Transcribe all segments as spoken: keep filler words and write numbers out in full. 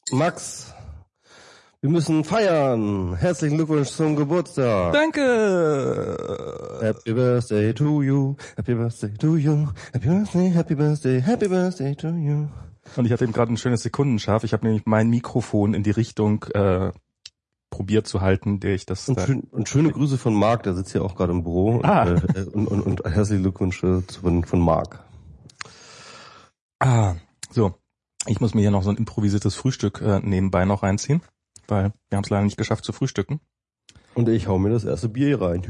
Max, wir müssen feiern. Herzlichen Glückwunsch zum Geburtstag. Danke. Happy Birthday to you. Happy Birthday to you. Happy Birthday, Happy Birthday, Happy Birthday to you. Und ich hatte eben gerade ein schönes Sekundenscharf. Ich habe nämlich mein Mikrofon in die Richtung äh, probiert zu halten, der ich das... Und, da schön, und schöne Grüße von Marc, der sitzt hier auch gerade im Büro. Ah. Und, äh, und, und, und herzliche Glückwünsche von, von Marc. Ah, so. Ich muss mir hier noch so ein improvisiertes Frühstück äh, nebenbei noch reinziehen, weil wir haben es leider nicht geschafft zu frühstücken. Und ich hau mir das erste Bier hier rein.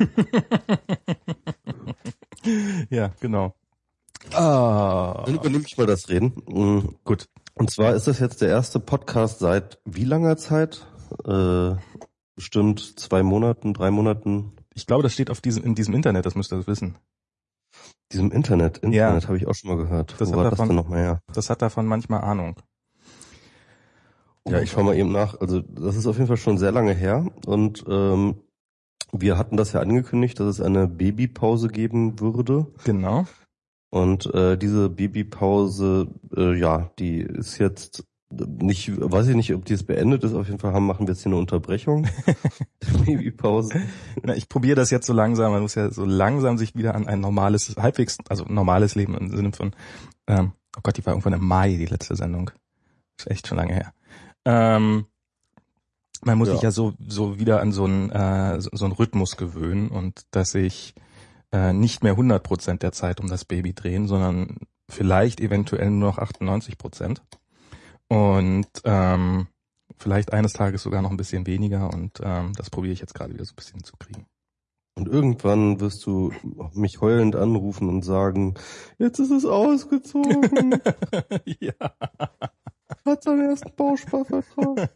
Ja, genau. Ah. Dann übernehme ich mal das Reden. Mhm. Gut. Und zwar ist das jetzt der erste Podcast seit wie langer Zeit? Äh, bestimmt zwei Monaten, drei Monaten. Ich glaube, das steht auf diesem in diesem Internet, das müsst ihr wissen. Diesem Internet, Internet Ja. habe ich auch schon mal gehört. Das Wo hat war davon, das denn nochmal her? Das hat davon manchmal Ahnung. Ja, ich schau mal eben nach. Also das ist auf jeden Fall schon sehr lange her. Und ähm, wir hatten das ja angekündigt, dass es eine Babypause geben würde. Genau. Und äh, diese Babypause, äh, ja, die ist jetzt nicht, weiß ich nicht, ob die jetzt beendet ist. Auf jeden Fall haben, machen wir jetzt hier eine Unterbrechung. Babypause. Na, ich probiere das jetzt so langsam. Man muss ja so langsam sich wieder an ein normales, halbwegs, also normales Leben im Sinne von, ähm, oh Gott, die war irgendwann im Mai, die letzte Sendung. Ist echt schon lange her. Ähm, man muss Ja. sich ja so so wieder an so einen äh, so, so einen Rhythmus gewöhnen und dass ich äh, nicht mehr hundert Prozent der Zeit um das Baby drehen, sondern vielleicht eventuell nur noch achtundneunzig Prozent und ähm, vielleicht eines Tages sogar noch ein bisschen weniger und ähm, das probiere ich jetzt gerade wieder so ein bisschen zu kriegen. Und irgendwann wirst du mich heulend anrufen und sagen, jetzt ist es ausgezogen. Ja. Hat seinen ersten Bausparvertrag.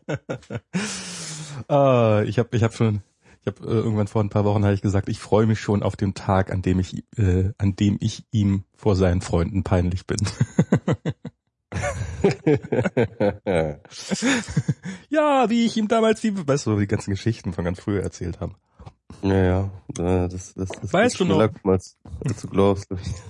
Ah, ich habe ich hab schon ich habe äh, irgendwann vor ein paar Wochen habe ich gesagt, ich freue mich schon auf den Tag, an dem ich äh, an dem ich ihm vor seinen Freunden peinlich bin. Ja, wie ich ihm damals die, weißt du, die ganzen Geschichten von ganz früher erzählt habe. Ja, ja, das, das, das Weißt du noch? Als, als du glaubst.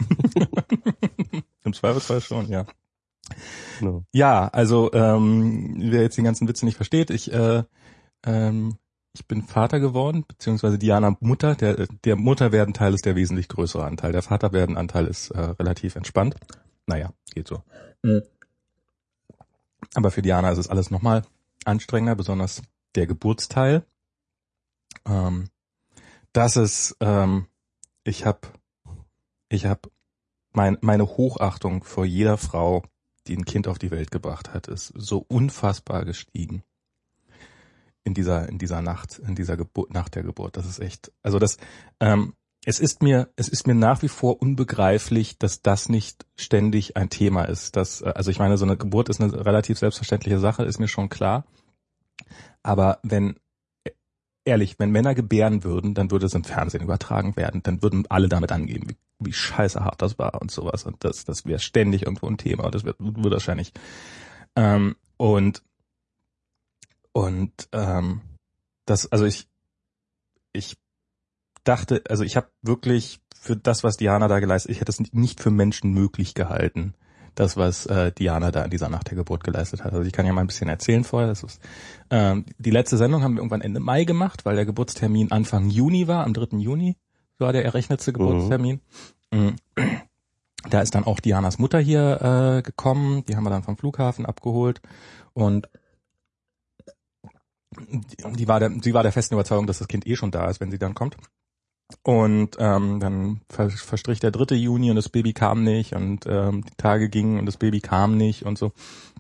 Im Zweifelsfall schon, ja. No. Ja, also ähm, wer jetzt den ganzen Witz nicht versteht, ich äh, ähm, ich bin Vater geworden, beziehungsweise Diana Mutter. Der der Mutterwerdenteil ist der wesentlich größere Anteil. Der Vaterwerdenanteil ist äh, relativ entspannt. Naja, geht so. Mhm. Aber für Diana ist es alles nochmal anstrengender, besonders der Geburtsteil. Ähm, das ist, ähm, ich habe ich hab mein, meine Hochachtung vor jeder Frau, die ein Kind auf die Welt gebracht hat, ist so unfassbar gestiegen in dieser in dieser Nacht, in dieser Geburt, nach der Geburt. Das ist echt, also das, ähm, es ist mir es ist mir nach wie vor unbegreiflich, dass das nicht ständig ein Thema ist. Dass, also ich meine, so eine Geburt ist eine relativ selbstverständliche Sache, ist mir schon klar. Aber wenn ehrlich, wenn Männer gebären würden, dann würde es im Fernsehen übertragen werden, dann würden alle damit angeben, wie, wie scheiße hart das war und sowas. Und das, das wäre ständig irgendwo ein Thema. Und das wird, wird wahrscheinlich. Ähm, und und ähm, das, also ich ich dachte, also ich habe wirklich für das, was Diana da geleistet, ich hätte es nicht für Menschen möglich gehalten, das, was äh, Diana da in dieser Nacht der Geburt geleistet hat. Also ich kann ja mal ein bisschen erzählen vorher. Das ist, ähm, die letzte Sendung haben wir irgendwann Ende Mai gemacht, weil der Geburtstermin Anfang Juni war, am dritten Juni war der errechnete Geburtstermin. Mhm. Da ist dann auch Dianas Mutter hier äh, gekommen, die haben wir dann vom Flughafen abgeholt und die war der, sie war der festen Überzeugung, dass das Kind eh schon da ist, wenn sie dann kommt. Und ähm, dann ver- verstrich der dritte Juni und das Baby kam nicht und ähm, die Tage gingen und das Baby kam nicht und so.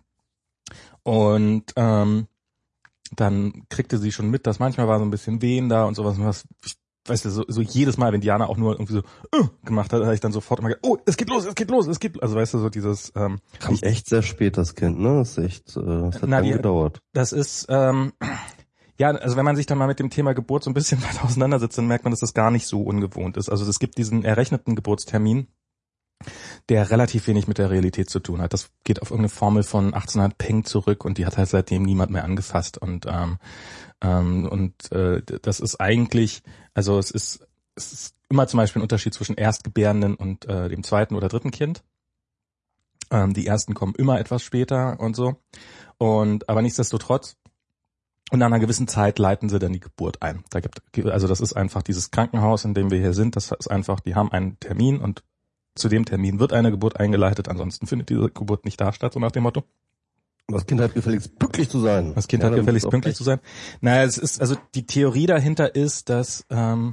Und ähm, dann kriegte sie schon mit, dass manchmal war so ein bisschen Wehen da und sowas. Und was, ich, weißt du, so, so jedes Mal, wenn Diana auch nur irgendwie so uh, gemacht hat, habe ich dann sofort immer gedacht, oh, es geht los, es geht los, es geht, also weißt du, so dieses ähm, Kam echt sehr spät, das Kind, ne? Das ist echt, äh, das hat na, lange die, gedauert. Das ist, ähm, ja, also wenn man sich dann mal mit dem Thema Geburt so ein bisschen weiter auseinandersetzt, dann merkt man, dass das gar nicht so ungewohnt ist. Also es gibt diesen errechneten Geburtstermin, der relativ wenig mit der Realität zu tun hat. Das geht auf irgendeine Formel von achtzehnhundert Peng zurück und die hat halt seitdem niemand mehr angefasst. Und ähm, ähm, und äh, das ist eigentlich, also es ist, es ist immer zum Beispiel ein Unterschied zwischen Erstgebärenden und äh, dem zweiten oder dritten Kind. Ähm, die ersten kommen immer etwas später und so. Und aber nichtsdestotrotz, und nach einer gewissen Zeit leiten sie dann die Geburt ein. Da gibt, also das ist einfach dieses Krankenhaus, in dem wir hier sind, das ist einfach, die haben einen Termin und zu dem Termin wird eine Geburt eingeleitet, ansonsten findet diese Geburt nicht da statt, so nach dem Motto. Das Kind hat gefälligst pünktlich zu sein. Das Kind ja, hat gefälligst pünktlich zu sein. Naja, es ist, also die Theorie dahinter ist, dass, ähm,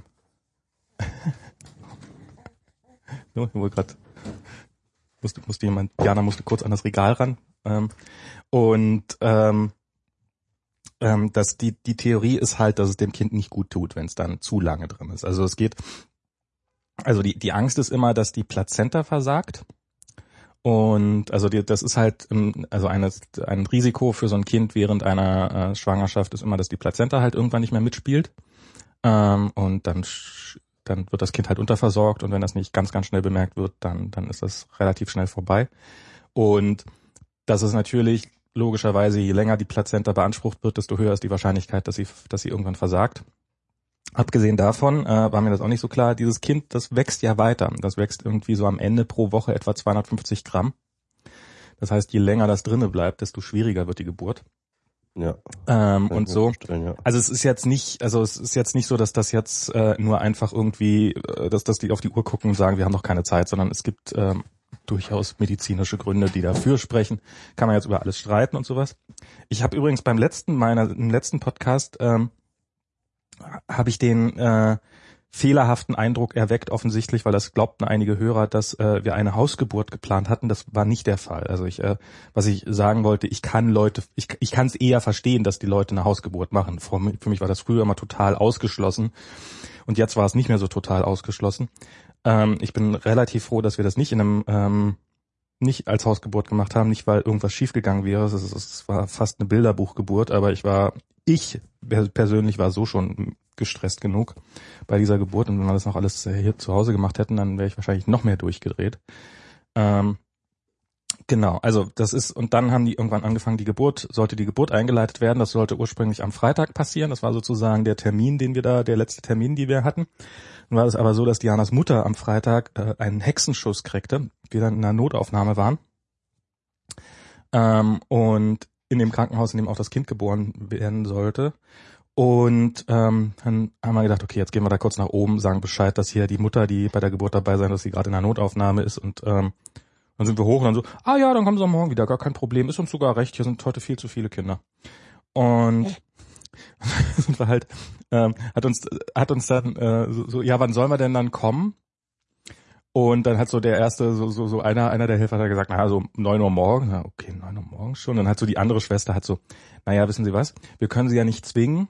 so, ich wollte gerade, musste, musste jemand, Jana musste kurz an das Regal ran, ähm, und, ähm, ähm, dass die, die Theorie ist halt, dass es dem Kind nicht gut tut, wenn es dann zu lange drin ist. Also es geht, also die, die Angst ist immer, dass die Plazenta versagt. Und also die, das ist halt also eine, ein Risiko für so ein Kind während einer äh, Schwangerschaft ist immer, dass die Plazenta halt irgendwann nicht mehr mitspielt. Ähm, und dann dann wird das Kind halt unterversorgt und wenn das nicht ganz, ganz schnell bemerkt wird, dann dann ist das relativ schnell vorbei. Und das ist natürlich logischerweise, je länger die Plazenta beansprucht wird, desto höher ist die Wahrscheinlichkeit, dass sie dass sie irgendwann versagt. Abgesehen davon äh, war mir das auch nicht so klar, dieses Kind, das wächst ja weiter. Das wächst irgendwie so am Ende pro Woche etwa zweihundertfünfzig Gramm. Das heißt, je länger das drinne bleibt, desto schwieriger wird die Geburt. Ja. Ähm, und so. Ja. Also es ist jetzt nicht, also es ist jetzt nicht so, dass das jetzt äh, nur einfach irgendwie, äh, dass, dass die auf die Uhr gucken und sagen, wir haben noch keine Zeit, sondern es gibt ähm, durchaus medizinische Gründe, die dafür sprechen. Kann man jetzt über alles streiten und sowas. Ich habe übrigens beim letzten, meiner, im letzten Podcast, ähm, habe ich den äh, fehlerhaften Eindruck erweckt, offensichtlich, weil das glaubten einige Hörer, dass äh, wir eine Hausgeburt geplant hatten. Das war nicht der Fall. Also ich, äh, was ich sagen wollte, ich kann Leute, ich, ich kann es eher verstehen, dass die Leute eine Hausgeburt machen. Für mich, für mich war das früher immer total ausgeschlossen und jetzt war es nicht mehr so total ausgeschlossen. Ähm, ich bin relativ froh, dass wir das nicht in einem ähm, nicht als Hausgeburt gemacht haben, nicht weil irgendwas schiefgegangen wäre. Es, es, es war fast eine Bilderbuchgeburt, aber ich war Ich persönlich war so schon gestresst genug bei dieser Geburt und wenn wir das noch alles hier zu Hause gemacht hätten, dann wäre ich wahrscheinlich noch mehr durchgedreht. Ähm, genau, also das ist, und dann haben die irgendwann angefangen, die Geburt, sollte die Geburt eingeleitet werden, das sollte ursprünglich am Freitag passieren, das war sozusagen der Termin, den wir da, der letzte Termin, die wir hatten. Dann war es aber so, dass Dianas Mutter am Freitag äh, einen Hexenschuss kriegte, wir dann in einer Notaufnahme waren. Ähm, und in dem Krankenhaus, in dem auch das Kind geboren werden sollte. Und ähm, dann haben wir gedacht, okay, jetzt gehen wir da kurz nach oben, sagen Bescheid, dass hier die Mutter, die bei der Geburt dabei sein, dass sie gerade in der Notaufnahme ist. Und ähm, dann sind wir hoch und dann so, ah ja, dann kommen sie morgen wieder, gar kein Problem, ist uns sogar recht, hier sind heute viel zu viele Kinder. Und sind wir halt, ähm, hat uns hat uns dann äh, so, so, ja, wann sollen wir denn dann kommen? Und dann hat so der erste, so so so einer einer der Helfer hat gesagt, naja, so neun Uhr morgens. Na, okay, neun Uhr morgens schon. Dann hat so die andere Schwester hat so, naja, wissen Sie was, wir können Sie ja nicht zwingen.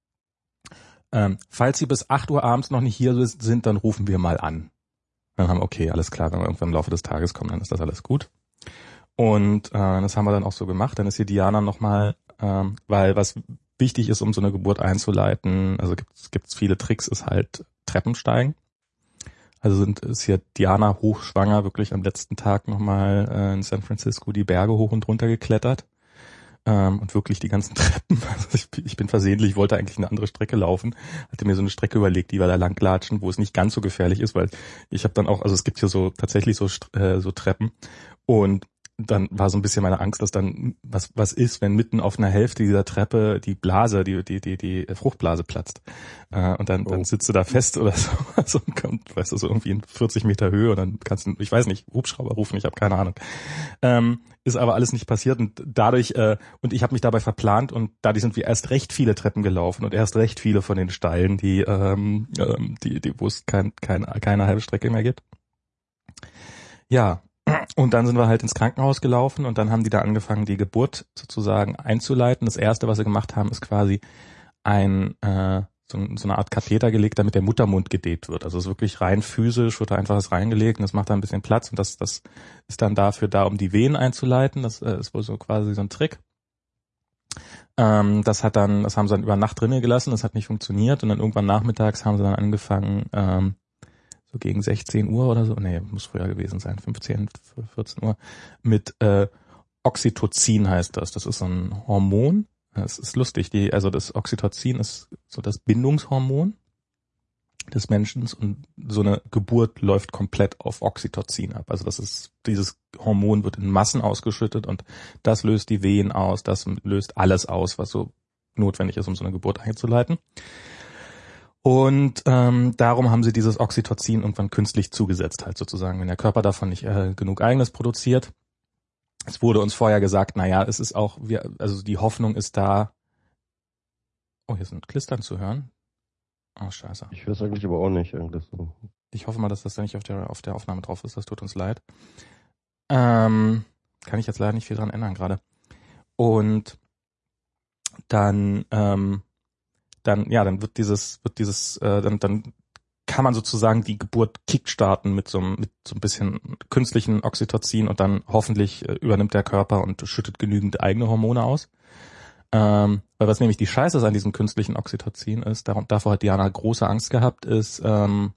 Ähm, falls Sie bis acht Uhr abends noch nicht hier sind, dann rufen wir mal an. Dann haben wir, okay, alles klar, wenn wir irgendwann im Laufe des Tages kommen, dann ist das alles gut. Und äh, das haben wir dann auch so gemacht. Dann ist hier Diana nochmal, ähm, weil was wichtig ist, um so eine Geburt einzuleiten, also gibt gibt's viele Tricks, ist halt Treppensteigen. Also sind, ist hier Diana hochschwanger wirklich am letzten Tag nochmal äh, in San Francisco die Berge hoch und runter geklettert. Ähm, und wirklich die ganzen Treppen. Also ich, ich bin versehentlich, ich wollte eigentlich eine andere Strecke laufen, hatte mir so eine Strecke überlegt, die wir da lang latschen, wo es nicht ganz so gefährlich ist, weil ich habe dann auch, also es gibt hier so tatsächlich so äh, so Treppen und dann war so ein bisschen meine Angst, dass dann was was ist, wenn mitten auf einer Hälfte dieser Treppe die Blase, die die die die Fruchtblase platzt äh, und dann oh. dann sitzt du da fest oder so, so und kommt, weißt du, so irgendwie in vierzig Meter Höhe und dann kannst du, ich weiß nicht, Hubschrauber rufen, ich habe keine Ahnung. Ähm, ist aber alles nicht passiert und dadurch äh, und ich habe mich dabei verplant und dadurch sind wir erst recht viele Treppen gelaufen und erst recht viele von den Steilen, die ähm, die die wo es kein, kein, keine halbe Strecke mehr gibt. Ja. Und dann sind wir halt ins Krankenhaus gelaufen und dann haben die da angefangen, die Geburt sozusagen einzuleiten. Das Erste, was sie gemacht haben, ist quasi ein äh, so, so eine Art Katheter gelegt, damit der Muttermund gedehnt wird. Also es ist wirklich rein physisch, wird da einfach was reingelegt und das macht da ein bisschen Platz und das das ist dann dafür da, um die Venen einzuleiten. Das äh, ist wohl so quasi so ein Trick. Ähm, das hat dann, das haben sie dann über Nacht drinnen gelassen, das hat nicht funktioniert und dann irgendwann nachmittags haben sie dann angefangen, ähm, so gegen sechzehn Uhr oder so, nee, muss früher gewesen sein, fünfzehn, vierzehn Uhr, mit äh, Oxytocin heißt das. Das ist so ein Hormon. Es ist lustig, die, also das Oxytocin ist so das Bindungshormon. des Menschen und so eine Geburt läuft komplett auf Oxytocin ab. Also das ist, dieses Hormon wird in Massen ausgeschüttet und das löst die Wehen aus, das löst alles aus, was so notwendig ist, um so eine Geburt einzuleiten. Und ähm, darum haben sie dieses Oxytocin irgendwann künstlich zugesetzt, halt sozusagen, wenn der Körper davon nicht äh, genug eigenes produziert. Es wurde uns vorher gesagt, naja, es ist auch, wir, also die Hoffnung ist da. Oh, hier sind Klistern zu hören. Oh, scheiße. Ich höre es eigentlich aber auch nicht. Eigentlich so. Ich hoffe mal, dass das da nicht auf der auf der Aufnahme drauf ist. Das tut uns leid. Ähm, kann ich jetzt leider nicht viel dran ändern gerade. Und dann, ähm, dann, ja, dann wird dieses, wird dieses, äh, dann, dann kann man sozusagen die Geburt kickstarten mit so einem, mit so ein bisschen künstlichen Oxytocin und dann hoffentlich äh, übernimmt der Körper und schüttet genügend eigene Hormone aus. Ähm, weil was nämlich die Scheiße ist an diesem künstlichen Oxytocin ist, darum, davor hat Diana große Angst gehabt, ist, ähm,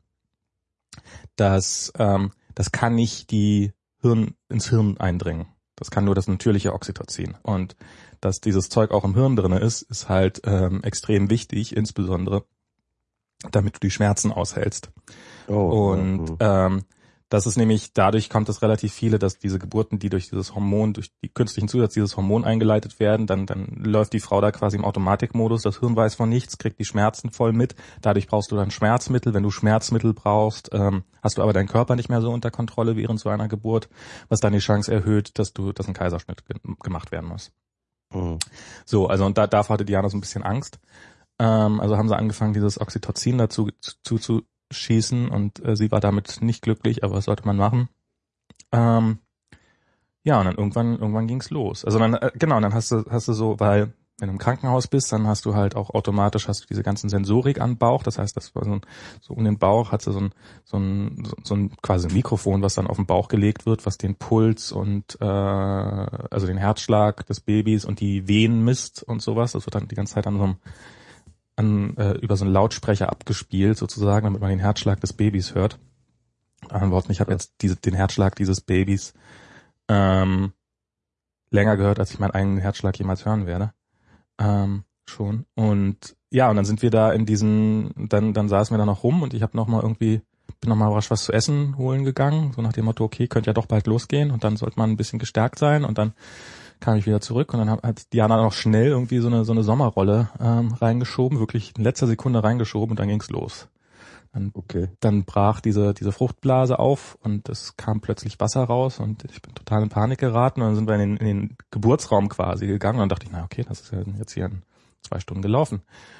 dass ähm, das kann nicht die Hirn ins Hirn eindringen. Das kann nur das natürliche Oxytocin. Und dass dieses Zeug auch im Hirn drinne ist, ist halt ähm, extrem wichtig, insbesondere damit du die Schmerzen aushältst. Oh, und ja. ähm, das ist nämlich, dadurch kommt es relativ viele, dass diese Geburten, die durch dieses Hormon, durch die künstlichen Zusatz dieses Hormon eingeleitet werden, dann dann läuft die Frau da quasi im Automatikmodus, das Hirn weiß von nichts, kriegt die Schmerzen voll mit, dadurch brauchst du dann Schmerzmittel. Wenn du Schmerzmittel brauchst, ähm, hast du aber deinen Körper nicht mehr so unter Kontrolle während so einer Geburt, was dann die Chance erhöht, dass du, dass ein Kaiserschnitt ge- gemacht werden muss. Mhm. So, also und da, davor hatte Diana so ein bisschen Angst. Ähm, also haben sie angefangen, dieses Oxytocin dazu zu, zu schießen und äh, sie war damit nicht glücklich, aber was sollte man machen? Ähm, ja, und dann irgendwann irgendwann ging's los. Also dann äh, genau, dann hast du hast du so, weil wenn du im Krankenhaus bist, dann hast du halt auch automatisch hast du diese ganzen Sensorik an Bauch. Das heißt, das war so, ein, so um den Bauch hat sie so ein so ein so, so ein quasi ein Mikrofon, was dann auf den Bauch gelegt wird, was den Puls und äh, also den Herzschlag des Babys und die Venen misst und sowas. Das wird dann die ganze Zeit an so einem An, äh, über so einen Lautsprecher abgespielt, sozusagen, damit man den Herzschlag des Babys hört. Antworten, ich habe jetzt diese, den Herzschlag dieses Babys ähm, länger gehört, als ich meinen eigenen Herzschlag jemals hören werde. Ähm, schon. Und ja, und dann sind wir da in diesen, dann dann saßen wir da noch rum und ich habe noch mal irgendwie, bin noch mal rasch was zu essen holen gegangen, so nach dem Motto, okay, könnte ja doch bald losgehen und dann sollte man ein bisschen gestärkt sein und dann kam ich wieder zurück und dann hat Diana noch schnell irgendwie so eine so eine Sommerrolle ähm, reingeschoben, wirklich in letzter Sekunde reingeschoben und dann ging's los. Dann, okay. Dann brach diese diese Fruchtblase auf und es kam plötzlich Wasser raus und ich bin total in Panik geraten und dann sind wir in den, in den Geburtsraum quasi gegangen und dann dachte ich, na okay, das ist ja jetzt hier in zwei Stunden gelaufen.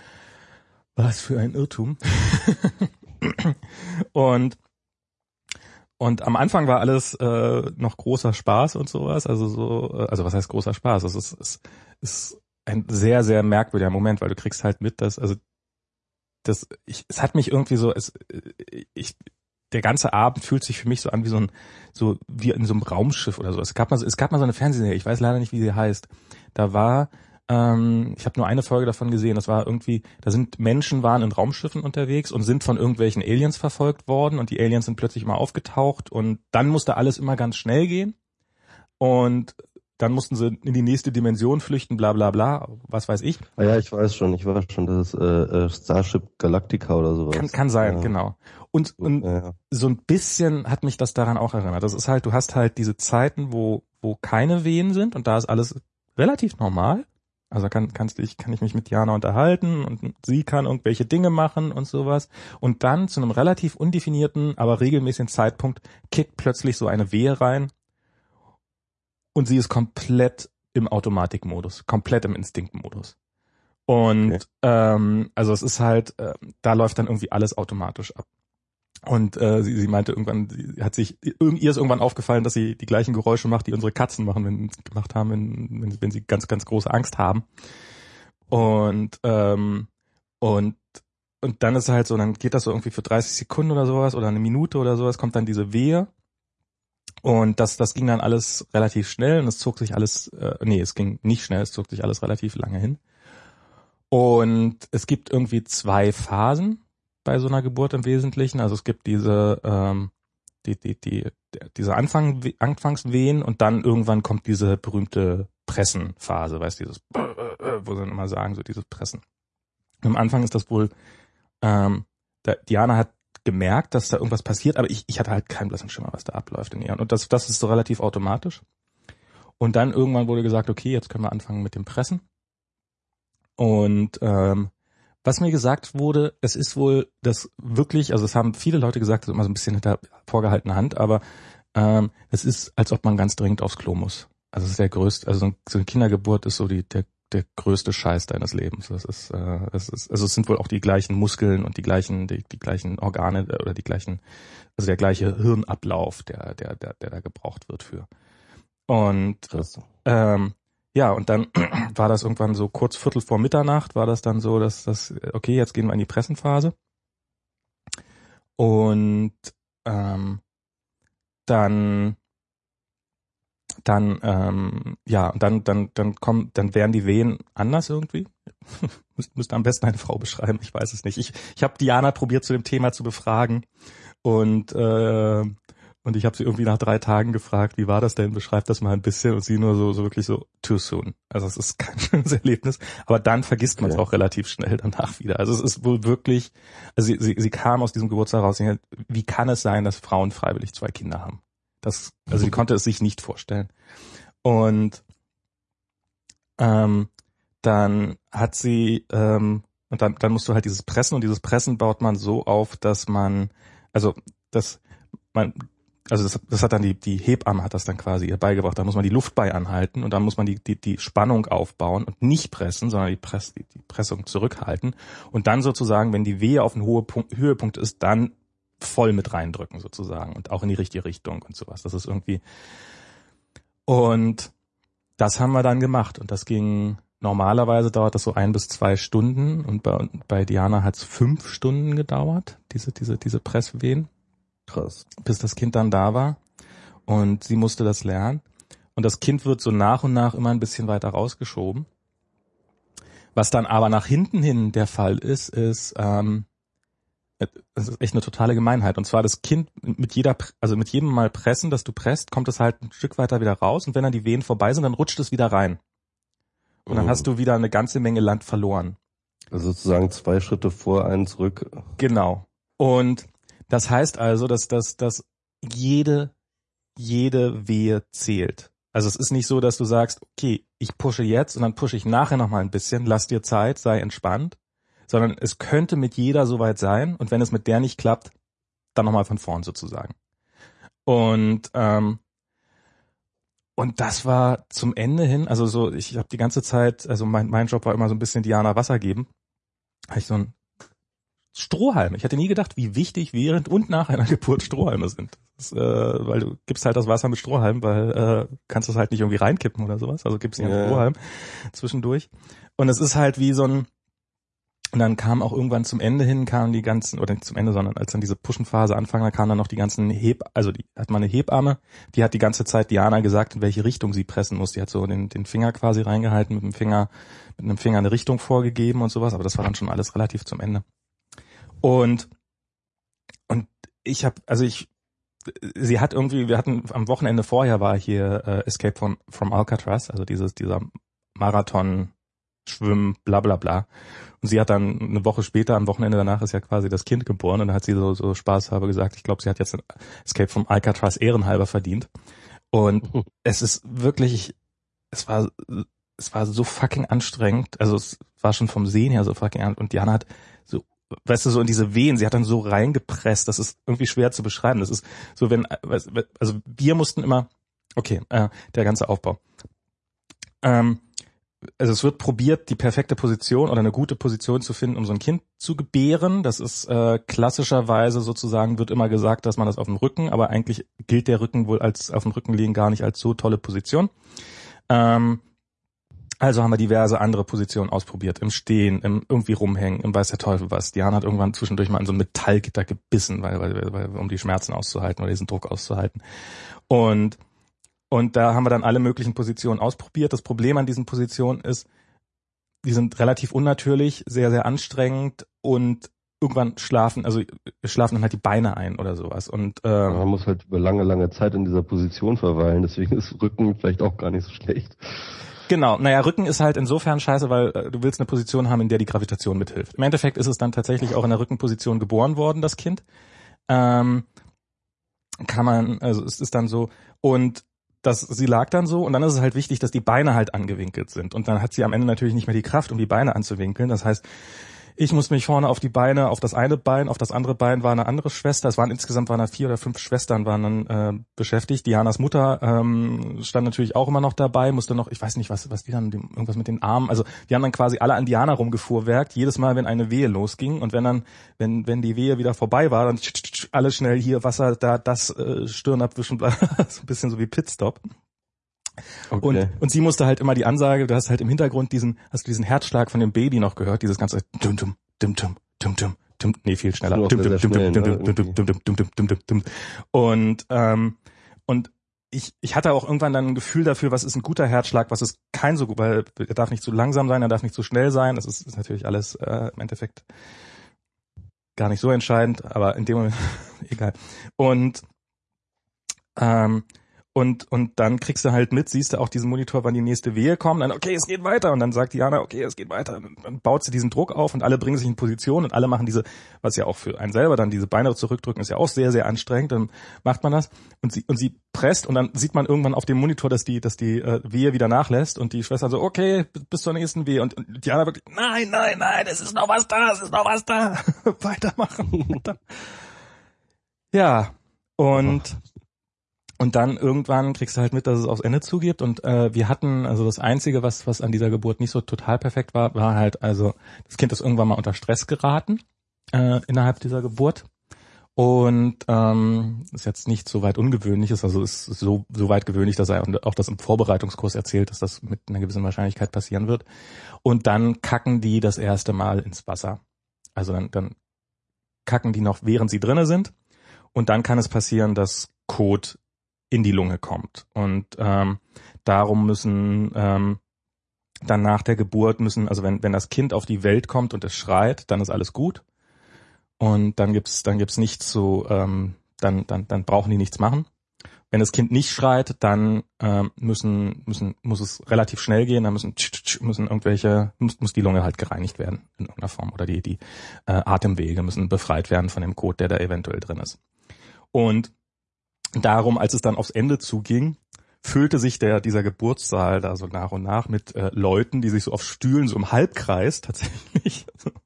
Was für ein Irrtum. und Und am Anfang war alles äh, noch großer Spaß und sowas, also so, also was heißt großer Spaß? Es ist, es ist ein sehr, sehr merkwürdiger Moment, weil du kriegst halt mit, dass, also das, ich, es hat mich irgendwie so, es, ich, der ganze Abend fühlt sich für mich so an wie so ein, so wie in so einem Raumschiff oder so. Es gab mal, es gab mal so eine Fernsehserie, ich weiß leider nicht, wie sie heißt. Da war Ähm, ich habe nur eine Folge davon gesehen, das war irgendwie, da sind Menschen waren in Raumschiffen unterwegs und sind von irgendwelchen Aliens verfolgt worden und die Aliens sind plötzlich mal aufgetaucht und dann musste alles immer ganz schnell gehen und dann mussten sie in die nächste Dimension flüchten, bla bla bla, was weiß ich. Ah ja, ich weiß schon, ich weiß schon, das ist äh, Starship Galactica oder sowas. Kann, kann sein, ja. Genau. Und, und ja, ja. so ein bisschen hat mich das daran auch erinnert. Das ist halt, du hast halt diese Zeiten, wo wo keine Wehen sind und da ist alles relativ normal. Also kann, kannst ich, kann ich mich mit Diana unterhalten und sie kann irgendwelche Dinge machen und sowas. Und dann zu einem relativ undefinierten, aber regelmäßigen Zeitpunkt kickt plötzlich so eine Wehe rein und sie ist komplett im Automatikmodus, komplett im Instinktmodus. Und okay. ähm, also es ist halt, äh, da läuft dann irgendwie alles automatisch ab. Und äh, sie, sie meinte irgendwann, sie hat sich, ihr ist irgendwann aufgefallen, dass sie die gleichen Geräusche macht, die unsere Katzen machen, wenn gemacht haben, wenn, wenn, wenn sie ganz, ganz große Angst haben. Und ähm, und und dann ist halt so, dann geht das so irgendwie für dreißig Sekunden oder sowas oder eine Minute oder sowas, kommt dann diese Wehe. Und das, das ging dann alles relativ schnell und es zog sich alles, äh, nee, es ging nicht schnell, es zog sich alles relativ lange hin. Und es gibt irgendwie zwei Phasen bei so einer Geburt im Wesentlichen. Also es gibt diese ähm, die die die diese Anfang Anfangswehen und dann irgendwann kommt diese berühmte Pressenphase, weißt du, dieses wo sie dann immer sagen, so dieses Pressen. Am Anfang ist das wohl ähm, da, Diana hat gemerkt, dass da irgendwas passiert, aber ich, ich hatte halt keinen blassen Schimmer, was da abläuft in ihr. Und das, das ist so relativ automatisch. Und dann irgendwann wurde gesagt, okay, jetzt können wir anfangen mit dem Pressen. Und ähm, was mir gesagt wurde, es ist wohl das wirklich, also es haben viele Leute gesagt, das ist immer so ein bisschen hinter vorgehaltener Hand, aber ähm, es ist, als ob man ganz dringend aufs Klo muss. Also es ist der größte, also so eine Kindergeburt ist so die der der größte Scheiß deines Lebens. Das ist, äh, das ist, also es sind wohl auch die gleichen Muskeln und die gleichen, die, die gleichen Organe oder die gleichen, also der gleiche Hirnablauf, der, der, der, der da gebraucht wird für. Und ähm, ja, und dann war das irgendwann so kurz Viertel vor Mitternacht, war das dann so, dass das, okay, jetzt gehen wir in die Pressenphase. Und ähm, dann dann ähm, ja und dann dann dann kommen dann wären die Wehen anders irgendwie. Müsste müsste am besten eine Frau beschreiben, ich weiß es nicht. Ich ich habe Diana probiert zu dem Thema zu befragen und äh, und ich habe sie irgendwie nach drei Tagen gefragt, wie war das denn? Beschreib das mal ein bisschen und sie nur so so wirklich so too soon. Also es ist kein schönes Erlebnis, aber dann vergisst man es okay. auch relativ schnell danach wieder. Also es ist wohl wirklich, also sie sie, sie kam aus diesem Geburtstag raus. Wie kann es sein, dass Frauen freiwillig zwei Kinder haben? Das, also sie konnte es sich nicht vorstellen. Und ähm, dann hat sie, ähm, und dann, dann musst du halt dieses Pressen, und dieses Pressen baut man so auf, dass man, also das, man, also das, das hat dann die, die Hebamme hat das dann quasi ihr beigebracht. Da muss man die Luft bei anhalten und dann muss man die, die, die Spannung aufbauen und nicht pressen, sondern die, Press, die, die Pressung zurückhalten. Und dann sozusagen, wenn die Wehe auf einem hohen Punkt, Höhepunkt ist, dann voll mit reindrücken sozusagen und auch in die richtige Richtung und sowas. Das ist irgendwie, und das haben wir dann gemacht und das ging, normalerweise dauert das so ein bis zwei Stunden und bei, bei Diana hat es fünf Stunden gedauert, diese, diese, diese Presswehen. Krass. Bis das Kind dann da war und sie musste das lernen und das Kind wird so nach und nach immer ein bisschen weiter rausgeschoben. Was dann aber nach hinten hin der Fall ist, ist, ähm, das ist echt eine totale Gemeinheit. Und zwar das Kind mit jeder, also mit jedem Mal pressen, dass du presst, kommt es halt ein Stück weiter wieder raus. Und wenn dann die Wehen vorbei sind, dann rutscht es wieder rein. Und dann oh. hast du wieder eine ganze Menge Land verloren. Also sozusagen zwei Schritte vor, einen zurück. Genau. Und das heißt also, dass, dass, dass jede, jede Wehe zählt. Also es ist nicht so, dass du sagst, okay, ich pushe jetzt und dann pushe ich nachher noch mal ein bisschen, lass dir Zeit, sei entspannt. Sondern es könnte mit jeder soweit sein und wenn es mit der nicht klappt, dann nochmal von vorn sozusagen. Und ähm, und das war zum Ende hin, also so, ich habe die ganze Zeit, also mein mein Job war immer so ein bisschen Diana Wasser geben. Habe ich so ein Strohhalm. Ich hätte nie gedacht, wie wichtig während und nach einer Geburt Strohhalme sind. Das, äh, weil du gibst halt das Wasser mit Strohhalm, weil äh, kannst das halt nicht irgendwie reinkippen oder sowas. Also gibst dir einen Strohhalm zwischendurch. Und es ist halt wie so ein. Und dann kam auch irgendwann zum Ende hin, kamen die ganzen, oder nicht zum Ende, sondern als dann diese Puschenphase anfang, da kamen dann noch die ganzen Heb, also die hat man eine Hebamme, die hat die ganze Zeit Diana gesagt, in welche Richtung sie pressen muss. Die hat so den, den Finger quasi reingehalten, mit dem Finger, mit einem Finger eine Richtung vorgegeben und sowas, aber das war dann schon alles relativ zum Ende. Und, und ich habe, also ich, sie hat irgendwie, wir hatten, am Wochenende vorher war hier äh, Escape from, from Alcatraz, also dieses, dieser Marathon, Schwimmen, bla bla bla. Und sie hat dann eine Woche später, am Wochenende danach ist ja quasi das Kind geboren und dann hat sie so, so spaßhalber gesagt, ich glaube, sie hat jetzt ein Escape from Alcatraz ehrenhalber verdient. Und uh. es ist wirklich, es war, es war so fucking anstrengend, also es war schon vom Sehen her so fucking anstrengend und Diana hat so, weißt du, so in diese Wehen, sie hat dann so reingepresst, das ist irgendwie schwer zu beschreiben. Das ist so, wenn, also wir mussten immer, okay, äh, der ganze Aufbau. Ähm, Also es wird probiert, die perfekte Position oder eine gute Position zu finden, um so ein Kind zu gebären. Das ist äh, klassischerweise sozusagen, wird immer gesagt, dass man das auf dem Rücken, aber eigentlich gilt der Rücken wohl als auf dem Rücken liegen gar nicht als so tolle Position. Ähm, also haben wir diverse andere Positionen ausprobiert, im Stehen, im irgendwie rumhängen, im weiß der Teufel was. Diana hat irgendwann zwischendurch mal in so ein Metallgitter gebissen, weil, weil, weil um die Schmerzen auszuhalten oder diesen Druck auszuhalten. Und Und da haben wir dann alle möglichen Positionen ausprobiert. Das Problem an diesen Positionen ist, die sind relativ unnatürlich, sehr, sehr anstrengend und irgendwann schlafen, also schlafen dann halt die Beine ein oder sowas. Und äh, man muss halt über lange, lange Zeit in dieser Position verweilen, deswegen ist Rücken vielleicht auch gar nicht so schlecht. Genau, naja, Rücken ist halt insofern scheiße, weil äh, du willst eine Position haben, in der die Gravitation mithilft. Im Endeffekt ist es dann tatsächlich auch in der Rückenposition geboren worden, das Kind. Ähm, kann man, also es ist dann so, und das, sie lag dann so, und dann ist es halt wichtig, dass die Beine halt angewinkelt sind. Und dann hat sie am Ende natürlich nicht mehr die Kraft, um die Beine anzuwinkeln. Das heißt, ich muss mich vorne auf die Beine, auf das eine Bein, auf das andere Bein war eine andere Schwester. Es waren insgesamt waren da vier oder fünf Schwestern waren dann äh, beschäftigt. Dianas Mutter ähm, stand natürlich auch immer noch dabei, musste noch, ich weiß nicht, was was die dann, die, irgendwas mit den Armen, also die haben dann quasi alle an Diana rumgefuhrwerkt, jedes Mal, wenn eine Wehe losging, und wenn dann, wenn wenn die Wehe wieder vorbei war, dann alle schnell hier Wasser, da das, äh, Stirn abwischen, so ein bisschen so wie Pitstop. Okay. Und, und sie musste halt immer die Ansage, du hast halt im Hintergrund diesen, hast du diesen Herzschlag von dem Baby noch gehört, dieses ganze dum dum dum dum dum dum dum, nee, viel schneller. Dum dum dum dum dum dum dum dum dum dum dum. Und ähm und ich ich hatte auch irgendwann dann ein Gefühl dafür, was ist ein guter Herzschlag, was ist kein so gut, weil er darf nicht zu langsam sein, er darf nicht zu schnell sein. Das ist, ist natürlich alles äh, im Endeffekt gar nicht so entscheidend, aber in dem Moment egal. Und ähm Und, und dann kriegst du halt mit, siehst du auch diesen Monitor, wann die nächste Wehe kommt, dann, okay, es geht weiter. Und dann sagt Diana, okay, es geht weiter. Und dann baut sie diesen Druck auf und alle bringen sich in Position und alle machen diese, was ja auch für einen selber dann diese Beine zurückdrücken, ist ja auch sehr, sehr anstrengend. Dann macht man das und sie, und sie presst und dann sieht man irgendwann auf dem Monitor, dass die, dass die äh, Wehe wieder nachlässt und die Schwester so, okay, bis zur nächsten Wehe. Und, und Diana wirklich, nein, nein, nein, es ist noch was da, es ist noch was da. Weitermachen. Weiter. Ja, und... Und dann irgendwann kriegst du halt mit, dass es aufs Ende zugeht. Und äh, wir hatten, also das Einzige, was was an dieser Geburt nicht so total perfekt war, war halt, also das Kind ist irgendwann mal unter Stress geraten äh, innerhalb dieser Geburt. Und ähm, ist jetzt nicht so weit Ungewöhnliches, also ist so so weit gewöhnlich, dass er auch das im Vorbereitungskurs erzählt, dass das mit einer gewissen Wahrscheinlichkeit passieren wird. Und dann kacken die das erste Mal ins Wasser. Also dann, dann kacken die noch, während sie drinne sind. Und dann kann es passieren, dass Kot in die Lunge kommt. Und ähm, darum müssen ähm, dann nach der Geburt müssen, also wenn wenn das Kind auf die Welt kommt und es schreit, dann ist alles gut. Und dann gibt's dann gibt's nichts so, ähm, dann dann dann brauchen die nichts machen. Wenn das Kind nicht schreit, dann ähm, müssen müssen muss es relativ schnell gehen. Dann müssen müssen irgendwelche muss muss die Lunge halt gereinigt werden in irgendeiner Form oder die die äh, Atemwege müssen befreit werden von dem Kot, der da eventuell drin ist. Und darum, als es dann aufs Ende zuging, füllte sich der dieser Geburtssaal da so nach und nach mit äh, Leuten, die sich so auf Stühlen so im Halbkreis tatsächlich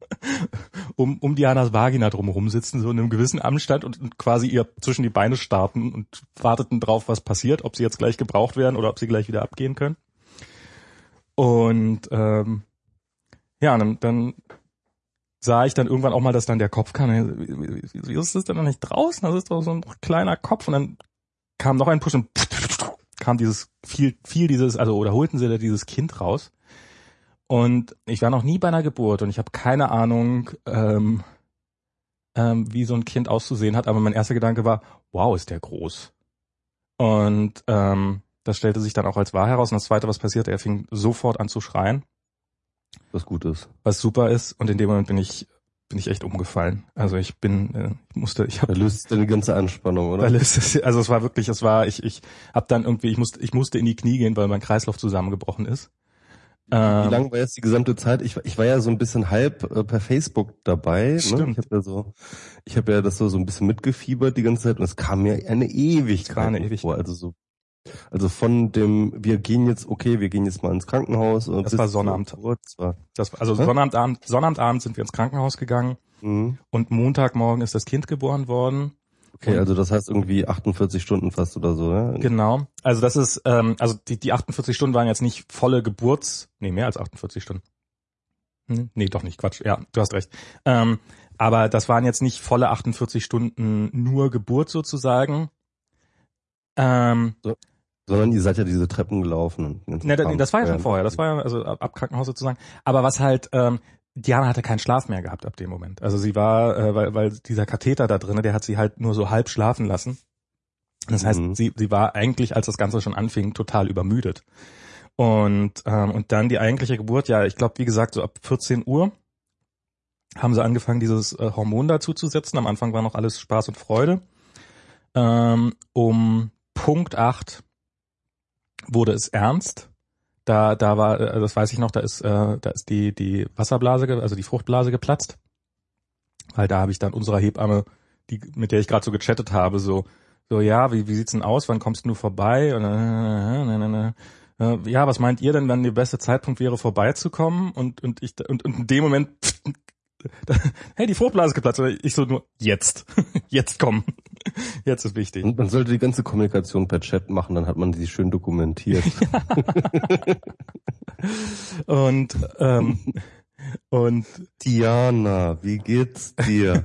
um um Dianas Vagina drumherum sitzen, so in einem gewissen Anstand und, und quasi ihr zwischen die Beine starten und warteten drauf, was passiert, ob sie jetzt gleich gebraucht werden oder ob sie gleich wieder abgehen können. Und ähm, ja, dann, dann sah ich dann irgendwann auch mal, dass dann der Kopf kam. Wie ist das denn noch nicht draußen? Das ist doch so ein kleiner Kopf. Und dann kam noch ein Push und kam dieses, viel, viel dieses, also, oder holten sie da dieses Kind raus. Und ich war noch nie bei einer Geburt und ich habe keine Ahnung, ähm, ähm, wie so ein Kind auszusehen hat. Aber mein erster Gedanke war, wow, ist der groß. Und ähm, das stellte sich dann auch als wahr heraus. Und das Zweite, was passierte, er fing sofort an zu schreien. Was gut ist. Was super ist. Und in dem Moment bin ich bin ich echt umgefallen. Also ich bin, äh, ich musste, ich habe. Da löst deine ganze Anspannung, oder? Da löst es, also es war wirklich, es war, ich ich habe dann irgendwie, ich musste, ich musste in die Knie gehen, weil mein Kreislauf zusammengebrochen ist. Wie ähm, lange war jetzt die gesamte Zeit? Ich, ich war ja so ein bisschen halb äh, per Facebook dabei. Stimmt. Ne? Ich habe ja so, ich habe ja das so so ein bisschen mitgefiebert die ganze Zeit und es kam mir eine Ewigkeit war eine Ewigkeit vor. Also so. Also von dem, wir gehen jetzt, okay, wir gehen jetzt mal ins Krankenhaus. Und das war Sonnabend. Das war, das war, also hm? Sonnabendabend, Sonnabendabend sind wir ins Krankenhaus gegangen mhm. und Montagmorgen ist das Kind geboren worden. Okay, also das heißt irgendwie achtundvierzig Stunden fast oder so, ja? Genau. Also das ist, ähm, also die, die achtundvierzig Stunden waren jetzt nicht volle Geburts, nee, mehr als achtundvierzig Stunden. Hm? Nee, doch nicht, Quatsch. Ja, du hast recht. Ähm, aber das waren jetzt nicht volle achtundvierzig Stunden nur Geburt sozusagen. Ähm, so. Sondern ihr seid ja diese Treppen gelaufen. Und ne, das war ja schon vorher, das war ja also ab Krankenhaus sozusagen. Aber was halt, ähm, Diana hatte keinen Schlaf mehr gehabt ab dem Moment. Also sie war, äh, weil, weil dieser Katheter da drinne, der hat sie halt nur so halb schlafen lassen. Das heißt, mhm. sie, sie war eigentlich, als das Ganze schon anfing, total übermüdet. Und ähm, und dann die eigentliche Geburt, ja, ich glaube, wie gesagt, so ab vierzehn Uhr haben sie angefangen, dieses äh, Hormon dazu zu setzen. Am Anfang war noch alles Spaß und Freude. Ähm, um Punkt acht wurde es ernst. da da war, das weiß ich noch, da ist äh, da ist die die Wasserblase, also die Fruchtblase geplatzt, weil da habe ich dann unserer Hebamme, die mit der ich gerade so gechattet habe, so so ja, wie wie sieht's denn aus, wann kommst du vorbei? Und, äh, äh, äh, ja, was meint ihr denn, wenn der beste Zeitpunkt wäre, vorbeizukommen? Und und ich und, und in dem Moment pff, hey, die Fruchtblase ist geplatzt. Ich so nur, jetzt. Jetzt kommen. Jetzt ist wichtig. Und man sollte die ganze Kommunikation per Chat machen, dann hat man sie schön dokumentiert. und, ähm, und Diana, wie geht's dir?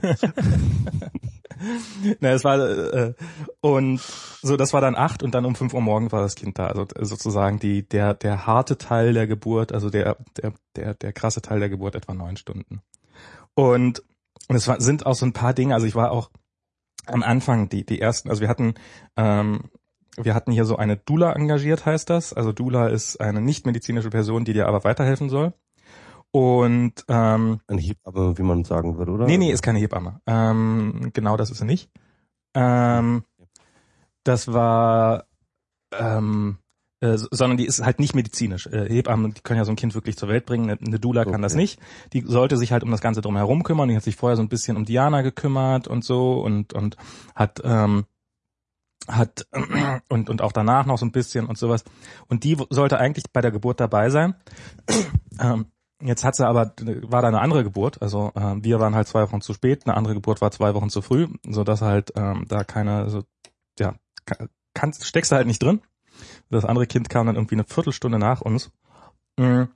Na, es war, äh, und so, das war dann acht und dann um fünf Uhr morgens war das Kind da. Also sozusagen die, der, der harte Teil der Geburt, also der, der, der, der krasse Teil der Geburt etwa neun Stunden. Und, und es war, sind auch so ein paar Dinge, also ich war auch am Anfang, die, die ersten, also wir hatten, ähm, wir hatten hier so eine Doula engagiert, heißt das. Also Doula ist eine nichtmedizinische Person, die dir aber weiterhelfen soll. Und, ähm. Eine Hebamme, wie man sagen würde, oder? Nee, nee, ist keine Hebamme. Ähm, genau, das ist sie nicht. Ähm, das war, ähm, Äh, sondern die ist halt nicht medizinisch. Äh, Hebammen, die können ja so ein Kind wirklich zur Welt bringen. Eine Doula okay. kann das nicht. Die sollte sich halt um das Ganze drumherum kümmern. Die hat sich vorher so ein bisschen um Diana gekümmert und so und und hat ähm, hat und und auch danach noch so ein bisschen und sowas. Und die sollte eigentlich bei der Geburt dabei sein. ähm, jetzt hat sie aber war da eine andere Geburt. Also äh, wir waren halt zwei Wochen zu spät. Eine andere Geburt war zwei Wochen zu früh, so dass halt ähm, da keine so ja kann, steckst du halt nicht drin. Das andere Kind kam dann irgendwie eine Viertelstunde nach uns, nach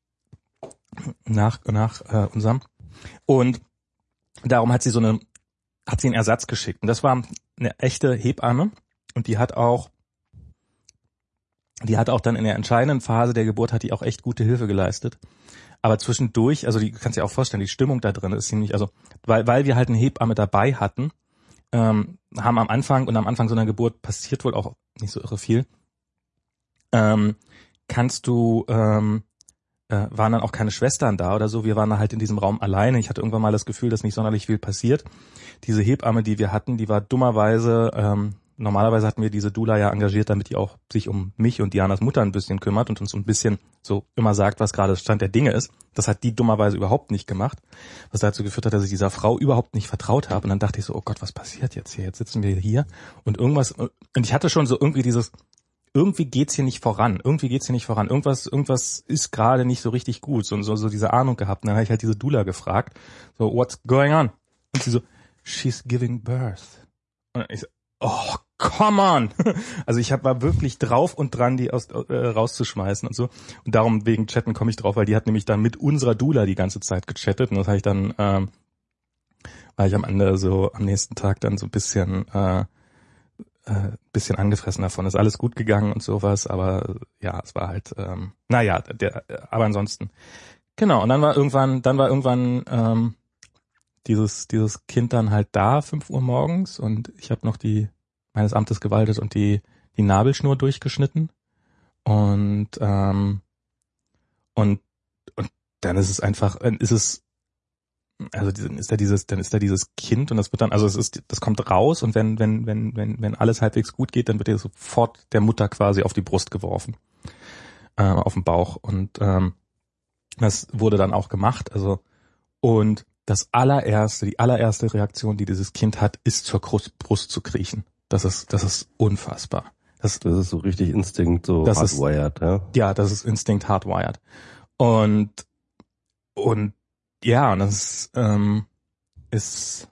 nach äh, unserem, und darum hat sie so eine, hat sie einen Ersatz geschickt. Und das war eine echte Hebamme und die hat auch, die hat auch dann in der entscheidenden Phase der Geburt hat die auch echt gute Hilfe geleistet. Aber zwischendurch, also die du kannst dir auch vorstellen, die Stimmung da drin ist ziemlich, also weil weil wir halt eine Hebamme dabei hatten, ähm, haben am Anfang und am Anfang so einer Geburt passiert wohl auch nicht so irre viel. Ähm, kannst du, ähm, äh, waren dann auch keine Schwestern da oder so, wir waren da halt in diesem Raum alleine. Ich hatte irgendwann mal das Gefühl, dass nicht sonderlich viel passiert. Diese Hebamme, die wir hatten, die war dummerweise, ähm, normalerweise hatten wir diese Doula ja engagiert, damit die auch sich um mich und Dianas Mutter ein bisschen kümmert und uns so ein bisschen so immer sagt, was gerade Stand der Dinge ist. Das hat die dummerweise überhaupt nicht gemacht, was dazu geführt hat, dass ich dieser Frau überhaupt nicht vertraut habe. Und dann dachte ich so, oh Gott, was passiert jetzt hier? Jetzt sitzen wir hier und irgendwas, und ich hatte schon so irgendwie dieses, irgendwie geht's hier nicht voran, irgendwie geht's hier nicht voran, irgendwas, irgendwas ist gerade nicht so richtig gut, so, so, so diese Ahnung gehabt. Und dann habe ich halt diese Doula gefragt, so, what's going on? Und sie so, she's giving birth. Und ich so, oh, come on! Also ich hab, war wirklich drauf und dran, die aus, äh, rauszuschmeißen und so. Und darum, wegen Chatten komme ich drauf, weil die hat nämlich dann mit unserer Doula die ganze Zeit gechattet. Und das habe ich dann, ähm, war ich am Ende so, am nächsten Tag dann so ein bisschen, äh, äh, bisschen angefressen davon. Ist alles gut gegangen und sowas, aber ja, es war halt, ähm, naja, der, aber ansonsten. Genau, und dann war irgendwann, dann war irgendwann ähm, dieses dieses Kind dann halt da, fünf Uhr morgens, und ich habe noch die meines Amtes gewaltet und die die Nabelschnur durchgeschnitten und ähm, und und dann ist es einfach, ist es also dann ist da dieses, dann ist da dieses Kind und das wird dann, also es ist, das kommt raus und wenn, wenn, wenn, wenn, wenn alles halbwegs gut geht, dann wird er sofort der Mutter quasi auf die Brust geworfen, äh, auf den Bauch, und ähm, das wurde dann auch gemacht, also, und das allererste, die allererste Reaktion, die dieses Kind hat, ist zur Brust zu kriechen. Das ist, das ist unfassbar. Das, das ist so richtig Instinkt, so hardwired, ja? Ja, das ist Instinkt hardwired. Und, und ja, und das ähm, ist,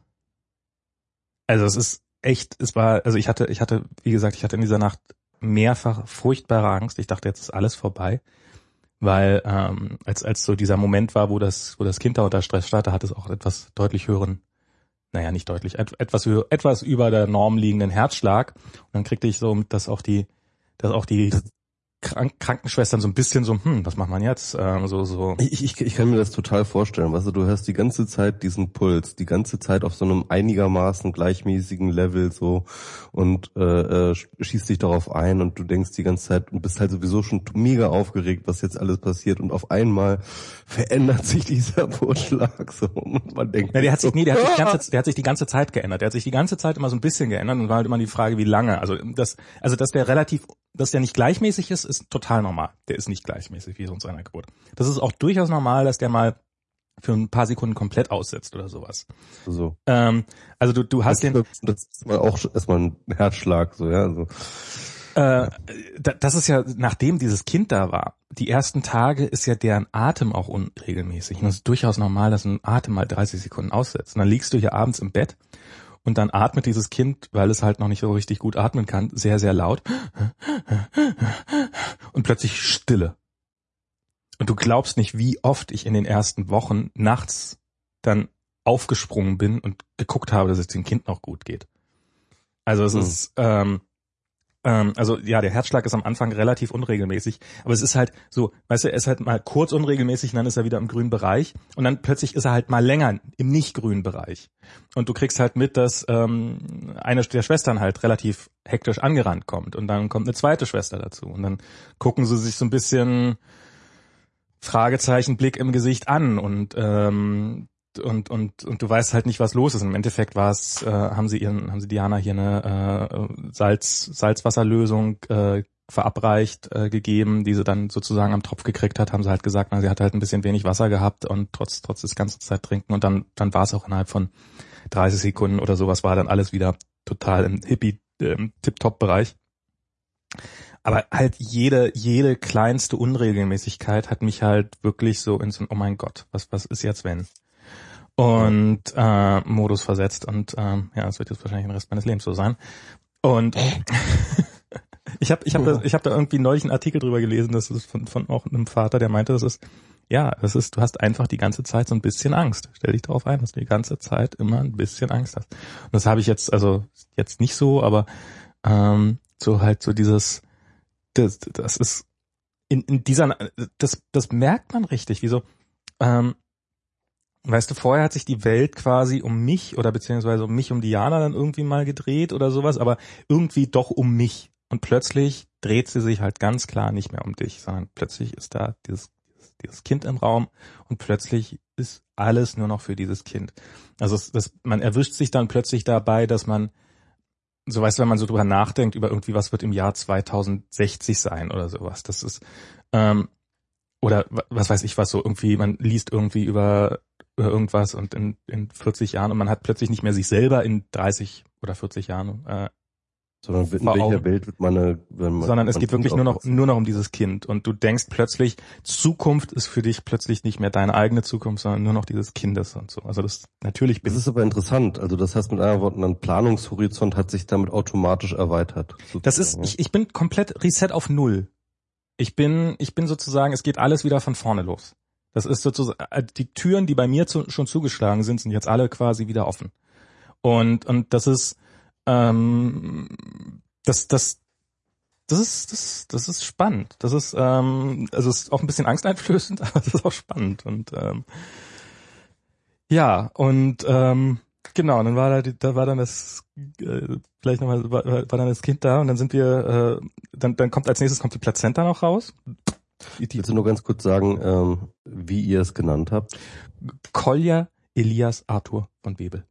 also es ist echt, es war, also ich hatte, ich hatte, wie gesagt, ich hatte in dieser Nacht mehrfach furchtbare Angst. Ich dachte, jetzt ist alles vorbei, weil ähm, als als so dieser Moment war, wo das, wo das Kind da unter Stress stand, da hat es auch etwas deutlich höheren, naja, nicht deutlich, et, etwas höher, etwas über der Norm liegenden Herzschlag. Und dann kriegte ich so mit, dass auch die, dass auch die Krank- Krankenschwestern so ein bisschen so, hm, was macht man jetzt? Ähm, so, so. Ich, ich, ich kann mir das total vorstellen. Weißt du, du hörst die ganze Zeit diesen Puls, die ganze Zeit auf so einem einigermaßen gleichmäßigen Level so und äh, äh, schießt dich darauf ein und du denkst die ganze Zeit und bist halt sowieso schon mega aufgeregt, was jetzt alles passiert, und auf einmal verändert sich dieser Pulsschlag so und man denkt, ja, der hat sich, so, nee, der hat sich die ganze, der hat sich die ganze Zeit geändert. Der hat sich die ganze Zeit immer so ein bisschen geändert und war halt immer die Frage, wie lange. Also das, also dass der relativ dass der nicht gleichmäßig ist, ist total normal. Der ist nicht gleichmäßig wie sonst einer Geburt. Das ist auch durchaus normal, dass der mal für ein paar Sekunden komplett aussetzt oder sowas. So. Ähm, also du, du hast das, den... Das ist mal auch erstmal ein Herzschlag, so, ja, so. Äh, das ist ja, nachdem dieses Kind da war, die ersten Tage ist ja deren Atem auch unregelmäßig. Und es ist durchaus normal, dass ein Atem mal dreißig Sekunden aussetzt. Und dann liegst du hier abends im Bett und dann atmet dieses Kind, weil es halt noch nicht so richtig gut atmen kann, sehr, sehr laut. Und plötzlich Stille. Und du glaubst nicht, wie oft ich in den ersten Wochen nachts dann aufgesprungen bin und geguckt habe, dass es dem Kind noch gut geht. Also es hm. ist... Ähm, Also ja, der Herzschlag ist am Anfang relativ unregelmäßig, aber es ist halt so, weißt du, er ist halt mal kurz unregelmäßig und dann ist er wieder im grünen Bereich und dann plötzlich ist er halt mal länger im nicht grünen Bereich. Und du kriegst halt mit, dass ähm, eine der Schwestern halt relativ hektisch angerannt kommt und dann kommt eine zweite Schwester dazu und dann gucken sie sich so ein bisschen Fragezeichen, Blick im Gesicht an und ähm, und und und du weißt halt nicht, was los ist. Und im Endeffekt war es, äh, haben sie ihren, haben sie Diana hier eine äh, Salz Salzwasserlösung äh, verabreicht äh, gegeben, die sie dann sozusagen am Tropf gekriegt hat. Haben sie halt gesagt, na, sie hat halt ein bisschen wenig Wasser gehabt und trotz trotz des ganzen Zeit trinken. Und dann dann war es auch innerhalb von dreißig Sekunden oder sowas war dann alles wieder total im Hippie äh, Tip-Top-Bereich. Aber halt jede jede kleinste Unregelmäßigkeit hat mich halt wirklich so in so ein, oh mein Gott, was was ist jetzt wenn? Und äh, Modus versetzt und ähm, ja, es wird jetzt wahrscheinlich den Rest meines Lebens so sein. Und ich habe ich habe da, ich habe da irgendwie neulich einen Artikel drüber gelesen, das ist von von auch einem Vater, der meinte, das ist ja, das ist, du hast einfach die ganze Zeit so ein bisschen Angst. Stell dich darauf ein, dass du die ganze Zeit immer ein bisschen Angst hast. Und das habe ich jetzt also jetzt nicht so, aber ähm, so halt so dieses das, das ist in in dieser das das merkt man richtig, wie so ähm, weißt du, vorher hat sich die Welt quasi um mich oder beziehungsweise um mich, um Diana dann irgendwie mal gedreht oder sowas, aber irgendwie doch um mich. Und plötzlich dreht sie sich halt ganz klar nicht mehr um dich, sondern plötzlich ist da dieses, dieses Kind im Raum und plötzlich ist alles nur noch für dieses Kind. Also es, das, man erwischt sich dann plötzlich dabei, dass man, so weißt du, wenn man so drüber nachdenkt, über irgendwie, was wird im Jahr zweitausendsechzig sein oder sowas. Das ist, ähm, oder was weiß ich was, so irgendwie, man liest irgendwie über oder irgendwas und in, in vierzig Jahren und man hat plötzlich nicht mehr sich selber in dreißig oder vierzig Jahren äh, sondern in welcher Welt wird man, eine, wenn man sondern es man geht wirklich nur noch nur noch um dieses Kind und du denkst plötzlich, Zukunft ist für dich plötzlich nicht mehr deine eigene Zukunft, sondern nur noch dieses Kindes und so. Also das natürlich bin Das ist aber interessant. Also das heißt mit anderen Worten, ein Planungshorizont hat sich damit automatisch erweitert. Sozusagen. Das ist ich, ich bin komplett Reset auf Null. Ich bin ich bin sozusagen, es geht alles wieder von vorne los. Das ist sozusagen, die Türen, die bei mir zu, schon zugeschlagen sind, sind jetzt alle quasi wieder offen. Und, und das ist, ähm, das, das, das ist, das, das ist spannend. Das ist, ähm, also es ist auch ein bisschen angsteinflößend, aber es ist auch spannend. Und, ähm, ja, und, ähm, genau, dann war da, da war dann das, äh, vielleicht nochmal, war, war dann das Kind da und dann sind wir, äh, dann, dann kommt als nächstes kommt die Plazenta noch raus. Willst du nur ganz kurz sagen, ähm, wie ihr es genannt habt? Kolja Elias Arthur von Webel.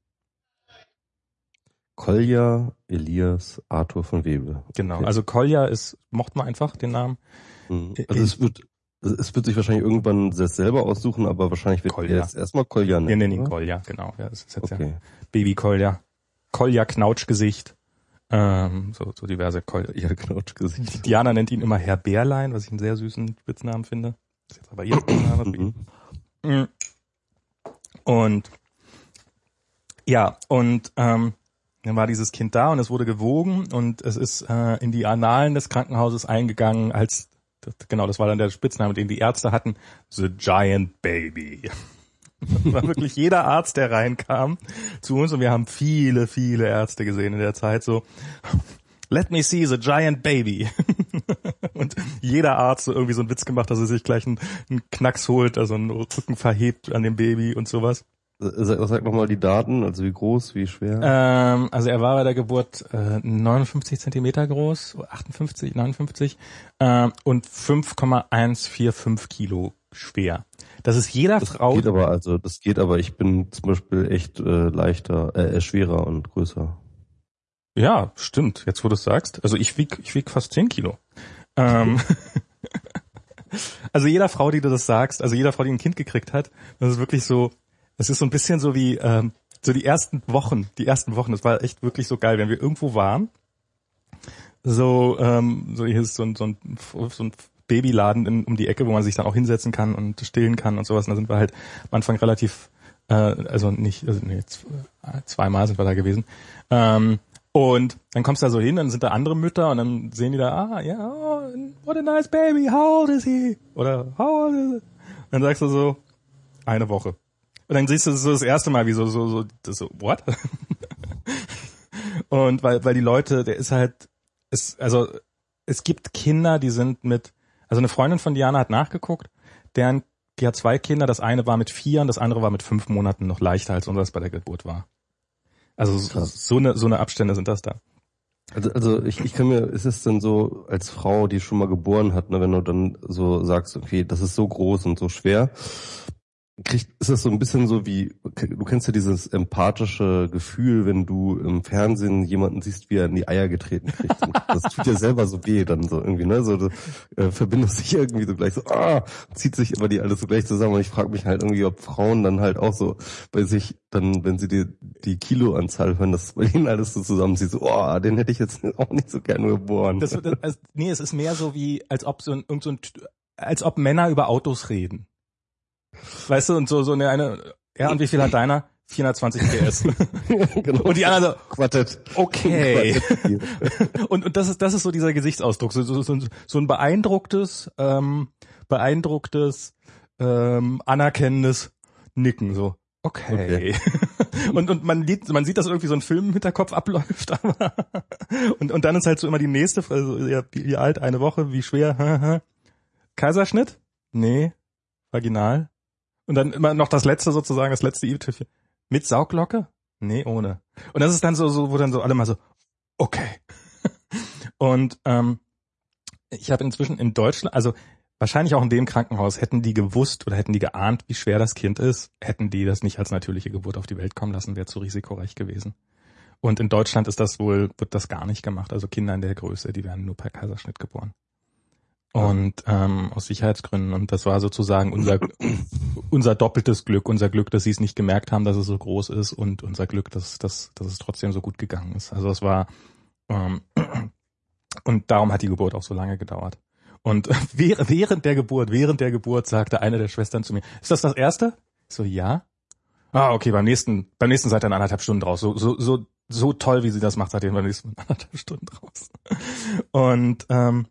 Kolja Elias Arthur von Webel. Genau, okay. Also Kolja ist, mochte man einfach den Namen. Also es wird es wird sich wahrscheinlich irgendwann das selber aussuchen, aber wahrscheinlich wird Kolja. er jetzt erstmal Kolja nennen. Wir nennen ihn Kolja, genau. Ja, das ist jetzt okay. ja Baby Kolja. Kolja Knautschgesicht. Ähm, so, so diverse Kolja. Ja, Knautschgesicht. Diana nennt ihn immer Herr Bärlein, was ich einen sehr süßen Spitznamen finde. Das ist jetzt aber ihr Spitzname. mhm. Und ja, und ähm, dann war dieses Kind da und es wurde gewogen und es ist äh, in die Annalen des Krankenhauses eingegangen als, das, genau, das war dann der Spitzname, den die Ärzte hatten, The Giant Baby. Das war wirklich jeder Arzt, der reinkam zu uns und wir haben viele, viele Ärzte gesehen in der Zeit, so, let me see the giant baby. Und jeder Arzt so irgendwie so einen Witz gemacht, dass er sich gleich einen, einen Knacks holt, also einen Rücken verhebt an dem Baby und sowas. Sag, sag nochmal die Daten, also wie groß, wie schwer? Ähm, also er war bei der Geburt äh, neunundfünfzig Zentimeter groß, achtundfünfzig, neunundfünfzig äh, und fünf Komma eins vier fünf Kilo schwer. Das ist jeder das Frau... Geht aber, also das geht aber, ich bin zum Beispiel echt äh, leichter, äh, schwerer und größer. Ja, stimmt, jetzt wo du es sagst. Also ich wieg, ich wieg fast zehn Kilo. Ähm, also jeder Frau, die du das sagst, also jeder Frau, die ein Kind gekriegt hat, das ist wirklich so, das ist so ein bisschen so wie ähm, so die ersten Wochen, die ersten Wochen, das war echt wirklich so geil, wenn wir irgendwo waren, so ähm, so hier ist so ein so ein, so ein Babyladen in, um die Ecke, wo man sich dann auch hinsetzen kann und stillen kann und sowas. Und da sind wir halt am Anfang relativ, äh, also nicht, also nee, zweimal sind wir da gewesen. Ähm, und dann kommst du da so hin, dann sind da andere Mütter und dann sehen die da, ah, ja, oh, what a nice baby, how old is he? Oder how old is it? Und dann sagst du so, eine Woche. Und dann siehst du so das erste Mal, wie so, so, so, das so, what? Und weil, weil die Leute, der ist halt, ist, also, es gibt Kinder, die sind mit, also eine Freundin von Diana hat nachgeguckt, deren, die hat zwei Kinder, das eine war mit vier und das andere war mit fünf Monaten noch leichter als unseres bei der Geburt war. Also so, so eine so eine Abstände sind das da. Also, also ich, ich kann mir, ist es denn so, als Frau, die schon mal geboren hat, ne, wenn du dann so sagst, okay, das ist so groß und so schwer, kriegt, ist das so ein bisschen so wie, du kennst ja dieses empathische Gefühl, wenn du im Fernsehen jemanden siehst, wie er in die Eier getreten kriegt. Das tut dir selber so weh dann so irgendwie, ne? So, du äh, verbindest dich irgendwie so gleich so, ah, zieht sich immer die alles so gleich zusammen. Und ich frage mich halt irgendwie, ob Frauen dann halt auch so bei sich dann, wenn sie die, die Kiloanzahl hören, dass bei ihnen alles so zusammenzieht, so, oh, den hätte ich jetzt auch nicht so gerne geboren. Das, das, also, nee, es ist mehr so wie, als ob so ein, irgend so ein, als ob Männer über Autos reden. Weißt du, und so, so eine, eine, ja, und wie viel hat deiner? vierhundertzwanzig P S. Genau. Und die anderen so, Quartett. Okay. Quartett. und, und das ist, das ist so dieser Gesichtsausdruck, so, so, so, so ein beeindrucktes, ähm, beeindrucktes, ähm, anerkennendes Nicken, so, okay. okay. und, und man sieht, man sieht, dass irgendwie so ein Film im Hinterkopf abläuft, aber, und, und dann ist halt so immer die nächste, also, ja, wie, wie alt, eine Woche, wie schwer, Kaiserschnitt? Nee. Vaginal? Und dann immer noch das letzte sozusagen, das letzte i-Tüpfchen. Mit Sauglocke? Nee, ohne. Und das ist dann so, so, wo dann so alle mal so, okay. Und ähm, ich habe inzwischen in Deutschland, also wahrscheinlich auch in dem Krankenhaus, hätten die gewusst oder hätten die geahnt, wie schwer das Kind ist, hätten die das nicht als natürliche Geburt auf die Welt kommen lassen, wäre zu risikoreich gewesen. Und in Deutschland ist das wohl, wird das gar nicht gemacht. Also Kinder in der Größe, die werden nur per Kaiserschnitt geboren. Und ähm, aus Sicherheitsgründen. Und das war sozusagen unser unser doppeltes Glück, unser Glück, dass sie es nicht gemerkt haben, dass es so groß ist, und unser Glück, dass, dass, dass es trotzdem so gut gegangen ist. Also es war ähm, und darum hat die Geburt auch so lange gedauert. Und während der Geburt, während der Geburt sagte eine der Schwestern zu mir, ist das das erste? Ich so, ja. Ah, okay, beim nächsten, beim nächsten seid ihr in anderthalb Stunden draus. So, so, so, so toll, wie sie das macht, seid ihr beim nächsten anderthalb Stunden draus. Und ähm,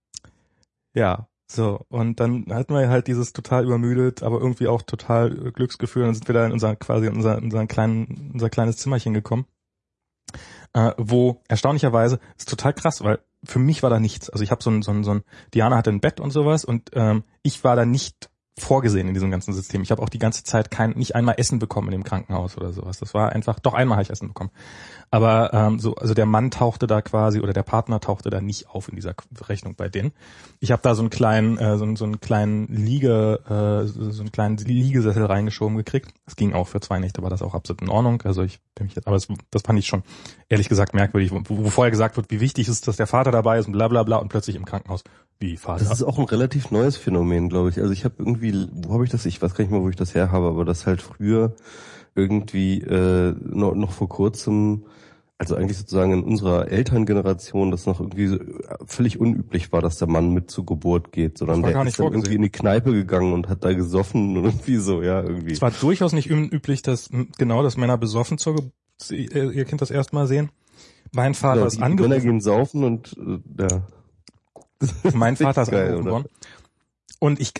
ja, so, und dann hatten wir halt dieses total übermüdet, aber irgendwie auch total Glücksgefühl, und dann sind wir da in unser, quasi in unser, in unser, kleinen, unser kleines Zimmerchen gekommen, äh, wo erstaunlicherweise, ist total krass, weil für mich war da nichts, also ich habe so ein, so ein, so ein, Diana hatte ein Bett und sowas, und ähm, ich war da nicht vorgesehen in diesem ganzen System. Ich habe auch die ganze Zeit kein, nicht einmal Essen bekommen in dem Krankenhaus oder sowas. Das war einfach, doch einmal habe ich Essen bekommen. Aber ähm, so, also der Mann tauchte da quasi, oder der Partner tauchte da nicht auf in dieser Rechnung bei denen. Ich habe da so einen kleinen, äh, so, so einen kleinen Liege, äh, so einen kleinen Liegesessel reingeschoben gekriegt. Das ging auch für zwei Nächte, war das auch absolut in Ordnung. Also ich bin mich jetzt, aber das, das fand ich schon ehrlich gesagt merkwürdig, wo, wo vorher gesagt wird, wie wichtig ist, dass der Vater dabei ist und bla bla bla, und plötzlich im Krankenhaus wie Vater. Das ist auch ein relativ neues Phänomen, glaube ich. Also ich habe irgendwie, wo habe ich das? Ich weiß gar nicht mehr, wo ich das her habe, aber das halt früher irgendwie äh, noch, noch vor kurzem, also eigentlich sozusagen in unserer Elterngeneration, das noch irgendwie völlig unüblich war, dass der Mann mit zur Geburt geht, sondern der ist dann irgendwie in die Kneipe gegangen und hat da gesoffen und irgendwie so, ja, irgendwie. Es war durchaus nicht unüblich, dass genau, dass Männer besoffen zur Geburt ihr Kind das erste Mal sehen. Mein Vater ja, ist angerufen. Männer gehen saufen und äh, ja. Mein Vater ist angerufen worden. Und ich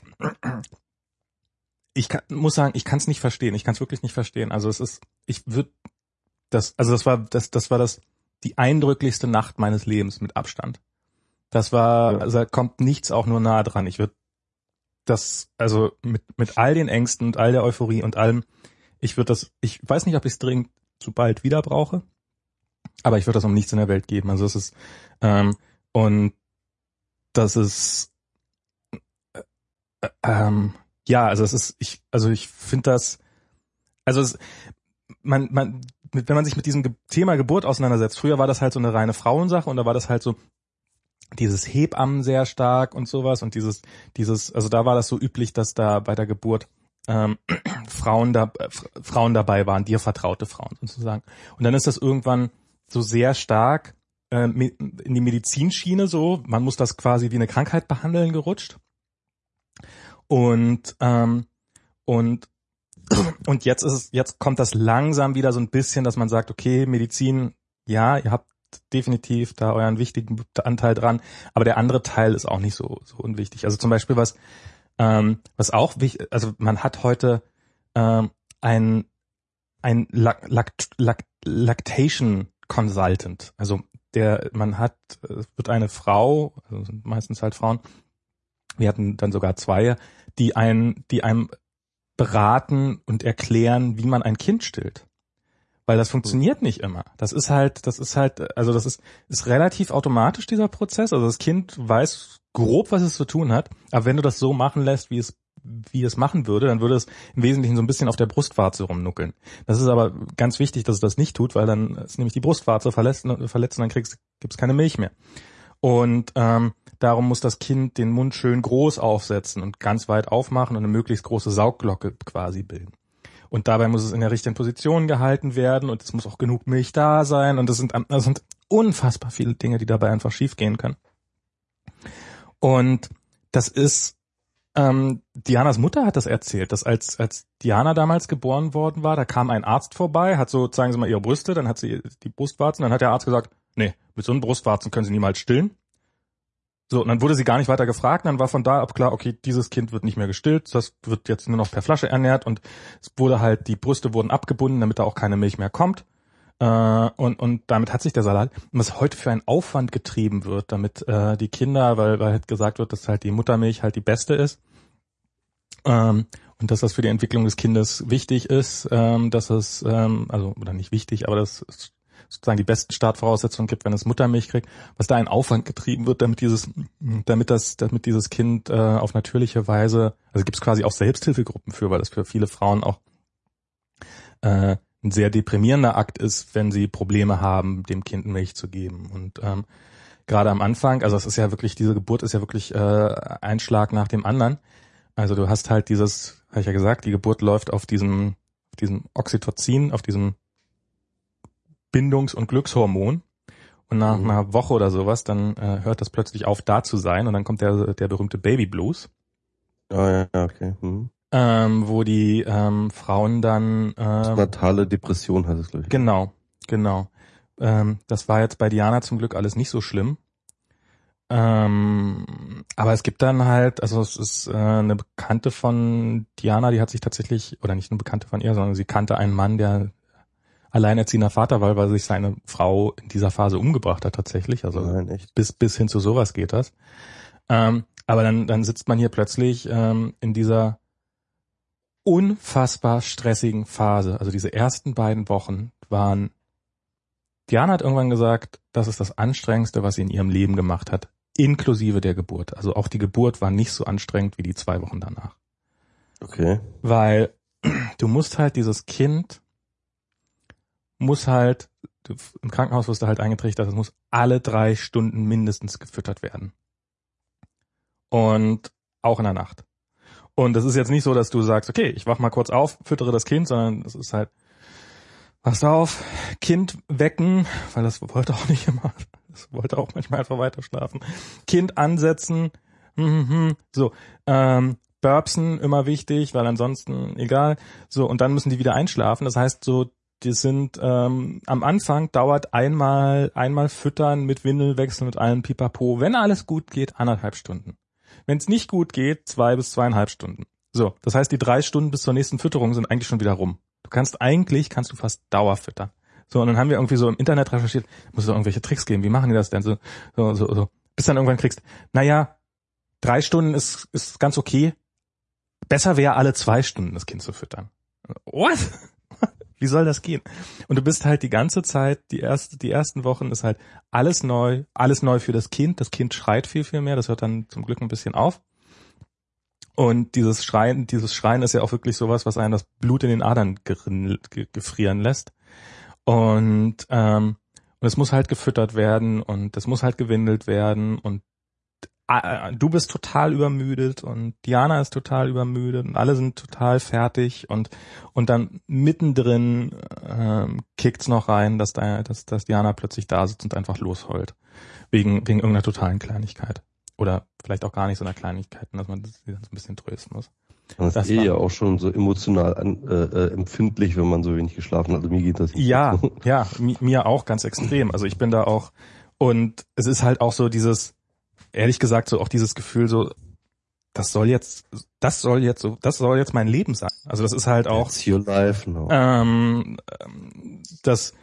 ich kann, muss sagen, ich kann es nicht verstehen. Ich kann es wirklich nicht verstehen. Also es ist, ich würde das, also das war das, das war das die eindrücklichste Nacht meines Lebens mit Abstand. Das war, ja. Also da kommt nichts auch nur nahe dran. Ich würde das, also mit mit all den Ängsten und all der Euphorie und allem, ich würde das, ich weiß nicht, ob ich es dringend zu bald wieder brauche, aber ich würde das um nichts in der Welt geben. Also es ist ähm, und das ist äh, ähm, ja, also es ist, ich, also ich finde das, also es, man, man, wenn man sich mit diesem Thema Geburt auseinandersetzt, früher war das halt so eine reine Frauensache, und da war das halt so, dieses Hebammen sehr stark und sowas und dieses, dieses, also da war das so üblich, dass da bei der Geburt ähm, Frauen da, äh, Frauen dabei waren, dir vertraute Frauen sozusagen. Und dann ist das irgendwann so sehr stark äh, in die Medizinschiene so, man muss das quasi wie eine Krankheit behandeln gerutscht. Und ähm, und und jetzt ist es, jetzt kommt das langsam wieder so ein bisschen, dass man sagt, okay, Medizin, ja, ihr habt definitiv da euren wichtigen Anteil dran, aber der andere Teil ist auch nicht so so unwichtig. Also zum Beispiel was ähm, was auch wichtig, also man hat heute ähm, ein ein Lact Lact Lactation Consultant, also der man hat es wird eine Frau, also sind meistens halt Frauen, wir hatten dann sogar zwei, die einen die einem beraten und erklären, wie man ein Kind stillt. Weil das funktioniert nicht immer. Das ist halt, das ist halt, also das ist, ist relativ automatisch, dieser Prozess. Also das Kind weiß grob, was es zu tun hat. Aber wenn du das so machen lässt, wie es, wie es machen würde, dann würde es im Wesentlichen so ein bisschen auf der Brustwarze rumnuckeln. Das ist aber ganz wichtig, dass es das nicht tut, weil dann ist nämlich die Brustwarze verletzt, verletzt und dann kriegst, gibt's keine Milch mehr. Und, ähm, darum muss das Kind den Mund schön groß aufsetzen und ganz weit aufmachen und eine möglichst große Saugglocke quasi bilden. Und dabei muss es in der richtigen Position gehalten werden und es muss auch genug Milch da sein und das sind, das sind unfassbar viele Dinge, die dabei einfach schiefgehen können. Und das ist, ähm, Dianas Mutter hat das erzählt, dass als als Diana damals geboren worden war, da kam ein Arzt vorbei, hat so, zeigen Sie mal Ihre Brüste, dann hat sie die Brustwarzen, dann hat der Arzt gesagt, nee, mit so einem Brustwarzen können Sie niemals stillen. So, und dann wurde sie gar nicht weiter gefragt, dann war von da ab klar, okay, dieses Kind wird nicht mehr gestillt, das wird jetzt nur noch per Flasche ernährt und es wurde halt, die Brüste wurden abgebunden, damit da auch keine Milch mehr kommt. Äh, und, und damit hat sich der Salat, und was heute für ein Aufwand getrieben wird, damit äh, die Kinder, weil, weil halt gesagt wird, dass halt die Muttermilch halt die beste ist, ähm, und dass das für die Entwicklung des Kindes wichtig ist, ähm, dass es, ähm, also, oder nicht wichtig, aber das ist sozusagen die besten Startvoraussetzungen gibt, wenn es Muttermilch kriegt, was da ein Aufwand getrieben wird, damit dieses, damit das, damit dieses Kind äh, auf natürliche Weise, also gibt es quasi auch Selbsthilfegruppen für, weil das für viele Frauen auch äh, ein sehr deprimierender Akt ist, wenn sie Probleme haben, dem Kind Milch zu geben. Und ähm, gerade am Anfang, also es ist ja wirklich, diese Geburt ist ja wirklich äh, ein Schlag nach dem anderen. Also du hast halt dieses, habe ich ja gesagt, die Geburt läuft auf diesem, auf diesem Oxytocin, auf diesem Bindungs- und Glückshormon und nach mhm. einer Woche oder sowas, dann äh, hört das plötzlich auf, da zu sein und dann kommt der der berühmte Baby Blues. Ah ja, ja, okay. Mhm. Ähm, wo die ähm, Frauen dann ähm, natale Depression heißt es, glaube ich. Genau, genau. Ähm, das war jetzt bei Diana zum Glück alles nicht so schlimm. Ähm, aber es gibt dann halt, also es ist äh, eine Bekannte von Diana, die hat sich tatsächlich, oder nicht eine Bekannte von ihr, sondern sie kannte einen Mann, der alleinerziehender Vater war, weil sich seine Frau in dieser Phase umgebracht hat tatsächlich. Also Nein, echt? bis bis hin zu sowas geht das. Ähm, aber dann dann sitzt man hier plötzlich ähm, in dieser unfassbar stressigen Phase. Also diese ersten beiden Wochen waren. Diana hat irgendwann gesagt, das ist das Anstrengendste, was sie in ihrem Leben gemacht hat, inklusive der Geburt. Also auch die Geburt war nicht so anstrengend wie die zwei Wochen danach. Okay. Weil du musst halt dieses Kind muss halt, du, im Krankenhaus wirst du halt eingetrichtert, das muss alle drei Stunden mindestens gefüttert werden. Und auch in der Nacht. Und das ist jetzt nicht so, dass du sagst, okay, ich wach mal kurz auf, füttere das Kind, sondern das ist halt, wachst auf, Kind wecken, weil das wollte auch nicht immer, das wollte auch manchmal einfach weiter schlafen. Kind ansetzen, mhm, so, ähm, Burpsen immer wichtig, weil ansonsten egal. So, und dann müssen die wieder einschlafen. Das heißt, so, die sind ähm, am Anfang dauert einmal einmal füttern mit Windelwechsel mit allem Pipapo. Wenn alles gut geht, anderthalb Stunden. Wenn es nicht gut geht, zwei bis zweieinhalb Stunden. So, das heißt, die drei Stunden bis zur nächsten Fütterung sind eigentlich schon wieder rum. Du kannst eigentlich, kannst du fast Dauer füttern. So, und dann haben wir irgendwie so im Internet recherchiert, muss es irgendwelche Tricks geben, wie machen die das denn? So, so, so, so. Bis dann irgendwann kriegst, naja, drei Stunden ist ist ganz okay. Besser wäre, alle zwei Stunden das Kind zu füttern. What? Wie soll das gehen? Und du bist halt die ganze Zeit, die erste, die ersten Wochen ist halt alles neu, alles neu für das Kind. Das Kind schreit viel, viel mehr. Das hört dann zum Glück ein bisschen auf. Und dieses Schreien, dieses Schreien ist ja auch wirklich sowas, was einen das Blut in den Adern gefrieren lässt. Und ähm, Und es muss halt gefüttert werden und es muss halt gewindelt werden und äh, du bist total übermüdet und Diana ist total übermüdet und alle sind total fertig und und dann mittendrin ähm, kickt's noch rein, dass da, dass, dass Diana plötzlich da sitzt und einfach losheult. Wegen, wegen irgendeiner totalen Kleinigkeit. Oder vielleicht auch gar nicht so einer Kleinigkeit, dass man das ein bisschen trösten muss. Das, das ist eh ja auch schon so emotional an, äh, empfindlich, wenn man so wenig geschlafen hat. Also mir geht das nicht. Ja, so. ja, mi, mir auch ganz extrem. Also ich bin da auch, und es ist halt auch so dieses, ehrlich gesagt, so auch dieses Gefühl so, das soll jetzt, das soll jetzt so, das soll jetzt mein Leben sein. Also das ist halt auch, It's your life now. Ähm, das,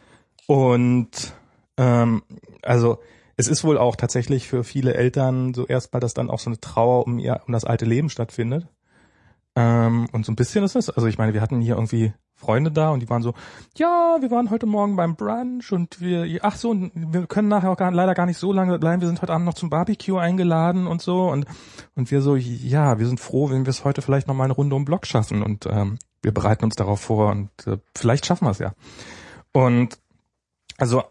und, ähm, also, es ist wohl auch tatsächlich für viele Eltern so erstmal, dass dann auch so eine Trauer um ihr, um das alte Leben stattfindet. Ähm, und so ein bisschen ist es, also ich meine, wir hatten hier irgendwie Freunde da und die waren so, ja, wir waren heute Morgen beim Brunch und wir, ach so, und wir können nachher auch gar, leider gar nicht so lange bleiben, wir sind heute Abend noch zum Barbecue eingeladen und so und und wir so, ja, wir sind froh, wenn wir es heute vielleicht noch mal eine Runde um den Block schaffen und ähm, wir bereiten uns darauf vor und äh, vielleicht schaffen wir es ja. Und also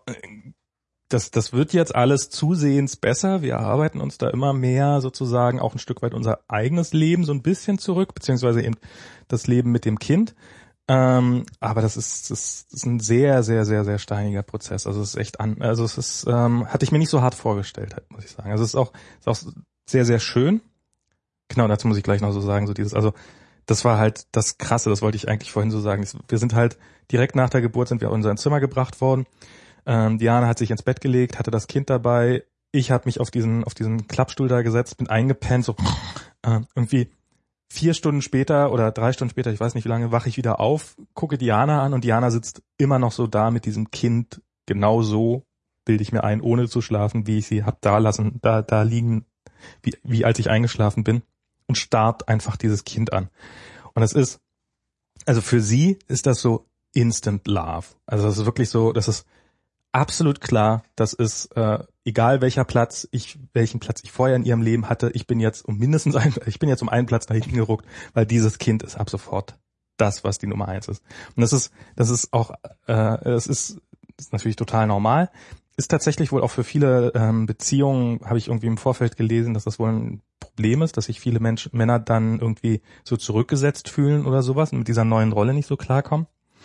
das das wird jetzt alles zusehends besser. Wir erarbeiten uns da immer mehr sozusagen auch ein Stück weit unser eigenes Leben so ein bisschen zurück, beziehungsweise eben das Leben mit dem Kind. Ähm, aber das ist, das ist ein sehr, sehr, sehr, sehr steiniger Prozess. Also es ist echt an, also es ist, ähm, hatte ich mir nicht so hart vorgestellt, muss ich sagen. Also es ist auch, ist auch sehr, sehr schön. Genau, dazu muss ich gleich noch so sagen, so dieses, also das war halt das Krasse, das wollte ich eigentlich vorhin so sagen. Wir sind halt direkt nach der Geburt sind wir in unser Zimmer gebracht worden. Ähm, Diana hat sich ins Bett gelegt, hatte das Kind dabei. Ich habe mich auf diesen, auf diesen Klappstuhl da gesetzt, bin eingepennt, so äh, irgendwie vier Stunden später oder drei Stunden später, ich weiß nicht wie lange, wache ich wieder auf, gucke Diana an und Diana sitzt immer noch so da mit diesem Kind, genau so, bilde ich mir ein, ohne zu schlafen, wie ich sie hab da lassen, da, da liegen, wie, wie als ich eingeschlafen bin und starrt einfach dieses Kind an. Und es ist, also für sie ist das so Instant Love. Also das ist wirklich so, das ist absolut klar, das ist äh, egal welcher Platz ich, welchen Platz ich vorher in ihrem Leben hatte, ich bin jetzt um mindestens ein, ich bin jetzt um einen Platz nach hinten geruckt, weil dieses Kind ist ab sofort das, was die Nummer eins ist. Und das ist, das ist auch, äh, das ist, das ist natürlich total normal. Ist tatsächlich wohl auch für viele ähm, Beziehungen, habe ich irgendwie im Vorfeld gelesen, dass das wohl ein Problem ist, dass sich viele Menschen, Männer dann irgendwie so zurückgesetzt fühlen oder sowas und mit dieser neuen Rolle nicht so klarkommen.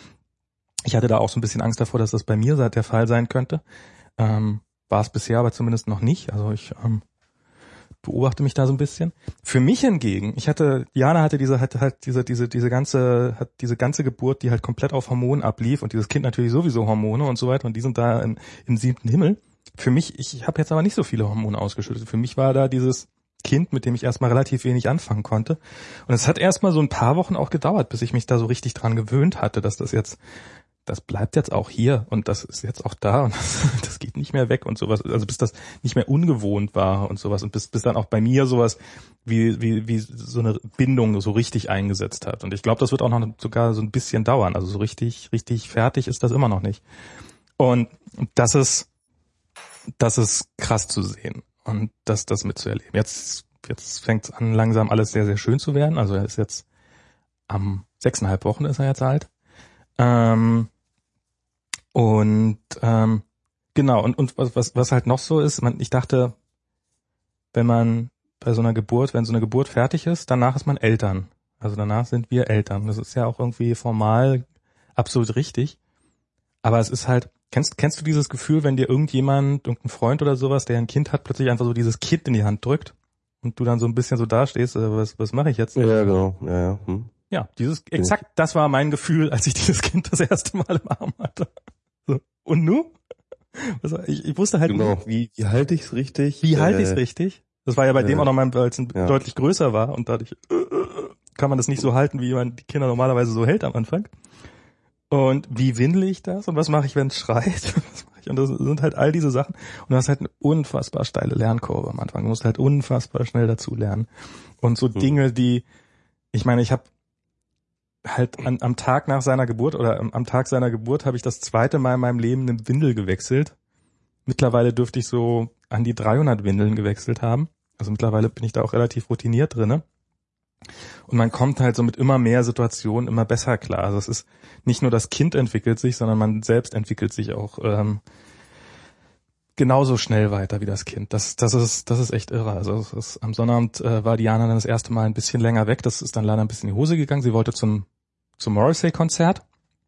Ich hatte da auch so ein bisschen Angst davor, dass das bei mir der Fall sein könnte. Ähm, war es bisher aber zumindest noch nicht. Also ich ähm, beobachte mich da so ein bisschen. Für mich hingegen, ich hatte, Diana hatte diese, hatte halt diese, diese, diese ganze, hat diese ganze Geburt, die halt komplett auf Hormonen ablief und dieses Kind natürlich sowieso Hormone und so weiter und die sind da im, im siebten Himmel. Für mich, ich habe jetzt aber nicht so viele Hormone ausgeschüttet. Für mich war da dieses Kind, mit dem ich erstmal relativ wenig anfangen konnte. Und es hat erstmal so ein paar Wochen auch gedauert, bis ich mich da so richtig dran gewöhnt hatte, dass das jetzt das bleibt jetzt auch hier und das ist jetzt auch da und das, das geht nicht mehr weg und sowas. Also bis das nicht mehr ungewohnt war und sowas und bis bis dann auch bei mir sowas wie wie wie so eine Bindung so richtig eingesetzt hat. Und ich glaube, das wird auch noch sogar so ein bisschen dauern. Also so richtig richtig fertig ist das immer noch nicht. Und das ist das ist krass zu sehen und das das mitzuerleben. Jetzt jetzt fängt es an langsam alles sehr sehr schön zu werden. Also er ist jetzt am sechseinhalb Wochen ist er jetzt alt. Ähm, Und ähm, genau, und, und was, was halt noch so ist, man, ich dachte, wenn man bei so einer Geburt, wenn so eine Geburt fertig ist, danach ist man Eltern. Also danach sind wir Eltern. Das ist ja auch irgendwie formal absolut richtig. Aber es ist halt, kennst, kennst du dieses Gefühl, wenn dir irgendjemand, irgendein Freund oder sowas, der ein Kind hat, plötzlich einfach so dieses Kind in die Hand drückt und du dann so ein bisschen so dastehst, äh, was, was mache ich jetzt? Ja, genau, ja, ja. Hm. Ja, dieses, exakt das war mein Gefühl, als ich dieses Kind das erste Mal im Arm hatte. So. Und nu? Also ich, ich wusste halt genau, wie, wie halte ich's richtig? Wie halte ich's äh, richtig? Das war ja bei äh, dem auch nochmal, weil es ja. deutlich größer war und dadurch äh, kann man das nicht so halten, wie man die Kinder normalerweise so hält am Anfang. Und wie windle ich das? Und was mache ich, wenn es schreit? Was mache ich? Und das sind halt all diese Sachen. Und du hast halt eine unfassbar steile Lernkurve am Anfang. Du musst halt unfassbar schnell dazu lernen. Und so hm. Dinge, die, ich meine, ich habe halt an, am Tag nach seiner Geburt oder am, am Tag seiner Geburt habe ich das zweite Mal in meinem Leben eine Windel gewechselt. Mittlerweile dürfte ich so an die dreihundert Windeln gewechselt haben. Also mittlerweile bin ich da auch relativ routiniert drinne. Und man kommt halt so mit immer mehr Situationen immer besser klar. Also es ist nicht nur das Kind entwickelt sich, sondern man selbst entwickelt sich auch ähm, genauso schnell weiter wie das Kind. Das, das ist, das ist echt irre. Also es ist, am Sonnabend äh, war Diana dann das erste Mal ein bisschen länger weg. Das ist dann leider ein bisschen in die Hose gegangen. Sie wollte zum, zum Morrissey-Konzert.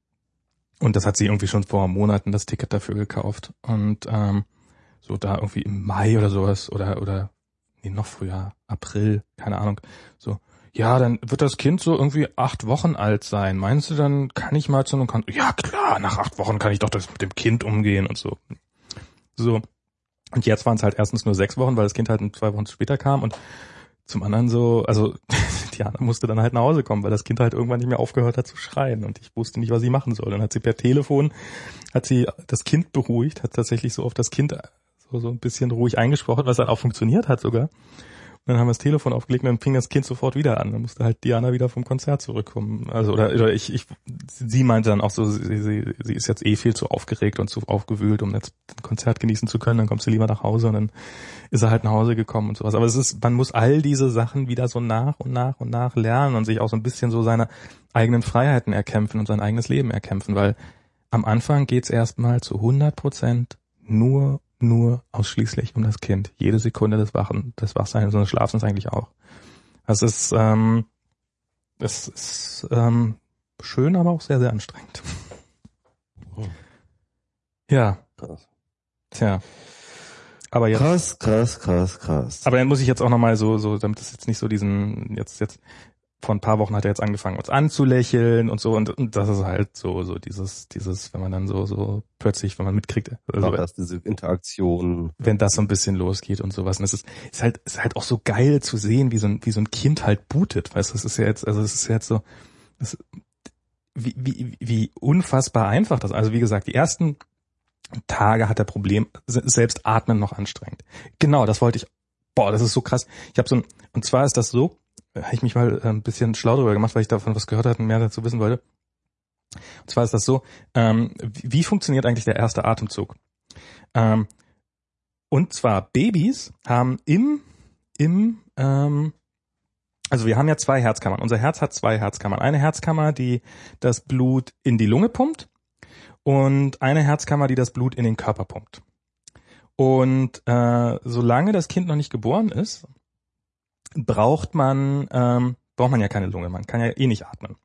Und das hat sie irgendwie schon vor Monaten das Ticket dafür gekauft. Und ähm, so da irgendwie im Mai oder sowas oder oder nee, noch früher, April, keine Ahnung. So, ja, dann wird das Kind so irgendwie acht Wochen alt sein. Meinst du, dann kann ich mal zu einem Konzert? Ja klar, nach acht Wochen kann ich doch das mit dem Kind umgehen und so. So. Und jetzt waren es halt erstens nur sechs Wochen, weil das Kind halt zwei Wochen später kam und zum anderen so, also Diana musste dann halt nach Hause kommen, weil das Kind halt irgendwann nicht mehr aufgehört hat zu schreien und ich wusste nicht, was ich machen soll. Dann hat sie per Telefon, hat sie das Kind beruhigt, hat tatsächlich so auf das Kind so, so ein bisschen ruhig eingesprochen, was dann auch funktioniert hat sogar. Und dann haben wir das Telefon aufgelegt und dann fing das Kind sofort wieder an. Dann musste halt Diana wieder vom Konzert zurückkommen. Also oder, oder ich, ich, sie meinte dann auch so, sie, sie, sie ist jetzt eh viel zu aufgeregt und zu aufgewühlt, um jetzt ein Konzert genießen zu können. Dann kommst du lieber nach Hause und dann ist er halt nach Hause gekommen und sowas. Aber es ist, man muss all diese Sachen wieder so nach und nach und nach lernen und sich auch so ein bisschen so seine eigenen Freiheiten erkämpfen und sein eigenes Leben erkämpfen, weil am Anfang geht's erstmal zu hundert Prozent nur nur ausschließlich um das Kind. Jede Sekunde des Wachen, des Wachseins und des Schlafens eigentlich auch. Das ist, ähm, das ist ähm, schön, aber auch sehr, sehr anstrengend. Oh. Ja. Krass. Tja. Aber jetzt. Krass, krass, krass, krass. Aber dann muss ich jetzt auch nochmal so, so, damit es jetzt nicht so diesen, jetzt, jetzt, vor ein paar Wochen hat er jetzt angefangen, uns anzulächeln und so, und, und das ist halt so, so dieses, dieses, wenn man dann so, so plötzlich, wenn man mitkriegt, also, dass diese Interaktion, wenn das so ein bisschen losgeht und sowas. Und es ist, ist halt, ist halt auch so geil zu sehen, wie so ein, wie so ein Kind halt bootet, weißt du, das ist ja jetzt, also es ist ja jetzt so, das, wie, wie, wie unfassbar einfach das, also wie gesagt, die ersten Tage hat er Problem, selbst atmen noch anstrengend. Genau, das wollte ich, boah, das ist so krass. Ich habe so ein, und zwar ist das so, habe ich mich mal ein bisschen schlau drüber gemacht, weil ich davon was gehört hatte und mehr dazu wissen wollte. Und zwar ist das so, ähm, wie, wie funktioniert eigentlich der erste Atemzug? Ähm, und zwar Babys haben im, im, ähm, also wir haben ja zwei Herzkammern. Unser Herz hat zwei Herzkammern. Eine Herzkammer, die das Blut in die Lunge pumpt und eine Herzkammer, die das Blut in den Körper pumpt. Und äh, solange das Kind noch nicht geboren ist, braucht man ähm, braucht man ja keine Lunge, man kann ja eh nicht atmen.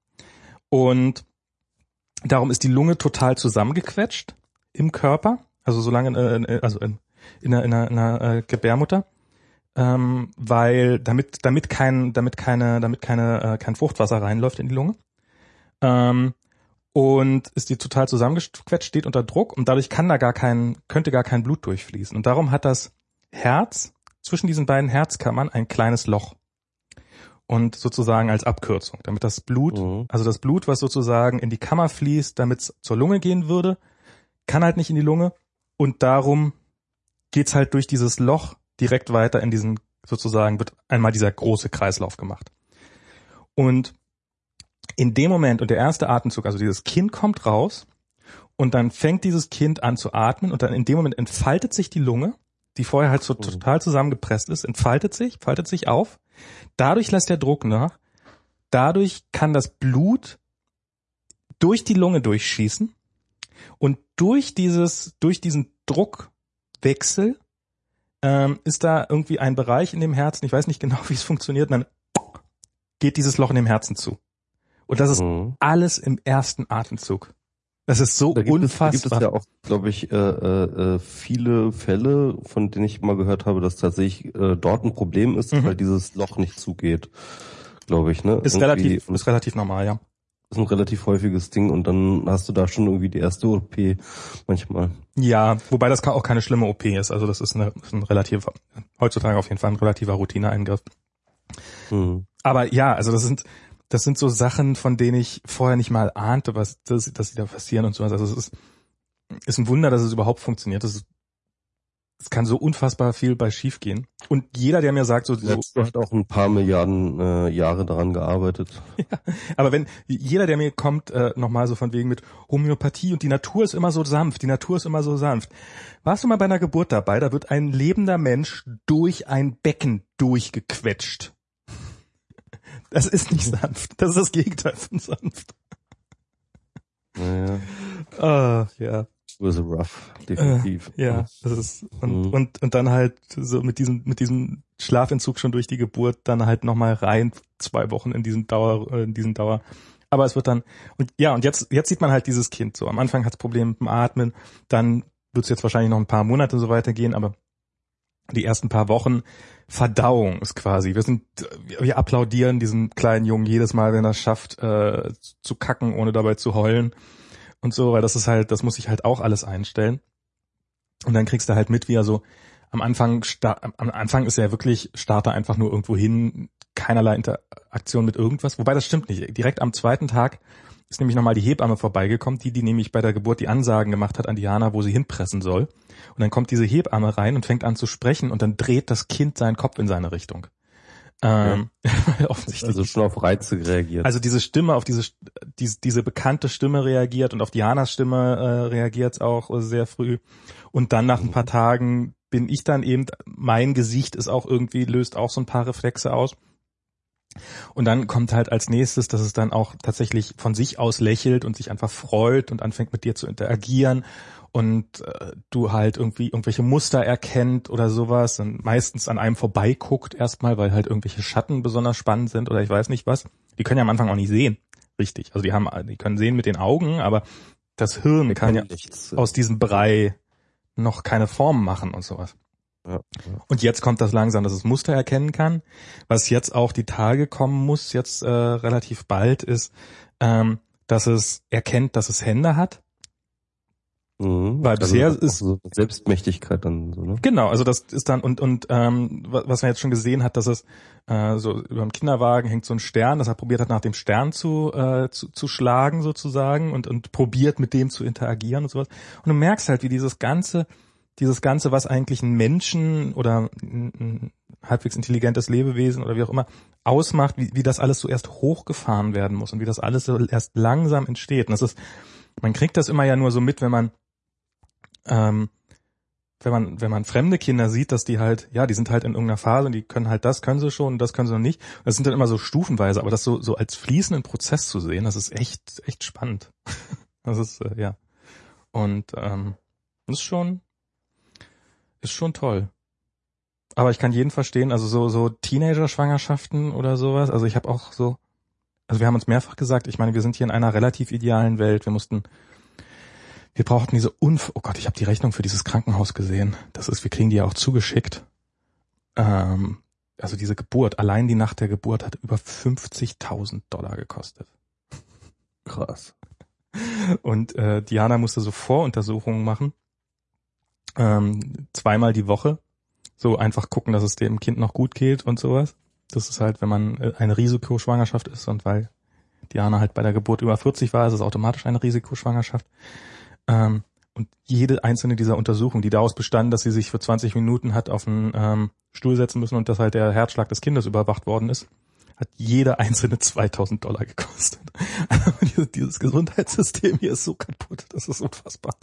Und darum ist die Lunge total zusammengequetscht im Körper, also solange äh, also in, in einer, in einer, in einer äh, Gebärmutter, ähm, weil damit damit kein damit keine damit keine äh, kein Fruchtwasser reinläuft in die Lunge. Ähm, und ist die total zusammengequetscht, steht unter Druck und dadurch kann da gar kein könnte gar kein Blut durchfließen. Und darum hat das Herz zwischen diesen beiden Herzkammern ein kleines Loch. Und sozusagen als Abkürzung, damit das Blut, mhm. also das Blut, was sozusagen in die Kammer fließt, damit es zur Lunge gehen würde, kann halt nicht in die Lunge. Und darum geht's halt durch dieses Loch direkt weiter in diesen, sozusagen wird einmal dieser große Kreislauf gemacht. Und in dem Moment, und der erste Atemzug, also dieses Kind kommt raus und dann fängt dieses Kind an zu atmen und dann in dem Moment entfaltet sich die Lunge, die vorher halt so total zusammengepresst ist, entfaltet sich, faltet sich auf. Dadurch lässt der Druck nach. Dadurch kann das Blut durch die Lunge durchschießen. Und durch dieses, durch diesen Druckwechsel ähm, ist da irgendwie ein Bereich in dem Herzen, ich weiß nicht genau, wie es funktioniert, und dann geht dieses Loch in dem Herzen zu. Und das ist mhm. alles im ersten Atemzug. Das ist so da gibt unfassbar. Es, da gibt es ja auch, glaube ich, äh, äh, viele Fälle, von denen ich mal gehört habe, dass tatsächlich äh, dort ein Problem ist, mhm. weil dieses Loch nicht zugeht, glaube ich. Ne? Ist relativ, ist relativ normal, ja. Ist ein relativ häufiges Ding und dann hast du da schon irgendwie die erste O P manchmal. Ja, wobei das auch keine schlimme O P ist. Also das ist, eine, ist ein relativ, heutzutage auf jeden Fall ein relativer Routineeingriff. Mhm. Aber ja, also das sind Das sind so Sachen, von denen ich vorher nicht mal ahnte, was, dass, dass sie da passieren und so. Also es ist, ist ein Wunder, dass es überhaupt funktioniert. Das ist, es kann so unfassbar viel bei schief gehen. Und jeder, der mir sagt, so, so du hast auch ein paar Milliarden äh, Jahre daran gearbeitet. Ja, aber wenn jeder, der mir kommt, äh, nochmal so von wegen mit Homöopathie und die Natur ist immer so sanft, die Natur ist immer so sanft. Warst du mal bei einer Geburt dabei? Da wird ein lebender Mensch durch ein Becken durchgequetscht. Das ist nicht sanft. Das ist das Gegenteil von sanft. Naja. Ah, ja. was rough, definitiv. Äh, ja, das ist und, mhm. und und dann halt so mit diesem mit diesem Schlafentzug schon durch die Geburt dann halt nochmal rein zwei Wochen in diesen Dauer in diesen Dauer. Aber es wird dann und ja und jetzt jetzt sieht man halt dieses Kind so. Am Anfang hat es Probleme mit dem Atmen, dann wird es jetzt wahrscheinlich noch ein paar Monate so weitergehen, aber die ersten paar Wochen Verdauung ist quasi. Wir sind, wir applaudieren diesem kleinen Jungen jedes Mal, wenn er es schafft, äh, zu kacken, ohne dabei zu heulen und so, weil das ist halt, das muss ich halt auch alles einstellen. Und dann kriegst du halt mit, wie er so am Anfang, am Anfang ist er wirklich, Starter einfach nur irgendwo hin, keinerlei Interaktion mit irgendwas. Wobei das stimmt nicht. Direkt am zweiten Tag ist nämlich nochmal die Hebamme vorbeigekommen, die, die nämlich bei der Geburt die Ansagen gemacht hat an Diana, wo sie hinpressen soll. Und dann kommt diese Hebamme rein und fängt an zu sprechen und dann dreht das Kind seinen Kopf in seine Richtung. Ähm, ja. offensichtlich. Also schon auf Reize reagiert. Also diese Stimme, auf diese, diese, diese bekannte Stimme reagiert und auf Dianas Stimme äh, reagiert es auch sehr früh. Und dann nach ein paar Tagen bin ich dann eben, mein Gesicht ist auch irgendwie, löst auch so ein paar Reflexe aus. Und dann kommt halt als nächstes, dass es dann auch tatsächlich von sich aus lächelt und sich einfach freut und anfängt mit dir zu interagieren und äh, du halt irgendwie irgendwelche Muster erkennt oder sowas und meistens an einem vorbeiguckt erstmal, weil halt irgendwelche Schatten besonders spannend sind oder ich weiß nicht was. Die können ja am Anfang auch nicht sehen, richtig. Also die haben, die können sehen mit den Augen, aber das Hirn kann ja nichts aus diesem Brei noch keine Form machen und sowas. Ja, ja. Und jetzt kommt das langsam, dass es Muster erkennen kann. Was jetzt auch die Tage kommen muss, jetzt äh, relativ bald, ist, ähm, dass es erkennt, dass es Hände hat. Mhm. Weil also bisher ist so Selbstmächtigkeit dann so, ne? Genau, also das ist dann und und ähm, was man jetzt schon gesehen hat, dass es äh, so über dem Kinderwagen hängt so ein Stern, dass er probiert hat, nach dem Stern zu äh, zu, zu schlagen sozusagen und und probiert mit dem zu interagieren und sowas. Und du merkst halt, wie dieses ganze dieses ganze, was eigentlich ein Menschen oder ein, ein halbwegs intelligentes Lebewesen oder wie auch immer ausmacht, wie, wie das alles so erst hochgefahren werden muss und wie das alles so erst langsam entsteht. Und das ist, man kriegt das immer ja nur so mit, wenn man ähm, wenn man wenn man fremde Kinder sieht, dass die halt, ja, die sind halt in irgendeiner Phase und die können halt das, können sie schon und das können sie noch nicht. Das sind dann immer so stufenweise, aber das so so als fließenden Prozess zu sehen, das ist echt echt spannend. Das ist äh, ja und ähm, das ist schon ist schon toll. Aber ich kann jeden verstehen, also so so Teenager-Schwangerschaften oder sowas, also ich habe auch so, also wir haben uns mehrfach gesagt, ich meine, wir sind hier in einer relativ idealen Welt, wir mussten Wir brauchten diese Unf... Oh Gott, ich habe die Rechnung für dieses Krankenhaus gesehen. Das ist, wir kriegen die ja auch zugeschickt. Ähm, also diese Geburt, allein die Nacht der Geburt hat über fünfzigtausend Dollar gekostet. Krass. Und äh, Diana musste so Voruntersuchungen machen. Ähm, zweimal die Woche. So einfach gucken, dass es dem Kind noch gut geht und sowas. Das ist halt, wenn man äh, eine Risikoschwangerschaft ist und weil Diana halt bei der Geburt über vierzig war, ist es automatisch eine Risikoschwangerschaft. Ähm, und jede einzelne dieser Untersuchungen, die daraus bestanden, dass sie sich für zwanzig Minuten hat auf einen ähm, Stuhl setzen müssen und dass halt der Herzschlag des Kindes überwacht worden ist, hat jede einzelne zweitausend Dollar gekostet. Also dieses Gesundheitssystem hier ist so kaputt, das ist unfassbar.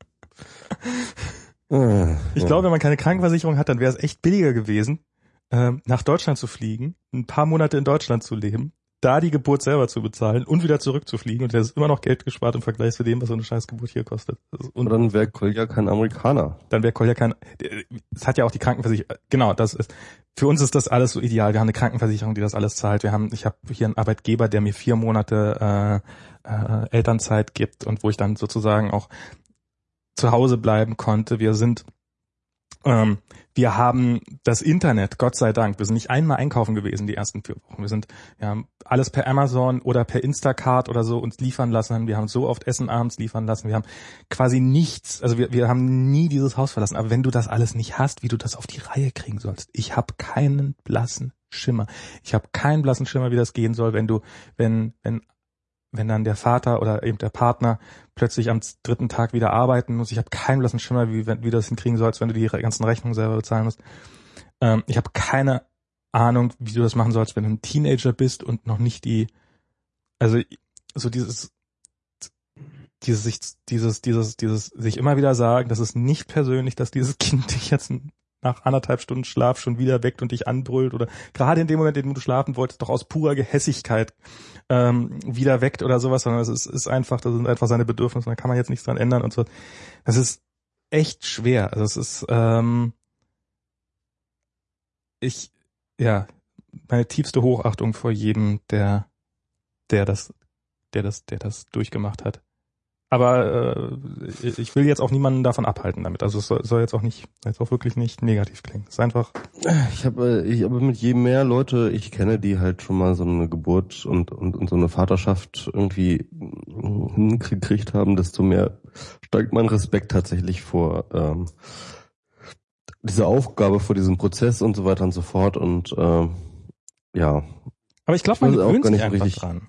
Ich glaube, wenn man keine Krankenversicherung hat, dann wäre es echt billiger gewesen, ähm, nach Deutschland zu fliegen, ein paar Monate in Deutschland zu leben, da die Geburt selber zu bezahlen und wieder zurückzufliegen und der ist immer noch Geld gespart im Vergleich zu dem, was so eine scheiß Geburt hier kostet. Und dann wäre Kolja kein Amerikaner. Dann wäre Kolja kein, es hat ja auch die Krankenversicherung, genau, das ist, für uns ist das alles so ideal. Wir haben eine Krankenversicherung, die das alles zahlt. Wir haben, ich habe hier einen Arbeitgeber, der mir vier Monate äh, äh, Elternzeit gibt und wo ich dann sozusagen auch zu Hause bleiben konnte. Wir sind Ähm, wir haben das Internet, Gott sei Dank. Wir sind nicht einmal einkaufen gewesen die ersten vier Wochen. Wir sind, wir haben alles per Amazon oder per Instacart oder so uns liefern lassen. Wir haben so oft Essen abends liefern lassen. Wir haben quasi nichts, also wir, wir haben nie dieses Haus verlassen. Aber wenn du das alles nicht hast, wie du das auf die Reihe kriegen sollst, ich habe keinen blassen Schimmer. Ich habe keinen blassen Schimmer, wie das gehen soll, wenn du, wenn, wenn wenn dann der Vater oder eben der Partner plötzlich am dritten Tag wieder arbeiten muss. Ich habe keinen blassen Schimmer, wie, wie du das hinkriegen sollst, wenn du die ganzen Rechnungen selber bezahlen musst. Ähm, ich habe keine Ahnung, wie du das machen sollst, wenn du ein Teenager bist und noch nicht die, also so dieses, dieses, dieses, dieses, dieses sich immer wieder sagen, das ist nicht persönlich, dass dieses Kind dich jetzt nach anderthalb Stunden Schlaf schon wieder weckt und dich anbrüllt oder gerade in dem Moment, in dem du schlafen wolltest, doch aus purer Gehässigkeit ähm, wieder weckt oder sowas, sondern es ist, ist einfach, das sind einfach seine Bedürfnisse, da kann man jetzt nichts dran ändern und so. Das ist echt schwer. Also es ist, ähm, ich, ja, meine tiefste Hochachtung vor jedem, der, der das, der das, der das durchgemacht hat. Aber äh, ich will jetzt auch niemanden davon abhalten damit. Also es soll, soll jetzt auch nicht, jetzt auch wirklich nicht negativ klingen. Es ist einfach. Ich habe, ich habe mit je mehr Leute ich kenne, die halt schon mal so eine Geburt und und, und so eine Vaterschaft irgendwie hingekriegt haben, desto mehr steigt mein Respekt tatsächlich vor ähm, dieser Aufgabe, vor diesem Prozess und so weiter und so fort. Und ähm, ja. Aber ich glaube, man gewöhnt sich einfach richtig dran.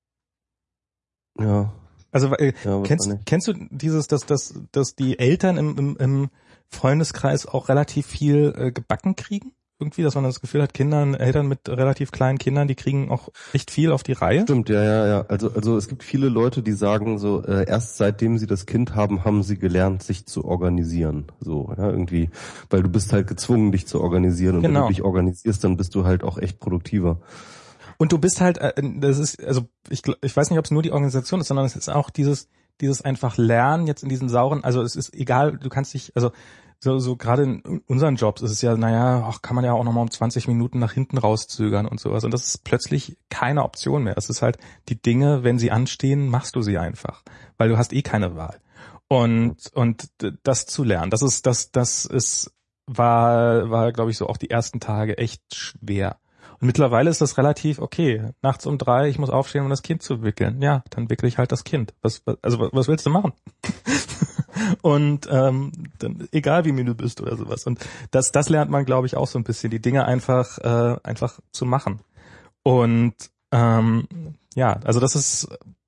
Ja. Also äh, ja, kennst kennst du dieses, dass dass dass die Eltern im im, im Freundeskreis auch relativ viel äh, gebacken kriegen? Irgendwie, dass man das Gefühl hat, Kindern, Eltern mit relativ kleinen Kindern, die kriegen auch echt viel auf die Reihe. Stimmt, ja, ja, ja. Also also es gibt viele Leute, die sagen so, äh, erst seitdem sie das Kind haben, haben sie gelernt, sich zu organisieren. So, ja, irgendwie, weil du bist halt gezwungen, dich zu organisieren und genau. Wenn du dich organisierst, dann bist du halt auch echt produktiver. Und du bist halt, das ist, also ich, ich weiß nicht, ob es nur die Organisation ist, sondern es ist auch dieses, dieses einfach Lernen jetzt in diesen sauren, also es ist egal, du kannst dich, also so, so gerade in unseren Jobs ist es ja, naja, ach, kann man ja auch nochmal um zwanzig Minuten nach hinten rauszögern und sowas. Und das ist plötzlich keine Option mehr. Es ist halt, die Dinge, wenn sie anstehen, machst du sie einfach, weil du hast eh keine Wahl. Und, und das zu lernen, das ist, das, das ist, war, war, glaube ich, so auch die ersten Tage echt schwer. Und mittlerweile ist das relativ okay. Nachts um drei, ich muss aufstehen, um das Kind zu wickeln. Ja, dann wickle ich halt das Kind. Was, also was willst du machen? Und ähm, dann, egal wie müde du bist oder sowas. Und das, das lernt man, glaube ich, auch so ein bisschen, die Dinge einfach, äh, einfach zu machen. Und ähm, ja, also das ist,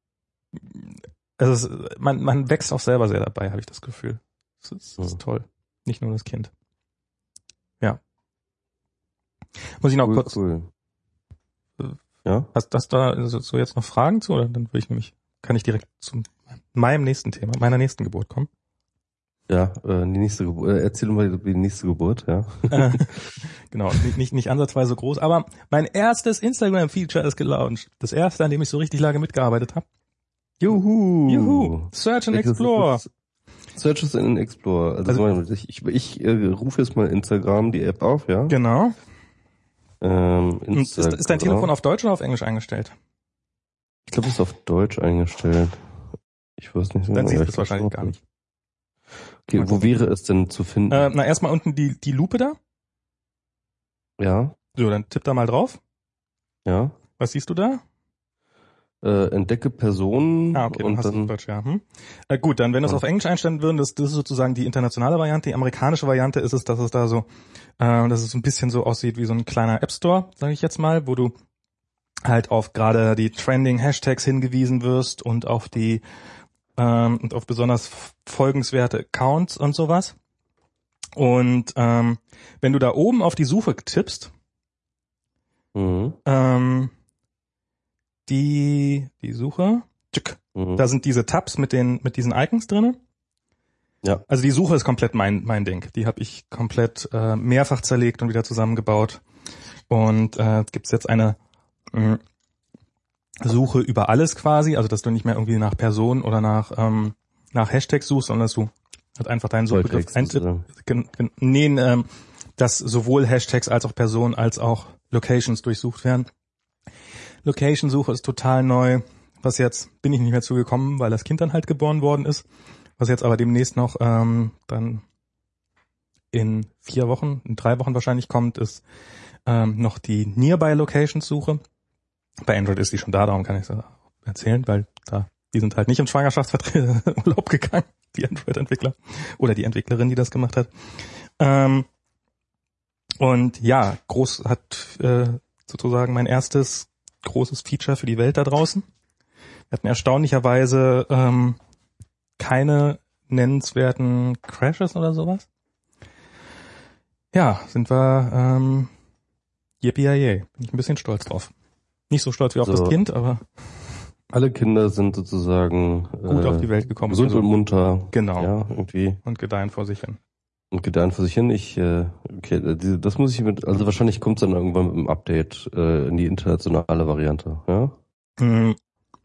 also es, man, man wächst auch selber sehr dabei, habe ich das Gefühl. Das ist, das ist toll. Nicht nur das Kind. Ja. Muss ich noch cool, kurz. Cool. Ja? Hast, hast da so jetzt noch Fragen zu? Oder dann würde ich nämlich, kann ich direkt zu meinem nächsten Thema, meiner nächsten Geburt kommen? Ja, äh, die nächste Geburt. Äh, erzähl mal über die nächste Geburt, ja. Äh, genau, nicht, nicht, nicht ansatzweise groß, aber mein erstes Instagram-Feature ist gelauncht. Das erste, an dem ich so richtig lange mitgearbeitet habe. Juhu! Juhu! Search and Explore! Search and Explore. Also, also ich, ich, ich äh, rufe jetzt mal Instagram, die App auf, ja? Genau. Ähm, ist, ist dein Telefon auf Deutsch oder auf Englisch eingestellt? Ich glaube, es ist auf Deutsch eingestellt. Ich weiß nicht so. Dann siehst du es wahrscheinlich gar nicht. Okay, wo wäre es denn zu finden? Äh, na, erstmal unten die, die Lupe da. Ja. So, dann tipp da mal drauf. Ja. Was siehst du da? Äh, entdecke Personen. Ah, okay, dann und hast dann du auf Deutsch, ja. Hm. Äh, gut, dann wenn wir es auf Englisch einstellen würden, das, das ist sozusagen die internationale Variante. Die amerikanische Variante ist es, dass es da so, äh, dass es so ein bisschen so aussieht wie so ein kleiner App Store, sage ich jetzt mal, wo du halt auf gerade die Trending Hashtags hingewiesen wirst und auf die ähm, und auf besonders folgenswerte Accounts und sowas. Und ähm, wenn du da oben auf die Suche tippst, mhm. ähm, die die Suche, tschück, mhm. da sind diese Tabs mit den mit diesen Icons drinne. Ja. Also die Suche ist komplett mein mein Ding. Die habe ich komplett äh, mehrfach zerlegt und wieder zusammengebaut. Und äh, gibt's jetzt eine mh, Suche über alles quasi, also dass du nicht mehr irgendwie nach Person oder nach ähm, nach Hashtags suchst, sondern dass du halt einfach deinen Suchbegriff eintippst. Nee, ähm, dass sowohl Hashtags als auch Personen als auch Locations durchsucht werden. Location-Suche ist total neu. Was jetzt bin ich nicht mehr zugekommen, weil das Kind dann halt geboren worden ist. Was jetzt aber demnächst noch ähm, dann in vier Wochen, in drei Wochen wahrscheinlich kommt, ist ähm, noch die Nearby-Locations-Suche. Bei Android ist die schon da, darum kann ich es erzählen, weil da die sind halt nicht im Schwangerschaftsurlaub gegangen, die Android-Entwickler oder die Entwicklerin, die das gemacht hat. Ähm, und ja, groß hat äh, sozusagen mein erstes großes Feature für die Welt da draußen. Wir hatten erstaunlicherweise ähm, keine nennenswerten Crashes oder sowas. Ja, sind wir ähm, yippie-yay. Bin ich ein bisschen stolz drauf. Nicht so stolz wie auf so, das Kind, aber alle Kinder sind sozusagen gut äh, auf die Welt gekommen. Gesund also, und munter. Genau. Ja, irgendwie. Und gedeihen vor sich hin. Und geht da einfach sich hin. Ich, äh, okay, diese, das muss ich mit, also wahrscheinlich kommt es dann irgendwann mit dem Update äh, in die internationale Variante, ja? Mhm.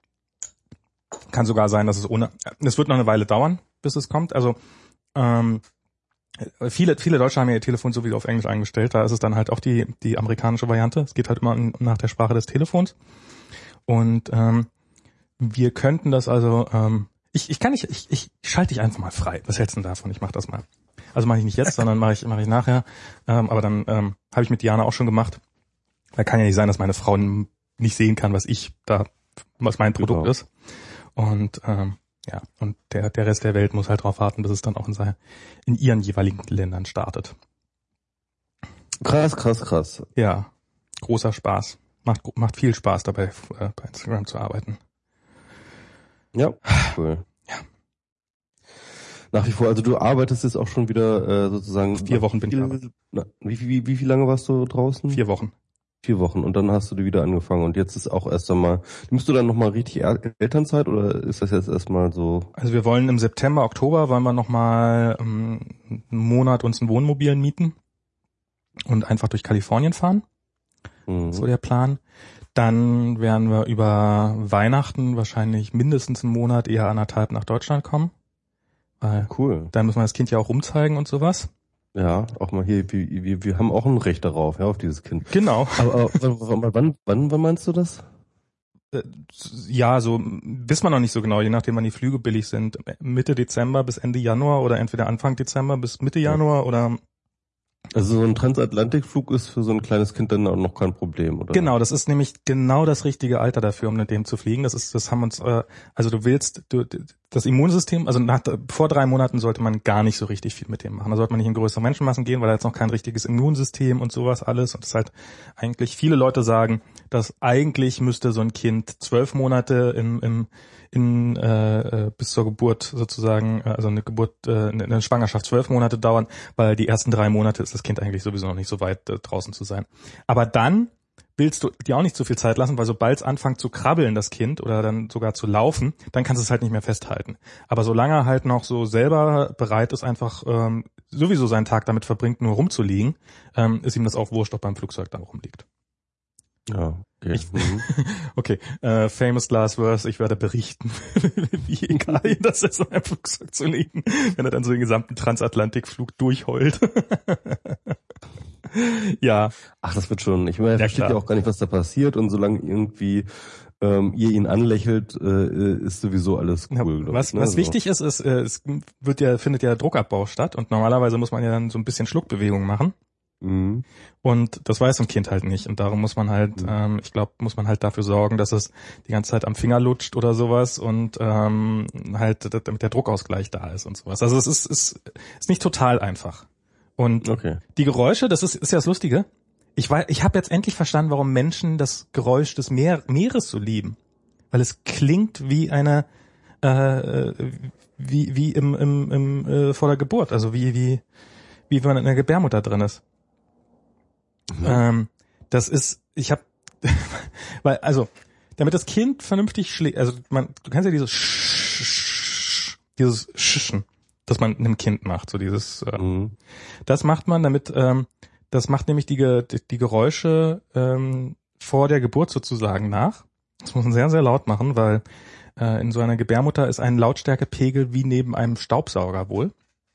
Kann sogar sein, dass es ohne, es wird noch eine Weile dauern, bis es kommt. Also ähm, viele, viele Deutsche haben ja ihr Telefon sowieso auf Englisch eingestellt. Da ist es dann halt auch die die amerikanische Variante. Es geht halt immer nach der Sprache des Telefons. Und ähm, wir könnten das also, ähm, ich, ich kann nicht, ich, ich schalte dich einfach mal frei. Was hältst du denn davon? Ich mach das mal. Also mache ich nicht jetzt, sondern mache ich mache ich nachher. Ähm, aber dann ähm, habe ich mit Diana auch schon gemacht. Da kann ja nicht sein, dass meine Frau nicht sehen kann, was ich da, was mein Produkt Genau. ist. Und ähm, ja, und der der Rest der Welt muss halt drauf warten, bis es dann auch in, seine, in ihren jeweiligen Ländern startet. Krass, krass, krass. Ja, großer Spaß. Macht macht viel Spaß dabei, äh, bei Instagram zu arbeiten. Ja, cool. Ja. Nach wie vor, also du arbeitest jetzt auch schon wieder äh, sozusagen. Vier Wochen bin ich viel, na, wie, wie, wie, wie lange warst du draußen? Vier Wochen. Vier Wochen und dann hast du die wieder angefangen und jetzt ist auch erst einmal, nimmst du dann nochmal richtig El- Elternzeit oder ist das jetzt erstmal so? Also wir wollen im September, Oktober wollen wir nochmal ähm, einen Monat uns ein Wohnmobil mieten und einfach durch Kalifornien fahren. Mhm. So der Plan. Dann werden wir über Weihnachten wahrscheinlich mindestens einen Monat, eher anderthalb nach Deutschland kommen. Weil Cool. dann muss man das Kind ja auch rumzeigen und sowas. Ja, auch mal hier, wir, wir, wir haben auch ein Recht darauf, ja, auf dieses Kind. Genau. Aber, aber wann, wann, wann, wann meinst du das? Ja, so wissen wir noch nicht so genau, je nachdem wann die Flüge billig sind. Mitte Dezember bis Ende Januar oder entweder Anfang Dezember bis Mitte Januar oder Also so ein Transatlantikflug ist für so ein kleines Kind dann auch noch kein Problem, oder? genau, das ist nämlich genau das richtige Alter dafür, um mit dem zu fliegen. Das ist, das haben uns, äh, also du willst, du, das Immunsystem, also nach, vor drei Monaten sollte man gar nicht so richtig viel mit dem machen. Da sollte man nicht in größere Menschenmassen gehen, weil da jetzt noch kein richtiges Immunsystem und sowas alles. Und das halt eigentlich viele Leute sagen, dass eigentlich müsste so ein Kind zwölf Monate im, im in äh, bis zur Geburt sozusagen, also eine Geburt, äh, eine Schwangerschaft zwölf Monate dauern, weil die ersten drei Monate ist das Kind eigentlich sowieso noch nicht so weit äh, draußen zu sein. Aber dann willst du dir auch nicht so viel Zeit lassen, weil sobald es anfängt zu krabbeln, das Kind, oder dann sogar zu laufen, dann kannst du es halt nicht mehr festhalten. Aber solange er halt noch so selber bereit ist, einfach ähm, sowieso seinen Tag damit verbringt, nur rumzuliegen, ähm, ist ihm das auch wurscht, ob beim Flugzeug dann rumliegt. Ja, okay. Ich, mhm. okay, äh, famous last verse, ich werde berichten, wie egal ihm das ist, in einem Flugzeug zu liegen, wenn er dann so den gesamten Transatlantikflug durchheult. Ja. Ach, das wird schon. Ich meine, er Ja, versteht klar. ja auch gar nicht, was da passiert und solange irgendwie ähm, ihr ihn anlächelt, äh, ist sowieso alles cool. glaub Was, ich, ne? was So. wichtig ist, ist, äh, es wird ja, findet ja Druckabbau statt und normalerweise muss man ja dann so ein bisschen Schluckbewegung machen. Mhm. Und das weiß so ein Kind halt nicht. Und darum muss man halt, Mhm. ähm, ich glaube, muss man halt dafür sorgen, dass es die ganze Zeit am Finger lutscht oder sowas und ähm, halt, damit der Druckausgleich da ist und sowas. Also es ist, ist, ist nicht total einfach. Und Okay. die Geräusche, das ist, ist ja das Lustige. Ich weiß, ich habe jetzt endlich verstanden, warum Menschen das Geräusch des Meer, Meeres so lieben. Weil es klingt wie eine, äh, wie, wie im, im, im äh, vor der Geburt. Also wie, wie, wie wenn man in der Gebärmutter drin ist. Mhm. Ähm, das ist, ich habe, weil, also, damit das Kind vernünftig schläft, also man, du kennst ja dieses Sch, Sch, dieses Schischen, das man einem Kind macht, so dieses, äh, Mhm. das macht man, damit, ähm, das macht nämlich die, Ge- die, die Geräusche ähm, vor der Geburt sozusagen nach. Das muss man sehr, sehr laut machen, weil äh, in so einer Gebärmutter ist ein Lautstärkepegel wie neben einem Staubsauger wohl.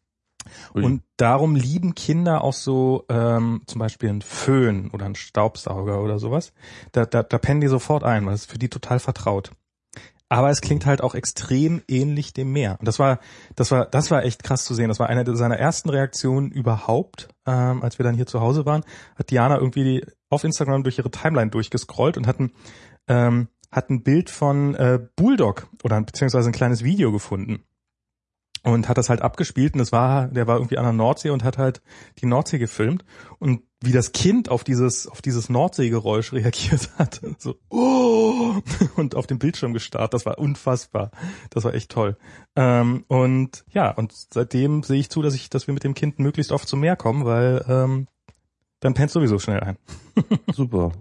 Ui. Und darum lieben Kinder auch so ähm, zum Beispiel einen Föhn oder einen Staubsauger oder sowas. Da, da, da pennen die sofort ein, weil es ist für die total vertraut. Aber es klingt halt auch extrem ähnlich dem Meer. Und das war, das war, das war echt krass zu sehen. Das war eine seiner ersten Reaktionen überhaupt, ähm, als wir dann hier zu Hause waren. Hat Diana irgendwie auf Instagram durch ihre Timeline durchgescrollt und hat ein, ähm, hat ein Bild von äh, Bulldog oder beziehungsweise ein kleines Video gefunden. Und hat das halt abgespielt und das war, der war irgendwie an der Nordsee und hat halt die Nordsee gefilmt und wie das Kind auf dieses, auf dieses Nordseegeräusch reagiert hat. So, oh! Und auf dem Bildschirm gestarrt. Das war unfassbar. Das war echt toll. Ähm, und ja, und seitdem sehe ich zu, dass ich, dass wir mit dem Kind möglichst oft zum Meer kommen, weil ähm, dann pennt sowieso schnell ein. Super.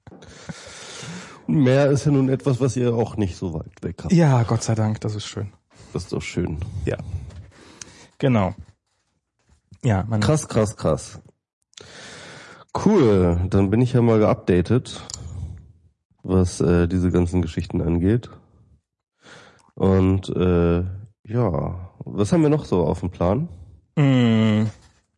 Meer ist ja nun etwas, was ihr auch nicht so weit weg habt. Ja, Gott sei Dank, das ist schön. Das ist doch schön. Ja, genau. ja, man krass, krass, krass. Cool, dann bin ich ja mal geupdatet, was äh, diese ganzen Geschichten angeht. Und äh, ja, was haben wir noch so auf dem Plan? Mm,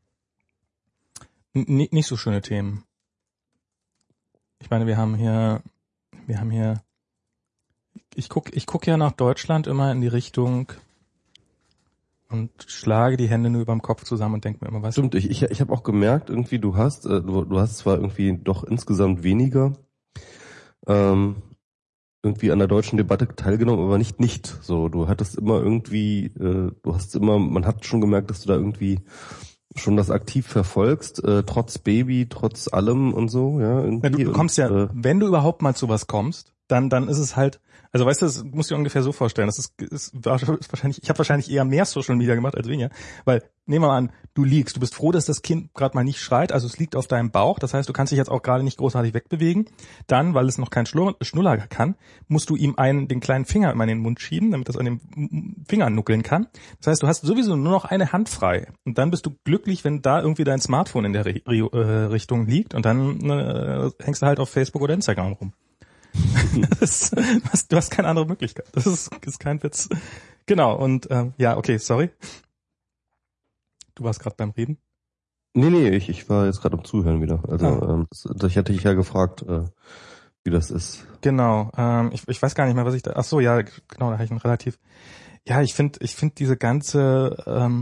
n- nicht so schöne Themen. Ich meine, wir haben hier, wir haben hier, ich guck, ich guck ja nach Deutschland immer in die Richtung und schlage die Hände nur überm Kopf zusammen und denke mir immer, was. Stimmt, ich ich, ich habe auch gemerkt, irgendwie du hast, äh, du, du hast zwar irgendwie doch insgesamt weniger ähm, irgendwie an der deutschen Debatte teilgenommen, aber nicht nicht. So, du hattest immer irgendwie, äh, du hast immer, man hat schon gemerkt, dass du da irgendwie schon das aktiv verfolgst, äh, trotz Baby, trotz allem und so, ja. Ja, du, du kommst ja, und, äh, wenn du überhaupt mal zu was kommst, dann dann ist es halt, also weißt du, das musst du dir ungefähr so vorstellen, das ist, ist wahrscheinlich, ich habe wahrscheinlich eher mehr Social Media gemacht als weniger, weil nehmen wir mal an, du liegst, du bist froh, dass das Kind gerade mal nicht schreit, also es liegt auf deinem Bauch, das heißt, du kannst dich jetzt auch gerade nicht großartig wegbewegen, dann, weil es noch kein Schnuller kann, musst du ihm einen, den kleinen Finger immer in den Mund schieben, damit das an den Finger nuckeln kann. Das heißt, du hast sowieso nur noch eine Hand frei und dann bist du glücklich, wenn da irgendwie dein Smartphone in der Re- Re- Richtung liegt und dann äh, hängst du halt auf Facebook oder Instagram rum. Das ist, du, hast, du hast keine andere Möglichkeit. Das ist, ist kein Witz. Genau, und ähm, ja, okay, sorry. Du warst gerade beim Reden. Nee, nee, ich, ich war jetzt gerade am Zuhören wieder. Also ah. ähm, das, ich hatte dich ja gefragt, äh, wie das ist. Genau, ähm, ich, ich weiß gar nicht mehr, was ich da. Ach so, ja, genau, da habe ich einen relativ. Ja, ich finde, ich finde diese ganze. Ähm,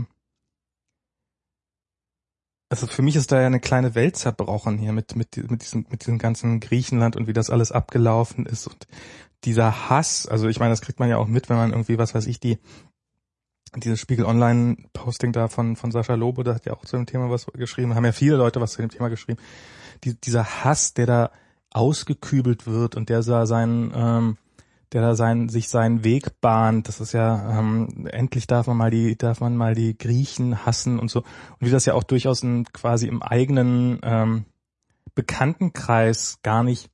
also für mich ist da ja eine kleine Welt zerbrochen hier mit mit mit diesem mit diesem ganzen Griechenland und wie das alles abgelaufen ist und dieser Hass. Also ich meine, das kriegt man ja auch mit, wenn man irgendwie, was weiß ich, die dieses Spiegel Online Posting da von von Sascha Lobo, da hat ja auch zu dem Thema was geschrieben, haben ja viele Leute was zu dem Thema geschrieben. Die, dieser Hass, der da ausgekübelt wird und der da seinen ähm, der da sein, sich seinen Weg bahnt, das ist ja, ähm, endlich darf man mal die, darf man mal die Griechen hassen und so. Und wie das ja auch durchaus in, quasi im eigenen, ähm, Bekanntenkreis gar nicht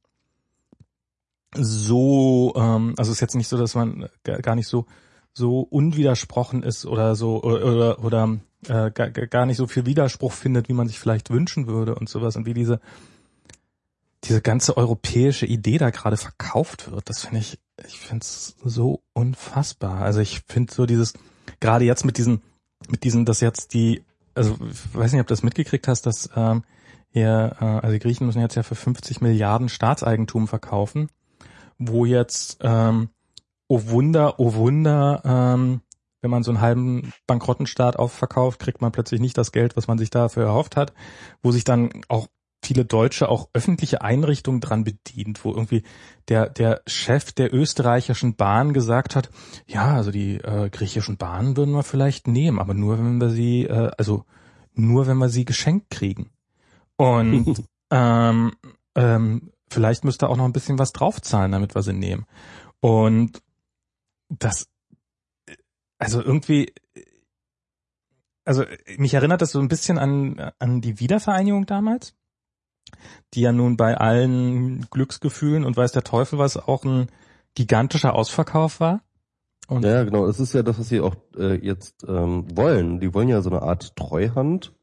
so, ähm, also es ist jetzt nicht so, dass man gar nicht so, so unwidersprochen ist oder so, oder, oder, oder äh, gar, gar nicht so viel Widerspruch findet, wie man sich vielleicht wünschen würde und sowas und wie diese, diese ganze europäische Idee da gerade verkauft wird, das finde ich, ich finde es so unfassbar. Also ich finde so dieses, gerade jetzt mit diesen, mit diesen, dass jetzt die, also ich weiß nicht, ob du das mitgekriegt hast, dass ähm, hier, äh, also die Griechen müssen jetzt ja für fünfzig Milliarden Staatseigentum verkaufen, wo jetzt, ähm, oh Wunder, oh Wunder, ähm, wenn man so einen halben Bankrottenstaat aufverkauft, kriegt man plötzlich nicht das Geld, was man sich dafür erhofft hat, wo sich dann auch viele Deutsche auch öffentliche Einrichtungen dran bedient, wo irgendwie der der Chef der österreichischen Bahn gesagt hat, ja, also die äh, griechischen Bahnen würden wir vielleicht nehmen, aber nur wenn wir sie, äh, also nur wenn wir sie geschenkt kriegen. Und ähm, ähm, vielleicht müsste auch noch ein bisschen was draufzahlen, damit wir sie nehmen. Und das, also irgendwie, also mich erinnert das so ein bisschen an an die Wiedervereinigung damals, die ja nun bei allen Glücksgefühlen und weiß der Teufel was auch ein gigantischer Ausverkauf war. Und ja, genau. Das ist ja das, was sie auch äh, jetzt ähm, wollen. Die wollen ja so eine Art Treuhand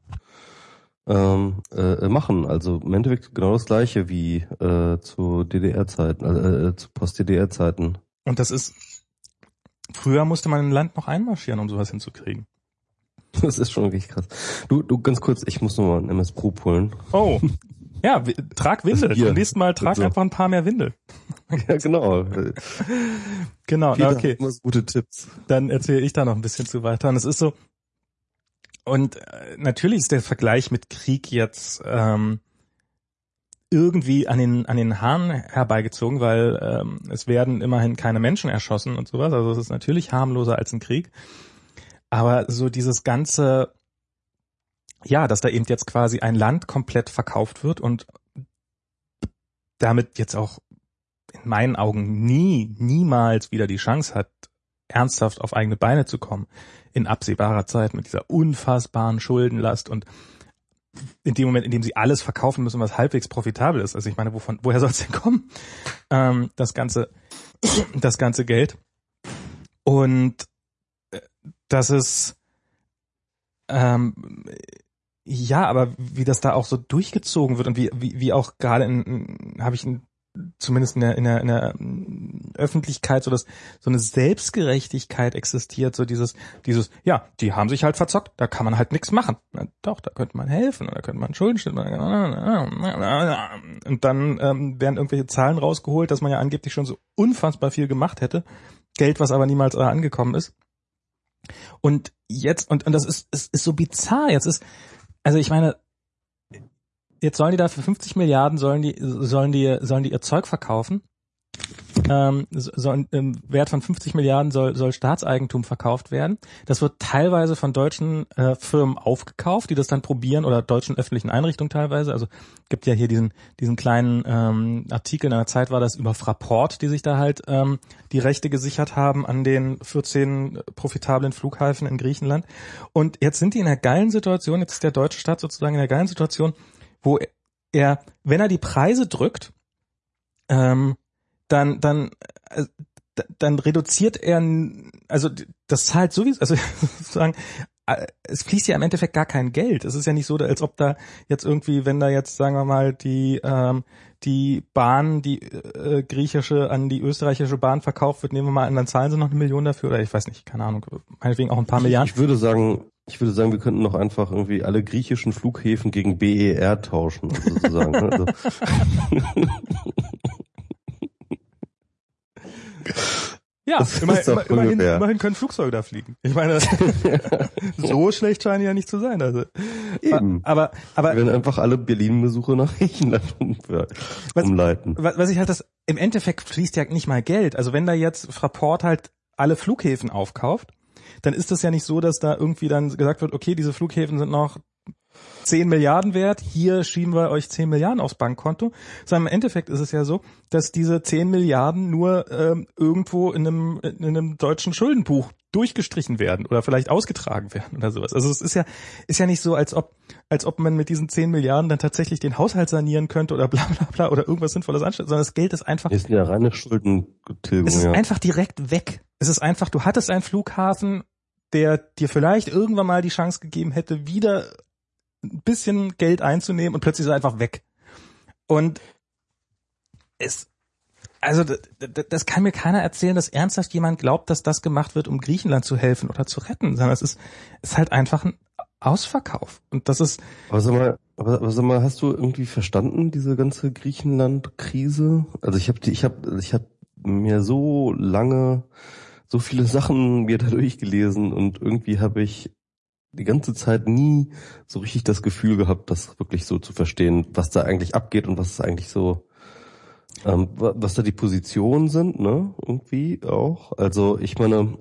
ähm, äh, machen. Also im Endeffekt genau das Gleiche wie äh, zu D D R-Zeiten, äh, äh, zu Post-D D R-Zeiten. Und das ist, früher musste man ein Land noch einmarschieren, um sowas hinzukriegen. Das ist schon wirklich krass. Du, du ganz kurz, ich muss nochmal ein M S Pro holen. Oh, ja, w- trag Windel. Beim nächsten Mal trag so. einfach ein paar mehr Windel. Ja, genau. Genau, na, okay. Immer so gute Tipps. Dann erzähle ich da noch ein bisschen zu weiter. Und es ist so, und äh, natürlich ist der Vergleich mit Krieg jetzt ähm, irgendwie an den an den Haaren herbeigezogen, weil ähm, es werden immerhin keine Menschen erschossen und sowas. Also es ist natürlich harmloser als ein Krieg. Aber so dieses ganze, ja, dass da eben jetzt quasi ein Land komplett verkauft wird und damit jetzt auch in meinen Augen nie, niemals wieder die Chance hat, ernsthaft auf eigene Beine zu kommen, in absehbarer Zeit mit dieser unfassbaren Schuldenlast und in dem Moment, in dem sie alles verkaufen müssen, was halbwegs profitabel ist. Also ich meine, wovon, woher soll es denn kommen? Ähm, das ganze, das ganze Geld. Und das ist, ähm, Ja, aber wie das da auch so durchgezogen wird und wie wie, wie auch gerade in, habe ich in, zumindest in der, in der in der Öffentlichkeit so das so eine Selbstgerechtigkeit existiert, so dieses dieses ja, die haben sich halt verzockt, da kann man halt nichts machen. Na, doch, da könnte man helfen, da könnte man Schulden machen. Und dann ähm, werden irgendwelche Zahlen rausgeholt, dass man ja angeblich schon so unfassbar viel gemacht hätte, Geld, was aber niemals äh, angekommen ist. Und jetzt und und das ist ist, ist so bizarr, jetzt ist also ich meine, jetzt sollen die da für fünfzig Milliarden sollen die sollen die sollen die ihr Zeug verkaufen. Ähm, sollen, im Wert von fünfzig Milliarden soll soll Staatseigentum verkauft werden. Das wird teilweise von deutschen äh, Firmen aufgekauft, die das dann probieren, oder deutschen öffentlichen Einrichtungen teilweise. Also gibt ja hier diesen diesen kleinen ähm, Artikel, in einer Zeit war das über Fraport, die sich da halt ähm, die Rechte gesichert haben an den vierzehn profitablen Flughäfen in Griechenland. Und jetzt sind die in einer geilen Situation, jetzt ist der deutsche Staat sozusagen in einer geilen Situation, wo er, wenn er die Preise drückt, ähm, dann dann äh, dann reduziert er, also das zahlt sowieso, also sozusagen, äh, es fließt ja im Endeffekt gar kein Geld. Es ist ja nicht so, als ob da jetzt irgendwie, wenn da jetzt, sagen wir mal, die ähm, die Bahn, die äh, griechische an die österreichische Bahn verkauft wird, nehmen wir mal an, dann zahlen sie noch eine Million dafür, oder ich weiß nicht, keine Ahnung, meinetwegen auch ein paar ich, Milliarden. Ich würde sagen, ich würde sagen, wir könnten noch einfach irgendwie alle griechischen Flughäfen gegen B E R tauschen, sozusagen. Also. Ja, immerhin, immerhin, immerhin können Flugzeuge da fliegen. Ich meine, so schlecht scheinen die ja nicht zu sein. Also. Eben. Aber, aber, wir werden einfach alle Berlin-Besuche nach Griechenland umleiten. Was, was ich halt das, im Endeffekt fließt ja nicht mal Geld. Also wenn da jetzt Fraport halt alle Flughäfen aufkauft, dann ist das ja nicht so, dass da irgendwie dann gesagt wird, okay, diese Flughäfen sind noch zehn Milliarden wert, hier schieben wir euch zehn Milliarden aufs Bankkonto. Sondern im Endeffekt ist es ja so, dass diese zehn Milliarden nur ähm, irgendwo in einem, in einem deutschen Schuldenbuch durchgestrichen werden oder vielleicht ausgetragen werden oder sowas. Also es ist ja, ist ja nicht so, als ob, als ob man mit diesen zehn Milliarden dann tatsächlich den Haushalt sanieren könnte oder bla bla bla oder irgendwas Sinnvolles anstellt, sondern das Geld ist einfach... Das ist ja reine Schuldentilgung. Es ist ja. einfach direkt weg. Es ist einfach, du hattest einen Flughafen, der dir vielleicht irgendwann mal die Chance gegeben hätte, wieder ein bisschen Geld einzunehmen, und plötzlich ist er einfach weg. Und es, also das, das kann mir keiner erzählen, dass ernsthaft jemand glaubt, dass das gemacht wird, um Griechenland zu helfen oder zu retten, sondern es ist, ist halt einfach ein Ausverkauf. Und das ist... Aber sag mal, aber, aber sag mal, hast du irgendwie verstanden, diese ganze Griechenland-Krise? Also ich habe ich habe ich habe mir so lange so viele Sachen mir da durchgelesen, und irgendwie habe ich die ganze Zeit nie so richtig das Gefühl gehabt, das wirklich so zu verstehen, was da eigentlich abgeht und was eigentlich so, ähm, was da die Positionen sind, ne, irgendwie auch. Also ich meine,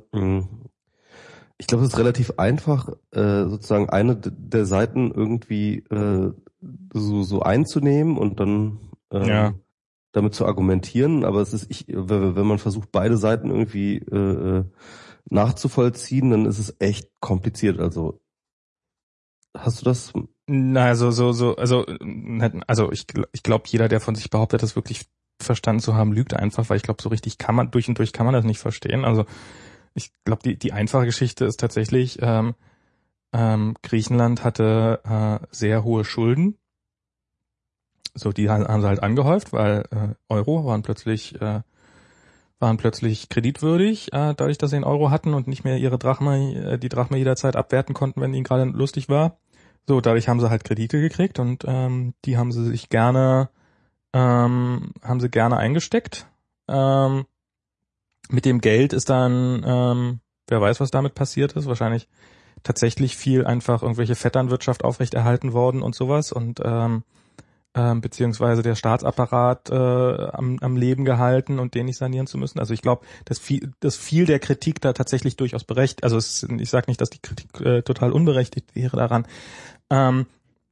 ich glaube, es ist relativ einfach, äh, sozusagen eine der Seiten irgendwie äh, so so einzunehmen und dann äh, ja. damit zu argumentieren. Aber es ist, ich, wenn man versucht, beide Seiten irgendwie äh, nachzuvollziehen, dann ist es echt kompliziert. Also hast du das? Na, also so so also also ich ich glaube, jeder, der von sich behauptet, das wirklich verstanden zu haben, lügt einfach, weil ich glaube, so richtig kann man durch und durch kann man das nicht verstehen. Also ich glaube, die die einfache Geschichte ist tatsächlich, ähm, ähm, Griechenland hatte äh, sehr hohe Schulden. So, die haben sie halt angehäuft, weil äh, Euro waren plötzlich äh, waren plötzlich kreditwürdig, äh, dadurch, dass sie einen Euro hatten und nicht mehr ihre Drachme, äh, die Drachme jederzeit abwerten konnten, wenn ihnen gerade lustig war. So, dadurch haben sie halt Kredite gekriegt, und ähm, die haben sie sich gerne, ähm, haben sie gerne eingesteckt. Ähm, mit dem Geld ist dann, ähm, wer weiß, was damit passiert ist, wahrscheinlich tatsächlich viel einfach irgendwelche Vetternwirtschaft aufrechterhalten worden und sowas, und ähm, Ähm, beziehungsweise der Staatsapparat äh, am, am Leben gehalten und den nicht sanieren zu müssen. Also ich glaube, dass viel, dass viel der Kritik da tatsächlich durchaus berechtigt, also es, ich sage nicht, dass die Kritik äh, total unberechtigt wäre daran. Ähm,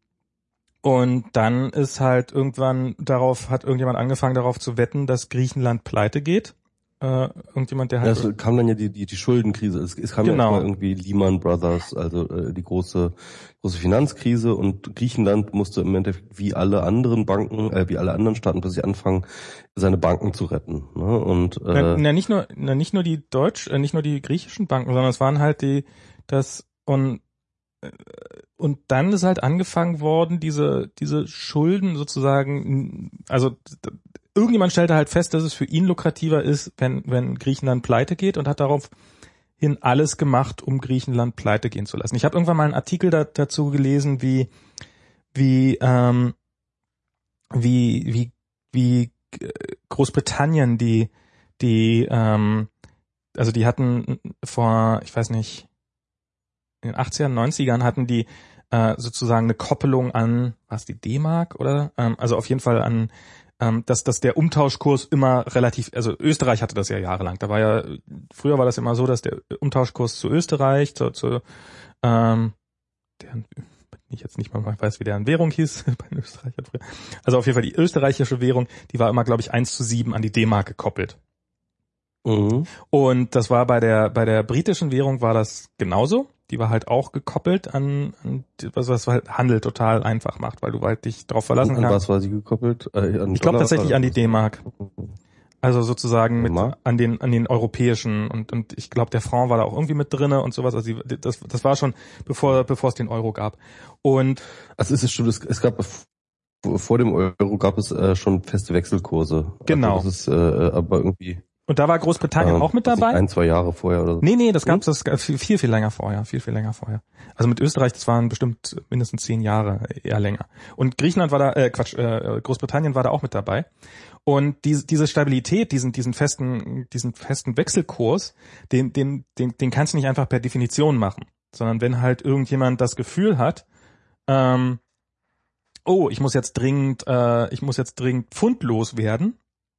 und dann ist halt irgendwann darauf, hat irgendjemand angefangen darauf zu wetten, dass Griechenland pleite geht. Äh, irgendjemand, der halt... Ja, es kam dann ja die, die, die Schuldenkrise. Es, es kam genau. ja mal irgendwie Lehman Brothers, also äh, die große große Finanzkrise, und Griechenland musste im Endeffekt wie alle anderen Banken, äh, wie alle anderen Staaten plötzlich anfangen, seine Banken zu retten. Ne? Und äh, na, na, nicht nur, na, nicht nur die Deutsch, äh, nicht nur die griechischen Banken, sondern es waren halt die, das und und dann ist halt angefangen worden, diese diese Schulden sozusagen, also irgendjemand stellte halt fest, dass es für ihn lukrativer ist, wenn wenn Griechenland pleite geht, und hat daraufhin alles gemacht, um Griechenland pleite gehen zu lassen. Ich habe irgendwann mal einen Artikel da, dazu gelesen, wie wie ähm, wie wie wie Großbritannien die die ähm, also die hatten vor, ich weiß nicht, in den achtzigern, neunzigern hatten die äh, sozusagen eine Koppelung an, was die D-Mark oder? Ähm, also auf jeden Fall an, ähm, dass, dass der Umtauschkurs immer relativ, also Österreich hatte das ja jahrelang. Da war ja, früher war das immer so, dass der Umtauschkurs zu Österreich, zu, zu ähm, deren, ich jetzt nicht mal weiß, wie deren Währung hieß, bei den Österreichern früher. Also auf jeden Fall die österreichische Währung, die war immer, glaube ich, eins zu sieben an die D-Mark gekoppelt. Mhm. Und das war bei der bei der britischen Währung war das genauso. Die war halt auch gekoppelt an, an was was halt Handel total einfach macht, weil du halt dich darauf verlassen kannst. An was war sie gekoppelt? Äh, an ich glaube tatsächlich an die D-Mark. Also sozusagen mit an den an den europäischen, und und ich glaube der Franc war da auch irgendwie mit drinne und sowas. Also die, das das war schon bevor bevor es den Euro gab. Und also es ist schon, es, es gab vor dem Euro gab es äh, schon feste Wechselkurse. Genau. Also das ist äh, aber irgendwie. Und da war Großbritannien ähm, auch mit dabei? Ein, zwei Jahre vorher oder so. Nee, nee, das gab's das viel, viel, viel länger vorher, viel, viel länger vorher. Also mit Österreich, das waren bestimmt mindestens zehn Jahre, eher länger. Und Griechenland war da, äh, Quatsch, äh, Großbritannien war da auch mit dabei. Und diese, diese Stabilität, diesen, diesen festen, diesen festen Wechselkurs, den, den, den, den kannst du nicht einfach per Definition machen. Sondern wenn halt irgendjemand das Gefühl hat, ähm, oh, ich muss jetzt dringend, äh, ich muss jetzt dringend pfundlos werden,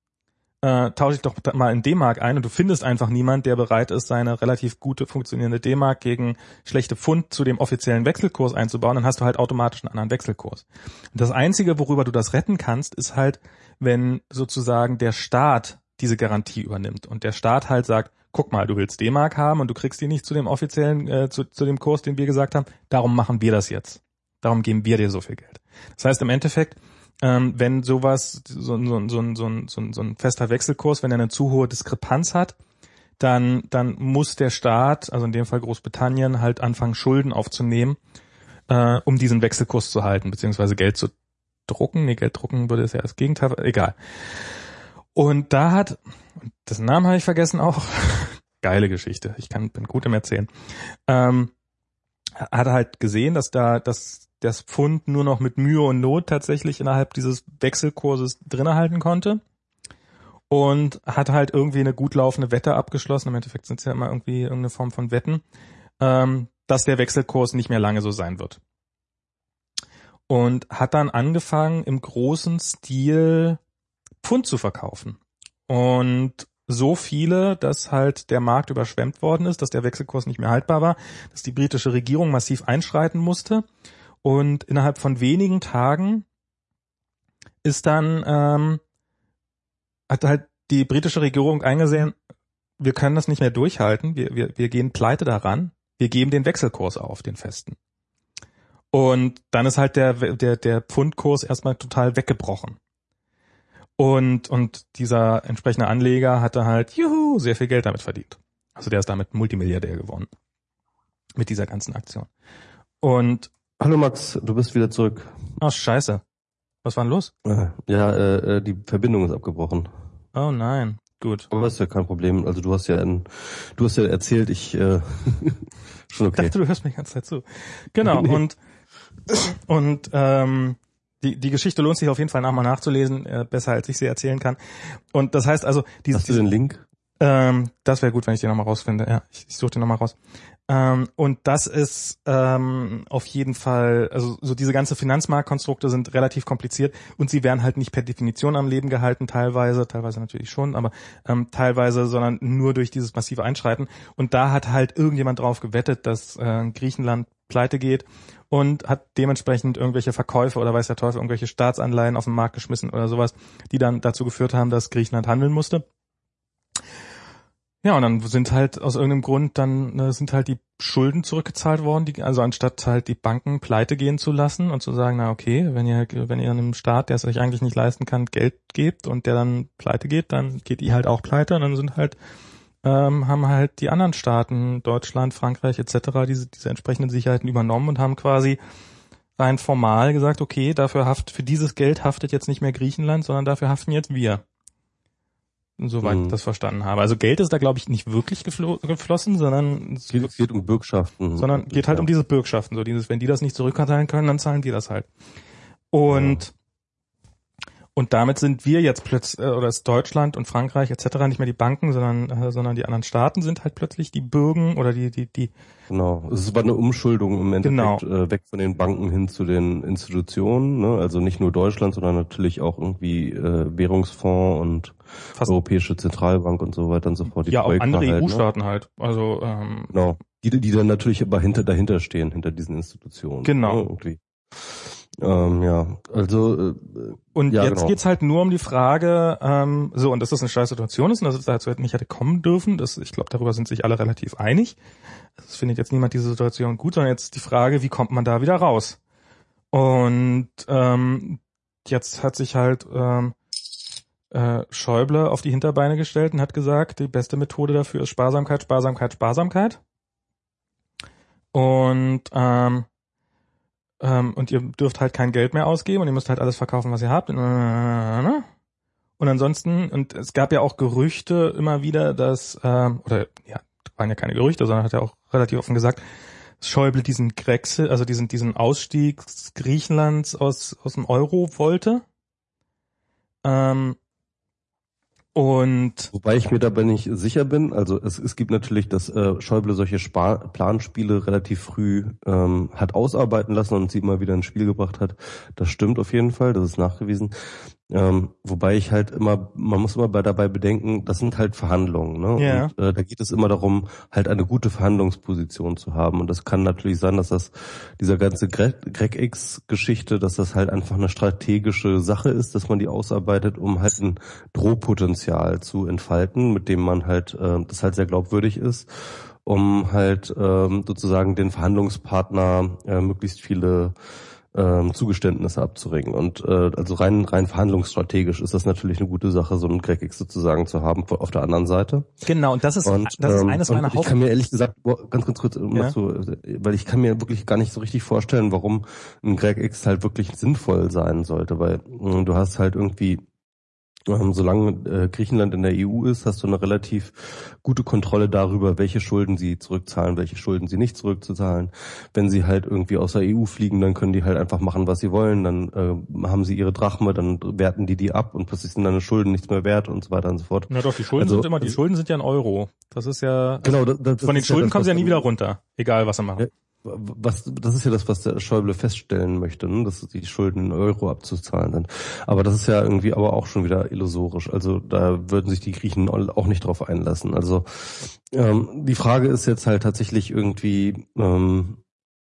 Äh, tausche ich doch mal in D-Mark ein, und du findest einfach niemand, der bereit ist, seine relativ gute funktionierende D-Mark gegen schlechte Pfund zu dem offiziellen Wechselkurs einzubauen, dann hast du halt automatisch einen anderen Wechselkurs. Und das Einzige, worüber du das retten kannst, ist halt, wenn sozusagen der Staat diese Garantie übernimmt und der Staat halt sagt, guck mal, du willst D-Mark haben und du kriegst die nicht zu dem offiziellen, äh, zu, zu dem Kurs, den wir gesagt haben, darum machen wir das jetzt. Darum geben wir dir so viel Geld. Das heißt im Endeffekt, Ähm, wenn sowas, so, so, so, so, so, so ein fester Wechselkurs, wenn er eine zu hohe Diskrepanz hat, dann, dann muss der Staat, also in dem Fall Großbritannien, halt anfangen, Schulden aufzunehmen, äh, um diesen Wechselkurs zu halten, beziehungsweise Geld zu drucken. Nee, Geld drucken würde es ja das Gegenteil, egal. Und da hat, dessen Namen habe ich vergessen auch, geile Geschichte, ich kann, bin gut im Erzählen, ähm, hat halt gesehen, dass da, dass das Pfund nur noch mit Mühe und Not tatsächlich innerhalb dieses Wechselkurses drinne halten konnte, und hat halt irgendwie eine gut laufende Wette abgeschlossen, im Endeffekt sind es ja immer irgendwie irgendeine Form von Wetten, ähm, dass der Wechselkurs nicht mehr lange so sein wird. Und hat dann angefangen, im großen Stil Pfund zu verkaufen. Und so viele, dass halt der Markt überschwemmt worden ist, dass der Wechselkurs nicht mehr haltbar war, dass die britische Regierung massiv einschreiten musste. Und innerhalb von wenigen Tagen ist dann, ähm, hat halt die britische Regierung eingesehen, wir können das nicht mehr durchhalten, wir, wir, wir gehen pleite daran, wir geben den Wechselkurs auf, den festen. Und dann ist halt der, der, der Pfundkurs erstmal total weggebrochen. Und, und dieser entsprechende Anleger hatte halt, juhu, sehr viel Geld damit verdient. Also der ist damit Multimilliardär geworden. Mit dieser ganzen Aktion. Und hallo Max, du bist wieder zurück. Oh, scheiße. Was war denn los? Ja, äh, die Verbindung ist abgebrochen. Oh nein, gut. Aber das ist ja kein Problem. Also du hast ja ein, du hast ja erzählt, ich äh, schon okay. Ich dachte, du hörst mir die ganze Zeit zu. Genau, nee. und und ähm, die die Geschichte lohnt sich auf jeden Fall nachmal nachzulesen, äh, besser als ich sie erzählen kann. Und das heißt also, dieses, hast du den Link? Ähm, das wäre gut, wenn ich den nochmal rausfinde. Ja, ich, ich suche den nochmal raus. Ähm, und das ist ähm, auf jeden Fall, also so diese ganze Finanzmarktkonstrukte sind relativ kompliziert, und sie werden halt nicht per Definition am Leben gehalten, teilweise, teilweise natürlich schon, aber ähm, teilweise, sondern nur durch dieses massive Einschreiten. Und da hat halt irgendjemand drauf gewettet, dass äh, Griechenland pleite geht, und hat dementsprechend irgendwelche Verkäufe oder weiß der Teufel, irgendwelche Staatsanleihen auf den Markt geschmissen oder sowas, die dann dazu geführt haben, dass Griechenland handeln musste. Ja, und dann sind halt aus irgendeinem Grund dann äh, sind halt die Schulden zurückgezahlt worden, die, also anstatt halt die Banken pleite gehen zu lassen und zu sagen, na okay, wenn ihr wenn ihr einem Staat, der es euch eigentlich nicht leisten kann, Geld gebt und der dann pleite geht, dann geht ihr halt auch pleite, und dann sind halt ähm, haben halt die anderen Staaten, Deutschland, Frankreich et cetera, diese, diese entsprechenden Sicherheiten übernommen und haben quasi rein formal gesagt, okay, dafür haft, für dieses Geld haftet jetzt nicht mehr Griechenland, sondern dafür haften jetzt wir. Soweit Mhm. ich das verstanden habe. Also Geld ist da, glaube ich, nicht wirklich geflo- geflossen, sondern es Es geht um Bürgschaften. sondern geht halt ja. um diese Bürgschaften. So dieses, wenn die das nicht zurückzahlen können, dann zahlen wir das halt. Und ja. Und damit sind wir jetzt plötzlich, oder ist Deutschland und Frankreich et cetera nicht mehr die Banken, sondern äh, sondern die anderen Staaten sind halt plötzlich die Bürgen oder die die die. Genau, es war eine Umschuldung im Endeffekt, genau. äh, weg von den Banken hin zu den Institutionen, ne? Also nicht nur Deutschland, sondern natürlich auch irgendwie äh, Währungsfonds und Fast Europäische Zentralbank und so weiter und so fort. Die ja, auch andere halt, E U-Staaten ne? halt. Also ähm, genau, die die dann natürlich aber hinter dahinter stehen, hinter diesen Institutionen. Genau. Ne? Irgendwie. Ähm, ja, also äh, und ja, jetzt genau. geht's halt nur um die Frage, ähm, so, und dass das eine scheiß Situation ist und dass es dazu nicht hätte kommen dürfen, das, ich glaube, darüber sind sich alle relativ einig. Es findet jetzt niemand diese Situation gut, sondern jetzt die Frage, wie kommt man da wieder raus? Und ähm, jetzt hat sich halt ähm, äh, Schäuble auf die Hinterbeine gestellt und hat gesagt, die beste Methode dafür ist Sparsamkeit, Sparsamkeit, Sparsamkeit. Und ähm, Um, und ihr dürft halt kein Geld mehr ausgeben und ihr müsst halt alles verkaufen, was ihr habt. Und ansonsten, und es gab ja auch Gerüchte immer wieder, dass, ähm, oder ja, waren ja keine Gerüchte, sondern hat er auch relativ offen gesagt, dass Schäuble diesen Grexit, also diesen diesen Ausstieg Griechenlands aus aus dem Euro wollte. Ähm, Und wobei ich mir dabei nicht sicher bin, also es, es gibt natürlich, dass äh, Schäuble solche Spar- Planspiele relativ früh ähm, hat ausarbeiten lassen und sie immer wieder ins Spiel gebracht hat. Das stimmt auf jeden Fall, das ist nachgewiesen. Ähm, wobei ich halt immer, man muss immer bei, dabei bedenken, das sind halt Verhandlungen, ne? Ja. Und äh, da geht es immer darum, halt eine gute Verhandlungsposition zu haben. Und das kann natürlich sein, dass das, dieser ganze GrecX-Geschichte, dass das halt einfach eine strategische Sache ist, dass man die ausarbeitet, um halt ein Drohpotenzial zu entfalten, mit dem man halt, äh, das halt sehr glaubwürdig ist, um halt ähm, sozusagen den Verhandlungspartner äh, möglichst viele Ähm, Zugeständnisse abzuringen. Und äh, also rein rein verhandlungsstrategisch ist das natürlich eine gute Sache, so einen GrecX sozusagen zu haben auf der anderen Seite. Genau, und das ist und, das ist ähm, eines meiner Haupt... Ich kann mir ehrlich gesagt, ganz ganz kurz, um ja. das zu, weil ich kann mir wirklich gar nicht so richtig vorstellen, warum ein GrecX halt wirklich sinnvoll sein sollte, weil äh, du hast halt irgendwie Ähm, solange äh, Griechenland in der E U ist, hast du eine relativ gute Kontrolle darüber, welche Schulden sie zurückzahlen, welche Schulden sie nicht zurückzuzahlen. Wenn sie halt irgendwie aus der E U fliegen, dann können die halt einfach machen, was sie wollen. Dann äh, haben sie ihre Drachme, dann werten die die ab und plötzlich sind deine Schulden nichts mehr wert und so weiter und so fort. Na doch, die Schulden also, sind immer, die Schulden sind ja ein Euro. Das ist ja, genau, das, das von den Schulden ja das, kommen sie ja nie dann, wieder runter, egal was sie machen. Ja, was, das ist ja das, was der Schäuble feststellen möchte, ne? Dass die Schulden in Euro abzuzahlen sind. Aber das ist ja irgendwie aber auch schon wieder illusorisch. Also da würden sich die Griechen auch nicht drauf einlassen. Also ähm, die Frage ist jetzt halt tatsächlich irgendwie, ähm,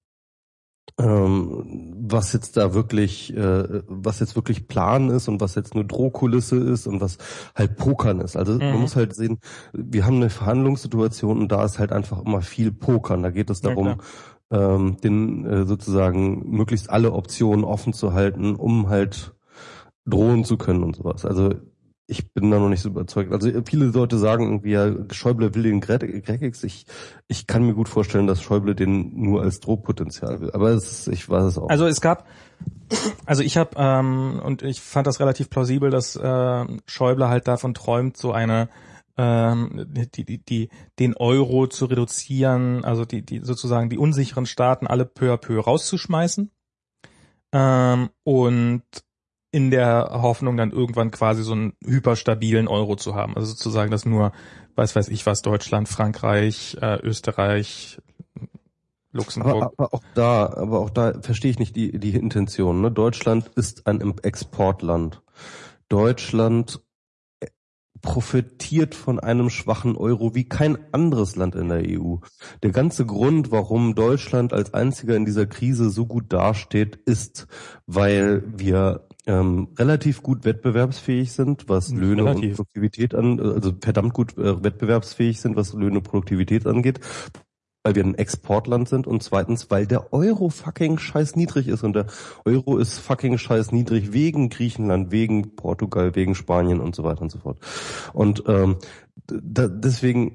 ähm, was jetzt da wirklich, äh, was jetzt wirklich Plan ist und was jetzt nur Drohkulisse ist und was halt Pokern ist. Also mhm. man muss halt sehen, wir haben eine Verhandlungssituation und da ist halt einfach immer viel Pokern. Da geht es darum, ja, ähm, den äh, sozusagen möglichst alle Optionen offen zu halten, um halt drohen zu können und sowas. Also ich bin da noch nicht so überzeugt. Also viele Leute sagen irgendwie, ja, Schäuble will den GrecX. Ich, ich kann mir gut vorstellen, dass Schäuble den nur als Drohpotenzial will. Aber es ist, ich weiß es auch. Also es gab, also ich habe, ähm, und ich fand das relativ plausibel, dass äh, Schäuble halt davon träumt, so eine ähm, die, die, die, den Euro zu reduzieren, also die, die sozusagen die unsicheren Staaten alle peu à peu rauszuschmeißen. Ähm, und in der Hoffnung dann irgendwann quasi so einen hyperstabilen Euro zu haben. Also sozusagen, dass nur, weiß weiß ich was, Deutschland, Frankreich, äh, Österreich, Luxemburg. Aber, aber auch da, aber auch da verstehe ich nicht die, die Intention. Ne? Deutschland ist ein Exportland. Deutschland profitiert von einem schwachen Euro wie kein anderes Land in der E U. Der ganze Grund, warum Deutschland als einziger in dieser Krise so gut dasteht, ist, weil wir ähm, relativ gut wettbewerbsfähig sind, was Löhne relativ. und Produktivität an, also verdammt gut äh, wettbewerbsfähig sind, was Löhne und Produktivität angeht, weil wir ein Exportland sind und zweitens, weil der Euro fucking scheiß niedrig ist und der Euro ist fucking scheiß niedrig wegen Griechenland, wegen Portugal, wegen Spanien und so weiter und so fort. Und ähm, da, deswegen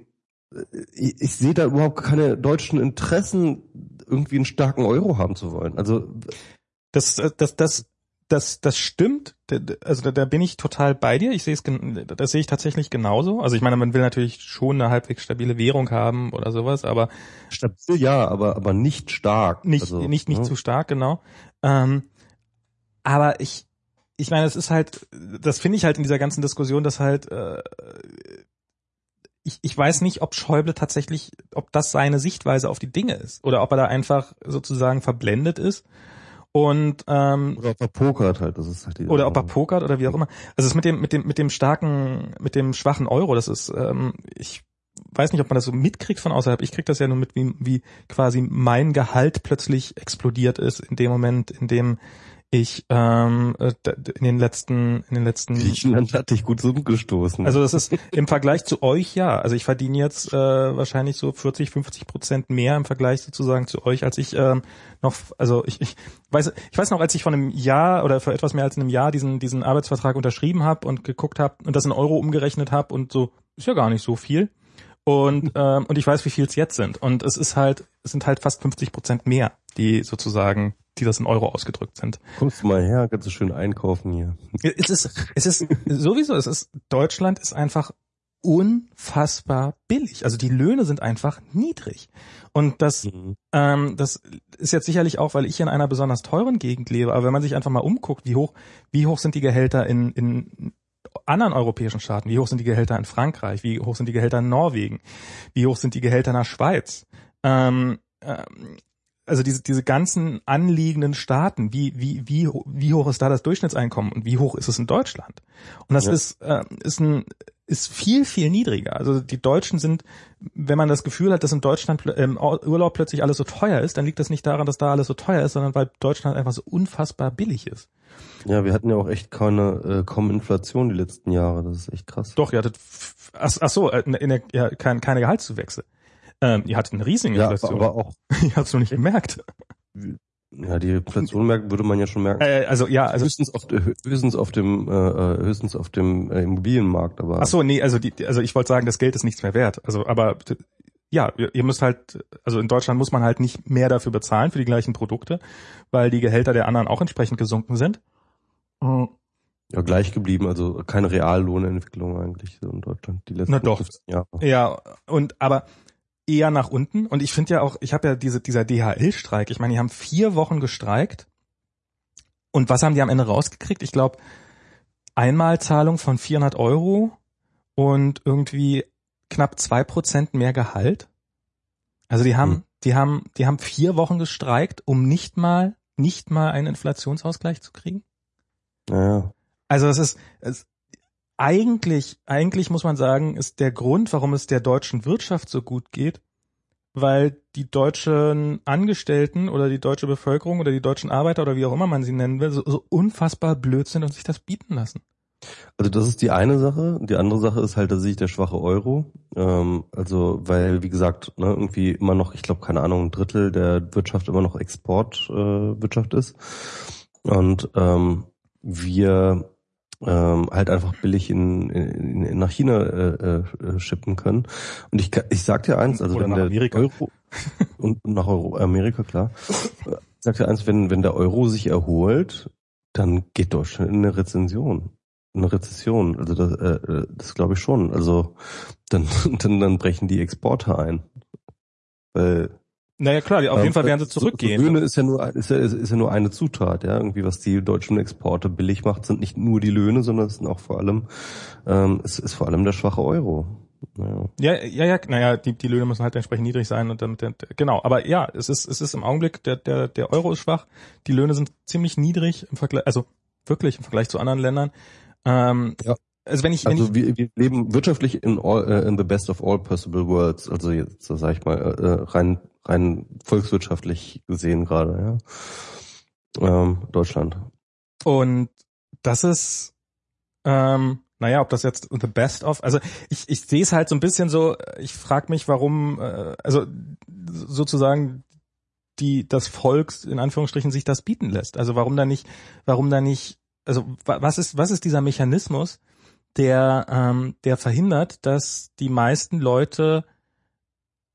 ich, ich sehe da überhaupt keine deutschen Interessen, irgendwie einen starken Euro haben zu wollen. Also das, das, das, das, das stimmt. Also da, da bin ich total bei dir. Ich sehe es, das sehe ich tatsächlich genauso. Also ich meine, man will natürlich schon eine halbwegs stabile Währung haben oder sowas, aber stabil ja, aber aber nicht stark. Nicht, also, nicht, nicht ne? zu stark, genau. Ähm, aber ich, ich meine, es ist halt, das finde ich halt in dieser ganzen Diskussion, dass halt äh, ich, ich weiß nicht, ob Schäuble tatsächlich, ob das seine Sichtweise auf die Dinge ist oder ob er da einfach sozusagen verblendet ist und ähm, oder ob er pokert halt, das ist halt die oder ob er pokert oder wie auch immer. Also es mit dem mit dem mit dem starken, mit dem schwachen Euro, das ist, ähm, ich weiß nicht, ob man das so mitkriegt von außerhalb. Ich krieg das ja nur mit, wie, wie quasi mein Gehalt plötzlich explodiert ist in dem Moment, in dem ich ähm, in den letzten in den letzten Griechenland hat dich gut umgestoßen. Also das ist im Vergleich zu euch, ja. Also ich verdiene jetzt äh, wahrscheinlich so vierzig, fünfzig Prozent mehr im Vergleich sozusagen zu euch, als ich ähm, noch, also ich, ich weiß ich weiß noch, als ich vor einem Jahr oder vor etwas mehr als einem Jahr diesen diesen Arbeitsvertrag unterschrieben habe und geguckt habe und das in Euro umgerechnet habe und so, ist ja gar nicht so viel. Und ähm, und ich weiß, wie viel es jetzt sind. Und es ist halt, es sind halt fast fünfzig Prozent mehr, die sozusagen, die das in Euro ausgedrückt sind. Kommst du mal her, kannst du schön einkaufen hier. Es ist, es ist sowieso, es ist, Deutschland ist einfach unfassbar billig. Also die Löhne sind einfach niedrig. Und das, mhm. ähm, das ist jetzt sicherlich auch, weil ich in einer besonders teuren Gegend lebe. Aber wenn man sich einfach mal umguckt, wie hoch, wie hoch sind die Gehälter in, in anderen europäischen Staaten, wie hoch sind die Gehälter in Frankreich, wie hoch sind die Gehälter in Norwegen, wie hoch sind die Gehälter in der Schweiz, ähm, ähm, also diese diese ganzen anliegenden Staaten, wie wie wie wie hoch ist da das Durchschnittseinkommen und wie hoch ist es in Deutschland? Und das ja. ist äh, ist ein ist viel viel niedriger. Also die Deutschen sind, wenn man das Gefühl hat, dass in Deutschland im Urlaub plötzlich alles so teuer ist, dann liegt das nicht daran, dass da alles so teuer ist, sondern weil Deutschland einfach so unfassbar billig ist. Ja, wir hatten ja auch echt keine äh, kaum Inflation die letzten Jahre. Das ist echt krass. Doch, ihr hattet ach, ach so, in, in der, ja, kein, keine Gehaltszuwächse. Ähm, ihr hattet eine riesige Inflation. Ja, aber auch. Ich hab's noch nicht gemerkt. Ja, die Inflation merken würde man ja schon merken. Äh, also ja, also höchstens auf höchstens auf dem äh, höchstens auf dem äh, Immobilienmarkt, aber. Ach so, nee, also die, also ich wollte sagen, das Geld ist nichts mehr wert. Also, aber ja, ihr müsst halt, also in Deutschland muss man halt nicht mehr dafür bezahlen für die gleichen Produkte, weil die Gehälter der anderen auch entsprechend gesunken sind. Mhm. Ja, gleich geblieben, also keine Reallohnentwicklung eigentlich so in Deutschland die letzten Na doch. Jahre. Ja, und aber eher nach unten. Und ich finde ja auch, ich habe ja diese dieser D H L-Streik, ich meine, die haben vier Wochen gestreikt. Und was haben die am Ende rausgekriegt? Ich glaube, Einmalzahlung von vierhundert Euro und irgendwie knapp zwei Prozent mehr Gehalt. Also die haben, hm. die haben, die haben vier Wochen gestreikt, um nicht mal, nicht mal einen Inflationsausgleich zu kriegen. Ja. Also es ist, es, eigentlich, eigentlich muss man sagen, ist der Grund, warum es der deutschen Wirtschaft so gut geht, weil die deutschen Angestellten oder die deutsche Bevölkerung oder die deutschen Arbeiter oder wie auch immer man sie nennen will, so, so unfassbar blöd sind und sich das bieten lassen. Also das ist die eine Sache. Die andere Sache ist halt tatsächlich der schwache Euro. Ähm, also weil, wie gesagt, ne, irgendwie immer noch, ich glaube, keine Ahnung, ein Drittel der Wirtschaft immer noch Exportwirtschaft äh, ist. Und ähm, wir ähm, halt einfach billig in, in, in nach China äh, äh, shippen können. Und ich ich sag dir eins, also Oder wenn nach der Amerika. Euro und nach Euro, Amerika, klar. Ich sag dir eins, wenn wenn der Euro sich erholt, dann geht Deutschland in eine Rezension. Eine Rezession, also das, äh, das glaube ich schon. Also dann, dann, dann brechen die Exporte ein. Weil, naja klar, auf jeden ähm, Fall werden sie zurückgehen. Löhne ist ja nur ist ja, ist ja nur eine Zutat, ja. Irgendwie, was die deutschen Exporte billig macht, sind nicht nur die Löhne, sondern es sind auch vor allem, ähm, es ist vor allem der schwache Euro. Naja. Ja, ja, ja, naja, die, die Löhne müssen halt entsprechend niedrig sein und damit, genau. Aber ja, es ist, es ist im Augenblick, der, der, der Euro ist schwach, die Löhne sind ziemlich niedrig im Vergleich, also wirklich im Vergleich zu anderen Ländern. Ähm, ja. Also wenn ich, wenn also ich, wir, wir leben wirtschaftlich in all, uh, in the best of all possible worlds. Also jetzt sage ich mal uh, rein rein volkswirtschaftlich gesehen gerade, ja. Ähm, Deutschland. Und das ist, ähm, naja, ob das jetzt the best of, also ich ich sehe es halt so ein bisschen so. Ich frage mich, warum, äh, also sozusagen die das Volk in Anführungsstrichen sich das bieten lässt. Also warum da nicht, warum da nicht Also was ist was ist dieser Mechanismus, der ähm, der verhindert, dass die meisten Leute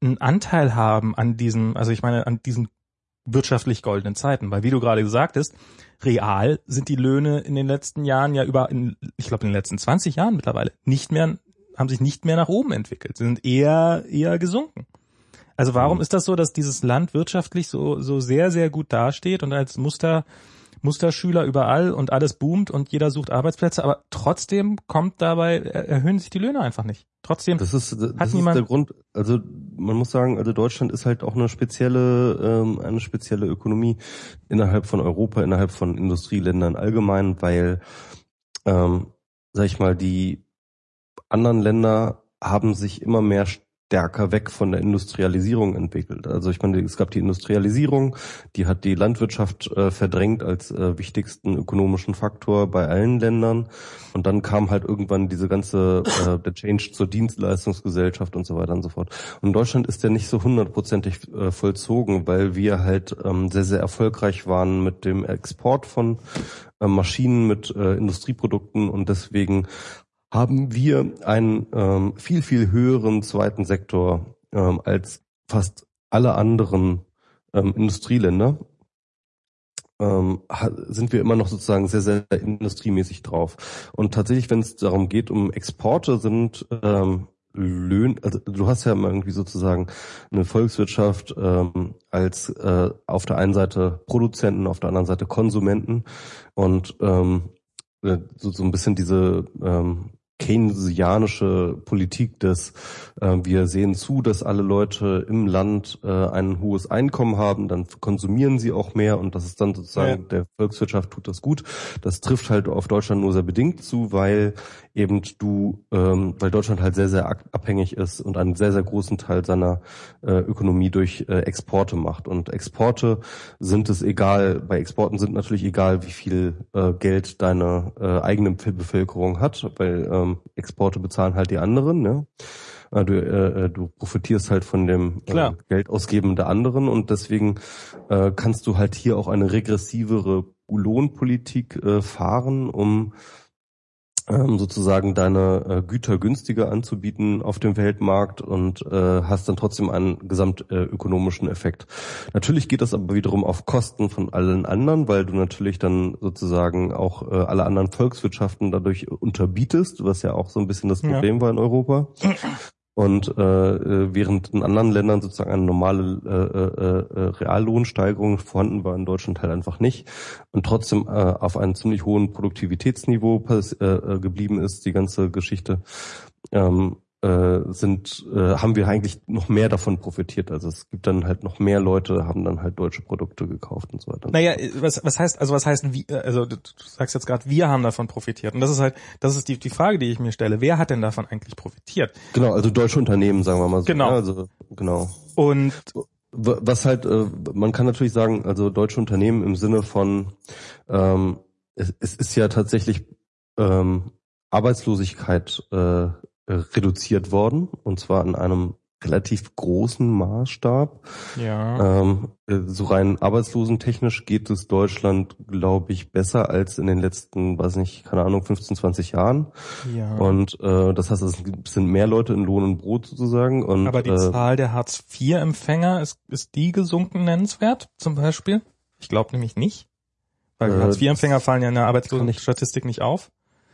einen Anteil haben an diesem, also ich meine, an diesen wirtschaftlich goldenen Zeiten, weil wie du gerade gesagt hast, real sind die Löhne in den letzten Jahren ja über, in, ich glaube in den letzten zwanzig Jahren mittlerweile nicht mehr, haben sich nicht mehr nach oben entwickelt, sind eher eher gesunken. Also warum ist das so, dass dieses Land wirtschaftlich so so sehr sehr gut dasteht und als Muster Musterschüler überall und alles boomt und jeder sucht Arbeitsplätze, aber trotzdem kommt dabei, erhöhen sich die Löhne einfach nicht. Trotzdem das ist, das hat ist niemand der Grund, also man muss sagen, also Deutschland ist halt auch eine spezielle, ähm, eine spezielle Ökonomie innerhalb von Europa, innerhalb von Industrieländern allgemein, weil, ähm, sag ich mal, die anderen Länder haben sich immer mehr stärker weg von der Industrialisierung entwickelt. Also ich meine, es gab die Industrialisierung, die hat die Landwirtschaft äh, verdrängt als äh, wichtigsten ökonomischen Faktor bei allen Ländern. Und dann kam halt irgendwann diese ganze, äh, der Change zur Dienstleistungsgesellschaft und so weiter und so fort. Und in Deutschland ist der nicht so hundertprozentig äh, vollzogen, weil wir halt ähm, sehr, sehr erfolgreich waren mit dem Export von äh, Maschinen, mit äh, Industrieprodukten und deswegen haben wir einen ähm, viel, viel höheren zweiten Sektor ähm, als fast alle anderen ähm, Industrieländer. Ähm, sind wir immer noch sozusagen sehr, sehr industriemäßig drauf. Und tatsächlich, wenn es darum geht, um Exporte, sind ähm, Löhne, also du hast ja immer irgendwie sozusagen eine Volkswirtschaft ähm, als äh, auf der einen Seite Produzenten, auf der anderen Seite Konsumenten und ähm, so, so ein bisschen diese ähm, keynesianische Politik des äh, wir sehen zu, dass alle Leute im Land äh, ein hohes Einkommen haben, dann konsumieren sie auch mehr und das ist dann sozusagen, ja. Der Volkswirtschaft tut das gut. Das trifft halt auf Deutschland nur sehr bedingt zu, weil eben du, ähm, weil Deutschland halt sehr, sehr abhängig ist und einen sehr, sehr großen Teil seiner äh, Ökonomie durch äh, Exporte macht. Und Exporte sind es egal, bei Exporten sind natürlich egal, wie viel äh, Geld deine äh, eigene Bevölkerung hat, weil ähm, Exporte bezahlen halt die anderen, ne? Du, äh, du profitierst halt von dem äh, Geldausgeben der anderen und deswegen äh, kannst du halt hier auch eine regressivere Lohnpolitik äh, fahren, um ähm, sozusagen deine äh, Güter günstiger anzubieten auf dem Weltmarkt und äh, hast dann trotzdem einen gesamtökonomischen äh, Effekt. Natürlich geht das aber wiederum auf Kosten von allen anderen, weil du natürlich dann sozusagen auch äh, alle anderen Volkswirtschaften dadurch unterbietest, was ja auch so ein bisschen das Problem ja. war in Europa. Und äh, während in anderen Ländern sozusagen eine normale äh, äh, Reallohnsteigerung vorhanden war, in Deutschland halt einfach nicht. Und trotzdem äh, auf einem ziemlich hohen Produktivitätsniveau pass, äh, geblieben ist, die ganze Geschichte, ähm, äh, sind äh, haben wir eigentlich noch mehr davon profitiert. Also es gibt dann halt noch mehr Leute, haben dann halt deutsche Produkte gekauft und so weiter. Naja, was, was heißt, also was heißt, wie, also du sagst jetzt gerade, wir haben davon profitiert. Und das ist halt, das ist die, die Frage, die ich mir stelle. Wer hat denn davon eigentlich profitiert? Genau, also deutsche Unternehmen, sagen wir mal so. Genau. Ja, also, genau. Und was halt, äh, man kann natürlich sagen, also deutsche Unternehmen im Sinne von, ähm, es, es ist ja tatsächlich ähm, Arbeitslosigkeit äh, reduziert worden, und zwar in einem relativ großen Maßstab. Ja. Ähm, so rein arbeitslosentechnisch geht es Deutschland, glaube ich, besser als in den letzten, weiß nicht, keine Ahnung, fünfzehn, zwanzig Jahren. Ja. Und äh, das heißt, es sind mehr Leute in Lohn und Brot sozusagen. Und, aber die äh, Zahl der Hartz vier Empfänger, ist, ist die gesunken nennenswert zum Beispiel? Ich glaube nämlich nicht. Weil äh, Hartz vier Empfänger fallen ja in der Arbeitslosenstatistik nicht auf.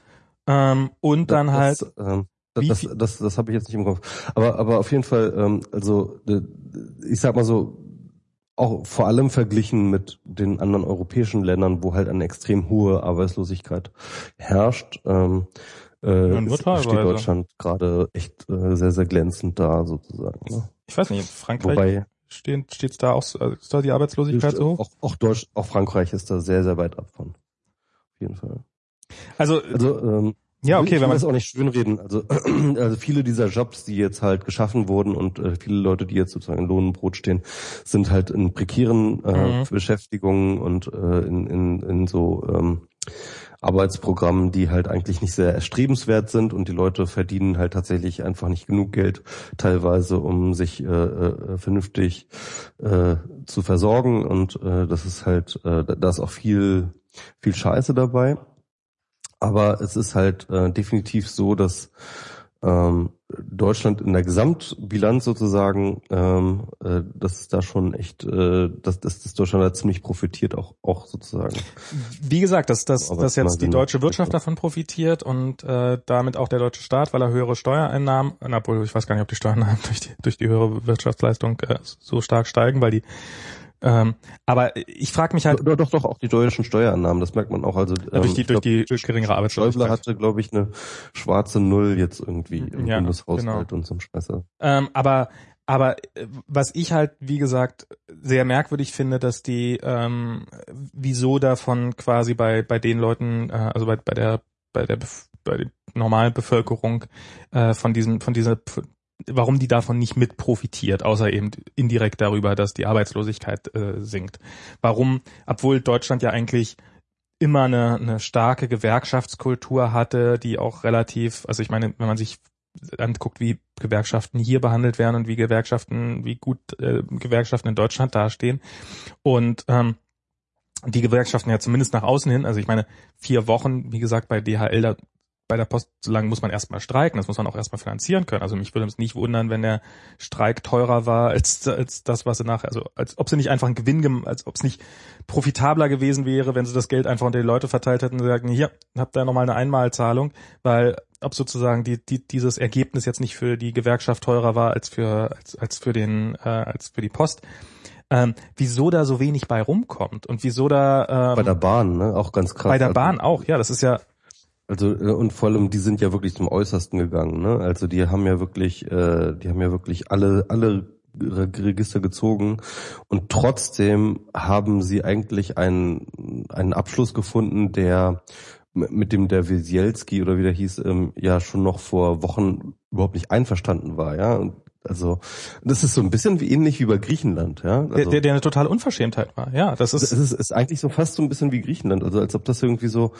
Ähm, und dann das, halt... Ähm, Das, das, das, das habe ich jetzt nicht im Kopf. Aber, aber auf jeden Fall, ähm, also ich sag mal so, auch vor allem verglichen mit den anderen europäischen Ländern, wo halt eine extrem hohe Arbeitslosigkeit herrscht, ähm, äh, ist, steht Deutschland gerade echt äh, sehr, sehr glänzend da sozusagen. Ne? Ich weiß nicht, Frankreich Wobei, steht steht's da auch, ist da die Arbeitslosigkeit so hoch? Auch, auch Deutsch, auch Frankreich ist da sehr, sehr weit ab von. Auf jeden Fall. Also, also ähm, ja, okay, ich will wenn man das auch nicht schönreden. Also, also viele dieser Jobs, die jetzt halt geschaffen wurden und äh, viele Leute, die jetzt sozusagen in Lohn und Brot stehen, sind halt in prekären äh, mhm. Beschäftigungen und äh, in, in, in so ähm, Arbeitsprogrammen, die halt eigentlich nicht sehr erstrebenswert sind, und die Leute verdienen halt tatsächlich einfach nicht genug Geld teilweise, um sich äh, äh, vernünftig äh, zu versorgen, und äh, das ist halt, äh, da ist auch viel viel Scheiße dabei. Aber es ist halt äh, definitiv so, dass ähm, Deutschland in der Gesamtbilanz sozusagen, ähm, äh, das ist da schon echt, äh, dass das, das Deutschland da ziemlich profitiert, auch auch sozusagen. Wie gesagt, dass, dass, Aber dass jetzt die deutsche Wirtschaft genau. davon profitiert und äh, damit auch der deutsche Staat, weil er höhere Steuereinnahmen, obwohl ich weiß gar nicht, ob die Steuereinnahmen durch die, durch die höhere Wirtschaftsleistung äh, so stark steigen, weil die Ähm, aber ich frage mich halt... Doch, doch, doch, auch die deutschen Steuereinnahmen, das merkt man auch. Also ja, durch die, ähm, durch glaub, die geringere Arbeitslosigkeit. Schäuble hatte, glaube ich, eine schwarze Null jetzt irgendwie im ja, Bundeshaushalt genau. und so ein Scheiße. Ähm, aber aber was ich halt, wie gesagt, sehr merkwürdig finde, dass die, ähm, wieso davon quasi bei bei den Leuten, äh, also bei bei der bei der bei der normalen Bevölkerung äh, von diesem von dieser warum die davon nicht mit profitiert, außer eben indirekt darüber, dass die Arbeitslosigkeit äh, sinkt. Warum, obwohl Deutschland ja eigentlich immer eine, eine starke Gewerkschaftskultur hatte, die auch relativ, also ich meine, wenn man sich anguckt, wie Gewerkschaften hier behandelt werden und wie Gewerkschaften, wie gut äh, Gewerkschaften in Deutschland dastehen und ähm, die Gewerkschaften ja zumindest nach außen hin, also ich meine, vier Wochen, wie gesagt, bei D H L, da bei der Post, so lange muss man erstmal streiken, das muss man auch erstmal finanzieren können. Also mich würde es nicht wundern, wenn der Streik teurer war als als das, was sie nachher, also als ob sie nicht einfach einen Gewinn, als ob es nicht profitabler gewesen wäre, wenn sie das Geld einfach unter die Leute verteilt hätten und sagen, hier, habt ihr nochmal eine Einmalzahlung, weil ob sozusagen die, die dieses Ergebnis jetzt nicht für die Gewerkschaft teurer war als für als als für den äh, als für die Post. Ähm, wieso da so wenig bei rumkommt und wieso da ähm, bei der Bahn, ne, auch ganz krass. Bei der also, Bahn auch, ja, das ist ja Also und vor allem, die sind ja wirklich zum Äußersten gegangen, ne? Also die haben ja wirklich, äh, die haben ja wirklich alle alle Register gezogen und trotzdem haben sie eigentlich einen einen Abschluss gefunden, der mit dem der Wisielski oder wie der hieß, ähm, ja schon noch vor Wochen überhaupt nicht einverstanden war, ja. Und also das ist so ein bisschen wie ähnlich wie bei Griechenland, ja. Also, der, der, der eine totale Unverschämtheit war, ja. Das ist es ist, ist eigentlich so fast so ein bisschen wie Griechenland, also als ob das irgendwie so.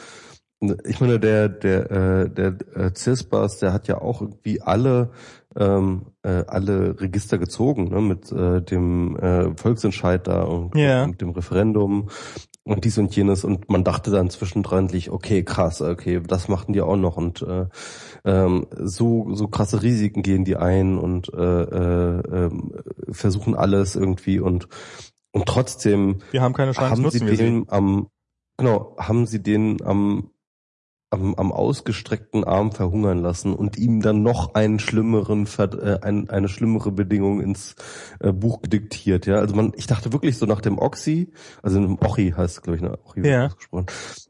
Ich meine, der der äh, der äh, Cisbas, der hat ja auch irgendwie alle ähm, äh, alle Register gezogen, ne, mit äh, dem äh, Volksentscheid da und yeah. mit dem Referendum und dies und jenes und man dachte dann zwischendrin, okay, krass, okay, das machten die auch noch und äh, ähm, so so krasse Risiken gehen die ein und äh, äh, versuchen alles irgendwie und und trotzdem wir haben keine Chance, haben nutzen sie wir den sie. am genau haben sie den am Am, am ausgestreckten Arm verhungern lassen und ihm dann noch einen schlimmeren, äh, ein, eine schlimmere Bedingung ins äh, Buch diktiert, ja. Also man, ich dachte wirklich so nach dem Oxy, also im Ochi heißt, glaube ich, ne, Ochi ja. ausgesprochen,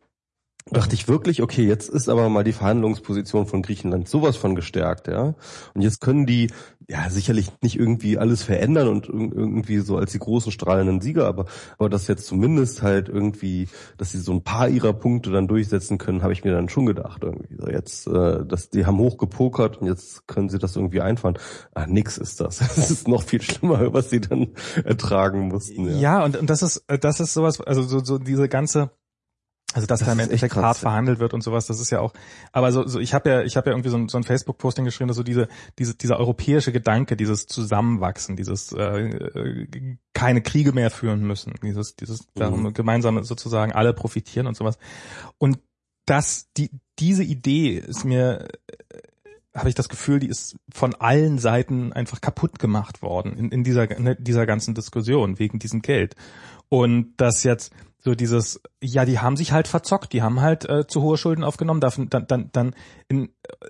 dachte ich wirklich, okay, jetzt ist aber mal die Verhandlungsposition von Griechenland sowas von gestärkt, ja. Und jetzt können die ja sicherlich nicht irgendwie alles verändern und irgendwie so als die großen strahlenden Sieger, aber aber dass jetzt zumindest halt irgendwie, dass sie so ein paar ihrer Punkte dann durchsetzen können, habe ich mir dann schon gedacht irgendwie. So jetzt, äh, dass die haben hochgepokert und jetzt können sie das irgendwie einfahren. Ah, nix ist das. Das ist noch viel schlimmer, was sie dann ertragen mussten. Ja, ja und, und das ist das ist sowas, also so, so diese ganze Also dass das da im Endeffekt hart verhandelt wird und sowas, das ist ja auch. Aber so, so ich habe ja, ich habe ja irgendwie so ein, so ein Facebook-Posting geschrieben, dass so diese, diese, dieser europäische Gedanke, dieses Zusammenwachsen, dieses äh, keine Kriege mehr führen müssen, dieses, dieses darum mhm. gemeinsam sozusagen alle profitieren und sowas. Und das, die, diese Idee ist mir, habe ich das Gefühl, die ist von allen Seiten einfach kaputt gemacht worden in, in dieser, in dieser ganzen Diskussion wegen diesem Geld. Und das jetzt so dieses, ja, die haben sich halt verzockt, die haben halt äh, zu hohe Schulden aufgenommen, dann, dann, dann, dann in,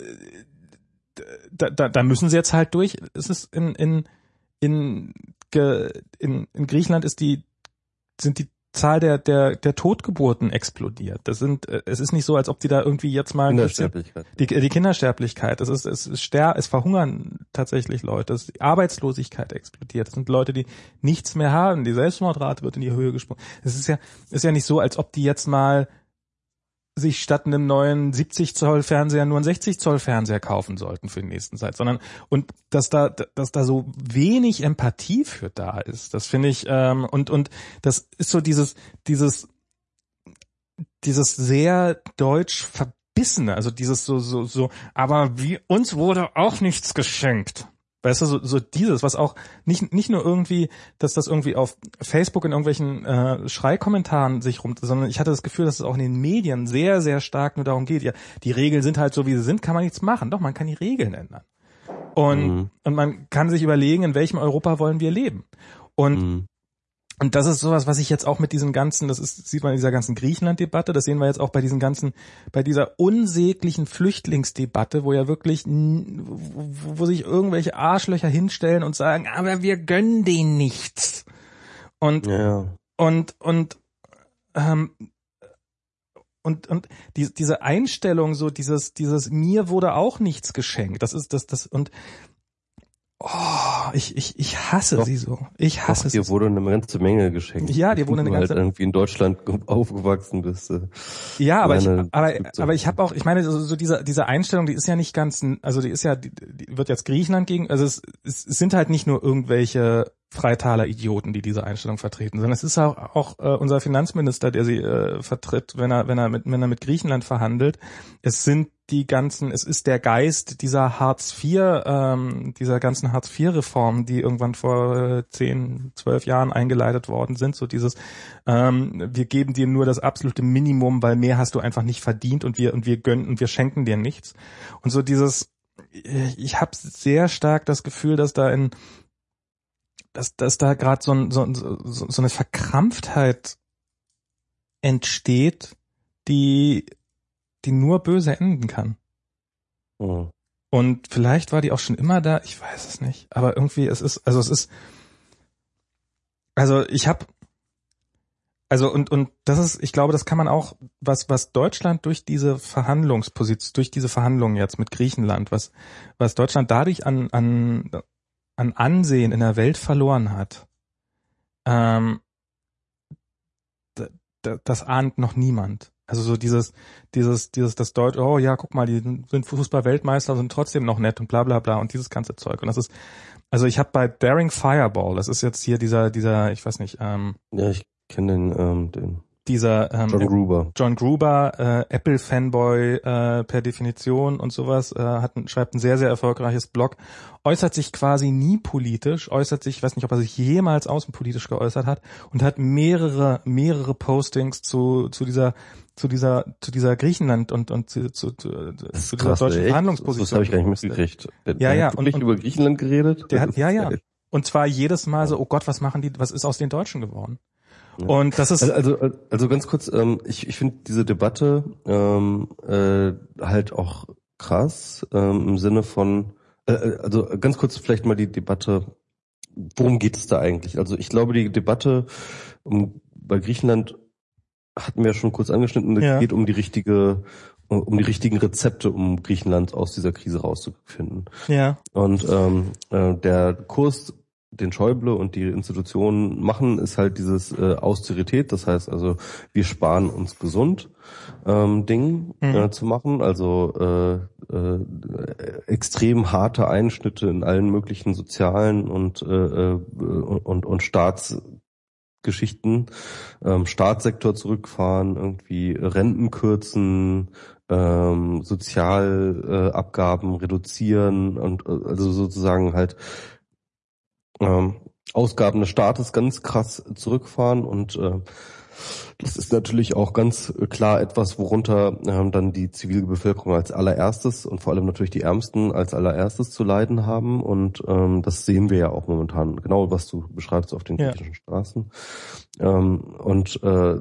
äh, da, da, da müssen sie jetzt halt durch. Es ist in, in, in, in, in Griechenland ist die, sind die Zahl der, der, der Totgeburten explodiert. Das sind, es ist nicht so, als ob die da irgendwie jetzt mal Kindersterblichkeit. Die, die Kindersterblichkeit. Es ist, es ist ster, es verhungern tatsächlich Leute. Es, die Arbeitslosigkeit explodiert. Es sind Leute, die nichts mehr haben. Die Selbstmordrate wird in die Höhe gesprungen. Es ist ja, ist ja nicht so, als ob die jetzt mal sich statt einem neuen siebzig Zoll Fernseher nur einen sechzig Zoll Fernseher kaufen sollten für die nächsten Zeit, sondern und dass da dass da so wenig Empathie für da ist, das finde ich ähm, und und das ist so dieses dieses dieses sehr deutsch verbissene, also dieses so so so, aber wie uns wurde auch nichts geschenkt. Weißt du, so, so dieses, was auch nicht nicht nur irgendwie, dass das irgendwie auf Facebook in irgendwelchen äh, Schreikommentaren sich rum, sondern ich hatte das Gefühl, dass es auch in den Medien sehr, sehr stark nur darum geht, ja, die Regeln sind halt so, wie sie sind, kann man nichts machen. Doch, man kann die Regeln ändern. Und, mhm. und man kann sich überlegen, in welchem Europa wollen wir leben. Und mhm. Und das ist sowas, was ich jetzt auch mit diesen ganzen, das ist, sieht man in dieser ganzen Griechenland-Debatte, das sehen wir jetzt auch bei diesen ganzen, bei dieser unsäglichen Flüchtlingsdebatte, wo ja wirklich, wo, wo sich irgendwelche Arschlöcher hinstellen und sagen, aber wir gönnen denen nichts. Und, ja. und, und, ähm, und, und die, diese Einstellung, so dieses, dieses, mir wurde auch nichts geschenkt, das ist das, das, und, oh, ich, ich, ich hasse doch, sie so. Ich hasse doch, sie. Dir wurde eine ganze Menge geschenkt. Ja, dir wurde eine ganze Menge. Weil du halt irgendwie in Deutschland aufgewachsen bist. Ja, aber ich, aber, aber ich habe auch, ich meine, so, so diese, diese Einstellung, die ist ja nicht ganz, also die ist ja, die, die wird jetzt Griechenland gegen, also es, es sind halt nicht nur irgendwelche Freitaler Idioten, die diese Einstellung vertreten, sondern es ist auch, auch äh, unser Finanzminister, der sie äh, vertritt, wenn er, wenn er mit, wenn er mit Griechenland verhandelt. Es sind die ganzen, es ist der Geist dieser Hartz vier, ähm, dieser ganzen Hartz vier Reformen, die irgendwann vor äh, zehn, zwölf Jahren eingeleitet worden sind. So dieses, ähm, wir geben dir nur das absolute Minimum, weil mehr hast du einfach nicht verdient und wir und wir gönnen und wir schenken dir nichts. Und so dieses, ich habe sehr stark das Gefühl, dass da in, dass, dass da gerade so, ein, so, so, so eine Verkrampftheit entsteht, die die nur böse enden kann. Mhm. Und vielleicht war die auch schon immer da, ich weiß es nicht. Aber irgendwie, es ist, also es ist, also ich habe, also und und das ist, ich glaube, das kann man auch, was was Deutschland durch diese Verhandlungsposition, durch diese Verhandlungen jetzt mit Griechenland, was was Deutschland dadurch an an an Ansehen in der Welt verloren hat, ähm, d- d- das ahnt noch niemand. Also so dieses, dieses, dieses, das Deutsch, oh ja, guck mal, die sind Fußball-Weltmeister, sind trotzdem noch nett und bla bla bla und dieses ganze Zeug. Und das ist, also ich habe bei Daring Fireball, das ist jetzt hier dieser, dieser, ich weiß nicht, ähm, ja, ich kenne den, ähm, den. Dieser ähm, John Gruber. John Gruber, äh, Apple-Fanboy äh, per Definition und sowas, äh, hat ein, schreibt ein sehr, sehr erfolgreiches Blog, äußert sich quasi nie politisch, äußert sich, ich weiß nicht, ob er sich jemals außenpolitisch geäußert hat und hat mehrere, mehrere Postings zu zu dieser zu dieser zu dieser Griechenland und und zu, zu, zu, zu dieser krass, deutschen ey. Verhandlungsposition. Das habe ich gar nicht mitgekriegt. Der, ja, der ja, hat wirklich und, über Griechenland geredet. Der hat, ja, ja. Und zwar jedes Mal so, oh Gott, was machen die, was ist aus den Deutschen geworden? Ja. Und das ist also also, also ganz kurz, ähm, ich ich finde diese Debatte ähm, äh, halt auch krass ähm, im Sinne von, äh, also ganz kurz vielleicht mal die Debatte, worum geht es da eigentlich? Also ich glaube, die Debatte um, bei Griechenland hatten wir ja schon kurz angeschnitten, es ja. geht um die richtige, um die richtigen Rezepte, um Griechenland aus dieser Krise rauszufinden. Ja. Und ähm, äh, der Kurs, den Schäuble und die Institutionen machen, ist halt dieses äh, Austerität, das heißt also, wir sparen uns gesund ähm, Ding mhm. äh, zu machen, also äh, äh, extrem harte Einschnitte in allen möglichen sozialen und äh, und und Staatsgeschichten, ähm, Staatssektor zurückfahren, irgendwie Renten kürzen, ähm, Sozialabgaben äh, reduzieren und äh, also sozusagen halt Ähm, Ausgaben des Staates ganz krass zurückfahren und äh, das ist natürlich auch ganz klar etwas, worunter ähm, dann die zivile Bevölkerung als allererstes und vor allem natürlich die Ärmsten als allererstes zu leiden haben und ähm, das sehen wir ja auch momentan, genau was du beschreibst auf den griechischen ja. Straßen ähm, und äh,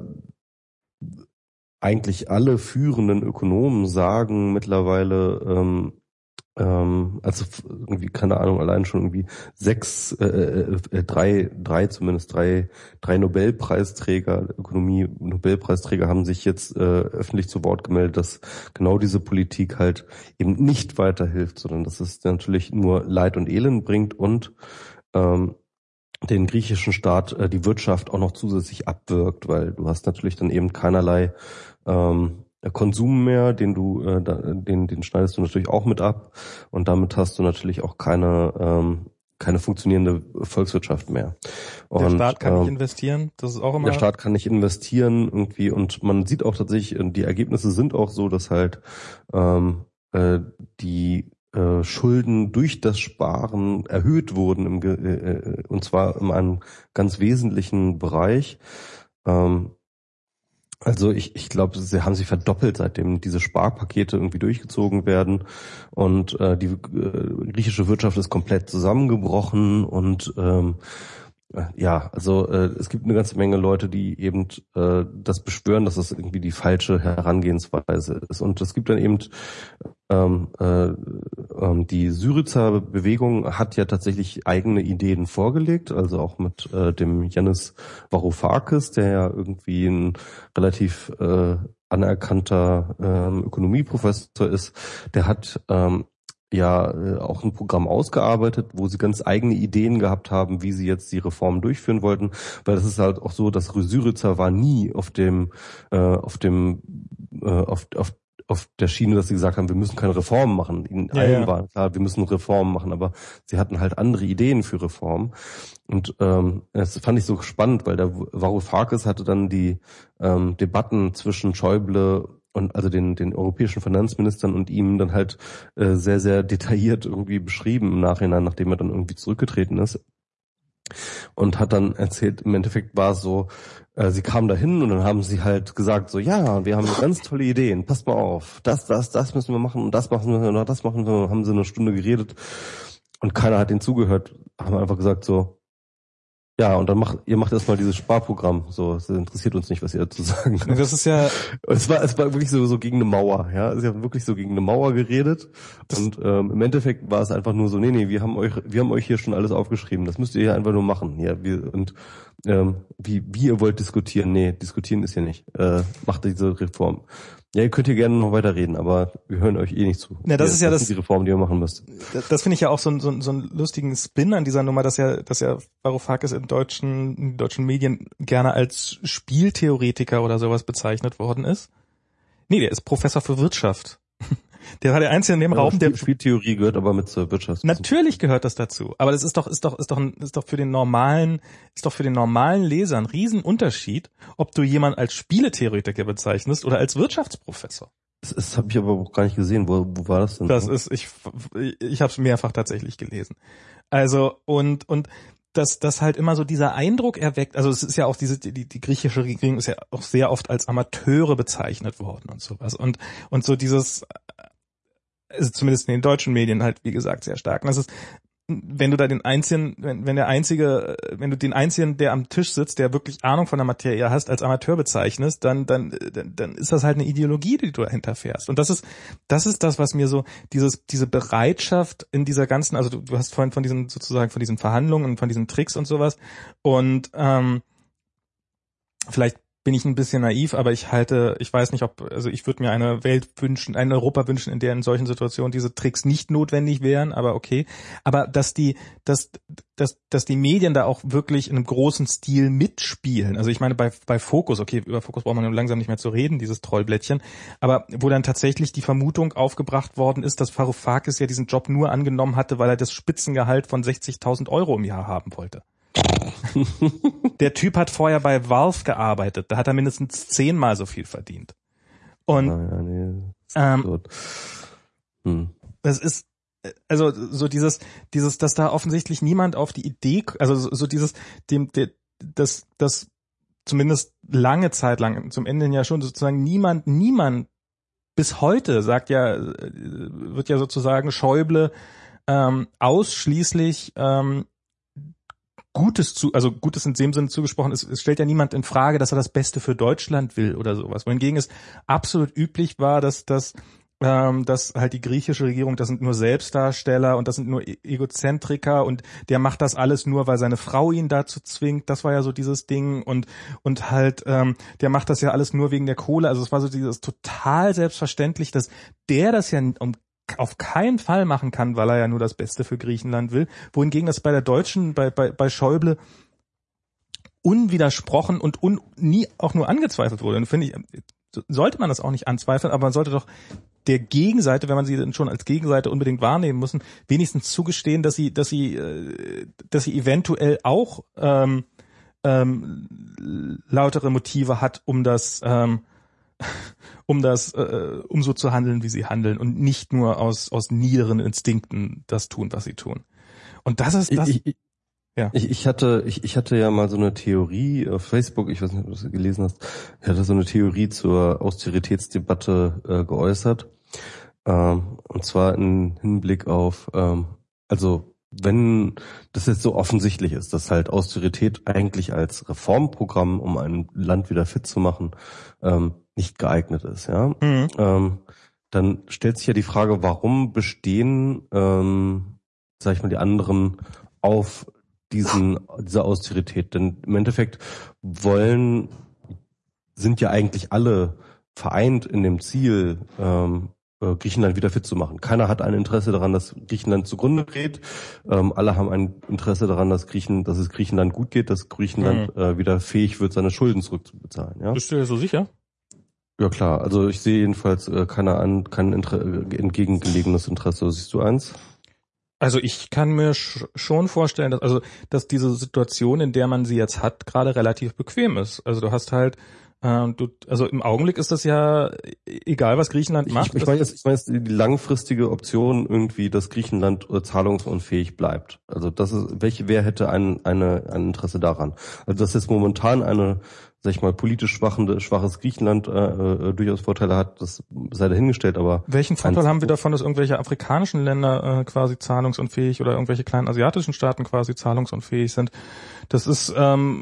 eigentlich alle führenden Ökonomen sagen mittlerweile, ähm, ähm, also irgendwie, keine Ahnung, allein schon irgendwie sechs, äh, äh, drei, drei zumindest, drei, drei Nobelpreisträger, Ökonomie-Nobelpreisträger haben sich jetzt äh, öffentlich zu Wort gemeldet, dass genau diese Politik halt eben nicht weiterhilft, sondern dass es natürlich nur Leid und Elend bringt und ähm, den griechischen Staat äh, die Wirtschaft auch noch zusätzlich abwirkt, weil du hast natürlich dann eben keinerlei ähm, Konsum mehr, den du, äh, den, den schneidest du natürlich auch mit ab und damit hast du natürlich auch keine, ähm, keine funktionierende Volkswirtschaft mehr. Und, der Staat kann ähm, nicht investieren, das ist auch immer. Der Staat kann nicht investieren irgendwie und man sieht auch tatsächlich, die Ergebnisse sind auch so, dass halt ähm, äh, die äh, Schulden durch das Sparen erhöht wurden, im, äh, und zwar in einem ganz wesentlichen Bereich. Ähm, Also ich, ich glaube, sie haben sich verdoppelt, seitdem diese Sparpakete irgendwie durchgezogen werden, und äh, die äh, griechische Wirtschaft ist komplett zusammengebrochen, und ähm, ja, also äh, es gibt eine ganze Menge Leute, die eben äh, das beschwören, dass das irgendwie die falsche Herangehensweise ist. Und es gibt dann eben ähm, äh, ähm, die Syriza Bewegung hat ja tatsächlich eigene Ideen vorgelegt, also auch mit äh, dem Yannis Varoufakis, der ja irgendwie ein relativ äh, anerkannter ähm, Ökonomieprofessor ist. Der hat ähm, ja äh, auch ein Programm ausgearbeitet, wo sie ganz eigene Ideen gehabt haben, wie sie jetzt die Reformen durchführen wollten, weil das ist halt auch so, dass Syriza war nie auf dem äh, auf dem äh, auf, auf auf der Schiene, dass sie gesagt haben, wir müssen keine Reformen machen. Ihnen Ja, allen ja. war klar, wir müssen Reformen machen, aber sie hatten halt andere Ideen für Reformen. Und ähm, das fand ich so spannend, weil der Varoufakis hatte dann die ähm, Debatten zwischen Schäuble und also den den europäischen Finanzministern und ihm dann halt äh, sehr, sehr detailliert irgendwie beschrieben im Nachhinein, nachdem er dann irgendwie zurückgetreten ist. Und hat dann erzählt, im Endeffekt war es so, äh, sie kamen dahin und dann haben sie halt gesagt, so, ja, wir haben ganz tolle Ideen, passt mal auf, das, das, das müssen wir machen und das machen wir noch, das machen wir, haben sie eine Stunde geredet und keiner hat ihnen zugehört, haben einfach gesagt so, ja, und dann macht, ihr macht erstmal dieses Sparprogramm, so, es interessiert uns nicht, was ihr dazu sagen könnt. Das ist ja, Es war, es war wirklich so, so gegen eine Mauer, ja. Sie haben wirklich so gegen eine Mauer geredet. Und ähm, im Endeffekt war es einfach nur so, nee, nee, wir haben euch, wir haben euch hier schon alles aufgeschrieben. Das müsst ihr hier einfach nur machen. Ja, wir, und ähm, wie, wie ihr wollt diskutieren, nee, diskutieren ist ja nicht. Äh, macht diese Reform. Ja, ihr könnt hier gerne noch weiterreden, aber wir hören euch eh nicht zu. Ja, das ja, ist ja das das, sind die Reformen, die ihr machen müsst. Das, das finde ich ja auch so, so, so einen lustigen Spin an dieser Nummer, dass ja, dass ja Varoufakis in deutschen, in deutschen Medien gerne als Spieltheoretiker oder sowas bezeichnet worden ist. Nee, der ist Professor für Wirtschaft. Der war der Einzige in dem Ja, Raum, Spiel, der Spieltheorie gehört aber mit zur Wirtschaft. Natürlich gehört das dazu, aber das ist doch ist doch ist doch ein, ist doch für den normalen ist doch für den normalen Leser ein Riesenunterschied, ob du jemanden als Spieletheoretiker bezeichnest oder als Wirtschaftsprofessor. Das, das habe ich aber auch gar nicht gesehen. Wo, wo war das denn? Das ist ich ich habe es mehrfach tatsächlich gelesen. Also und und dass das halt immer so dieser Eindruck erweckt, also es ist ja auch diese, die, die griechische Regierung ist ja auch sehr oft als Amateure bezeichnet worden und sowas. Und, und so dieses, also zumindest in den deutschen Medien halt, wie gesagt, sehr stark. Und das ist, wenn du da den einzigen, wenn, wenn der einzige, wenn du den einzigen, der am Tisch sitzt, der wirklich Ahnung von der Materie hast, als Amateur bezeichnest, dann, dann, dann, dann ist das halt eine Ideologie, die du dahinter fährst. Und das ist, das ist das, was mir so, dieses, diese Bereitschaft in dieser ganzen, also du, du hast vorhin von diesen, sozusagen von diesen Verhandlungen und von diesen Tricks und sowas. Und, ähm, vielleicht bin ich ein bisschen naiv, aber ich halte, ich weiß nicht, ob, also ich würde mir eine Welt wünschen, ein Europa wünschen, in der in solchen Situationen diese Tricks nicht notwendig wären, aber okay. Aber dass die, dass, dass, dass die Medien da auch wirklich in einem großen Stil mitspielen. Also ich meine, bei, bei Focus, okay, über Focus braucht man langsam nicht mehr zu reden, dieses Trollblättchen, aber wo dann tatsächlich die Vermutung aufgebracht worden ist, dass Varoufakis ja diesen Job nur angenommen hatte, weil er das Spitzengehalt von sechzigtausend Euro im Jahr haben wollte. Der Typ hat vorher bei Valve gearbeitet, da hat er mindestens zehnmal so viel verdient. Und ah, ja, nee, ähm, hm. das ist also so dieses dieses, dass da offensichtlich niemand auf die Idee, also so, so dieses dem der, das das zumindest lange Zeit lang zum Ende ja schon sozusagen niemand niemand bis heute sagt ja wird ja sozusagen Schäuble ähm, ausschließlich ähm, Gutes zu, also Gutes in dem Sinne zugesprochen ist, es stellt ja niemand in Frage, dass er das Beste für Deutschland will oder sowas. Wohingegen es absolut üblich war, dass das ähm, dass halt die griechische Regierung, das sind nur Selbstdarsteller und das sind nur Egozentriker und der macht das alles nur, weil seine Frau ihn dazu zwingt. Das war ja so dieses Ding und und halt ähm, der macht das ja alles nur wegen der Kohle. Also es war so dieses total selbstverständlich, dass der das ja um auf keinen Fall machen kann, weil er ja nur das Beste für Griechenland will. Wohingegen das bei der Deutschen, bei, bei, bei Schäuble unwidersprochen und un, nie auch nur angezweifelt wurde. Und finde ich, sollte man das auch nicht anzweifeln, aber man sollte doch der Gegenseite, wenn man sie denn schon als Gegenseite unbedingt wahrnehmen müssen, wenigstens zugestehen, dass sie, dass sie, dass sie eventuell auch ähm, ähm, lautere Motive hat, um das ähm, um das, äh, um so zu handeln, wie sie handeln und nicht nur aus aus niederen Instinkten das tun, was sie tun. Und das ist das. Ich, ich, ja. ich, ich hatte ich, ich hatte ja mal so eine Theorie auf Facebook, ich weiß nicht, ob du das gelesen hast, ich hatte so eine Theorie zur Austeritätsdebatte äh, geäußert. Ähm, und zwar im Hinblick auf, ähm, also wenn das jetzt so offensichtlich ist, dass halt Austerität eigentlich als Reformprogramm, um ein Land wieder fit zu machen, ähm, nicht geeignet ist, ja, mhm. ähm, dann stellt sich ja die Frage, warum bestehen, ähm, sag ich mal, die anderen auf diesen dieser Austerität? Denn im Endeffekt wollen, sind ja eigentlich alle vereint in dem Ziel, ähm, Griechenland wieder fit zu machen. Keiner hat ein Interesse daran, dass Griechenland zugrunde geht. Ähm, alle haben ein Interesse daran, dass Griechen, dass es Griechenland gut geht, dass Griechenland mhm. äh, wieder fähig wird, seine Schulden zurückzubezahlen. Ja? Bist du dir so sicher? Ja klar. Also ich sehe jedenfalls äh, keine an, kein Inter- entgegengelegenes Interesse. Siehst du eins? Also ich kann mir sch- schon vorstellen, dass also dass diese Situation, in der man sie jetzt hat, gerade relativ bequem ist. Also du hast halt Ähm, du, also im Augenblick ist das ja egal, was Griechenland macht. Ich, ich meine jetzt, ich meine jetzt die langfristige Option irgendwie, dass Griechenland zahlungsunfähig bleibt. Also das ist, welche, wer hätte ein, eine, ein Interesse daran? Also dass jetzt momentan eine, sag ich mal, politisch schwachende, schwaches Griechenland äh, äh, durchaus Vorteile hat, das sei dahingestellt, aber... Welchen Vorteil haben wir davon, dass irgendwelche afrikanischen Länder äh, quasi zahlungsunfähig oder irgendwelche kleinen asiatischen Staaten quasi zahlungsunfähig sind? Das ist... Ähm,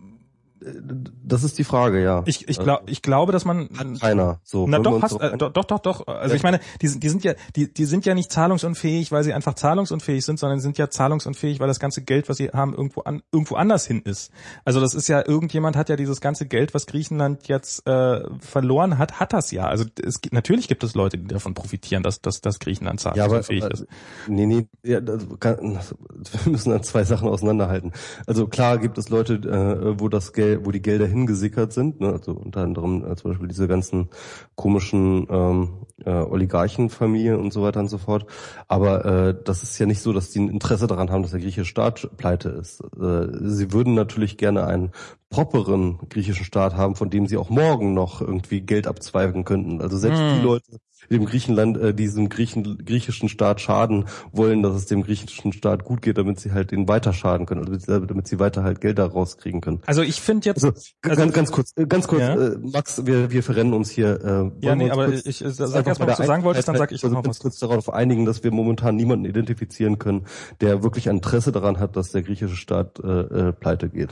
Das ist die Frage, ja. Ich, ich, glaub, ich glaube, dass man hat keiner so. Na doch, hast, äh, doch, doch, doch. Also ja. Ich meine, die, die sind ja, die, die sind ja nicht zahlungsunfähig, weil sie einfach zahlungsunfähig sind, sondern sind ja zahlungsunfähig, weil das ganze Geld, was sie haben, irgendwo an, irgendwo anders hin ist. Also das ist ja, irgendjemand hat ja dieses ganze Geld, was Griechenland jetzt äh, verloren hat, hat das ja. Also es gibt, natürlich gibt es Leute, die davon profitieren, dass, dass, dass Griechenland zahlungsunfähig ja, aber, ist. Nee, nee, ja, das kann, wir müssen dann zwei Sachen auseinanderhalten. Also klar gibt es Leute, äh, wo das Geld, wo die Gelder hingesickert sind, ne? Also unter anderem äh, zum Beispiel diese ganzen komischen ähm, äh, Oligarchenfamilien und so weiter und so fort. Aber äh, das ist ja nicht so, dass die ein Interesse daran haben, dass der griechische Staat pleite ist. Äh, sie würden natürlich gerne einen properen griechischen Staat haben, von dem sie auch morgen noch irgendwie Geld abzweigen könnten. Also selbst hm. die Leute, die dem Griechenland, äh, diesem Griechen, griechischen Staat schaden, wollen, dass es dem griechischen Staat gut geht, damit sie halt den weiter schaden können, also damit sie weiter halt Geld da rauskriegen können. Also ich finde jetzt... Also, also, ganz, ganz kurz, ganz kurz, ja? äh, Max, wir, wir verrennen uns hier. Äh, ja, nee, aber kurz, ich, ich sag erst mal, was du sagen wolltest, dann sag ich also noch ganz was. kurz darauf einigen, dass wir momentan niemanden identifizieren können, der wirklich ein Interesse daran hat, dass der griechische Staat äh, äh, pleite geht.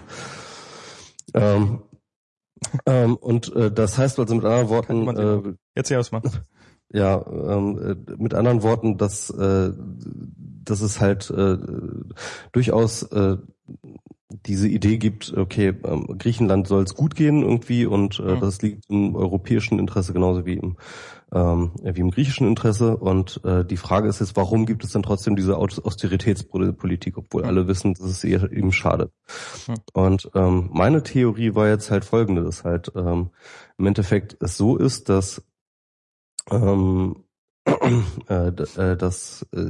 Ähm, ähm, und äh, das heißt also mit anderen Worten, äh, jetzt hier ausmachen. Ja, ähm, äh, mit anderen Worten, dass äh, dass es halt äh, durchaus äh, diese Idee gibt, okay, ähm, Griechenland soll es gut gehen irgendwie und äh, mhm. das liegt im europäischen Interesse genauso wie im ähm, wie im griechischen Interesse. Und äh, die Frage ist jetzt, warum gibt es dann trotzdem diese Austeritätspolitik, obwohl mhm. alle wissen, dass es eher ihm schadet. Mhm. Und ähm, meine Theorie war jetzt halt folgende, dass halt ähm, im Endeffekt es so ist, dass ähm, äh, äh, dass äh,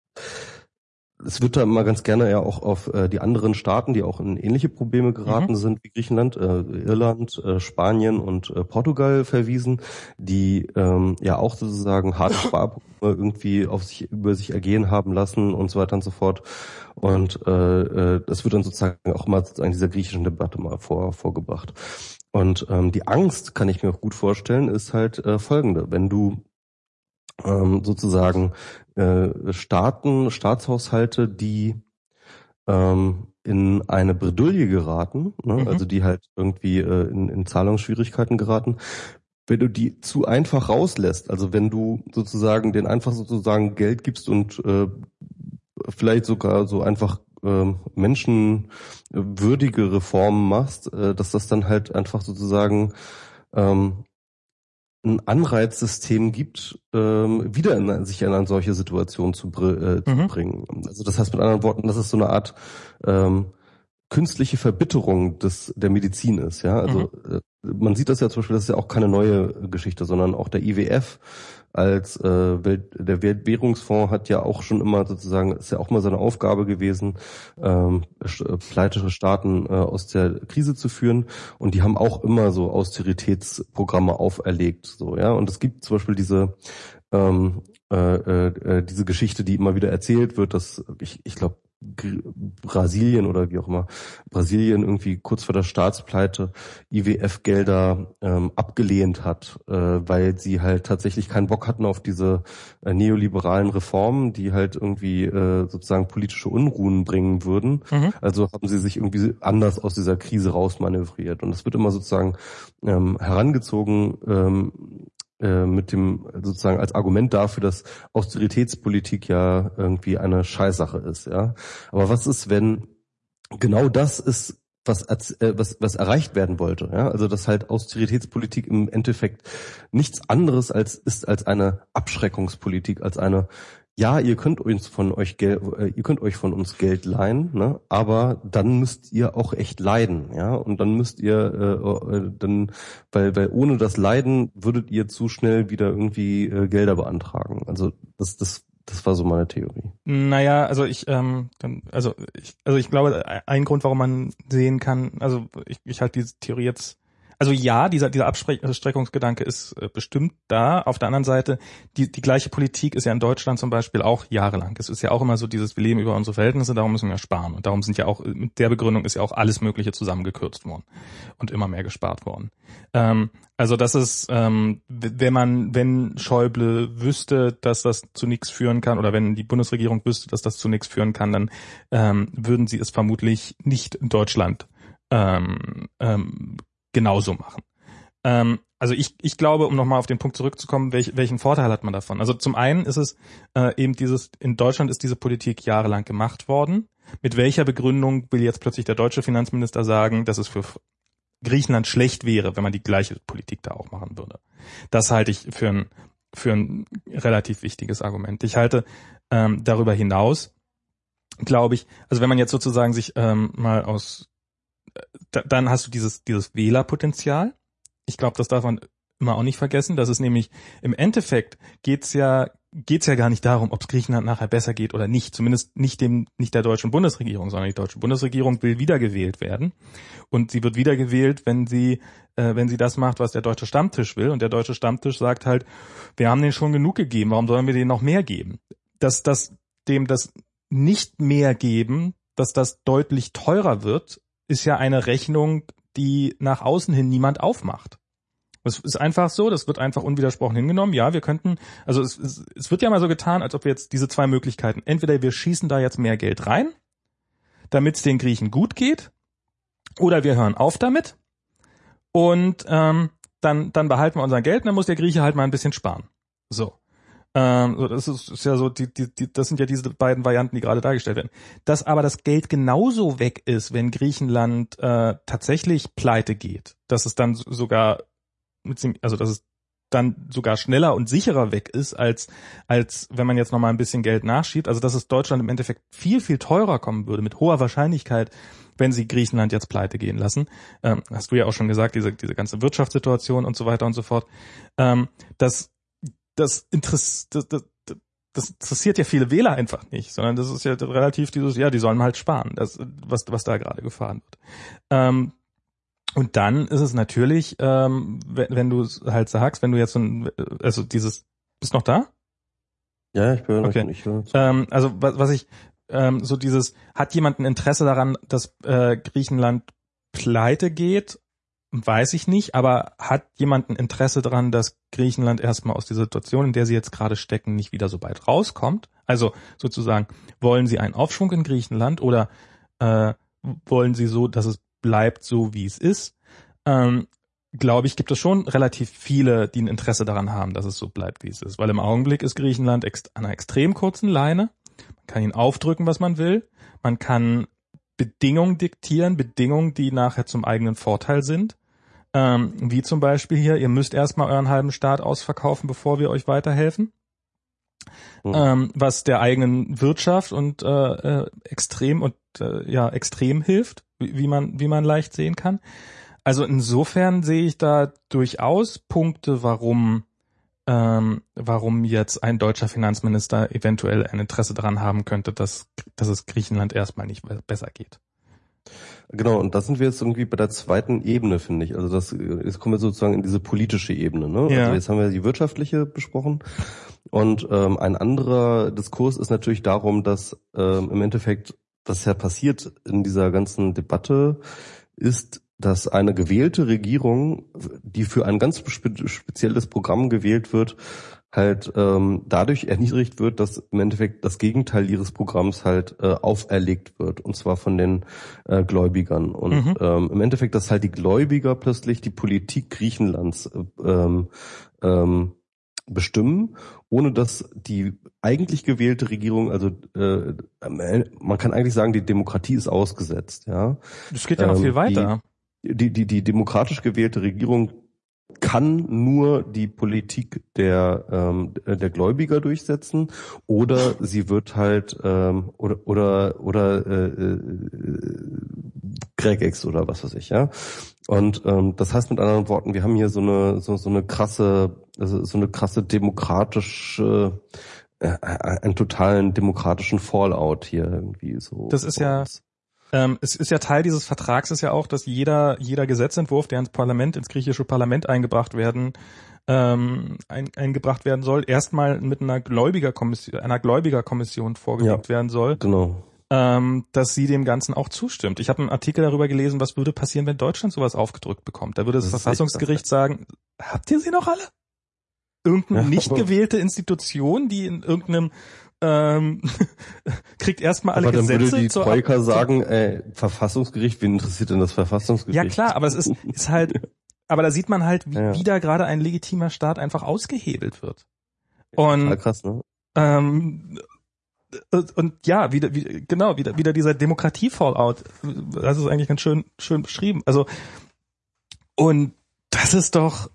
es wird da immer ganz gerne ja auch auf äh, die anderen Staaten, die auch in ähnliche Probleme geraten mhm. sind wie Griechenland, äh, Irland, äh, Spanien und äh, Portugal verwiesen, die ähm, ja auch sozusagen harte Sparprogramme irgendwie auf sich über sich ergehen haben lassen und so weiter und so fort. Und äh, äh, das wird dann sozusagen auch mal in dieser griechischen Debatte mal vor, vorgebracht. Und ähm, die Angst, kann ich mir auch gut vorstellen, ist halt äh, folgende: Wenn du ähm, sozusagen äh, Staaten, Staatshaushalte, die ähm, in eine Bredouille geraten, ne, mhm. also die halt irgendwie äh, in, in Zahlungsschwierigkeiten geraten, wenn du die zu einfach rauslässt, also wenn du sozusagen den einfach sozusagen Geld gibst und äh, vielleicht sogar so einfach äh, menschenwürdige Reformen machst, äh, dass das dann halt einfach sozusagen ähm, ein Anreizsystem gibt, ähm, wieder in, sich in eine solche Situation zu, äh, zu mhm. bringen. Also das heißt mit anderen Worten, das ist so eine Art ähm, künstliche Verbitterung des der Medizin ist. Ja, also mhm. man sieht das ja zum Beispiel, das ist ja auch keine neue Geschichte, sondern auch der I W F als äh, Welt, der Weltwährungsfonds hat ja auch schon immer sozusagen, ist ja auch mal seine Aufgabe gewesen, ähm, pleite Staaten äh, aus der Krise zu führen, und die haben auch immer so Austeritätsprogramme auferlegt, so, ja, und es gibt zum Beispiel diese ähm, äh, äh, diese Geschichte, die immer wieder erzählt wird, dass ich ich glaube Brasilien oder wie auch immer, Brasilien irgendwie kurz vor der Staatspleite I W F-Gelder ähm, abgelehnt hat, äh, weil sie halt tatsächlich keinen Bock hatten auf diese äh, neoliberalen Reformen, die halt irgendwie äh, sozusagen politische Unruhen bringen würden. Mhm. Also haben sie sich irgendwie anders aus dieser Krise rausmanövriert. Und das wird immer sozusagen ähm, herangezogen, ähm, mit dem sozusagen als Argument dafür, dass Austeritätspolitik ja irgendwie eine Scheißsache ist, ja. Aber was ist, wenn genau das ist, was äh, was was erreicht werden wollte, ja? Also dass halt Austeritätspolitik im Endeffekt nichts anderes als ist als eine Abschreckungspolitik, als eine ja, ihr könnt uns von euch Geld, ihr könnt euch von uns Geld leihen, ne? Aber dann müsst ihr auch echt leiden, ja. Und dann müsst ihr äh, dann, weil weil ohne das Leiden würdet ihr zu schnell wieder irgendwie äh, Gelder beantragen. Also das das das war so meine Theorie. Naja, also ich ähm, also ich also ich glaube, ein Grund, warum man sehen kann, also ich ich halte diese Theorie jetzt. Also ja, dieser dieser Abschreckungsgedanke ist äh, bestimmt da. Auf der anderen Seite, die die gleiche Politik ist ja in Deutschland zum Beispiel auch jahrelang. Es ist ja auch immer so dieses, wir leben über unsere Verhältnisse, darum müssen wir sparen. Und darum sind ja auch, mit der Begründung ist ja auch alles Mögliche zusammengekürzt worden und immer mehr gespart worden. Ähm, also das ist, ähm, wenn man, wenn Schäuble wüsste, dass das zu nichts führen kann, oder wenn die Bundesregierung wüsste, dass das zu nichts führen kann, dann ähm, würden sie es vermutlich nicht in Deutschland ähm, ähm, genauso machen. Ähm, also ich ich glaube, um nochmal auf den Punkt zurückzukommen, welch, welchen Vorteil hat man davon? Also zum einen ist es äh, eben dieses, in Deutschland ist diese Politik jahrelang gemacht worden. Mit welcher Begründung will jetzt plötzlich der deutsche Finanzminister sagen, dass es für Griechenland schlecht wäre, wenn man die gleiche Politik da auch machen würde? Das halte ich für ein, für ein relativ wichtiges Argument. Ich halte ähm, darüber hinaus, glaube ich, also wenn man jetzt sozusagen sich ähm, mal aus dann hast du dieses dieses Wählerpotenzial. Ich glaube, das darf man immer auch nicht vergessen. Das ist nämlich, im Endeffekt geht's ja geht's ja gar nicht darum, ob es Griechenland nachher besser geht oder nicht. Zumindest nicht dem nicht der deutschen Bundesregierung, sondern die deutsche Bundesregierung will wiedergewählt werden. Und sie wird wiedergewählt, wenn sie äh, wenn sie das macht, was der deutsche Stammtisch will. Und der deutsche Stammtisch sagt halt, wir haben denen schon genug gegeben, warum sollen wir denen noch mehr geben? Dass das dem das nicht mehr geben, dass das deutlich teurer wird, ist ja eine Rechnung, die nach außen hin niemand aufmacht. Das ist einfach so, das wird einfach unwidersprochen hingenommen. Ja, wir könnten, also es, es, es wird ja mal so getan, als ob wir jetzt diese zwei Möglichkeiten, entweder wir schießen da jetzt mehr Geld rein, damit es den Griechen gut geht, oder wir hören auf damit und ähm, dann, dann behalten wir unser Geld und dann muss der Grieche halt mal ein bisschen sparen. So. Ähm, das ist, ist ja so, die, die, die, das sind ja diese beiden Varianten, die gerade dargestellt werden. Dass aber das Geld genauso weg ist, wenn Griechenland äh, tatsächlich pleite geht, dass es dann sogar, also dass es dann sogar schneller und sicherer weg ist, als als wenn man jetzt noch mal ein bisschen Geld nachschiebt. Also dass es Deutschland im Endeffekt viel, viel teurer kommen würde, mit hoher Wahrscheinlichkeit, wenn sie Griechenland jetzt pleite gehen lassen. Ähm, hast du ja auch schon gesagt, diese diese ganze Wirtschaftssituation und so weiter und so fort. Ähm, das Das, Interess, das, das, das interessiert ja viele Wähler einfach nicht, sondern das ist ja relativ dieses, ja, die sollen halt sparen, das, was, was da gerade gefahren wird. Ähm, und dann ist es natürlich, ähm, wenn, wenn du halt sagst, wenn du jetzt so ein, also dieses, bist noch da? Ja, ich bin okay. Ich höre ähm, also was, was ich, ähm, so dieses, hat jemand ein Interesse daran, dass äh, Griechenland pleite geht? Weiß ich nicht, aber hat jemand ein Interesse daran, dass Griechenland erstmal aus der Situation, in der sie jetzt gerade stecken, nicht wieder so bald rauskommt? Also sozusagen, wollen sie einen Aufschwung in Griechenland oder äh, wollen sie so, dass es bleibt so, wie es ist? Ähm, glaube ich, gibt es schon relativ viele, die ein Interesse daran haben, dass es so bleibt, wie es ist. Weil im Augenblick ist Griechenland ex- an einer extrem kurzen Leine. Man kann ihnen aufdrücken, was man will. Man kann Bedingungen diktieren, Bedingungen, die nachher zum eigenen Vorteil sind. Ähm, wie zum Beispiel hier, ihr müsst erstmal euren halben Staat ausverkaufen, bevor wir euch weiterhelfen. Mhm. Ähm, was der eigenen Wirtschaft und äh, äh, extrem und äh, ja extrem hilft. wie, wie man wie man leicht sehen kann. Also insofern sehe ich da durchaus Punkte, warum ähm, warum jetzt ein deutscher Finanzminister eventuell ein Interesse daran haben könnte, dass dass es Griechenland erstmal nicht besser geht. Genau, und da sind wir jetzt irgendwie bei der zweiten Ebene, finde ich. Also das, jetzt kommen wir sozusagen in diese politische Ebene. Ne? Ja. Also jetzt haben wir die wirtschaftliche besprochen. Und ähm, ein anderer Diskurs ist natürlich darum, dass ähm, im Endeffekt, was ja passiert in dieser ganzen Debatte, ist, dass eine gewählte Regierung, die für ein ganz spe- spezielles Programm gewählt wird, halt ähm, dadurch erniedrigt wird, dass im Endeffekt das Gegenteil ihres Programms halt äh, auferlegt wird, und zwar von den äh, Gläubigern. Und mhm. ähm, im Endeffekt, dass halt die Gläubiger plötzlich die Politik Griechenlands ähm, ähm, bestimmen, ohne dass die eigentlich gewählte Regierung, also äh, man kann eigentlich sagen, die Demokratie ist ausgesetzt. Ja, das geht ja noch ähm, viel weiter. Die, die, die, die demokratisch gewählte Regierung kann nur die Politik der ähm, der Gläubiger durchsetzen, oder sie wird halt ähm, oder oder oder äh, äh, Gregex oder was weiß ich, ja. Und ähm, das heißt mit anderen Worten, wir haben hier so eine so, so eine krasse also so eine krasse demokratische äh, einen totalen demokratischen Fallout hier irgendwie so. Das ist ja Ähm, es ist ja Teil dieses Vertrags ist ja auch, dass jeder jeder Gesetzentwurf, der ins Parlament, ins griechische Parlament eingebracht werden, ähm, ein, eingebracht werden soll, erstmal mit einer Gläubigerkommission, einer Gläubigerkommission vorgelegt ja, werden soll. Genau. Ähm, dass sie dem Ganzen auch zustimmt. Ich habe einen Artikel darüber gelesen, was würde passieren, wenn Deutschland sowas aufgedrückt bekommt. Da würde das, das Verfassungsgericht sagen, habt ihr sie noch alle? Irgendeine ja. nicht gewählte Institution, die in irgendeinem ähm, kriegt erstmal alle aber dann Gesetze. Würde die zur Troika Ab- sagen, ey, Verfassungsgericht, wen interessiert denn das Verfassungsgericht? Ja klar, aber es ist, ist halt, aber da sieht man halt, wie, ja. wie da gerade ein legitimer Staat einfach ausgehebelt wird. Und ja, krass, ne? Ähm, und, und ja, wieder, wie, genau, wieder, wieder dieser Demokratie-Fallout. Das ist eigentlich ganz schön, schön beschrieben. Also, und das ist doch,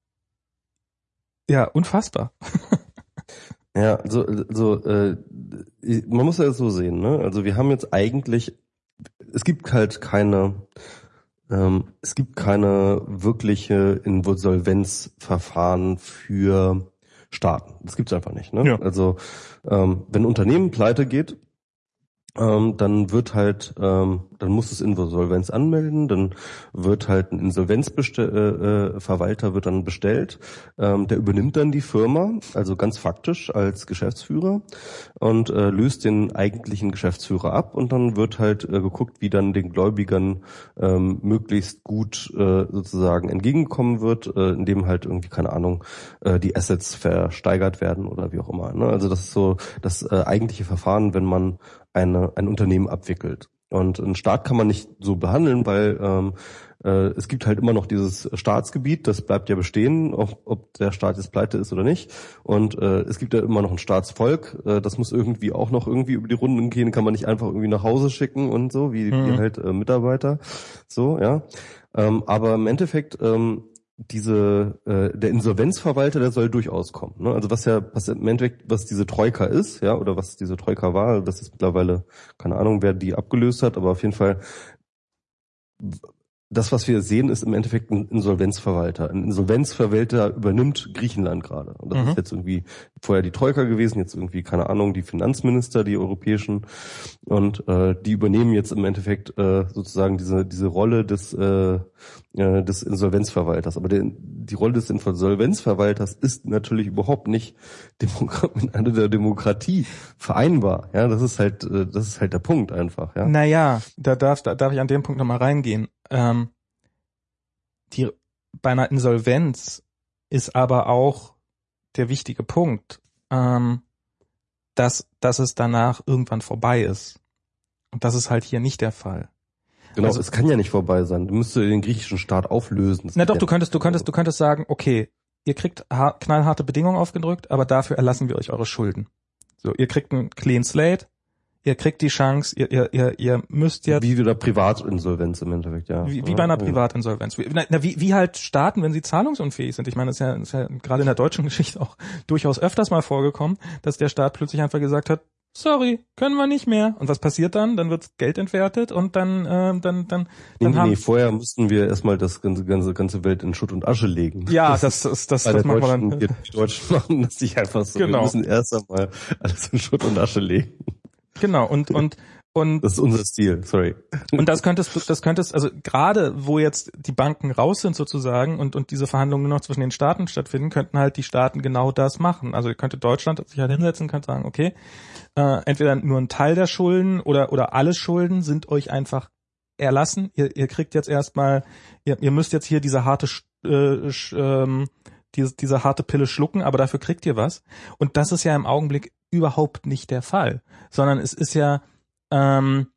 ja, unfassbar. Ja, so, so äh, man muss ja so sehen, ne? Also wir haben jetzt eigentlich, es gibt halt keine, ähm, es gibt keine wirkliche Insolvenzverfahren für Staaten. Das gibt's einfach nicht, ne? Ja. Also ähm, wenn ein Unternehmen pleite geht, ähm, dann wird halt, ähm, dann muss es Insolvenz anmelden, dann wird halt ein Insolvenzverwalter äh, wird dann bestellt, ähm, der übernimmt dann die Firma, also ganz faktisch als Geschäftsführer, und äh, löst den eigentlichen Geschäftsführer ab, und dann wird halt äh, geguckt, wie dann den Gläubigern ähm, möglichst gut äh, sozusagen entgegenkommen wird, äh, indem halt irgendwie, keine Ahnung, äh, die Assets versteigert werden oder wie auch immer, ne? Also das ist so das äh, eigentliche Verfahren, wenn man eine, ein Unternehmen abwickelt. Und einen Staat kann man nicht so behandeln, weil ähm, äh, es gibt halt immer noch dieses Staatsgebiet, das bleibt ja bestehen, ob, ob der Staat jetzt pleite ist oder nicht. Und äh, es gibt ja immer noch ein Staatsvolk, äh, das muss irgendwie auch noch irgendwie über die Runden gehen, kann man nicht einfach irgendwie nach Hause schicken und so, wie, mhm. wie halt äh, Mitarbeiter. So, ja. Ähm, aber im Endeffekt ähm, diese äh, der Insolvenzverwalter, der soll durchaus kommen, ne? Also was ja was im Endeffekt, was diese Troika ist, ja, oder was diese Troika war, das ist mittlerweile, keine Ahnung, wer die abgelöst hat, aber auf jeden Fall das, was wir sehen, ist im Endeffekt ein Insolvenzverwalter. Ein Insolvenzverwalter übernimmt Griechenland gerade. Und das mhm. ist jetzt irgendwie vorher die Troika gewesen, jetzt irgendwie, keine Ahnung, die Finanzminister, die europäischen. Und äh, die übernehmen jetzt im Endeffekt äh, sozusagen diese diese Rolle des äh, äh, des Insolvenzverwalters. Aber der, die Rolle des Insolvenzverwalters ist natürlich überhaupt nicht Demo- mit einer der Demokratie vereinbar. Ja, das ist halt äh, das ist halt der Punkt einfach. Ja. Naja, da darf da darf ich an dem Punkt nochmal reingehen. Ähm, die, bei einer Insolvenz ist aber auch der wichtige Punkt, ähm, dass, dass es danach irgendwann vorbei ist. Und das ist halt hier nicht der Fall. Genau, also, es kann ja nicht vorbei sein. Du müsstest den griechischen Staat auflösen. Das na doch, du ja könntest, du könntest, du könntest sagen, okay, ihr kriegt ha- knallharte Bedingungen aufgedrückt, aber dafür erlassen wir euch eure Schulden. So, ihr kriegt einen Clean Slate. Ihr kriegt die Chance, ihr, ihr, ihr, ihr müsst jetzt... Wie bei einer Privatinsolvenz im Endeffekt, ja. Wie, wie bei einer Privatinsolvenz. Wie, na, wie, wie halt Staaten, wenn sie zahlungsunfähig sind. Ich meine, das ist ja, das ist ja gerade in der deutschen Geschichte auch durchaus öfters mal vorgekommen, dass der Staat plötzlich einfach gesagt hat, sorry, können wir nicht mehr. Und was passiert dann? Dann wird Geld entwertet und dann, äh, dann, dann, dann nee, haben. Nee, vorher mussten wir erstmal das ganze, ganze, ganze Welt in Schutt und Asche legen. Ja, das, das, das, das, das machen wir dann. Die, die Deutschen machen das nicht einfach so. Genau. Wir müssen erst einmal alles in Schutt und Asche legen. Genau, und, und, und. Das ist unser Stil, sorry. Und das könntest, das könntest, also gerade wo jetzt die Banken raus sind sozusagen und, und diese Verhandlungen nur noch zwischen den Staaten stattfinden, könnten halt die Staaten genau das machen. Also könnte Deutschland sich halt hinsetzen, könnte sagen, okay, äh, entweder nur ein Teil der Schulden oder, oder alle Schulden sind euch einfach erlassen. Ihr, ihr kriegt jetzt erstmal, ihr, ihr müsst jetzt hier diese harte, äh, ähm, diese, diese harte Pille schlucken, aber dafür kriegt ihr was. Und das ist ja im Augenblick überhaupt nicht der Fall, sondern es ist ja, ähm,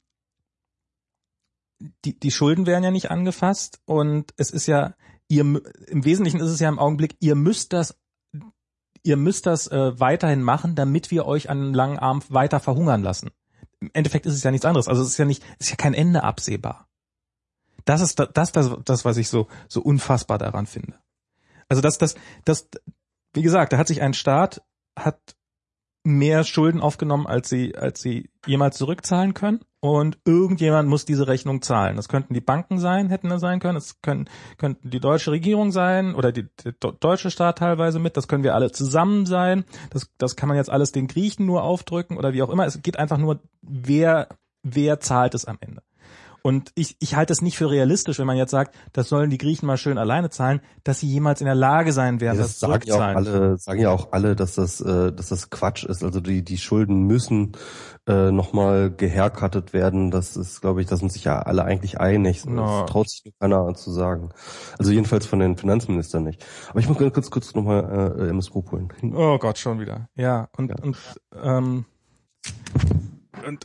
die, die Schulden werden ja nicht angefasst und es ist ja, ihr, im Wesentlichen ist es ja im Augenblick, ihr müsst das, ihr müsst das äh, weiterhin machen, damit wir euch an einem langen Arm weiter verhungern lassen. Im Endeffekt ist es ja nichts anderes. Also es ist ja nicht, es ist ja kein Ende absehbar. Das ist das, das, das, das was ich so, so unfassbar daran finde. Also das, das, das, wie gesagt, da hat sich ein Staat, hat mehr Schulden aufgenommen, als sie, als sie jemals zurückzahlen können. Und irgendjemand muss diese Rechnung zahlen. Das könnten die Banken sein, hätten das sein können. Es können, könnten die deutsche Regierung sein oder die, der deutsche Staat teilweise mit. Das können wir alle zusammen sein. Das, das kann man jetzt alles den Griechen nur aufdrücken oder wie auch immer. Es geht einfach nur, wer, wer zahlt es am Ende. Und ich, ich halte es nicht für realistisch, wenn man jetzt sagt, das sollen die Griechen mal schön alleine zahlen, dass sie jemals in der Lage sein werden, ja, das, das sagen ja auch alle, sagen ja auch alle, dass das, äh, dass das Quatsch ist. Also die, die Schulden müssen äh, nochmal gehaircuttet werden. Das ist, glaube ich, da sind sich ja alle eigentlich einig. No. Das traut sich nur keiner zu sagen. Also jedenfalls von den Finanzministern nicht. Aber ich muss ganz kurz, kurz nochmal äh, M S Group holen. Oh Gott, schon wieder. Ja, und, ja. und, ähm, und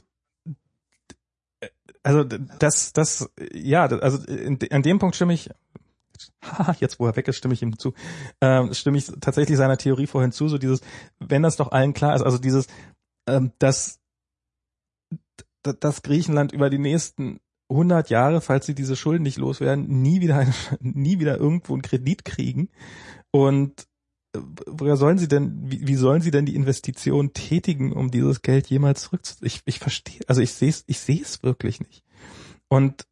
Also das, das, ja, also in, an dem Punkt stimme ich, jetzt wo er weg ist, stimme ich ihm zu, äh, stimme ich tatsächlich seiner Theorie vorhin zu, so dieses, wenn das doch allen klar ist, also dieses, ähm, dass, dass Griechenland über die nächsten hundert Jahre, falls sie diese Schulden nicht loswerden, nie wieder, ein, nie wieder irgendwo einen Kredit kriegen und woher sollen sie denn, wie, wie sollen sie denn die Investition tätigen, um dieses Geld jemals zurückzu... Ich, ich verstehe, also ich sehe es, ich sehe es wirklich nicht. Und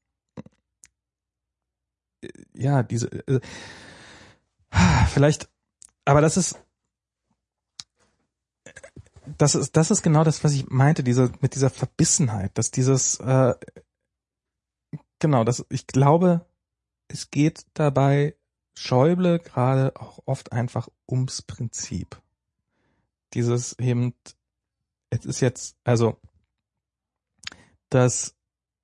ja, diese äh, vielleicht, aber das ist das ist das ist genau das, was ich meinte, diese mit dieser Verbissenheit, dass dieses äh, genau, das ich glaube, es geht dabei Schäuble gerade auch oft einfach ums Prinzip. Dieses eben, es ist jetzt, also, das,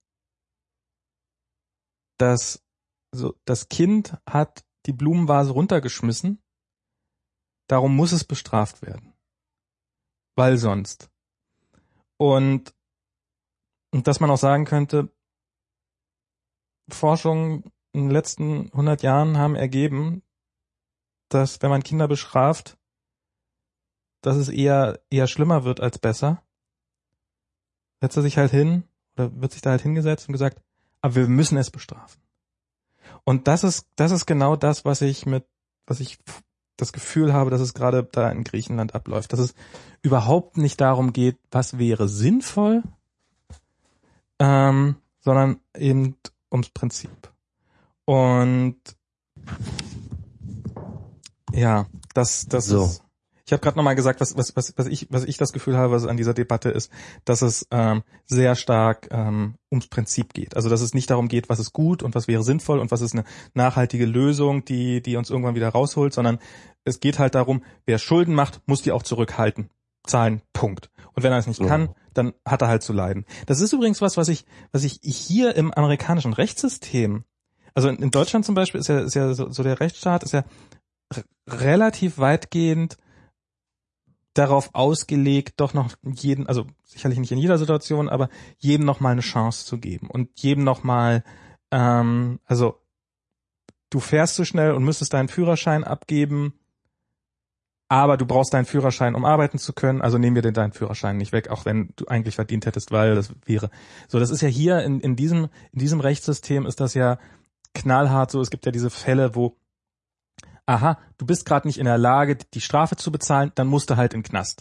das, so, das Kind hat die Blumenvase runtergeschmissen, darum muss es bestraft werden. Weil sonst. Und, und dass man auch sagen könnte, Forschung in den letzten hundert Jahren haben ergeben, dass wenn man Kinder bestraft, dass es eher eher schlimmer wird als besser. Setzt er sich halt hin oder wird sich da halt hingesetzt und gesagt, aber wir müssen es bestrafen. Und das ist das ist genau das, was ich mit was ich das Gefühl habe, dass es gerade da in Griechenland abläuft, dass es überhaupt nicht darum geht, was wäre sinnvoll, ähm, sondern eben ums Prinzip. Und ja, das, das so. ist. Ich habe gerade nochmal gesagt, was, was, was, was ich, was ich das Gefühl habe, was an dieser Debatte ist, dass es ähm, sehr stark ähm, ums Prinzip geht. Also dass es nicht darum geht, was ist gut und was wäre sinnvoll und was ist eine nachhaltige Lösung, die, die uns irgendwann wieder rausholt, sondern es geht halt darum, wer Schulden macht, muss die auch zurückhalten, zahlen, Punkt. Und wenn er es nicht kann, dann hat er halt zu leiden. Das ist übrigens was, was ich, was ich hier im amerikanischen Rechtssystem, also in Deutschland zum Beispiel ist ja, ist ja so, so der Rechtsstaat ist ja r- relativ weitgehend darauf ausgelegt, doch noch jeden, also sicherlich nicht in jeder Situation, aber jedem noch mal eine Chance zu geben und jedem noch mal, ähm, also du fährst zu schnell und müsstest deinen Führerschein abgeben, aber du brauchst deinen Führerschein, um arbeiten zu können, also nehmen wir dir deinen Führerschein nicht weg, auch wenn du eigentlich verdient hättest, weil das wäre. So, das ist ja hier in, in diesem, in diesem Rechtssystem ist das ja knallhart so. Es gibt ja diese Fälle, wo, aha, du bist gerade nicht in der Lage, die Strafe zu bezahlen, dann musst du halt in den Knast.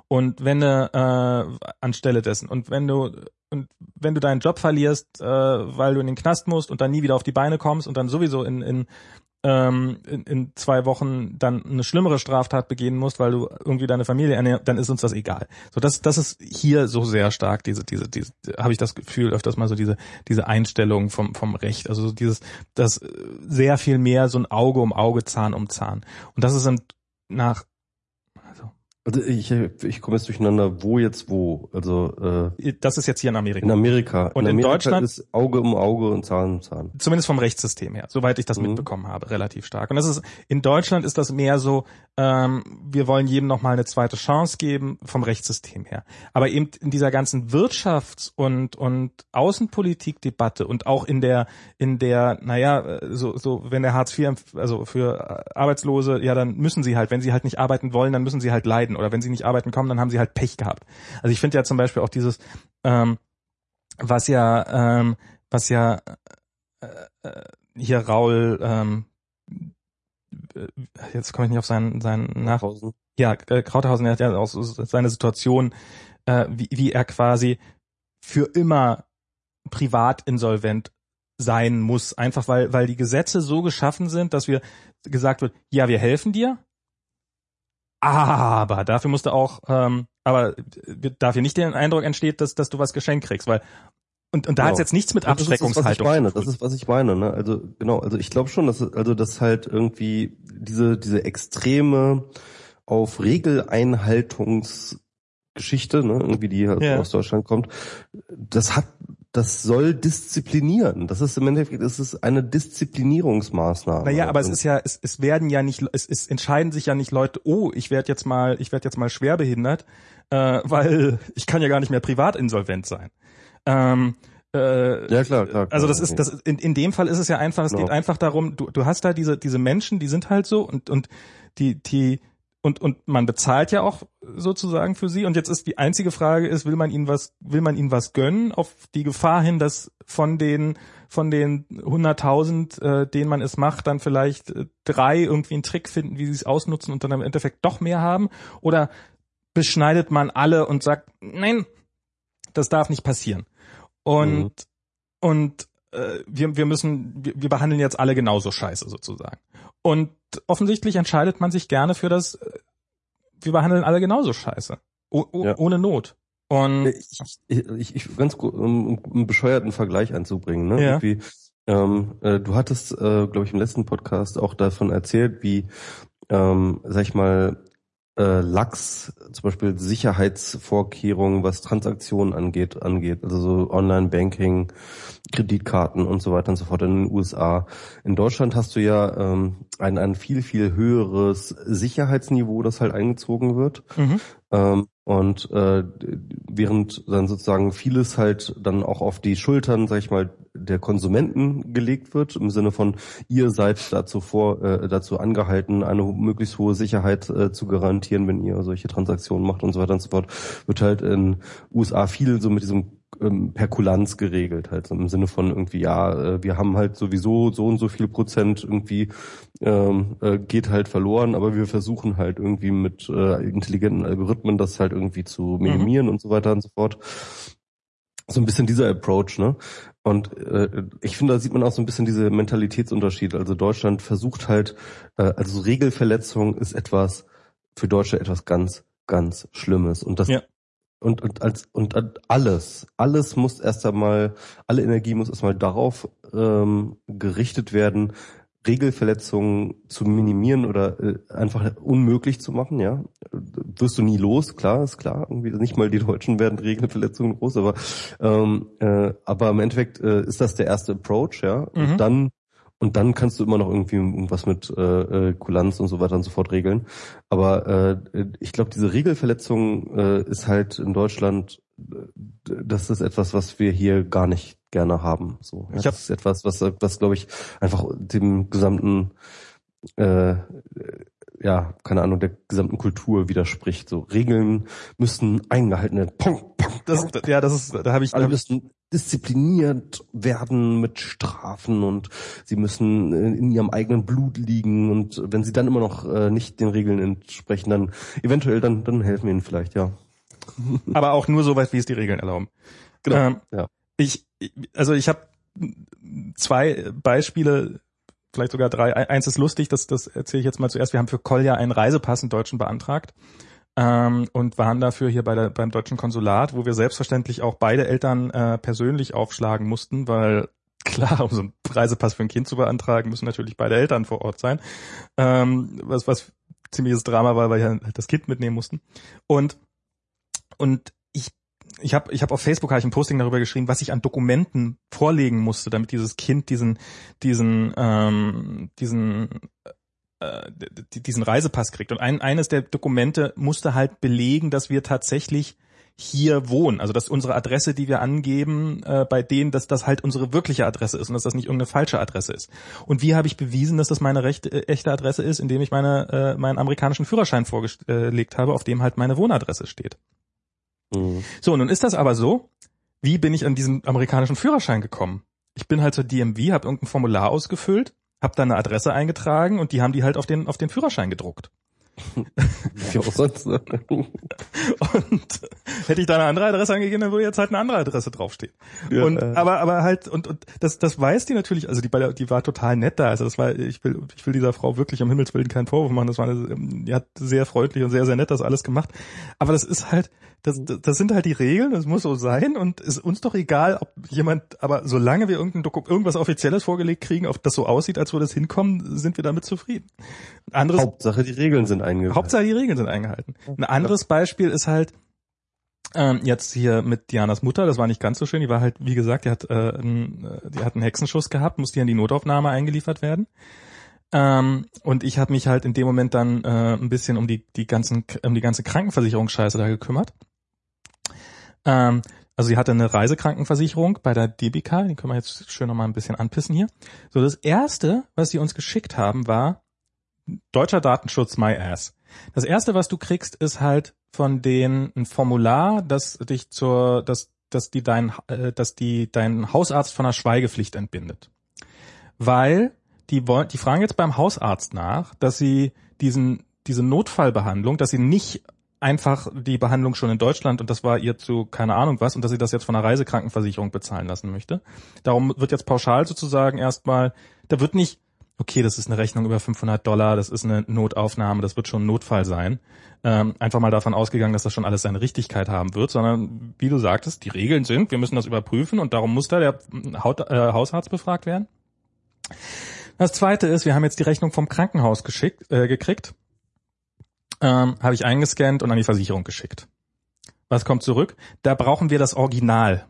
Und wenn du äh, anstelle dessen und wenn du und wenn du deinen Job verlierst, äh, weil du in den Knast musst und dann nie wieder auf die Beine kommst und dann sowieso in in ähm, in, in zwei Wochen dann eine schlimmere Straftat begehen musst, weil du irgendwie deine Familie ernährst, dann ist uns das egal. So, das, das ist hier so sehr stark, diese, diese, diese, habe ich das Gefühl, öfters mal so diese, diese Einstellung vom, vom Recht. Also so dieses, das sehr viel mehr so ein Auge um Auge, Zahn um Zahn. Und das ist dann nach, also. Also ich, ich komme jetzt durcheinander, wo jetzt wo. Also äh, das ist jetzt hier in Amerika. In Amerika. Und in, in Amerika Deutschland ist Auge um Auge und Zahn um Zahn. Zumindest vom Rechtssystem her, soweit ich das mhm. mitbekommen habe, relativ stark. Und das ist in Deutschland ist das mehr so, ähm, wir wollen jedem nochmal eine zweite Chance geben vom Rechtssystem her. Aber eben in dieser ganzen Wirtschafts- und und Außenpolitikdebatte und auch in der in der, naja, so so wenn der Hartz vier, also für Arbeitslose, ja dann müssen sie halt, wenn sie halt nicht arbeiten wollen, dann müssen sie halt leiden. Oder wenn sie nicht arbeiten kommen, dann haben sie halt Pech gehabt. Also ich finde ja zum Beispiel auch dieses, ähm, was ja, ähm, was ja äh, hier Raul, ähm, jetzt komme ich nicht auf seinen seinen Nach, ja äh, Krauthausen, er hat ja auch so seine Situation, äh, wie, wie er quasi für immer privat insolvent sein muss, einfach weil weil die Gesetze so geschaffen sind, dass wir gesagt wird, ja wir helfen dir. Aber dafür musst du auch, ähm, aber dafür nicht den Eindruck entsteht, dass dass du was geschenkt kriegst, weil und und da genau. Hat es jetzt nichts mit Abschreckungshaltung. Das ist, was ich meine. Das ist, was ich meine, ne? Also genau, also ich glaube schon, dass also das halt irgendwie diese diese extreme auf Regeleinhaltungsgeschichte, ne, irgendwie die halt ja. aus Deutschland kommt, das hat das soll disziplinieren. Das ist im Endeffekt, es ist eine Disziplinierungsmaßnahme. Naja, aber es ist ja, es, es werden ja nicht, es, es entscheiden sich ja nicht Leute, oh, ich werde jetzt mal, ich werde jetzt mal schwerbehindert, äh, weil ich kann ja gar nicht mehr privat insolvent sein. Ähm, äh, ja klar, klar, klar. Also das ist, das in, in dem Fall ist es ja einfach, es no. geht einfach darum, du, du hast da diese, diese Menschen, die sind halt so und und die, die Und, und man bezahlt ja auch sozusagen für sie. Und jetzt ist die einzige Frage ist, will man ihnen was, will man ihnen was gönnen auf die Gefahr hin, dass von den, von den hunderttausend, äh, denen man es macht, dann vielleicht äh, drei irgendwie einen Trick finden, wie sie es ausnutzen und dann im Endeffekt doch mehr haben? Oder beschneidet man alle und sagt, nein, das darf nicht passieren. Und, mhm. und, äh, wir, wir müssen, wir, wir behandeln jetzt alle genauso scheiße sozusagen. Und offensichtlich entscheidet man sich gerne für das, wir behandeln alle genauso scheiße. O, o, ja. Ohne Not. Und ich, ich, ich ganz kurz, um einen bescheuerten Vergleich anzubringen, ne? Ja. Irgendwie, ähm, äh, du hattest, äh, glaube ich, im letzten Podcast auch davon erzählt, wie, ähm, sag ich mal, äh, lax, zum Beispiel Sicherheitsvorkehrungen, was Transaktionen angeht, angeht, also so Online-Banking, Kreditkarten und so weiter und so fort in den U S A. In Deutschland hast du ja ähm, ein, ein viel, viel höheres Sicherheitsniveau, das halt eingezogen wird. Mhm. Ähm, und äh, während dann sozusagen vieles halt dann auch auf die Schultern, sag ich mal, der Konsumenten gelegt wird, im Sinne von, ihr seid dazu vor, äh, dazu angehalten, eine möglichst hohe Sicherheit äh, zu garantieren, wenn ihr solche Transaktionen macht und so weiter und so fort, wird halt in U S A viel so mit diesem ähm, per Kulanz geregelt, halt so im Sinne von irgendwie, ja, äh, wir haben halt sowieso so und so viel Prozent irgendwie ähm, äh, geht halt verloren, aber wir versuchen halt irgendwie mit äh, intelligenten Algorithmen das halt irgendwie zu minimieren mhm. und so weiter und so fort. So ein bisschen dieser Approach, ne? Und äh, ich finde, da sieht man auch so ein bisschen diese Mentalitätsunterschied. Also Deutschland versucht halt, äh, also Regelverletzung ist etwas für Deutsche etwas ganz, ganz Schlimmes. Und das ja. und und als und alles, alles muss erst einmal, alle Energie muss erstmal darauf ähm, gerichtet werden, Regelverletzungen zu minimieren oder äh, einfach unmöglich zu machen, ja. Wirst du nie los, klar, ist klar. Irgendwie nicht mal die Deutschen werden Regelverletzungen groß, aber ähm, äh, aber im Endeffekt äh, ist das der erste Approach, ja. Mhm. Und dann und dann kannst du immer noch irgendwie irgendwas mit äh, Kulanz und so weiter und so fort regeln. Aber äh, ich glaube, diese Regelverletzung äh, ist halt in Deutschland, das ist etwas, was wir hier gar nicht gerne haben. So, ja, das ist etwas, was, was glaube ich einfach dem gesamten, äh, ja, keine Ahnung, der gesamten Kultur widerspricht. So Regeln müssen eingehalten werden. Pong, pong, das, pong. Ja, das ist, da habe ich, alle müssen diszipliniert werden mit Strafen und sie müssen in ihrem eigenen Blut liegen und wenn sie dann immer noch äh, nicht den Regeln entsprechen, dann eventuell, dann, dann helfen wir ihnen vielleicht, ja. Aber auch nur so weit, wie es die Regeln erlauben. Genau, ähm, ja. Ich, also ich habe zwei Beispiele, vielleicht sogar drei. Eins ist lustig, das, das erzähle ich jetzt mal zuerst. Wir haben für Kolja einen Reisepass, einen deutschen, beantragt. Ähm, und waren dafür hier bei der, beim deutschen Konsulat, wo wir selbstverständlich auch beide Eltern äh, persönlich aufschlagen mussten, weil klar, um so einen Reisepass für ein Kind zu beantragen, müssen natürlich beide Eltern vor Ort sein, ähm, was was ziemliches Drama war, weil wir halt das Kind mitnehmen mussten. Und und ich ich habe ich habe auf Facebook habe ich ein Posting darüber geschrieben, was ich an Dokumenten vorlegen musste, damit dieses Kind diesen diesen ähm, diesen diesen Reisepass kriegt. Und ein, eines der Dokumente musste halt belegen, dass wir tatsächlich hier wohnen. Also dass unsere Adresse, die wir angeben, äh, bei denen, dass das halt unsere wirkliche Adresse ist und dass das nicht irgendeine falsche Adresse ist. Und wie habe ich bewiesen, dass das meine recht, äh, echte Adresse ist? Indem ich meine äh, meinen amerikanischen Führerschein vorgelegt habe, auf dem halt meine Wohnadresse steht. Mhm. So, nun ist das aber so, wie bin ich an diesen amerikanischen Führerschein gekommen? Ich bin halt zur D M V, habe irgendein Formular ausgefüllt, hab da eine Adresse eingetragen und die haben die halt auf den auf den Führerschein gedruckt. Wie auch sonst. Und hätte ich da eine andere Adresse angegeben, dann würde jetzt halt eine andere Adresse draufstehen. Ja, und äh. aber aber halt und und das das weiß die natürlich, also die die war total nett da, also das war ich will ich will dieser Frau wirklich um Himmels Willen keinen Vorwurf machen, das war eine, die hat sehr freundlich und sehr sehr nett das alles gemacht, aber das ist halt das das sind halt die Regeln, das muss so sein und ist uns doch egal, ob jemand, aber solange wir irgendein Doku, irgendwas Offizielles vorgelegt kriegen, auf das so aussieht, als würde es hinkommen, sind wir damit zufrieden. Anderes, Hauptsache die Regeln sind eingehalten. Hauptsache die Regeln sind eingehalten. Ein anderes Beispiel ist halt ähm, jetzt hier mit Dianas Mutter, das war nicht ganz so schön, die war halt, wie gesagt, die hat, äh, ein, die hat einen Hexenschuss gehabt, musste in die Notaufnahme eingeliefert werden. Ähm, und ich habe mich halt in dem Moment dann äh, ein bisschen um die die ganzen um die ganze Krankenversicherungsscheiße da gekümmert. Ähm, also sie hatte eine Reisekrankenversicherung bei der D B K, die können wir jetzt schön nochmal ein bisschen anpissen hier. So, das erste, was sie uns geschickt haben, war deutscher Datenschutz, my ass. Das erste, was du kriegst, ist halt von denen ein Formular, das dich zur, dass, dass die dein, äh, dass die deinen Hausarzt von der Schweigepflicht entbindet. Weil die wollen, die fragen jetzt beim Hausarzt nach, dass sie diesen, diese Notfallbehandlung, dass sie nicht einfach die Behandlung schon in Deutschland und das war ihr zu keine Ahnung was und dass sie das jetzt von der Reisekrankenversicherung bezahlen lassen möchte. Darum wird jetzt pauschal sozusagen erstmal, da wird nicht, okay, das ist eine Rechnung über fünfhundert Dollar, das ist eine Notaufnahme, das wird schon ein Notfall sein, ähm, einfach mal davon ausgegangen, dass das schon alles seine Richtigkeit haben wird, sondern wie du sagtest, die Regeln sind, wir müssen das überprüfen und darum muss da der Haut, äh, Hausarzt befragt werden. Das zweite ist, wir haben jetzt die Rechnung vom Krankenhaus geschickt, äh, gekriegt. Ähm, habe ich eingescannt und an die Versicherung geschickt. Was kommt zurück? Da brauchen wir das Original.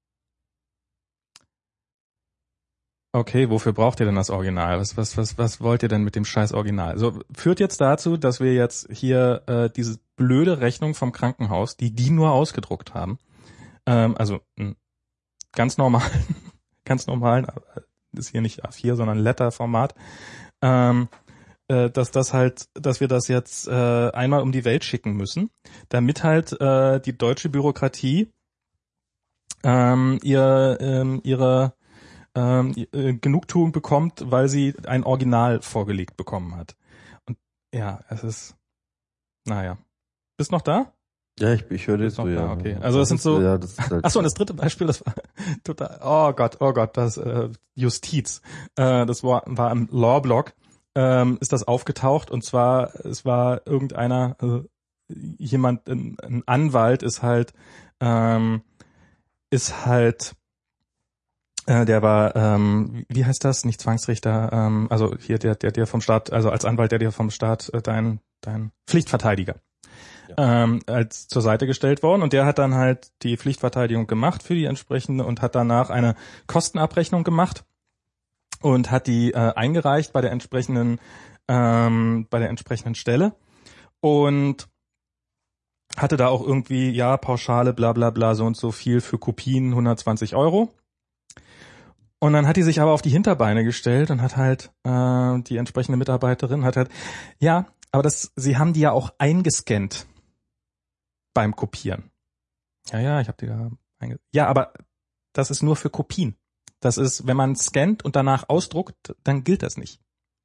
Okay, wofür braucht ihr denn das Original? Was, was, was, was wollt ihr denn mit dem scheiß Original? So, führt jetzt dazu, dass wir jetzt hier äh, diese blöde Rechnung vom Krankenhaus, die die nur ausgedruckt haben, ähm, also einen ganz normalen, ganz normalen, ist hier nicht A vier, sondern Letter-Format, ähm, dass das halt, dass wir das jetzt äh, einmal um die Welt schicken müssen, damit halt äh, die deutsche Bürokratie ähm, ihr ähm, ihre ähm, äh, Genugtuung bekommt, weil sie ein Original vorgelegt bekommen hat. Und ja, es ist, naja. Bist noch da? Ja, ich, ich höre dir so, ja. Okay. Also das, das sind so. Ja, das ist halt Ach so, und das dritte Beispiel, das war total. Oh Gott, oh Gott, das äh, Justiz. Äh, das war war im Law-Blog. Ähm, ist das aufgetaucht und zwar, es war irgendeiner, also jemand, ein, ein Anwalt ist halt, ähm, ist halt, äh, der war, ähm, wie heißt das, nicht Zwangsrichter, ähm, also hier der, der, der vom Staat, also als Anwalt, der dir vom Staat äh, dein, dein Pflichtverteidiger, ja. ähm, als zur Seite gestellt worden und der hat dann halt die Pflichtverteidigung gemacht für die entsprechende und hat danach eine Kostenabrechnung gemacht. Und hat die äh, eingereicht bei der entsprechenden ähm, bei der entsprechenden Stelle und hatte da auch irgendwie ja Pauschale bla bla bla so und so viel für Kopien hundertzwanzig Euro. Und dann hat die sich aber auf die Hinterbeine gestellt und hat halt äh, die entsprechende Mitarbeiterin hat halt ja, aber das sie haben die ja auch eingescannt beim Kopieren. Ja ja, ich habe die da einge ja, aber das ist nur für Kopien. Das ist, wenn man scannt und danach ausdruckt, dann gilt das nicht.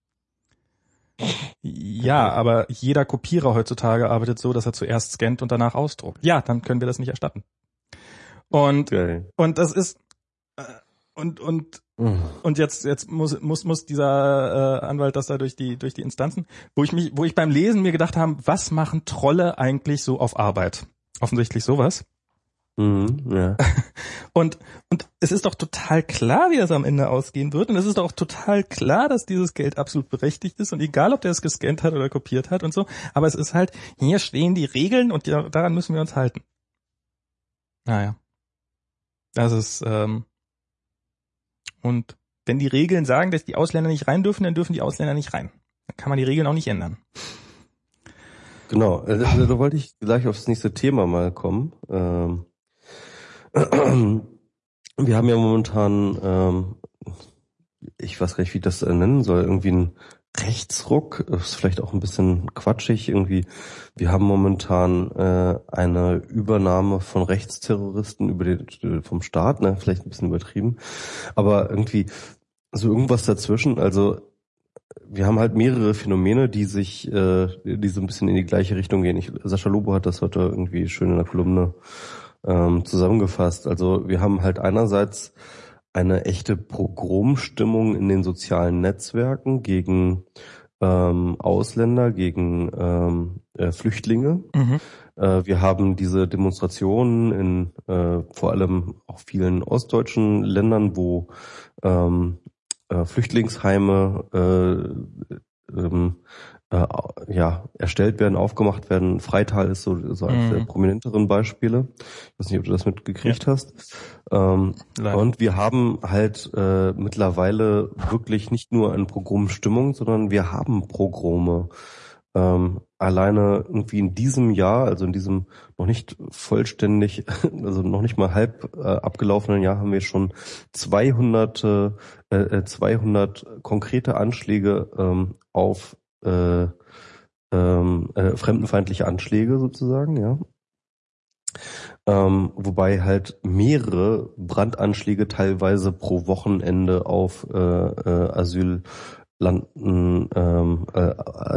Ja, aber jeder Kopierer heutzutage arbeitet so, dass er zuerst scannt und danach ausdruckt. Ja, dann können wir das nicht erstatten. Und okay. und das ist äh, und und mhm. und jetzt jetzt muss muss muss dieser äh, Anwalt das da durch die durch die Instanzen, wo ich mich wo ich beim Lesen mir gedacht habe, was machen Trolle eigentlich so auf Arbeit? Offensichtlich sowas. Mhm, ja. Und und es ist doch total klar, wie das am Ende ausgehen wird. Und es ist doch auch total klar, dass dieses Geld absolut berechtigt ist. Und egal, ob der es gescannt hat oder kopiert hat und so. Aber es ist halt, hier stehen die Regeln und ja, daran müssen wir uns halten. Naja. Das ist, ähm, und wenn die Regeln sagen, dass die Ausländer nicht rein dürfen, dann dürfen die Ausländer nicht rein. Dann kann man die Regeln auch nicht ändern. Genau. Also, da wollte ich gleich aufs nächste Thema mal kommen. Ähm, Wir haben ja momentan, ähm, ich weiß gar nicht, wie ich das nennen soll, irgendwie ein Rechtsruck, ist vielleicht auch ein bisschen quatschig irgendwie. Wir haben momentan äh, eine Übernahme von Rechtsterroristen über den, vom Staat, ne, vielleicht ein bisschen übertrieben, aber irgendwie so irgendwas dazwischen. Also wir haben halt mehrere Phänomene, die sich, äh, die so ein bisschen in die gleiche Richtung gehen. Ich, Sascha Lobo hat das heute irgendwie schön in der Kolumne ähm, zusammengefasst. Also wir haben halt einerseits eine echte Pogromstimmung in den sozialen Netzwerken gegen ähm, Ausländer, gegen ähm, äh, Flüchtlinge. Mhm. Äh, wir haben diese Demonstrationen in äh, vor allem auch vielen ostdeutschen Ländern, wo ähm, äh, Flüchtlingsheime äh, ähm, äh, ja erstellt werden, aufgemacht werden. Freital ist so, so eines mhm. der prominenteren Beispiele. Ich weiß nicht, ob du das mitgekriegt ja. hast. Ähm, und wir haben halt äh, mittlerweile wirklich nicht nur eine Pogromstimmung, sondern wir haben Pogrome. Ähm, alleine irgendwie in diesem Jahr, also in diesem noch nicht vollständig, also noch nicht mal halb äh, abgelaufenen Jahr, haben wir schon zweihundert, äh, zweihundert konkrete Anschläge ähm, auf äh, ähm, äh, fremdenfeindliche Anschläge sozusagen, ja. Ähm, wobei halt mehrere Brandanschläge teilweise pro Wochenende auf äh, äh, Asyl landen, ähm, äh,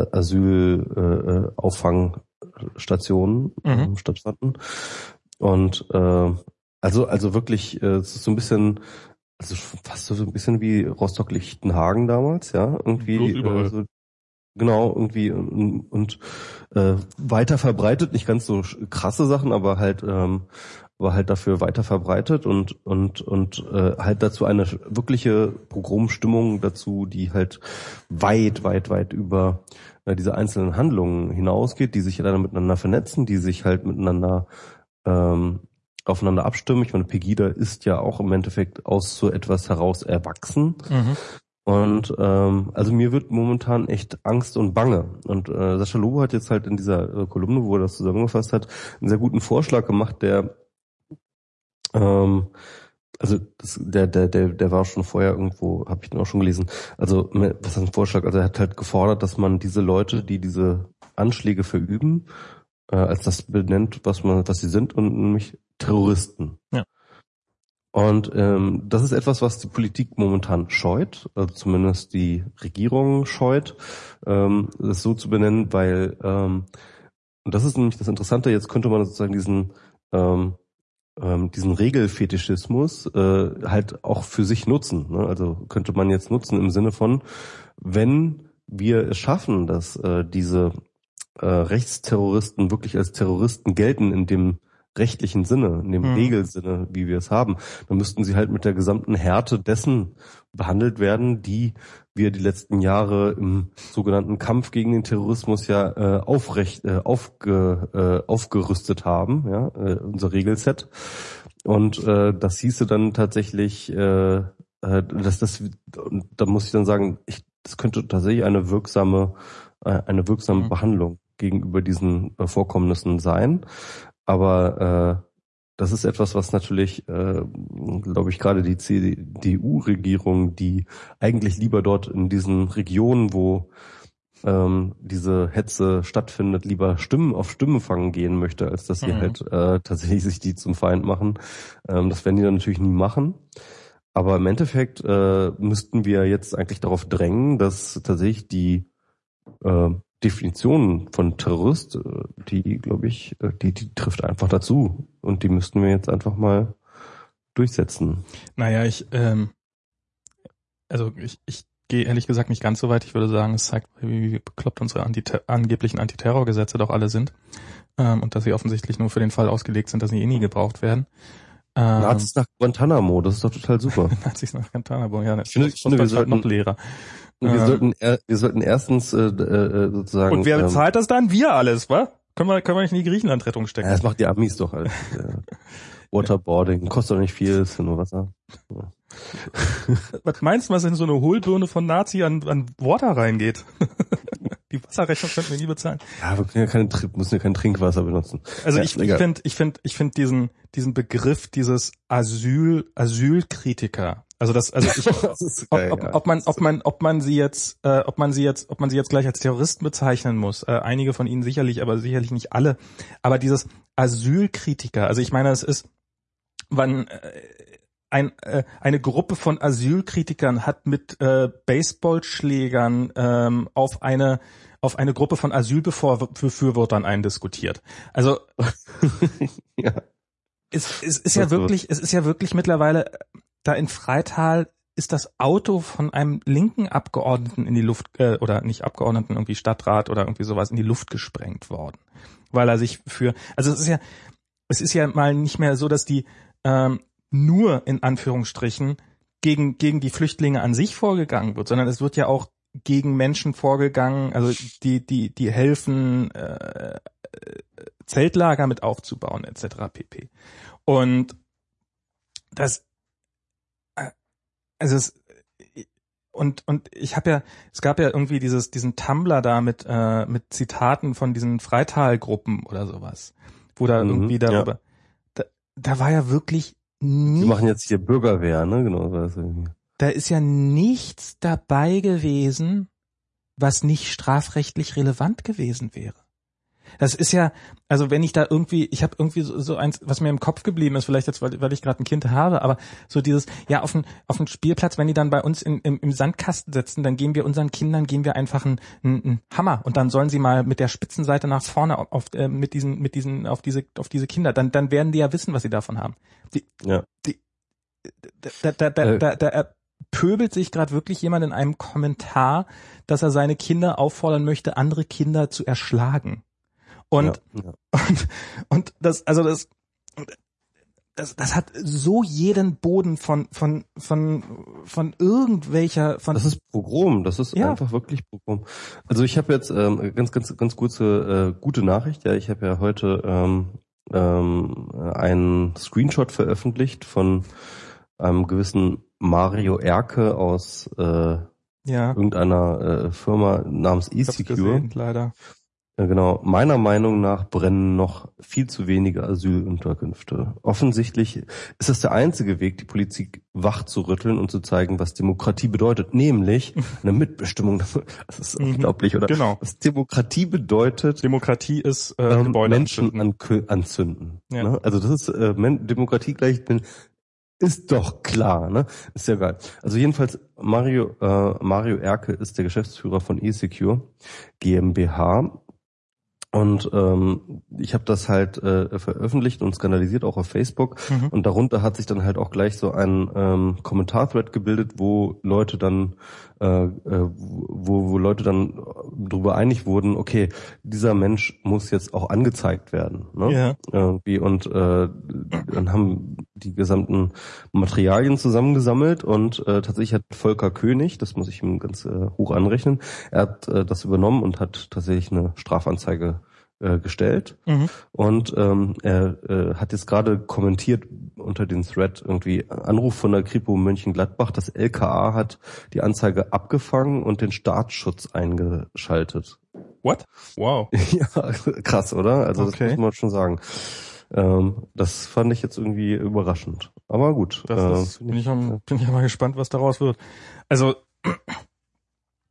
Asylauffangstationen äh, mhm. äh, stattfanden. Und äh, also also wirklich, äh, es ist so ein bisschen, also fast so ein bisschen wie Rostock-Lichtenhagen damals, ja, irgendwie äh, so, genau, irgendwie und, und äh, weiter verbreitet, nicht ganz so krasse Sachen, aber halt ähm, aber halt dafür weiter verbreitet und und und äh, halt dazu eine wirkliche Pogromstimmung dazu, die halt weit weit weit über äh, diese einzelnen Handlungen hinausgeht, die sich ja dann miteinander vernetzen, die sich halt miteinander ähm, aufeinander abstimmen. Ich meine, Pegida ist ja auch im Endeffekt aus so etwas heraus erwachsen. Mhm. Und ähm, also mir wird momentan echt Angst und Bange. Und äh, Sascha Lobo hat jetzt halt in dieser äh, Kolumne, wo er das zusammengefasst hat, einen sehr guten Vorschlag gemacht, der ähm, also das, der der der der war schon vorher irgendwo, habe ich den auch schon gelesen. Also was ist ein Vorschlag? Also er hat halt gefordert, dass man diese Leute, die diese Anschläge verüben, äh, als das benennt, was man was sie sind, und nämlich Terroristen. Ja. Und ähm, das ist etwas, was die Politik momentan scheut, also zumindest die Regierung scheut, ähm, das so zu benennen, weil ähm, und das ist nämlich das Interessante. Jetzt könnte man sozusagen diesen ähm, ähm, diesen Regelfetischismus äh, halt auch für sich nutzen. Ne? Also könnte man jetzt nutzen im Sinne von, wenn wir es schaffen, dass äh, diese äh, Rechtsterroristen wirklich als Terroristen gelten in dem rechtlichen Sinne, in dem mhm. Regelsinne, wie wir es haben, dann müssten sie halt mit der gesamten Härte dessen behandelt werden, die wir die letzten Jahre im sogenannten Kampf gegen den Terrorismus ja äh, aufrecht äh, aufge, äh, aufgerüstet haben, ja, äh, unser Regelset. Und äh, das hieße dann tatsächlich, äh, äh, dass das, da muss ich dann sagen, ich, das könnte tatsächlich eine wirksame, äh, eine wirksame mhm. Behandlung gegenüber diesen äh, Vorkommnissen sein. Aber äh, das ist etwas, was natürlich, äh, glaube ich, gerade die C D U-Regierung, die eigentlich lieber dort in diesen Regionen, wo ähm, diese Hetze stattfindet, lieber Stimmen auf Stimmen fangen gehen möchte, als dass sie Mhm. halt äh, tatsächlich sich die zum Feind machen. Ähm, das werden die dann natürlich nie machen. Aber im Endeffekt äh, müssten wir jetzt eigentlich darauf drängen, dass tatsächlich die äh, Definition von Terrorist, äh, die, glaube ich, äh, die, die trifft einfach dazu. Und die müssten wir jetzt einfach mal durchsetzen. Naja, ich, ähm, also ich, ich gehe ehrlich gesagt nicht ganz so weit. Ich würde sagen, es zeigt, wie bekloppt unsere Antiter- angeblichen Antiterrorgesetze doch alle sind. Ähm, und dass sie offensichtlich nur für den Fall ausgelegt sind, dass sie eh nie gebraucht werden. Ähm, Nazis nach Guantanamo, das ist doch total super. Nazis nach Guantanamo, ja, Ich finde, ich finde wir sollten noch Lehrer. Wir Ähm, sollten er, wir sollten erstens äh, äh, sozusagen. Und wer bezahlt ähm, das dann? Wir alles, wa? Können wir, können wir nicht in die Griechenland-Rettung stecken? Ja, das macht die Amis doch halt. Ja. Waterboarding kostet doch nicht viel, ist ja nur Wasser. Ja. Was meinst du, was in so eine Hohlbirne von Nazi an, an Water reingeht? Die Wasserrechnung könnten wir nie bezahlen. Ja, wir können ja keine, müssen ja kein Trinkwasser benutzen. Also ja, ich ich finde ich finde ich finde diesen diesen Begriff dieses Asyl Asylkritiker. Also das also ich, das ist geil, ob, ob, ja. ob man ob man ob man sie jetzt äh, ob man sie jetzt ob man sie jetzt gleich als Terroristen bezeichnen muss. Äh, einige von ihnen sicherlich, aber sicherlich nicht alle. Aber dieses Asylkritiker. Also ich meine, es ist wann äh, ein, äh, eine Gruppe von Asylkritikern hat mit äh, Baseballschlägern ähm, auf eine auf eine Gruppe von Asylbefürwortern eindiskutiert. Also ja. es, es ist ja wirklich, es ist ja wirklich mittlerweile da in Freital ist das Auto von einem linken Abgeordneten in die Luft äh, oder nicht Abgeordneten, irgendwie Stadtrat oder irgendwie sowas in die Luft gesprengt worden, weil er sich für also es ist ja es ist ja mal nicht mehr so, dass die ähm, nur in Anführungsstrichen gegen gegen die Flüchtlinge an sich vorgegangen wird, sondern es wird ja auch gegen Menschen vorgegangen, also die die die helfen äh, Zeltlager mit aufzubauen et cetera pp. Und das also es und und ich habe ja es gab ja irgendwie dieses diesen Tumblr da mit äh, mit Zitaten von diesen Freital-Gruppen oder sowas, wo da Mhm, irgendwie darüber ja. da, da war ja wirklich nie, Die machen jetzt hier Bürgerwehr, ne? Genau, das irgendwie. Da ist ja nichts dabei gewesen, was nicht strafrechtlich relevant gewesen wäre. Das ist ja, also wenn ich da irgendwie, ich habe irgendwie so, so eins, was mir im Kopf geblieben ist, vielleicht jetzt, weil, weil ich gerade ein Kind habe, aber so dieses, ja, auf dem auf dem Spielplatz, wenn die dann bei uns in, im, im Sandkasten sitzen, dann geben wir unseren Kindern, geben wir einfach einen, einen, einen Hammer und dann sollen sie mal mit der Spitzenseite nach vorne auf, auf äh, mit diesen, mit diesen, auf diese, auf diese Kinder, dann, dann werden die ja wissen, was sie davon haben. Die, Ja. die, da, da, da, Äh. da, da, da pöbelt sich gerade wirklich jemand in einem Kommentar, dass er seine Kinder auffordern möchte, andere Kinder zu erschlagen. Und, ja, ja. und, und das, also das, das, das hat so jeden Boden von, von, von, von irgendwelcher, von. Das ist Pogrom, das ist Ja. einfach wirklich Pogrom. Also ich habe jetzt ähm, ganz, ganz, ganz kurze, äh, gute Nachricht, ja, ich habe ja heute ähm, ähm, einen Screenshot veröffentlicht von einem gewissen Mario Erke aus äh, Ja. irgendeiner äh, Firma namens Ich hab's eSecure. gesehen, leider. Ja, genau. Meiner Meinung nach brennen noch viel zu wenige Asylunterkünfte. Offensichtlich ist es der einzige Weg, die Politik wach zu rütteln und zu zeigen, was Demokratie bedeutet. Nämlich eine Mitbestimmung. Das ist Mhm. unglaublich, oder? Genau. Was Demokratie bedeutet, Demokratie ist äh, ähm, Gebäude Menschen anzünden. an, anzünden. Ja. Ne? Also das ist äh, Men- Demokratie gleich ist doch klar, ne? Ist ja geil. Also jedenfalls Mario äh, Mario Erke ist der Geschäftsführer von eSecure GmbH. Und ähm, ich habe das halt äh, veröffentlicht und skandalisiert auch auf Facebook. Mhm. Und darunter hat sich dann halt auch gleich so ein ähm, Kommentarthread gebildet, wo Leute dann, äh, äh, wo, wo Leute dann darüber einig wurden, okay, dieser Mensch muss jetzt auch angezeigt werden. Ne? Ja. Irgendwie. Und äh, dann haben die gesamten Materialien zusammengesammelt und äh, tatsächlich hat Volker König, das muss ich ihm ganz äh, hoch anrechnen, er hat äh, das übernommen und hat tatsächlich eine Strafanzeige äh, gestellt. Mhm. Und ähm, er äh, hat jetzt gerade kommentiert unter den Thread irgendwie Anruf von der Kripo Mönchengladbach, das L K A hat die Anzeige abgefangen und den Staatsschutz eingeschaltet. What? Wow. Ja, krass, oder? Also Okay. das muss man schon sagen. Ähm, das fand ich jetzt irgendwie überraschend. Aber gut. Das äh, ist, bin ich, am, bin ich mal gespannt, was daraus wird. Also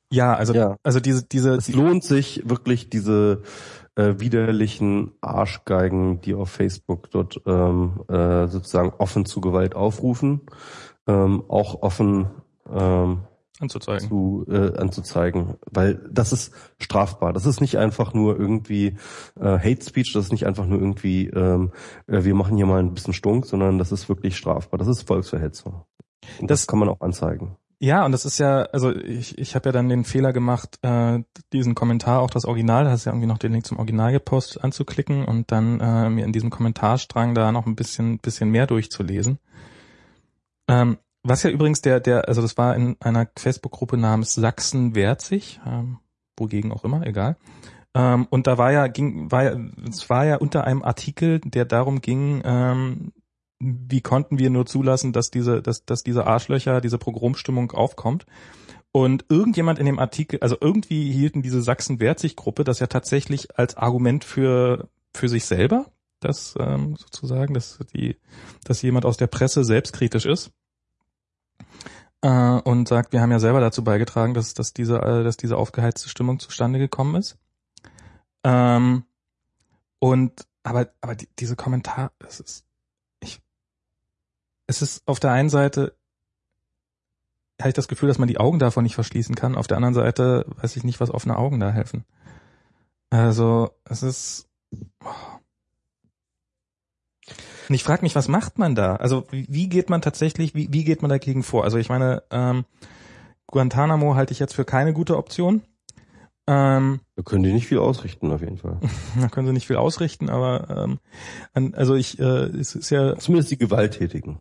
Ja, also Ja. also diese diese Es lohnt sich wirklich, diese äh, widerlichen Arschgeigen, die auf Facebook dort ähm, äh, sozusagen offen zu Gewalt aufrufen, ähm, auch offen ähm, anzuzeigen. zu äh, anzuzeigen, weil das ist strafbar. Das ist nicht einfach nur irgendwie äh, Hate Speech, das ist nicht einfach nur irgendwie ähm, äh, wir machen hier mal ein bisschen Stunk, sondern das ist wirklich strafbar. Das ist Volksverhetzung. Und das, das kann man auch anzeigen. Ja, und das ist ja, also ich ich habe ja dann den Fehler gemacht, äh, diesen Kommentar, auch das Original, da hast du ja irgendwie noch den Link zum Original gepostet, anzuklicken und dann äh, mir in diesem Kommentarstrang da noch ein bisschen bisschen mehr durchzulesen. Ähm, was ja übrigens der, der, also das war in einer Facebook-Gruppe namens Sachsen wehrt sich, ähm, wogegen auch immer, egal. Ähm, und da war ja, ging, war ja, es war ja unter einem Artikel, der darum ging, ähm, wie konnten wir nur zulassen, dass diese, dass, dass diese Arschlöcher, diese Pogromstimmung aufkommt. Und irgendjemand in dem Artikel, also irgendwie hielten diese Sachsen wehrt sich Gruppe das ja tatsächlich als Argument für, für sich selber, dass, ähm, sozusagen, dass die, dass jemand aus der Presse selbstkritisch ist. Äh, und sagt, wir haben ja selber dazu beigetragen, dass, dass diese, äh, dass diese aufgeheizte Stimmung zustande gekommen ist. Ähm, und, aber, aber die, diese Kommentar, es ist, ich, es ist auf der einen Seite, habe ich das Gefühl, dass man die Augen davon nicht verschließen kann. Auf der anderen Seite weiß ich nicht, was offene Augen da helfen. Also, es ist, oh. Und ich frage mich, was macht man da? Also wie, wie geht man tatsächlich, wie, wie geht man dagegen vor? Also ich meine, ähm, Guantanamo halte ich jetzt für keine gute Option. Ähm, da können die nicht viel ausrichten, auf jeden Fall. Da können sie nicht viel ausrichten, aber ähm, an, also ich, äh, es ist ja... Zumindest die Gewalttätigen.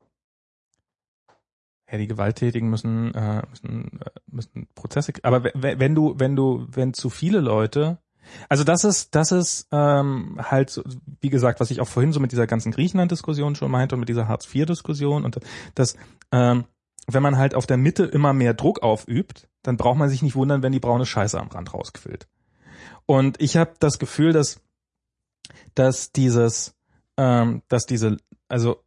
Ja, die Gewalttätigen müssen, äh, müssen, äh, müssen Prozesse... Aber w- wenn du, wenn du, wenn zu viele Leute... Also das ist, das ist ähm, halt, so, wie gesagt, was ich auch vorhin so mit dieser ganzen Griechenland-Diskussion schon meinte und mit dieser Hartz vier Diskussion und das, ähm, wenn man halt auf der Mitte immer mehr Druck aufübt, dann braucht man sich nicht wundern, wenn die braune Scheiße am Rand rausquillt. Und ich habe das Gefühl, dass, dass dieses, ähm, dass diese, also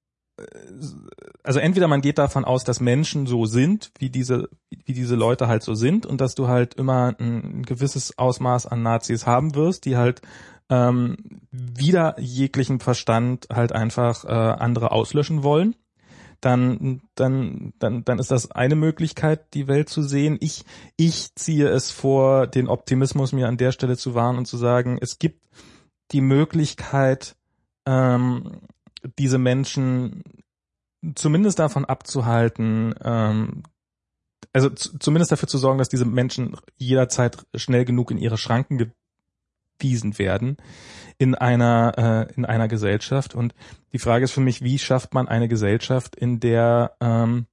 also entweder man geht davon aus, dass Menschen so sind, wie diese, wie diese Leute halt so sind und dass du halt immer ein gewisses Ausmaß an Nazis haben wirst, die halt ähm, wider jeglichen Verstand halt einfach äh, andere auslöschen wollen. Dann, dann, dann, dann ist das eine Möglichkeit, die Welt zu sehen. Ich, ich ziehe es vor, den Optimismus mir an der Stelle zu wahren und zu sagen, es gibt die Möglichkeit, ähm, diese Menschen zumindest davon abzuhalten, ähm, also z- zumindest dafür zu sorgen, dass diese Menschen jederzeit schnell genug in ihre Schranken gewiesen werden in einer äh, in einer Gesellschaft. Und die Frage ist für mich, wie schafft man eine Gesellschaft, in der ähm,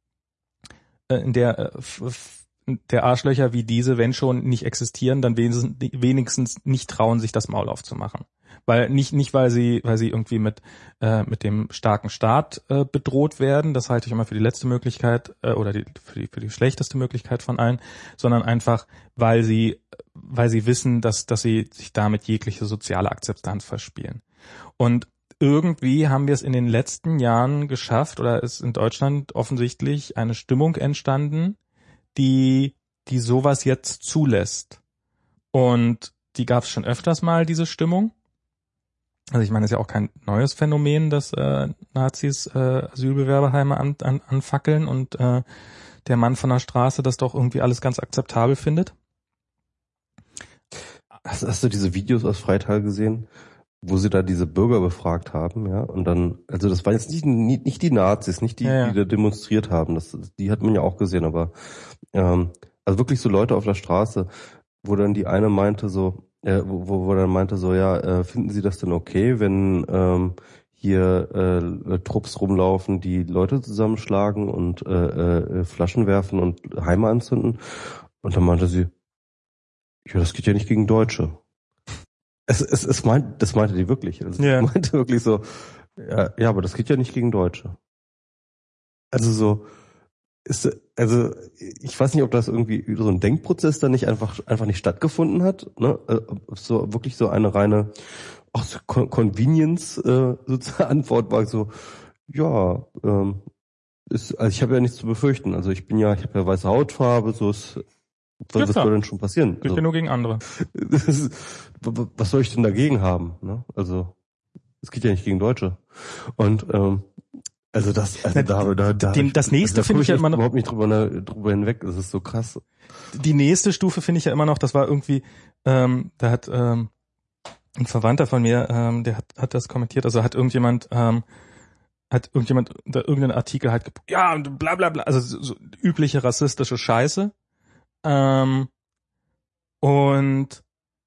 in der äh, f- f- der Arschlöcher wie diese, wenn schon nicht existieren, dann wenigstens, wenigstens nicht trauen, sich das Maul aufzumachen. Weil nicht nicht weil sie weil sie irgendwie mit äh, mit dem starken Staat äh, bedroht werden, das halte ich immer für die letzte Möglichkeit äh, oder die, für die für die schlechteste Möglichkeit von allen, sondern einfach weil sie weil sie wissen, dass dass sie sich damit jegliche soziale Akzeptanz verspielen. Und irgendwie haben wir es in den letzten Jahren geschafft oder ist in Deutschland offensichtlich eine Stimmung entstanden, die die sowas jetzt zulässt. Und die gab es schon öfters mal, diese Stimmung. Also ich meine, es ist ja auch kein neues Phänomen, dass äh, Nazis äh, Asylbewerberheime an, an, anfackeln und äh, der Mann von der Straße das doch irgendwie alles ganz akzeptabel findet. Hast, hast du diese Videos aus Freital gesehen, wo sie da diese Bürger befragt haben, ja? Und dann, also das waren jetzt nicht, nicht, nicht die Nazis, nicht die, ja, ja. die da demonstriert haben, das, die hat man ja auch gesehen, aber ähm, also wirklich so Leute auf der Straße, wo dann die eine meinte so, Äh, wo, wo dann meinte so, ja, äh, finden Sie das denn okay, wenn ähm, hier äh, Trupps rumlaufen, die Leute zusammenschlagen und äh, äh, Flaschen werfen und Heime anzünden? Und dann meinte sie, ja, das geht ja nicht gegen Deutsche. Es, es, es meint, das meinte die wirklich. Also yeah. Es meinte wirklich so, ja, ja, aber das geht ja nicht gegen Deutsche. Also so, ist, also ich weiß nicht, ob das irgendwie so ein Denkprozess da nicht einfach einfach nicht stattgefunden hat, ne? So wirklich so eine reine ach, so Convenience äh, sozusagen Antwort war so, ja, ähm, ist, also ich habe ja nichts zu befürchten. Also ich bin ja, ich habe ja weiße Hautfarbe, so ist, was, Ja, was soll denn schon passieren? Gilt ja Also, nur gegen andere. ist, was soll ich denn dagegen haben? Ne? Also es geht ja nicht gegen Deutsche. Und ähm, also das, also da, da, da Den, das nächste also, da finde ich ja immer noch überhaupt nicht drüber, drüber hinweg. Das ist so krass. Die nächste Stufe finde ich ja immer noch, das war irgendwie, ähm, da hat ähm, ein Verwandter von mir, ähm, der hat, hat das kommentiert, also hat irgendjemand, ähm, hat irgendjemand unter irgendeinen Artikel halt, gep- ja, und bla bla bla, also so, so übliche rassistische Scheiße. Ähm, und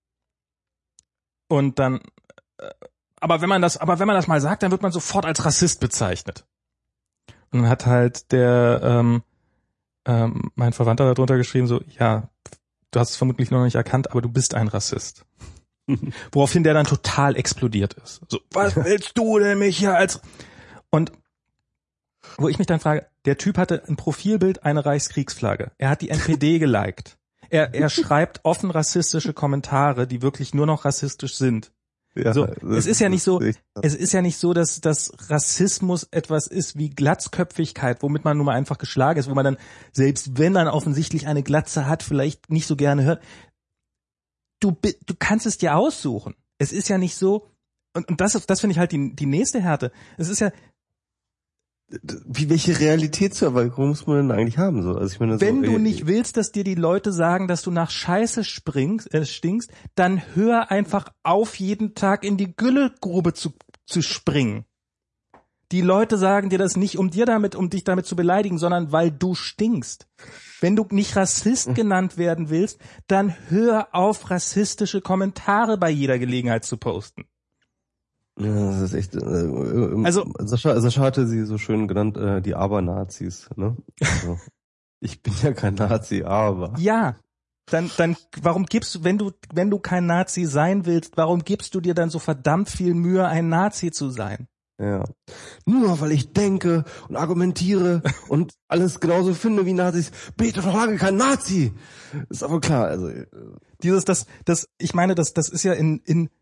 und dann, äh, aber wenn man das, aber wenn man das mal sagt, dann wird man sofort als Rassist bezeichnet. Und dann hat halt der, ähm, ähm, mein Verwandter darunter geschrieben, so, ja, du hast es vermutlich noch nicht erkannt, aber du bist ein Rassist. Woraufhin der dann total explodiert ist. So, was willst du denn mich hier als... Und wo ich mich dann frage, der Typ hatte ein Profilbild, eine Reichskriegsflagge. Er hat die N P D geliked. Er, er schreibt offen rassistische Kommentare, die wirklich nur noch rassistisch sind. Ja, so, es ist ja nicht so, es ist ja nicht so, dass, dass Rassismus etwas ist wie Glatzköpfigkeit, womit man nun mal einfach geschlagen ist, wo man dann, selbst wenn man offensichtlich eine Glatze hat, vielleicht nicht so gerne hört. Du, du kannst es dir aussuchen. Es ist ja nicht so, und, und das, das finde ich halt die, die nächste Härte. Es ist ja, wie, welche Realitätsverweigerung muss man denn eigentlich haben? So? Also ich meine, wenn so, du ey, nicht willst, dass dir die Leute sagen, dass du nach Scheiße springst, äh, stinkst, dann hör einfach auf, jeden Tag in die Güllegrube zu, zu springen. Die Leute sagen dir das nicht, um dir damit, um dich damit zu beleidigen, sondern weil du stinkst. Wenn du nicht Rassist genannt werden willst, dann hör auf, rassistische Kommentare bei jeder Gelegenheit zu posten. Ja, das ist echt. Äh, Also Sascha, Sascha hatte sie so schön genannt, äh, die Aber-Nazis. Ne? Also, ich bin ja kein Nazi, aber. Ja, dann, dann, warum gibst du, wenn du, wenn du kein Nazi sein willst, warum gibst du dir dann so verdammt viel Mühe, ein Nazi zu sein? Ja. Nur weil ich denke und argumentiere und alles genauso finde wie Nazis, bin ich doch noch lange kein Nazi. Ist aber klar. Also dieses, das, das, ich meine, das, das ist ja in, in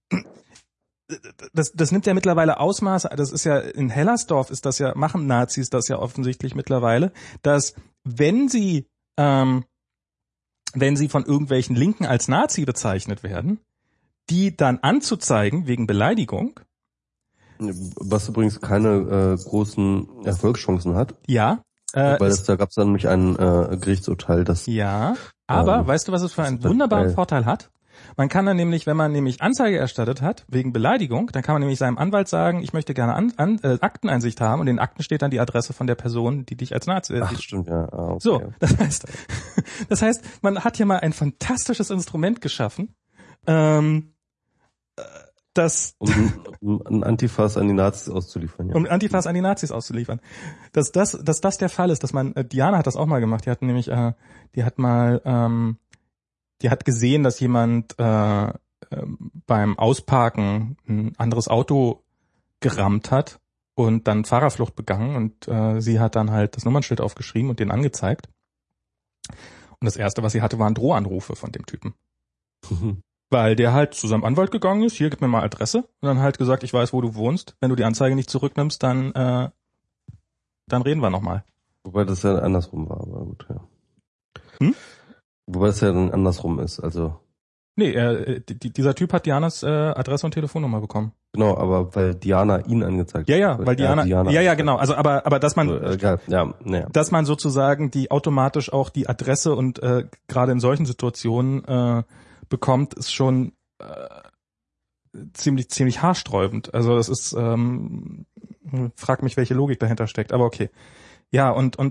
Das, das nimmt ja mittlerweile Ausmaße, das ist ja in Hellersdorf ist das ja, machen Nazis das ja offensichtlich mittlerweile, dass wenn sie, ähm, wenn sie von irgendwelchen Linken als Nazi bezeichnet werden, die dann anzuzeigen wegen Beleidigung. Was übrigens keine äh, großen Erfolgschancen hat. Ja. Äh, weil das, da gab es dann nämlich ein äh, Gerichtsurteil, das... Ja, aber ähm, weißt du, was es für einen wunderbaren äh, Vorteil hat? Man kann dann nämlich, wenn man nämlich Anzeige erstattet hat, wegen Beleidigung, dann kann man nämlich seinem Anwalt sagen, ich möchte gerne an, an, äh, Akteneinsicht haben und in den Akten steht dann die Adresse von der Person, die dich als Nazi... Äh, Ach, stimmt, ja. Ah, okay. So, das heißt, das heißt, man hat hier mal ein fantastisches Instrument geschaffen, ähm, das... Um, um ein Antifas an die Nazis auszuliefern, ja. Um Antifas an die Nazis auszuliefern. Dass das, dass das der Fall ist, dass man, äh, Diana hat das auch mal gemacht, die hat nämlich, äh, die hat mal... Ähm, Die hat gesehen, dass jemand äh, beim Ausparken ein anderes Auto gerammt hat und dann Fahrerflucht begangen und äh, sie hat dann halt das Nummernschild aufgeschrieben und den angezeigt. Und das Erste, was sie hatte, waren Drohanrufe von dem Typen. Mhm. Weil der halt zu seinem Anwalt gegangen ist, hier, gib mir mal Adresse. Und dann halt gesagt, ich weiß, wo du wohnst. Wenn du die Anzeige nicht zurücknimmst, dann äh, dann reden wir nochmal. Wobei das ja andersrum war, aber gut, ja. Hm? Wobei es ja dann andersrum ist, also. Nee, er, die, dieser Typ hat Dianas äh, Adresse und Telefonnummer bekommen. Genau, aber weil Diana ihn angezeigt hat. Ja, ja, weil Diana, Diana ja, ja, genau. Also, aber, aber dass man, also, egal. Ja, ja. dass man sozusagen die automatisch auch die Adresse und äh, gerade in solchen Situationen äh, bekommt, ist schon äh, ziemlich, ziemlich haarsträubend. Also, das ist, ähm, frag mich, welche Logik dahinter steckt. Aber okay, ja und und,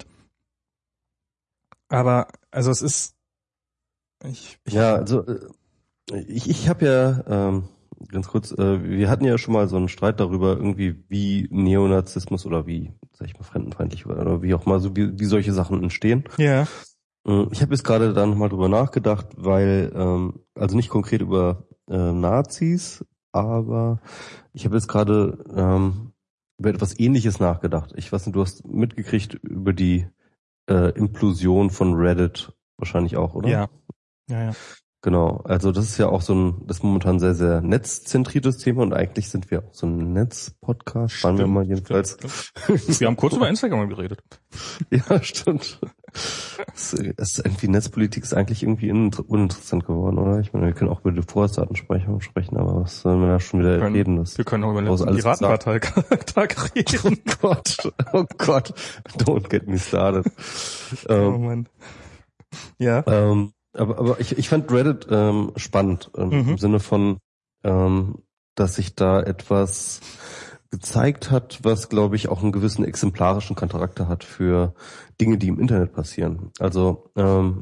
aber also es ist Ich, ich ja, also ich, ich habe ja ähm, ganz kurz, äh, wir hatten ja schon mal so einen Streit darüber, irgendwie wie Neonazismus oder wie, sag ich mal, fremdenfeindlich oder wie auch mal so wie, wie solche Sachen entstehen. Ja. Ich habe jetzt gerade da nochmal drüber nachgedacht, weil ähm, also nicht konkret über äh, Nazis, aber ich habe jetzt gerade ähm, über etwas Ähnliches nachgedacht. Ich weiß nicht, du hast mitgekriegt über die äh, Implosion von Reddit wahrscheinlich auch, oder? Ja. Ja, ja. Genau, also das ist ja auch so ein, das ist momentan sehr, sehr netzzentriertes Thema und eigentlich sind wir auch so ein Netz-Podcast, waren wir mal jedenfalls. Stimmt, stimmt. Wir haben kurz über Instagram geredet. Ja, stimmt. Das ist irgendwie, Netzpolitik ist eigentlich irgendwie uninteressant geworden, oder? Ich meine, wir können auch über die Vorratsdatenspeicherung sprechen, aber was sollen wir da schon wieder können, reden? Das wir können auch über den Piratenpartei-Tag reden. Oh Gott, oh Gott, don't get me started. Oh ähm, Mann. Ja. Ähm, aber, aber ich, ich fand Reddit ähm, spannend, ähm, mhm. im Sinne von, ähm, dass sich da etwas gezeigt hat, was, glaube ich, auch einen gewissen exemplarischen Charakter hat für Dinge, die im Internet passieren. Also ähm,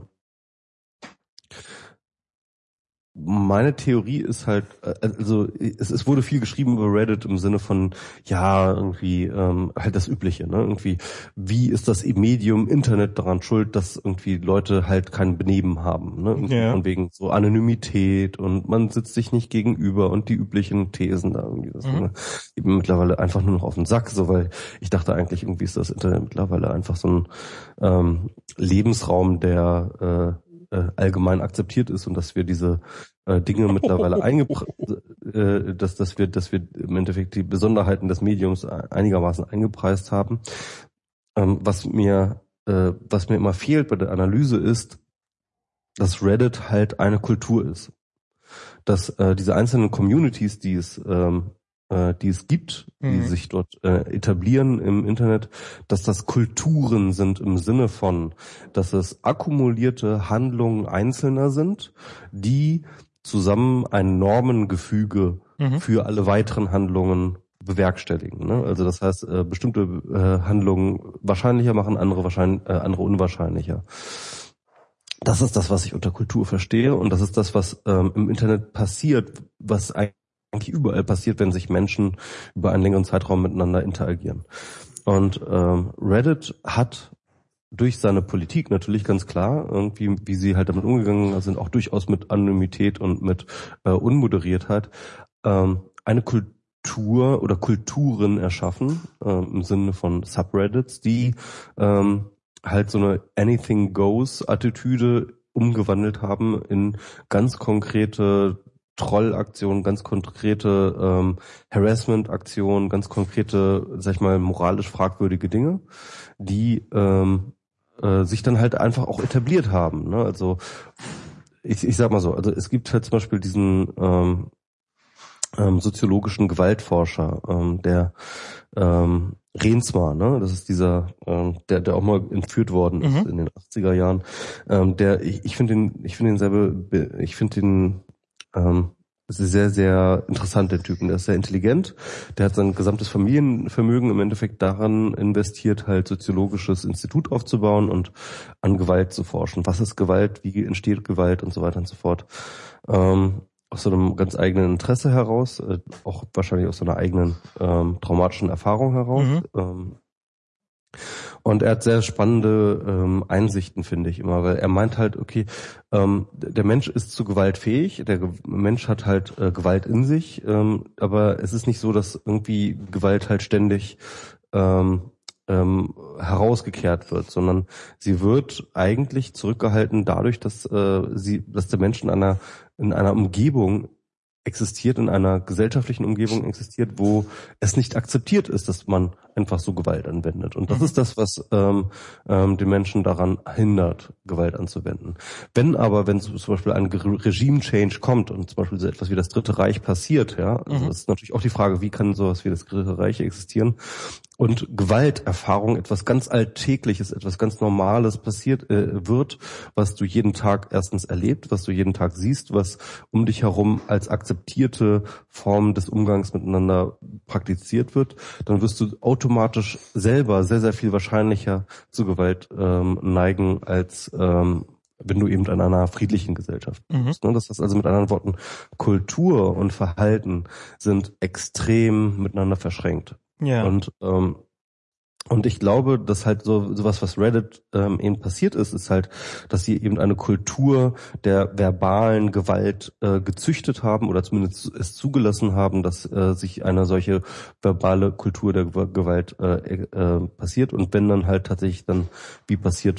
meine Theorie ist halt, also es, es wurde viel geschrieben über Reddit im Sinne von, ja, irgendwie ähm, halt das Übliche, ne? Irgendwie, wie ist das Medium Internet daran schuld, dass irgendwie Leute halt kein Benehmen haben, ne? Ja. Von wegen so Anonymität und man sitzt sich nicht gegenüber und die üblichen Thesen da irgendwie. Das mhm. eben mittlerweile einfach nur noch auf den Sack, so, weil ich dachte eigentlich, irgendwie ist das Internet mittlerweile einfach so ein ähm, Lebensraum, der äh, allgemein akzeptiert ist und dass wir diese äh, Dinge mittlerweile eingepreist, äh, dass dass wir dass wir im Endeffekt die Besonderheiten des Mediums einigermaßen eingepreist haben. Ähm, was mir äh, was mir immer fehlt bei der Analyse ist, dass Reddit halt eine Kultur ist, dass äh, diese einzelnen Communities, die es ähm, die es gibt, die mhm. sich dort äh, etablieren im Internet, dass das Kulturen sind im Sinne von, dass es akkumulierte Handlungen Einzelner sind, die zusammen ein Normengefüge mhm. für alle weiteren Handlungen bewerkstelligen. Ne? Also das heißt, äh, bestimmte äh, Handlungen wahrscheinlicher machen, andere wahrscheinlich, äh, andere unwahrscheinlicher. Das ist das, was ich unter Kultur verstehe, und das ist das, was ähm, im Internet passiert, was eigentlich eigentlich überall passiert, wenn sich Menschen über einen längeren Zeitraum miteinander interagieren. Und ähm, Reddit hat durch seine Politik natürlich ganz klar, irgendwie, wie sie halt damit umgegangen sind, auch durchaus mit Anonymität und mit äh, Unmoderiertheit, ähm, eine Kultur oder Kulturen erschaffen, äh, im Sinne von Subreddits, die ähm, halt so eine Anything-Goes-Attitüde umgewandelt haben in ganz konkrete Trollaktionen, ganz konkrete ähm, Harassment-Aktionen, ganz konkrete, sag ich mal, moralisch fragwürdige Dinge, die ähm, äh, sich dann halt einfach auch etabliert haben. Ne? Also ich, ich sag mal so, also es gibt halt zum Beispiel diesen ähm, ähm, soziologischen Gewaltforscher, ähm, der ähm, Reensma, ne, das ist dieser, ähm, der, der auch mal entführt worden ist mhm. in den achtziger Jahren. Ähm, der, ich, ich finde den, ich finde den selber, ich finde den Ähm, das ist sehr, sehr interessant, der Typ. Der ist sehr intelligent. Der hat sein gesamtes Familienvermögen im Endeffekt daran investiert, halt soziologisches Institut aufzubauen und an Gewalt zu forschen. Was ist Gewalt? Wie entsteht Gewalt? Und so weiter und so fort. Ähm, aus so einem ganz eigenen Interesse heraus, äh, auch wahrscheinlich aus so einer eigenen ähm, traumatischen Erfahrung heraus. Mhm. Ähm, Und er hat sehr spannende ähm, Einsichten, finde ich immer, weil er meint halt, okay, ähm, der Mensch ist zu Gewalt fähig, der Ge- Mensch hat halt äh, Gewalt in sich, ähm, aber es ist nicht so, dass irgendwie Gewalt halt ständig ähm, ähm, herausgekehrt wird, sondern sie wird eigentlich zurückgehalten dadurch, dass äh, sie, dass der Mensch in einer in einer Umgebung existiert, in einer gesellschaftlichen Umgebung existiert, wo es nicht akzeptiert ist, dass man einfach so Gewalt anwendet. Und das ist das, was ähm, ähm, den Menschen daran hindert, Gewalt anzuwenden. Wenn aber, wenn zum Beispiel ein Regime-Change kommt und zum Beispiel so etwas wie das Dritte Reich passiert, ja, also mhm. das ist natürlich auch die Frage, wie kann sowas wie das Dritte Reich existieren? Und Gewalterfahrung, etwas ganz Alltägliches, etwas ganz Normales passiert äh, wird, was du jeden Tag erstens erlebt, was du jeden Tag siehst, was um dich herum als akzeptierte Form des Umgangs miteinander praktiziert wird, dann wirst du automatisch selber sehr, sehr viel wahrscheinlicher zu Gewalt ähm, neigen, als ähm, wenn du eben in einer friedlichen Gesellschaft bist. Mhm. Das heißt also mit anderen Worten, Kultur und Verhalten sind extrem miteinander verschränkt. Ja. Und ähm, und ich glaube, dass halt so sowas, was Reddit ähm, eben passiert ist, ist halt, dass sie eben eine Kultur der verbalen Gewalt äh, gezüchtet haben oder zumindest es zugelassen haben, dass äh, sich eine solche verbale Kultur der Gewalt äh, äh, passiert. Und wenn dann halt tatsächlich dann, wie passiert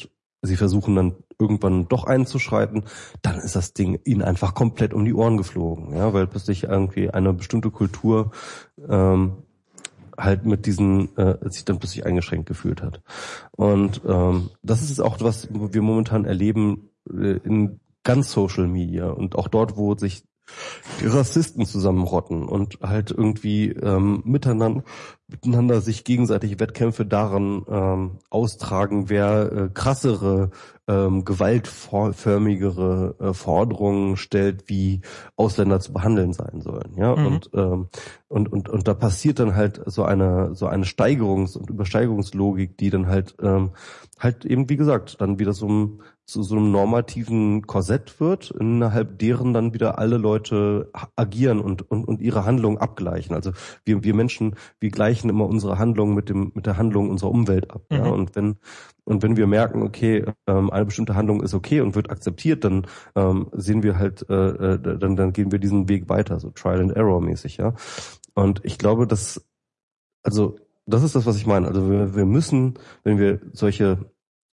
sie versuchen dann irgendwann doch einzuschreiten, dann ist das Ding ihnen einfach komplett um die Ohren geflogen, ja, weil plötzlich irgendwie eine bestimmte Kultur ähm, halt mit diesen äh, sich dann plötzlich eingeschränkt gefühlt hat. Und ähm, das ist auch, was wir momentan erleben äh, in ganz Social Media und auch dort, wo sich die Rassisten zusammenrotten und halt irgendwie ähm, miteinander, miteinander sich gegenseitig Wettkämpfe daran ähm, austragen, wer äh, krassere, ähm, gewaltförmigere äh, Forderungen stellt, wie Ausländer zu behandeln sein sollen. Ja, mhm. und, ähm, und und und da passiert dann halt so eine so eine Steigerungs- und Übersteigerungslogik, die dann halt ähm, halt eben wie gesagt dann wieder so ein zu so einem normativen Korsett wird, innerhalb deren dann wieder alle Leute agieren und und und ihre Handlungen abgleichen. Also wir wir Menschen, wir gleichen immer unsere Handlungen mit dem mit der Handlung unserer Umwelt ab. Mhm. Ja? Und wenn und wenn wir merken, okay, ähm, eine bestimmte Handlung ist okay und wird akzeptiert, dann ähm, sehen wir halt, äh, dann dann gehen wir diesen Weg weiter, so Trial and Error mäßig, ja. Und ich glaube, dass also das ist das, was ich meine. Also wir, wir müssen, wenn wir solche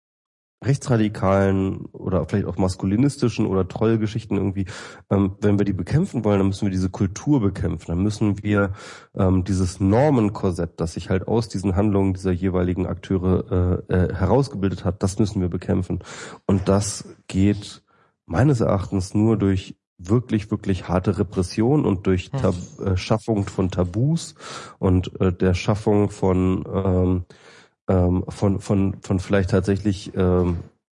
rechtsradikalen oder vielleicht auch maskulinistischen oder Trollgeschichten irgendwie, ähm, wenn wir die bekämpfen wollen, dann müssen wir diese Kultur bekämpfen. Dann müssen wir ähm, dieses Normenkorsett, das sich halt aus diesen Handlungen dieser jeweiligen Akteure äh, äh, herausgebildet hat, das müssen wir bekämpfen. Und das geht meines Erachtens nur durch wirklich, wirklich harte Repression und durch Tab- äh, Schaffung von Tabus und äh, der Schaffung von ähm, von von von vielleicht tatsächlich ähm,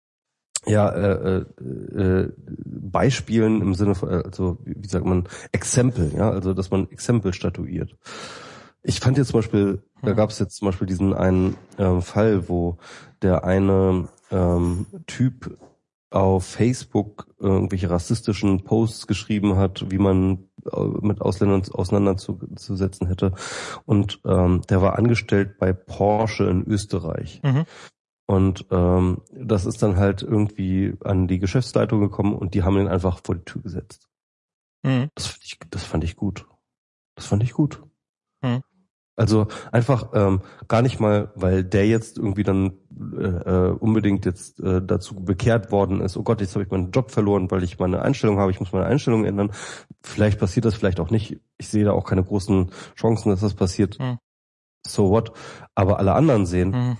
ja äh, äh, Beispielen im Sinne von, also wie sagt man, Exempel, ja, also dass man Exempel statuiert. Ich fand jetzt zum Beispiel, da gab es jetzt zum Beispiel diesen einen ähm, Fall, wo der eine ähm, Typ auf Facebook irgendwelche rassistischen Posts geschrieben hat, wie man mit Ausländern auseinanderzusetzen hätte. Und ähm, der war angestellt bei Porsche in Österreich. Mhm. Und ähm, das ist dann halt irgendwie an die Geschäftsleitung gekommen und die haben ihn einfach vor die Tür gesetzt. Mhm. Das fand ich, das fand ich gut. Das fand ich gut. Mhm. Also einfach ähm, gar nicht mal, weil der jetzt irgendwie dann äh, unbedingt jetzt äh, dazu bekehrt worden ist, oh Gott, jetzt habe ich meinen Job verloren, weil ich meine Einstellung habe, ich muss meine Einstellung ändern. Vielleicht passiert das, vielleicht auch nicht. Ich sehe da auch keine großen Chancen, dass das passiert. Hm. So what? Aber alle anderen sehen, hm.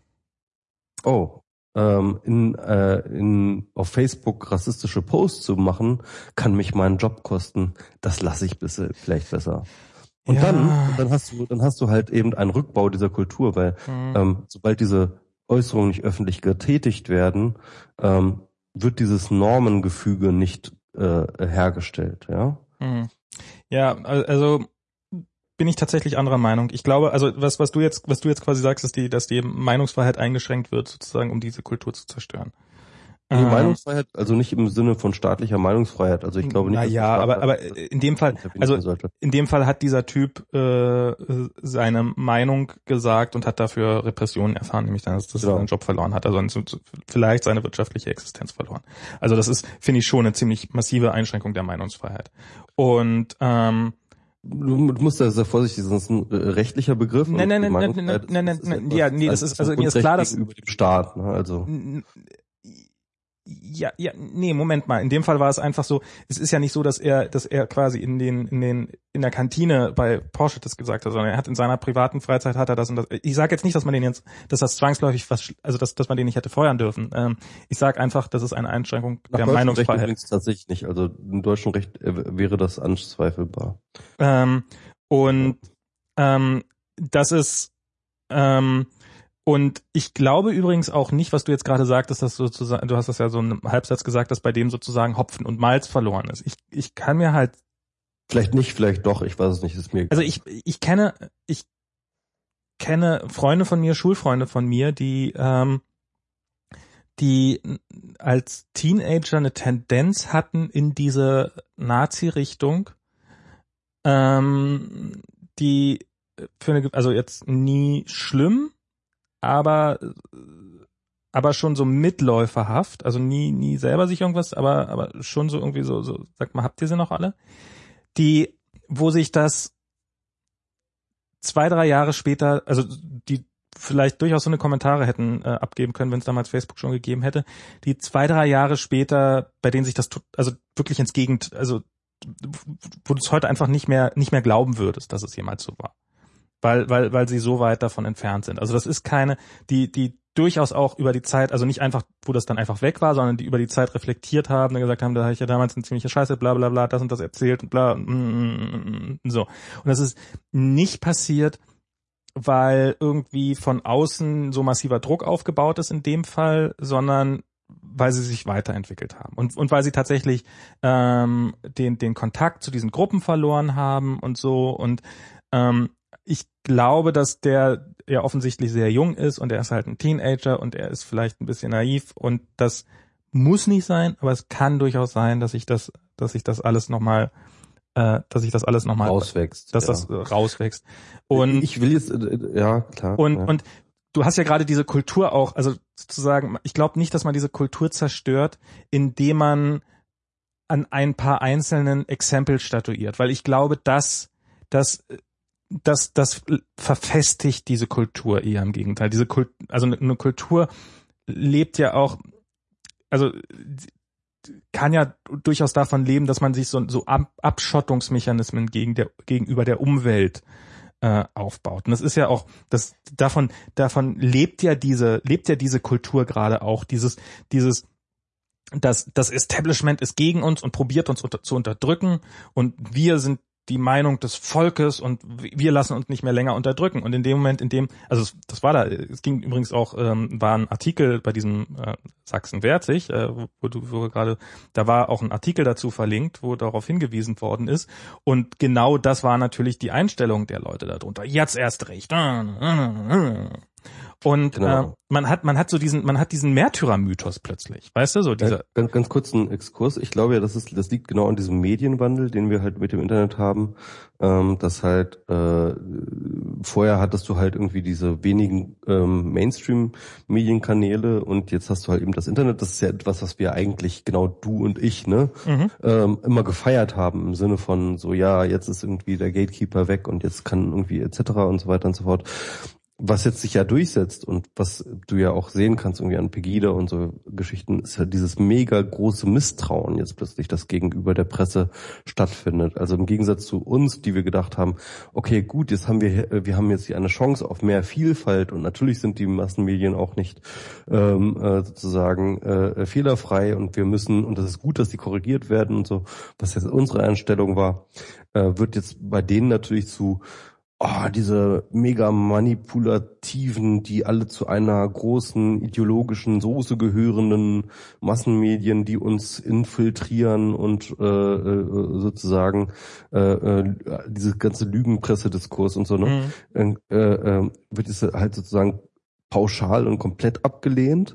oh, ähm, in, äh, in auf Facebook rassistische Posts zu machen, kann mich meinen Job kosten. Das lasse ich bis, vielleicht besser. Und ja. dann, dann hast du, dann hast du halt eben einen Rückbau dieser Kultur, weil mhm. ähm, sobald diese Äußerungen nicht öffentlich getätigt werden, ähm, wird dieses Normengefüge nicht äh, hergestellt, ja. Mhm. Ja, also bin ich tatsächlich anderer Meinung. Ich glaube, also was was du jetzt was du jetzt quasi sagst, ist die, dass die Meinungsfreiheit eingeschränkt wird, sozusagen, um diese Kultur zu zerstören. Die Meinungsfreiheit, also nicht im Sinne von staatlicher Meinungsfreiheit. Also ich glaube nicht. Na ja, aber aber in dem Fall, also in dem Fall hat dieser Typ äh, seine Meinung gesagt und hat dafür Repressionen erfahren, nämlich dann, dass er genau. seinen Job verloren hat, also vielleicht seine wirtschaftliche Existenz verloren. Also das ist, finde ich, schon eine ziemlich massive Einschränkung der Meinungsfreiheit. Und ähm, Du musst da sehr vorsichtig sein, das ist ein rechtlicher Begriff. Nein, nein, nein, nein, nein, nein, nein, nein, ja, nee, das ist, also mir ist klar, dass über dem Staat, ne, also. Ja, ja, nee, Moment mal. In dem Fall war es einfach so, es ist ja nicht so, dass er, dass er quasi in den, in den, in der Kantine bei Porsche das gesagt hat, sondern er hat in seiner privaten Freizeit hat er das und das. Ich sage jetzt nicht, dass man den jetzt, dass das zwangsläufig was, also dass, dass man den nicht hätte feuern dürfen. Ähm, ich sage einfach, das ist eine Einschränkung Nach der deutschem Meinungsfreiheit. Recht übrigens tatsächlich nicht. Also im deutschen Recht wäre das anzweifelbar. Ähm, und ähm, das ist ähm, Und ich glaube übrigens auch nicht, was du jetzt gerade sagtest, dass sozusagen, du hast das ja so einen Halbsatz gesagt, dass bei dem sozusagen Hopfen und Malz verloren ist. Ich, ich kann mir halt. Vielleicht nicht, vielleicht doch, ich weiß es nicht, ist mir Also ich, ich kenne, ich kenne Freunde von mir, Schulfreunde von mir, die, ähm, die als Teenager eine Tendenz hatten in diese Nazi-Richtung, ähm, die für eine, also jetzt nie schlimm, aber aber schon so mitläuferhaft, also nie nie selber sich irgendwas, aber aber schon so irgendwie so so sag mal, habt ihr sie noch alle? Die, wo sich das zwei, drei Jahre später, also die vielleicht durchaus so eine Kommentare hätten äh, abgeben können, wenn es damals Facebook schon gegeben hätte, die zwei, drei Jahre später, bei denen sich das also wirklich ins Gegend, also wo du es heute einfach nicht mehr nicht mehr glauben würdest, dass es jemals so war. Weil weil weil sie so weit davon entfernt sind. Also das ist keine, die die durchaus auch über die Zeit, also nicht einfach, wo das dann einfach weg war, sondern die über die Zeit reflektiert haben und gesagt haben, da habe ich ja damals eine ziemliche Scheiße, bla bla bla, das und das erzählt und bla, mm, so. Und das ist nicht passiert, weil irgendwie von außen so massiver Druck aufgebaut ist in dem Fall, sondern weil sie sich weiterentwickelt haben und und weil sie tatsächlich ähm, den den Kontakt zu diesen Gruppen verloren haben und so. Und ähm, ich glaube, dass der ja offensichtlich sehr jung ist und er ist halt ein Teenager und er ist vielleicht ein bisschen naiv und das muss nicht sein, aber es kann durchaus sein, dass ich das, dass ich das alles nochmal, äh, dass ich das alles nochmal rauswächst, dass ja. das äh, rauswächst. Und ich will jetzt, äh, ja klar. Und ja. und du hast ja gerade diese Kultur auch, also sozusagen, ich glaube nicht, dass man diese Kultur zerstört, indem man an ein paar einzelnen Exempel statuiert, weil ich glaube, dass dass Das, das verfestigt diese Kultur eher im Gegenteil. Diese Kult, also eine Kultur lebt ja auch, also kann ja durchaus davon leben, dass man sich so, so Abschottungsmechanismen gegen der, gegenüber der Umwelt äh, aufbaut. Und das ist ja auch, das davon, davon lebt ja diese, lebt ja diese Kultur gerade auch, dieses, dieses das, das Establishment ist gegen uns und probiert uns unter, zu unterdrücken und wir sind die Meinung des Volkes und wir lassen uns nicht mehr länger unterdrücken. Und in dem Moment, in dem, also das war da, es ging übrigens auch, ähm, war ein Artikel bei diesem äh, Sachsen-Wertzig, äh, wo du wo gerade, da war auch ein Artikel dazu verlinkt, wo darauf hingewiesen worden ist. Und genau das war natürlich die Einstellung der Leute darunter. Jetzt erst recht. Und genau. äh, man hat man hat so diesen man hat diesen Märtyrermythos plötzlich, weißt du, so dieser ja, ganz ganz kurz ein Exkurs. Ich glaube ja, das ist das liegt genau an diesem Medienwandel, den wir halt mit dem Internet haben, ähm, dass halt äh, vorher hattest du halt irgendwie diese wenigen ähm, Mainstream-Medienkanäle und jetzt hast du halt eben das Internet. Das ist ja etwas, was wir eigentlich genau du und ich ne mhm. ähm, immer gefeiert haben im Sinne von so ja jetzt ist irgendwie der Gatekeeper weg und jetzt kann irgendwie et cetera und so weiter und so fort. Was jetzt sich ja durchsetzt und was du ja auch sehen kannst irgendwie an Pegida und so Geschichten, ist ja dieses mega große Misstrauen jetzt plötzlich, das gegenüber der Presse stattfindet. Also im Gegensatz zu uns, die wir gedacht haben, okay, gut, jetzt haben wir wir haben jetzt hier eine Chance auf mehr Vielfalt und natürlich sind die Massenmedien auch nicht ähm, äh, sozusagen äh, fehlerfrei und wir müssen, und das ist gut, dass die korrigiert werden und so, was jetzt unsere Einstellung war, äh, wird jetzt bei denen natürlich zu Oh, diese mega manipulativen, die alle zu einer großen ideologischen Soße gehörenden Massenmedien, die uns infiltrieren und äh, sozusagen äh, diese ganze Lügenpressediskurs und so, ne, mhm. äh, äh, wird jetzt halt sozusagen pauschal und komplett abgelehnt.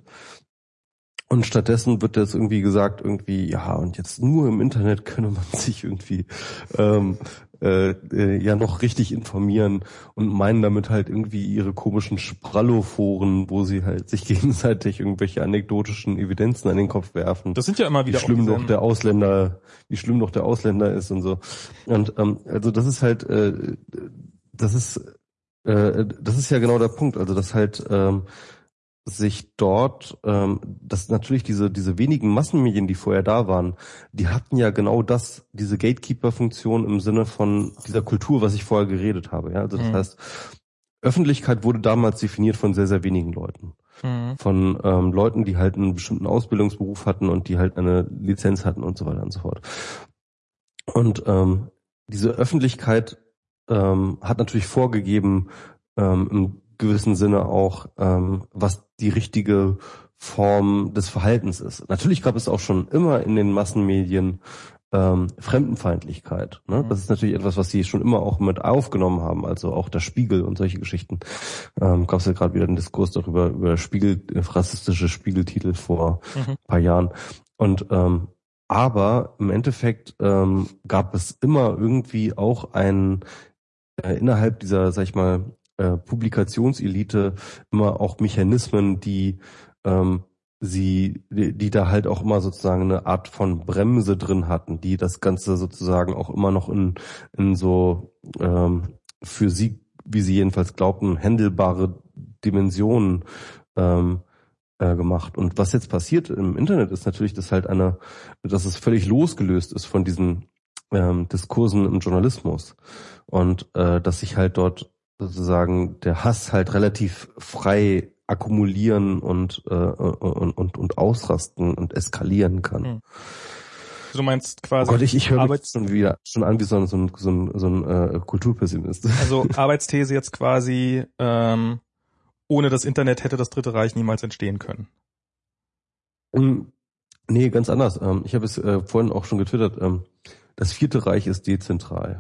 Und stattdessen wird jetzt irgendwie gesagt, irgendwie, ja, und jetzt nur im Internet könne man sich irgendwie ähm, äh, äh, ja noch richtig informieren und meinen damit halt irgendwie ihre komischen Sprallo-Foren, wo sie halt sich gegenseitig irgendwelche anekdotischen Evidenzen an den Kopf werfen. Das sind ja immer wieder wie schlimm doch der Ausländer, wie schlimm doch der Ausländer ist und so. Und ähm, also das ist halt, äh, das ist, äh, das ist ja genau der Punkt. Also das halt ähm, sich dort, ähm, dass natürlich diese diese wenigen Massenmedien, die vorher da waren, die hatten ja genau das, diese Gatekeeper-Funktion im Sinne von dieser Kultur, was ich vorher geredet habe. Ja, also das mhm. heißt, Öffentlichkeit wurde damals definiert von sehr sehr wenigen Leuten, mhm. von ähm, Leuten, die halt einen bestimmten Ausbildungsberuf hatten und die halt eine Lizenz hatten und so weiter und so fort. Und ähm, diese Öffentlichkeit ähm, hat natürlich vorgegeben, ähm, im gewissen Sinne auch, ähm, was die richtige Form des Verhaltens ist. Natürlich gab es auch schon immer in den Massenmedien ähm, Fremdenfeindlichkeit. Ne? Das ist natürlich etwas, was sie schon immer auch mit aufgenommen haben, also auch der Spiegel und solche Geschichten. Ähm, gab es ja gerade wieder einen Diskurs darüber, über Spiegel, rassistische Spiegeltitel vor mhm. ein paar Jahren. Und ähm, aber im Endeffekt ähm, gab es immer irgendwie auch ein äh, innerhalb dieser, sag ich mal, Äh, Publikationselite immer auch Mechanismen, die ähm, sie, die, die da halt auch immer sozusagen eine Art von Bremse drin hatten, die das Ganze sozusagen auch immer noch in in so ähm, für sie, wie sie jedenfalls glaubten, handelbare Dimensionen ähm, äh, gemacht. Und was jetzt passiert im Internet ist natürlich, dass halt eine, dass es völlig losgelöst ist von diesen ähm, Diskursen im Journalismus und äh, dass sich halt dort sozusagen der Hass halt relativ frei akkumulieren und äh, und, und und ausrasten und eskalieren kann. Hm. Du meinst quasi. Oh Gott, ich, ich höre mich Arbeits- schon wieder schon an wie so ein so ein so ein, so ein äh, Kulturpessimist. Also Arbeitsthese jetzt quasi, ähm, ohne das Internet hätte das Dritte Reich niemals entstehen können. um, nee, ganz anders. Ähm, ich habe es äh, vorhin auch schon getwittert. Ähm, das Vierte Reich ist dezentral.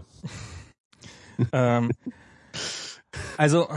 ähm, also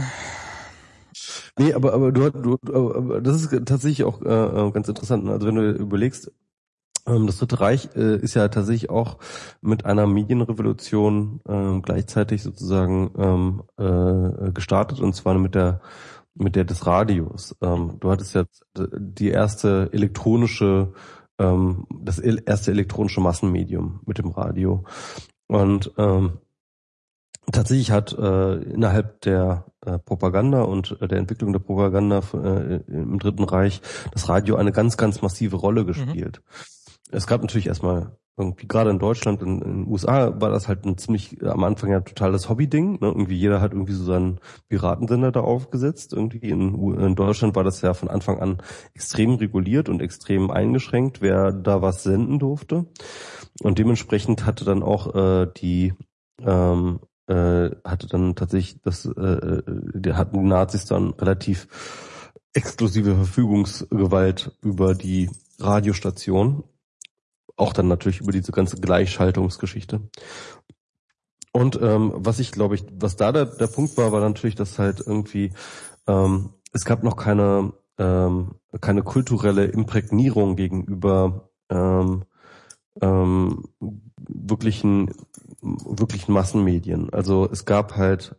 Nee, aber aber du, du, du aber das ist tatsächlich auch äh, ganz interessant. Also wenn du überlegst, ähm, das Dritte Reich äh, ist ja tatsächlich auch mit einer Medienrevolution äh, gleichzeitig sozusagen ähm, äh, gestartet, und zwar mit der mit der des Radios. Ähm, du hattest ja die erste elektronische, ähm, das erste elektronische Massenmedium mit dem Radio. Und ähm, tatsächlich hat äh, innerhalb der äh, Propaganda und äh, der Entwicklung der Propaganda äh, im Dritten Reich das Radio eine ganz, ganz massive Rolle gespielt. Mhm. Es gab natürlich erstmal irgendwie, gerade in Deutschland, in, in den U S A war das halt ein ziemlich, äh, am Anfang ja totales Hobby-Ding. Ne? Irgendwie jeder hat irgendwie so seinen Piratensender da aufgesetzt. Irgendwie in, in Deutschland war das ja von Anfang an extrem reguliert und extrem eingeschränkt, wer da was senden durfte. Und dementsprechend hatte dann auch äh, die ähm, äh, hatte dann tatsächlich das, äh, der hatten die Nazis dann relativ exklusive Verfügungsgewalt über die Radiostation, auch dann natürlich über diese ganze Gleichschaltungsgeschichte. Und ähm, was ich glaube ich, was da der, der Punkt war, war natürlich, dass halt irgendwie ähm, es gab noch keine ähm, keine kulturelle Imprägnierung gegenüber ähm, ähm, wirklichen wirklichen Massenmedien. Also es gab halt,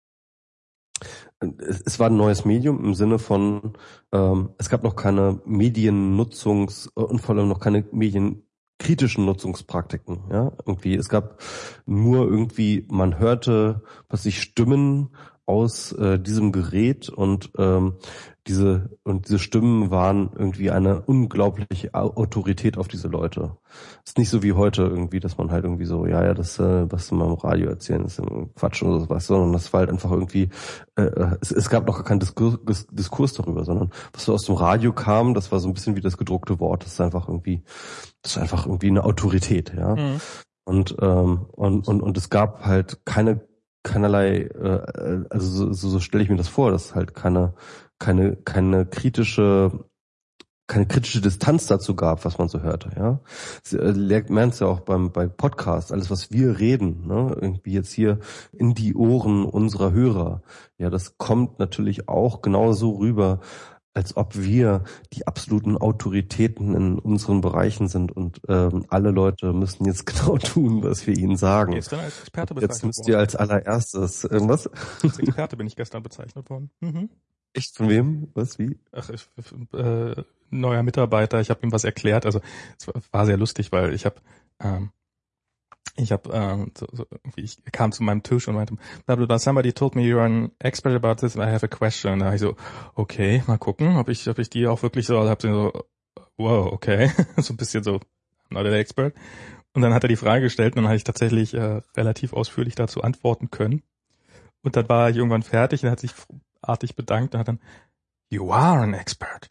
es, es war ein neues Medium im Sinne von, ähm, es gab noch keine Mediennutzungs- und vor allem noch keine medienkritischen Nutzungspraktiken. Ja, irgendwie, es gab nur irgendwie, man hörte plötzlich Stimmen aus äh, diesem Gerät und ähm, diese und diese Stimmen waren irgendwie eine unglaubliche Autorität auf diese Leute. Ist nicht so wie heute irgendwie, dass man halt irgendwie so, ja, ja, das, äh, was sie mal im Radio erzählen, ist Quatsch oder sowas, sondern das war halt einfach irgendwie, äh, es, es gab noch gar keinen Diskurs, Diskurs darüber, sondern was so aus dem Radio kam, das war so ein bisschen wie das gedruckte Wort. Das ist einfach irgendwie, das ist einfach irgendwie eine Autorität, ja. Mhm. Und ähm, und und und es gab halt keine keinerlei, äh, also so, so stelle ich mir das vor, dass halt keine keine keine kritische keine kritische Distanz dazu gab, was man so hörte, ja. Sie äh, lernt man es ja auch beim bei Podcasts, alles was wir reden, ne, irgendwie jetzt hier in die Ohren unserer Hörer. Ja, das kommt natürlich auch genauso rüber, als ob wir die absoluten Autoritäten in unseren Bereichen sind und ähm, alle Leute müssen jetzt genau tun, was wir ihnen sagen. Gestern als Experte bezeichnet Jetzt müsst ihr als allererstes irgendwas? Als Experte bin ich gestern bezeichnet worden. Mhm. Echt? Von wem? Was? Wie? Ach, ich, äh, neuer Mitarbeiter. Ich habe ihm was erklärt. Also es war sehr lustig, weil ich habe ähm, ich habe ähm, so, so, ich kam zu meinem Tisch und meinte, somebody told me you're an expert about this and I have a question. Und da habe ich so, okay, mal gucken, ob ich ob ich die auch wirklich so, also habe so, wow, okay, so ein bisschen so, not an expert. Und dann hat er die Frage gestellt und dann habe ich tatsächlich äh, relativ ausführlich dazu antworten können. Und dann war ich irgendwann fertig und hat sich artig bedankt und hat dann, you are an expert.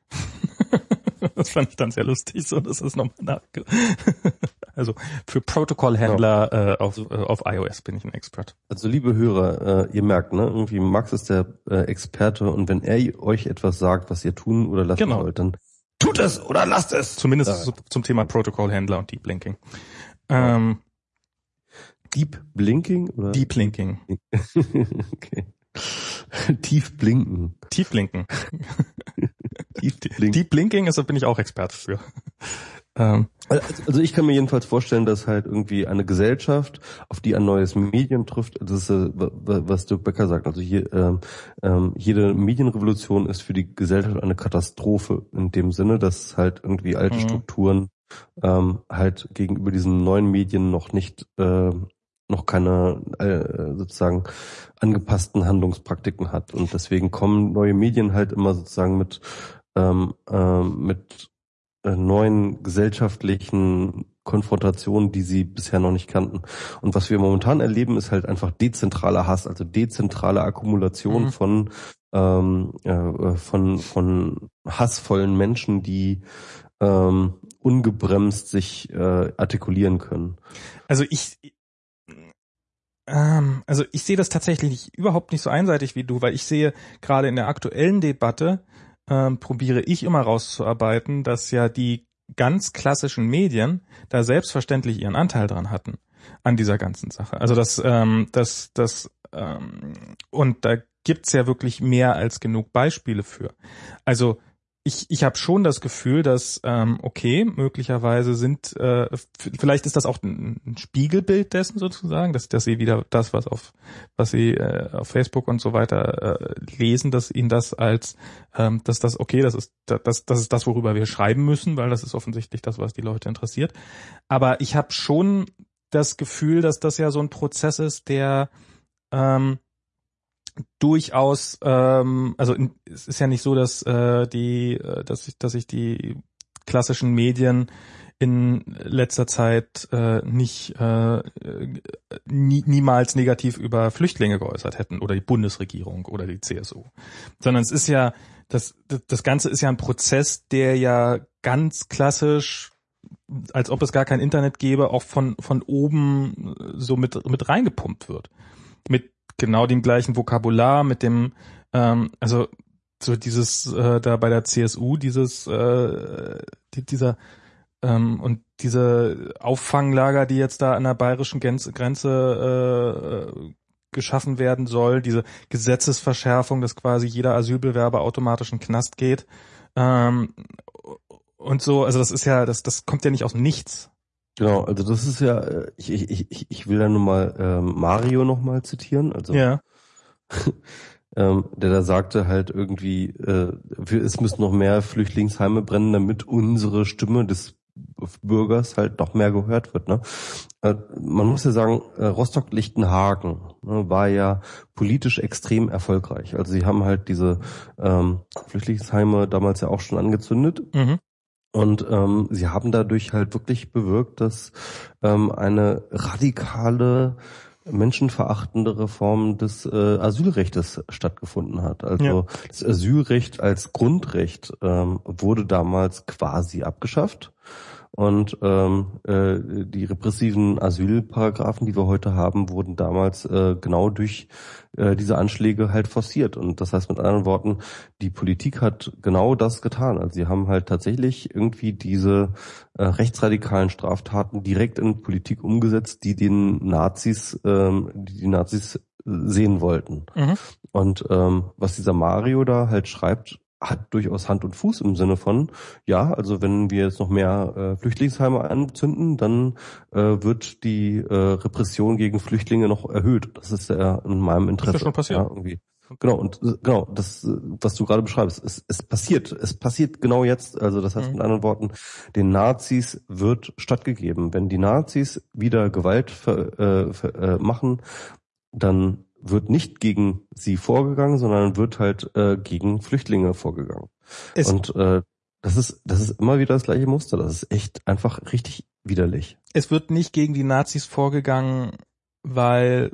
Das fand ich dann sehr lustig, so, das ist nochmal nachge... Also für Protokollhändler genau. äh, auf, äh, auf iOS bin ich ein Expert. Also liebe Hörer, äh, ihr merkt, ne, irgendwie Max ist der äh, Experte und wenn er euch etwas sagt, was ihr tun oder lassen genau. wollt, dann tut es oder lasst es. Zumindest ja. so, zum Thema Protokollhändler und Deep Linking. Ähm, Deep Blinking? Oder? Deep Linking. Okay. Tief blinken. Tief blinken. Tief blinken. Deep Blinking ist, da bin ich auch Experte für. Ähm. Also, also ich kann mir jedenfalls vorstellen, dass halt irgendwie eine Gesellschaft, auf die ein neues Medium trifft, das ist äh, was Dirk Becker sagt, also hier ähm, ähm, jede Medienrevolution ist für die Gesellschaft eine Katastrophe in dem Sinne, dass halt irgendwie alte mhm. Strukturen ähm, halt gegenüber diesen neuen Medien noch nicht äh, noch keine äh, sozusagen angepassten Handlungspraktiken hat. Und deswegen kommen neue Medien halt immer sozusagen mit ähm, äh, mit äh, neuen gesellschaftlichen Konfrontationen, die sie bisher noch nicht kannten. Und was wir momentan erleben, ist halt einfach dezentraler Hass, also dezentrale Akkumulation mhm. von ähm, äh, von von hassvollen Menschen, die ähm, ungebremst sich äh, artikulieren können. Also ich ähm, also ich sehe das tatsächlich überhaupt nicht so einseitig wie du, weil ich sehe gerade in der aktuellen Debatte ähm, probiere ich immer rauszuarbeiten, dass ja die ganz klassischen Medien da selbstverständlich ihren Anteil dran hatten an dieser ganzen Sache. Also das, ähm, das, das ähm, und da gibt's ja wirklich mehr als genug Beispiele für. Also ich, ich habe schon das Gefühl, dass ähm, okay, möglicherweise sind, äh, vielleicht ist das auch ein, ein Spiegelbild dessen sozusagen, dass, dass sie wieder das, was auf, was sie äh, auf Facebook und so weiter äh, lesen, dass ihnen das als, ähm, dass das okay, das ist, das, das ist das, worüber wir schreiben müssen, weil das ist offensichtlich das, was die Leute interessiert. Aber ich habe schon das Gefühl, dass das ja so ein Prozess ist, der ähm, durchaus, ähm, also in, es ist ja nicht so, dass äh, die, äh, dass ich, dass ich die klassischen Medien in letzter Zeit äh, nicht äh, nie, niemals negativ über Flüchtlinge geäußert hätten oder die Bundesregierung oder die C S U, sondern es ist ja das das Ganze ist ja ein Prozess, der ja ganz klassisch, als ob es gar kein Internet gäbe, auch von von oben so mit mit reingepumpt wird, mit genau dem gleichen Vokabular, mit dem, ähm, also so dieses äh, da bei der C S U, dieses äh, die, dieser ähm, und diese Auffanglager, die jetzt da an der bayerischen Grenze, Grenze äh, geschaffen werden soll, diese Gesetzesverschärfung, dass quasi jeder Asylbewerber automatisch in den Knast geht ähm, und so, also das ist ja, das das kommt ja nicht aus dem Nichts. Genau, also das ist ja, ich ich ich ich will da nur mal ähm, Mario noch mal zitieren, also ja. ähm, der da sagte halt irgendwie, äh, wir, es müssen noch mehr Flüchtlingsheime brennen, damit unsere Stimme des Bürgers halt noch mehr gehört wird. Ne? Äh, man muss ja sagen, äh, Rostock-Lichtenhagen ne, war ja politisch extrem erfolgreich. Also sie haben halt diese ähm, Flüchtlingsheime damals ja auch schon angezündet. Mhm. Und ähm, sie haben dadurch halt wirklich bewirkt, dass ähm, eine radikale, menschenverachtende Reform des äh, Asylrechtes stattgefunden hat. Also ja. Das Asylrecht als Grundrecht ähm, wurde damals quasi abgeschafft. Und ähm, äh, die repressiven Asylparagraphen, die wir heute haben, wurden damals äh, genau durch äh, diese Anschläge halt forciert. Und das heißt mit anderen Worten, die Politik hat genau das getan. Also sie haben halt tatsächlich irgendwie diese äh, rechtsradikalen Straftaten direkt in Politik umgesetzt, die den Nazis, ähm, die die Nazis sehen wollten. Mhm. Und ähm, was dieser Mario da halt schreibt, hat durchaus Hand und Fuß im Sinne von, ja, also wenn wir jetzt noch mehr äh, Flüchtlingsheime anzünden, dann äh, wird die äh, Repression gegen Flüchtlinge noch erhöht. Das ist ja in meinem Interesse. Das ist ja schon passiert. Ja, irgendwie. Genau, und genau, das, was du gerade beschreibst, es, es passiert. Es passiert genau jetzt. Also das heißt mhm. mit anderen Worten, den Nazis wird stattgegeben. Wenn die Nazis wieder Gewalt ver, äh, ver, äh, machen, dann wird nicht gegen sie vorgegangen, sondern wird halt äh, gegen Flüchtlinge vorgegangen. Es und äh, das ist das ist immer wieder das gleiche Muster. Das ist echt einfach richtig widerlich. Es wird nicht gegen die Nazis vorgegangen, weil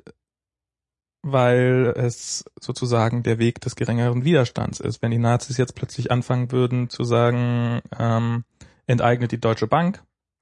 weil es sozusagen der Weg des geringeren Widerstands ist. Wenn die Nazis jetzt plötzlich anfangen würden zu sagen, ähm, enteignet die Deutsche Bank,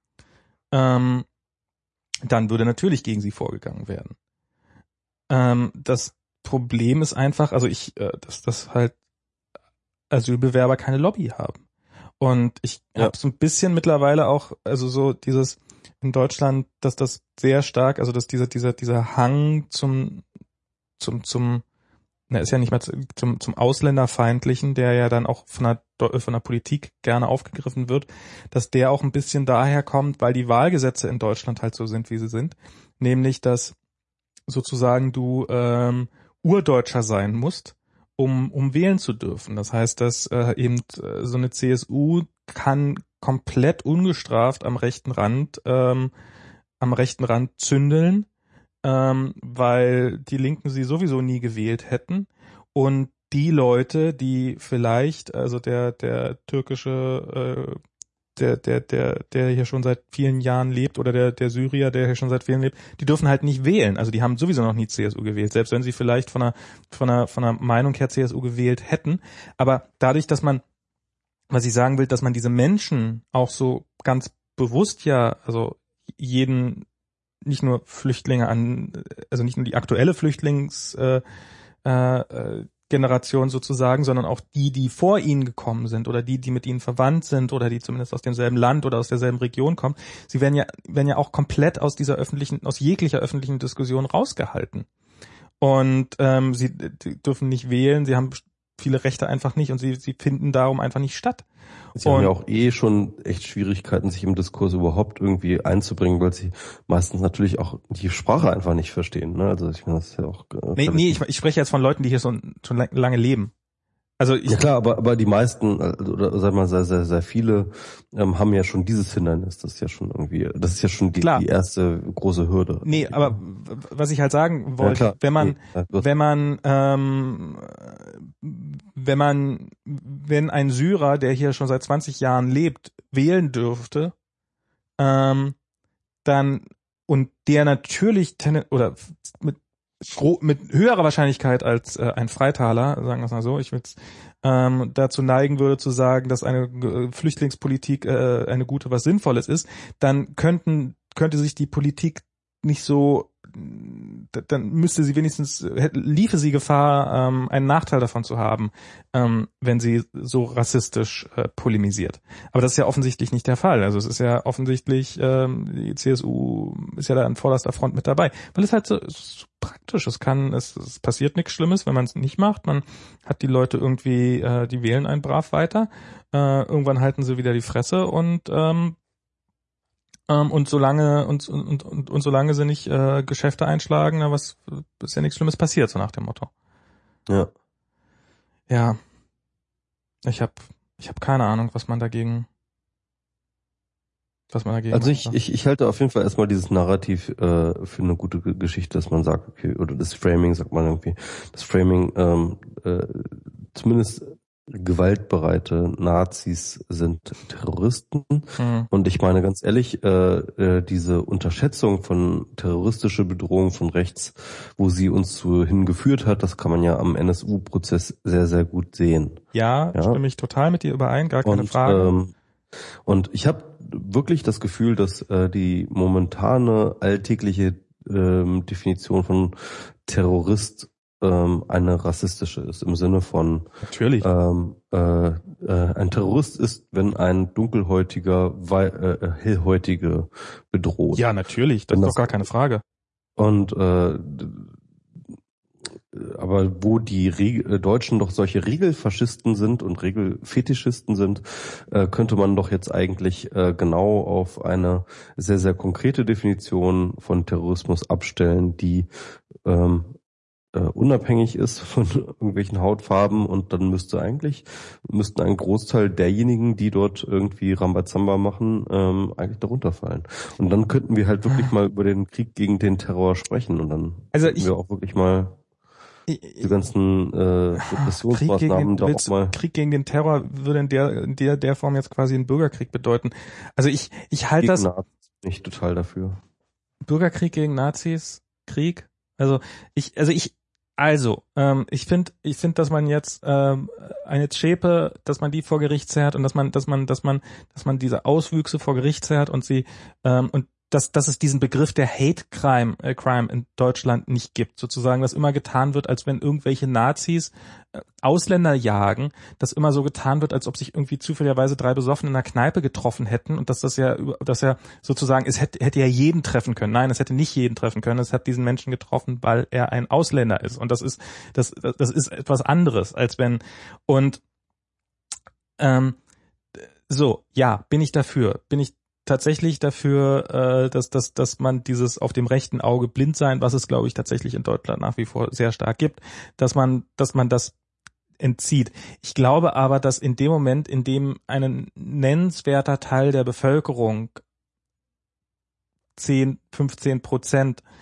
ähm, dann würde natürlich gegen sie vorgegangen werden. Ähm, das Problem ist einfach, also ich, äh, dass das halt Asylbewerber keine Lobby haben. Und ich ja. habe so ein bisschen mittlerweile auch, also so dieses in Deutschland, dass das sehr stark, also dass dieser dieser dieser Hang zum zum zum, na ist ja nicht mal zum zum Ausländerfeindlichen, der ja dann auch von der von der Politik gerne aufgegriffen wird, dass der auch ein bisschen daher kommt, weil die Wahlgesetze in Deutschland halt so sind, wie sie sind, nämlich dass sozusagen du ähm, Urdeutscher sein musst, um um wählen zu dürfen. Das heißt, dass äh, eben äh, so eine C S U kann komplett ungestraft am rechten Rand ähm, am rechten Rand zündeln, ähm, weil die Linken sie sowieso nie gewählt hätten und die Leute, die vielleicht, also der der türkische äh, der der der der hier schon seit vielen Jahren lebt oder der der Syrier, der hier schon seit vielen lebt, die dürfen halt nicht wählen. Also die haben sowieso noch nie C S U gewählt, selbst wenn sie vielleicht von einer von einer von einer Meinung her C S U gewählt hätten. Aber dadurch, dass man, was ich sagen will, dass man diese Menschen auch so ganz bewusst ja, also jeden, nicht nur Flüchtlinge an, also nicht nur die aktuelle Flüchtlings äh, äh, Generation sozusagen, sondern auch die, die vor ihnen gekommen sind oder die, die mit ihnen verwandt sind oder die zumindest aus demselben Land oder aus derselben Region kommen, sie werden ja, werden ja auch komplett aus dieser öffentlichen, aus jeglicher öffentlichen Diskussion rausgehalten. Und ähm, sie die dürfen nicht wählen, sie haben viele Rechte einfach nicht und sie, sie finden darum einfach nicht statt. Sie und haben ja auch eh schon echt Schwierigkeiten, sich im Diskurs überhaupt irgendwie einzubringen, weil sie meistens natürlich auch die Sprache einfach nicht verstehen. Ne? Also ich meine, das ist ja auch... Äh, nee, nee ich, ich spreche jetzt von Leuten, die hier so, schon lange leben. Also ich, ja klar, aber aber die meisten, oder sagen wir mal sehr, sehr, sehr viele, ähm, haben ja schon dieses Hindernis. Das ist ja schon irgendwie, das ist ja schon die, die erste große Hürde. Nee, aber was ich halt sagen wollte, ja, wenn man, nee, wenn man, ähm, wenn man, wenn ein Syrer, der hier schon seit zwanzig Jahren lebt, wählen dürfte, ähm, dann, und der natürlich, oder mit mit höherer Wahrscheinlichkeit als äh, ein Freitaler, sagen wir es mal so, ich würde ähm, dazu neigen würde zu sagen, dass eine äh, Flüchtlingspolitik äh, eine gute, was Sinnvolles ist, dann könnten könnte sich die Politik nicht so, dann müsste sie wenigstens, liefe sie Gefahr, ähm, einen Nachteil davon zu haben, ähm, wenn sie so rassistisch äh, polemisiert. Aber das ist ja offensichtlich nicht der Fall. Also es ist ja offensichtlich, ähm, die C S U ist ja da an vorderster Front mit dabei. Weil es halt so, so praktisch, es kann, es, es passiert nichts Schlimmes, wenn man es nicht macht. Man hat die Leute irgendwie, äh, die wählen einen brav weiter. Äh, irgendwann halten sie wieder die Fresse und ähm, Um, und solange und, und und und solange sie nicht äh, Geschäfte einschlagen, na was ist ja nichts Schlimmes passiert, so nach dem Motto. Ja. Ja. Ich habe ich habe keine Ahnung, was man dagegen was man dagegen Also ich ich ich halte auf jeden Fall erstmal dieses Narrativ äh, für eine gute Geschichte, dass man sagt, okay, oder das Framing sagt man irgendwie, das Framing ähm, äh, zumindest gewaltbereite Nazis sind Terroristen. Mhm. Und ich meine ganz ehrlich, äh, äh, diese Unterschätzung von terroristische Bedrohung von rechts, wo sie uns zu hingeführt hat, das kann man ja am N S U-Prozess sehr, sehr gut sehen. Ja, ja, stimme ich total mit dir überein, gar keine und, Frage. Ähm, und ich habe wirklich das Gefühl, dass äh, die momentane alltägliche ähm, Definition von Terrorist eine rassistische ist, im Sinne von natürlich ähm, äh, äh, ein Terrorist ist, wenn ein dunkelhäutiger, wei- äh, hellhäutige bedroht. Ja, natürlich, das ist doch gar keine Frage. Und äh, aber wo die Re- Deutschen doch solche Regelfaschisten sind und Regelfetischisten sind, äh, könnte man doch jetzt eigentlich äh, genau auf eine sehr, sehr konkrete Definition von Terrorismus abstellen, die ähm, unabhängig ist von irgendwelchen Hautfarben, und dann müsste eigentlich, müssten ein Großteil derjenigen, die dort irgendwie Rambazamba machen, ähm, eigentlich darunter fallen. Und dann könnten wir halt wirklich mal über den Krieg gegen den Terror sprechen, und dann also könnten ich, wir auch wirklich mal ich, die ganzen äh, Repressionsmaßnahmen da auch mal... Krieg gegen den Terror würde in der, in der, der Form jetzt quasi einen Bürgerkrieg bedeuten. Also ich, ich halte das... nicht total dafür. Bürgerkrieg gegen Nazis? Krieg? Also ich, also ich, Also, ähm, ich finde, ich finde, dass man jetzt ähm, eine Zschäpe, dass man die vor Gericht zerrt und dass man, dass man, dass man, dass man diese Auswüchse vor Gericht zerrt und sie ähm, und dass, dass es diesen Begriff der Hate Crime, äh, Crime in Deutschland nicht gibt, sozusagen, dass immer getan wird, als wenn irgendwelche Nazis äh, Ausländer jagen, dass immer so getan wird, als ob sich irgendwie zufälligerweise drei Besoffene in einer Kneipe getroffen hätten und dass das ja, dass ja sozusagen, es hätte, hätte ja jeden treffen können. Nein, es hätte nicht jeden treffen können. Es hat diesen Menschen getroffen, weil er ein Ausländer ist. Und das ist, das, das ist etwas anderes, als wenn, und, ähm, so, ja, bin ich dafür, bin ich tatsächlich dafür, äh, dass, dass, dass man dieses auf dem rechten Auge blind sein, was es, glaube ich, tatsächlich in Deutschland nach wie vor sehr stark gibt, dass man, dass man das entzieht. Ich glaube aber, dass in dem Moment, in dem ein nennenswerter Teil der Bevölkerung, zehn, fünfzehn Prozent,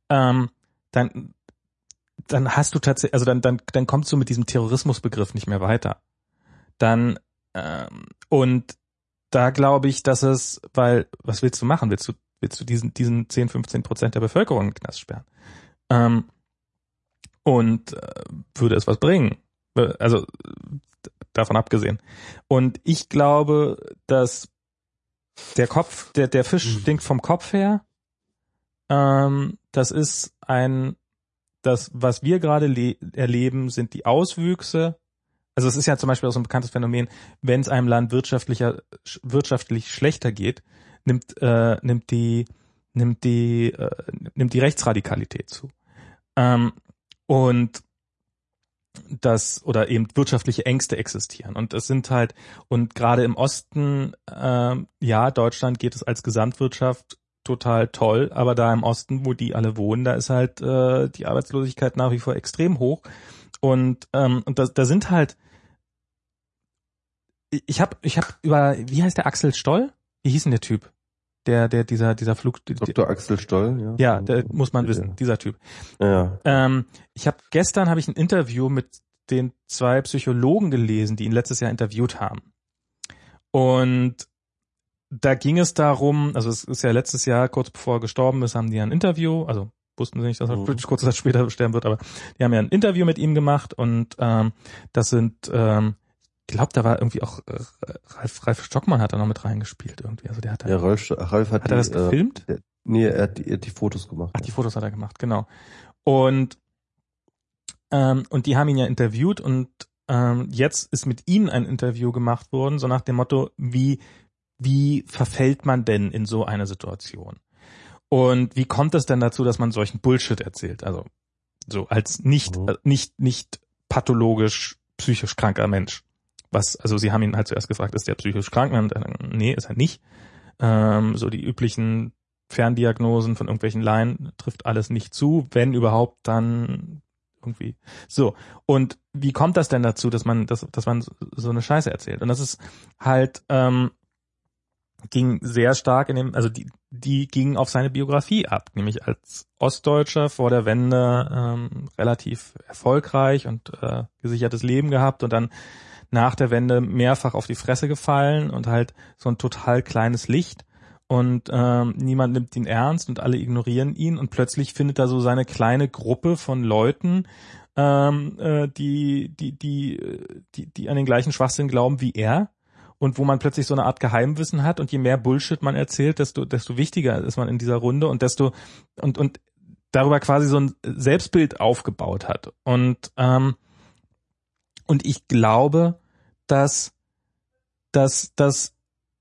ähm, dann dann hast du tatsächlich, also dann dann dann kommst du mit diesem Terrorismusbegriff nicht mehr weiter. Dann ähm, und da glaube ich, dass es, weil was willst du machen? Willst du willst du diesen diesen zehn, fünfzehn Prozent der Bevölkerung in den Knast sperren? Ähm, und äh, würde es was bringen? Also davon abgesehen. Und ich glaube, dass der Kopf, der der Fisch stinkt vom Kopf her. Ähm, das ist ein, das, was wir gerade le- erleben, sind die Auswüchse. Also es ist ja zum Beispiel auch so ein bekanntes Phänomen, wenn es einem Land wirtschaftlicher, wirtschaftlich schlechter geht, nimmt äh, nimmt die nimmt die äh, nimmt die Rechtsradikalität zu. Ähm, und das oder eben wirtschaftliche Ängste existieren. Und es sind halt, und gerade im Osten, äh, ja, Deutschland geht es als Gesamtwirtschaft total toll, aber da im Osten, wo die alle wohnen, da ist halt äh, die Arbeitslosigkeit nach wie vor extrem hoch. Und ähm, und da, da sind halt, ich habe ich habe über, wie heißt der, Axel Stoll? Wie hieß denn der Typ? Der, der, dieser, dieser Flug... Doktor Axel Stoll, ja. Ja, der muss man wissen, dieser Typ. Ja. Ähm, ich habe gestern habe ich ein Interview mit den zwei Psychologen gelesen, die ihn letztes Jahr interviewt haben. Und da ging es darum, also es ist ja letztes Jahr, kurz bevor er gestorben ist, haben die ein Interview, also wussten sie nicht, dass er mhm. kurze Zeit später sterben wird, aber die haben ja ein Interview mit ihm gemacht und ähm, das sind... Ähm, Ich glaube, da war irgendwie auch äh, Ralf, Ralf Stockmann hat da noch mit reingespielt irgendwie. Also der hat da, ja, Ralf, Ralf hat, hat er das die, gefilmt? Äh, der, nee, er hat, die, er hat die Fotos gemacht. Ach, die Fotos hat er gemacht, genau. Und ähm, und die haben ihn ja interviewt und ähm, jetzt ist mit ihnen ein Interview gemacht worden, so nach dem Motto, wie wie verfällt man denn in so eine Situation? Und wie kommt es denn dazu, dass man solchen Bullshit erzählt? Also so als nicht mhm. äh, nicht nicht pathologisch psychisch kranker Mensch. Was, also sie haben ihn halt zuerst gefragt, ist der psychisch krank? Und dann, nee, ist er nicht. Ähm, so die üblichen Ferndiagnosen von irgendwelchen Laien trifft alles nicht zu, wenn überhaupt, dann irgendwie. So. Und wie kommt das denn dazu, dass man, dass, dass man so eine Scheiße erzählt? Und das ist halt, ähm, ging sehr stark in dem, also die, die gingen auf seine Biografie ab, nämlich als Ostdeutscher vor der Wende ähm, relativ erfolgreich und äh, gesichertes Leben gehabt und dann nach der Wende mehrfach auf die Fresse gefallen und halt so ein total kleines Licht und ähm, niemand nimmt ihn ernst und alle ignorieren ihn und plötzlich findet er so seine kleine Gruppe von Leuten, ähm, äh, die, die, die, die, die an den gleichen Schwachsinn glauben wie er und wo man plötzlich so eine Art Geheimwissen hat und je mehr Bullshit man erzählt, desto, desto wichtiger ist man in dieser Runde und desto und und darüber quasi so ein Selbstbild aufgebaut hat und ähm, Und ich glaube, dass, dass, dass,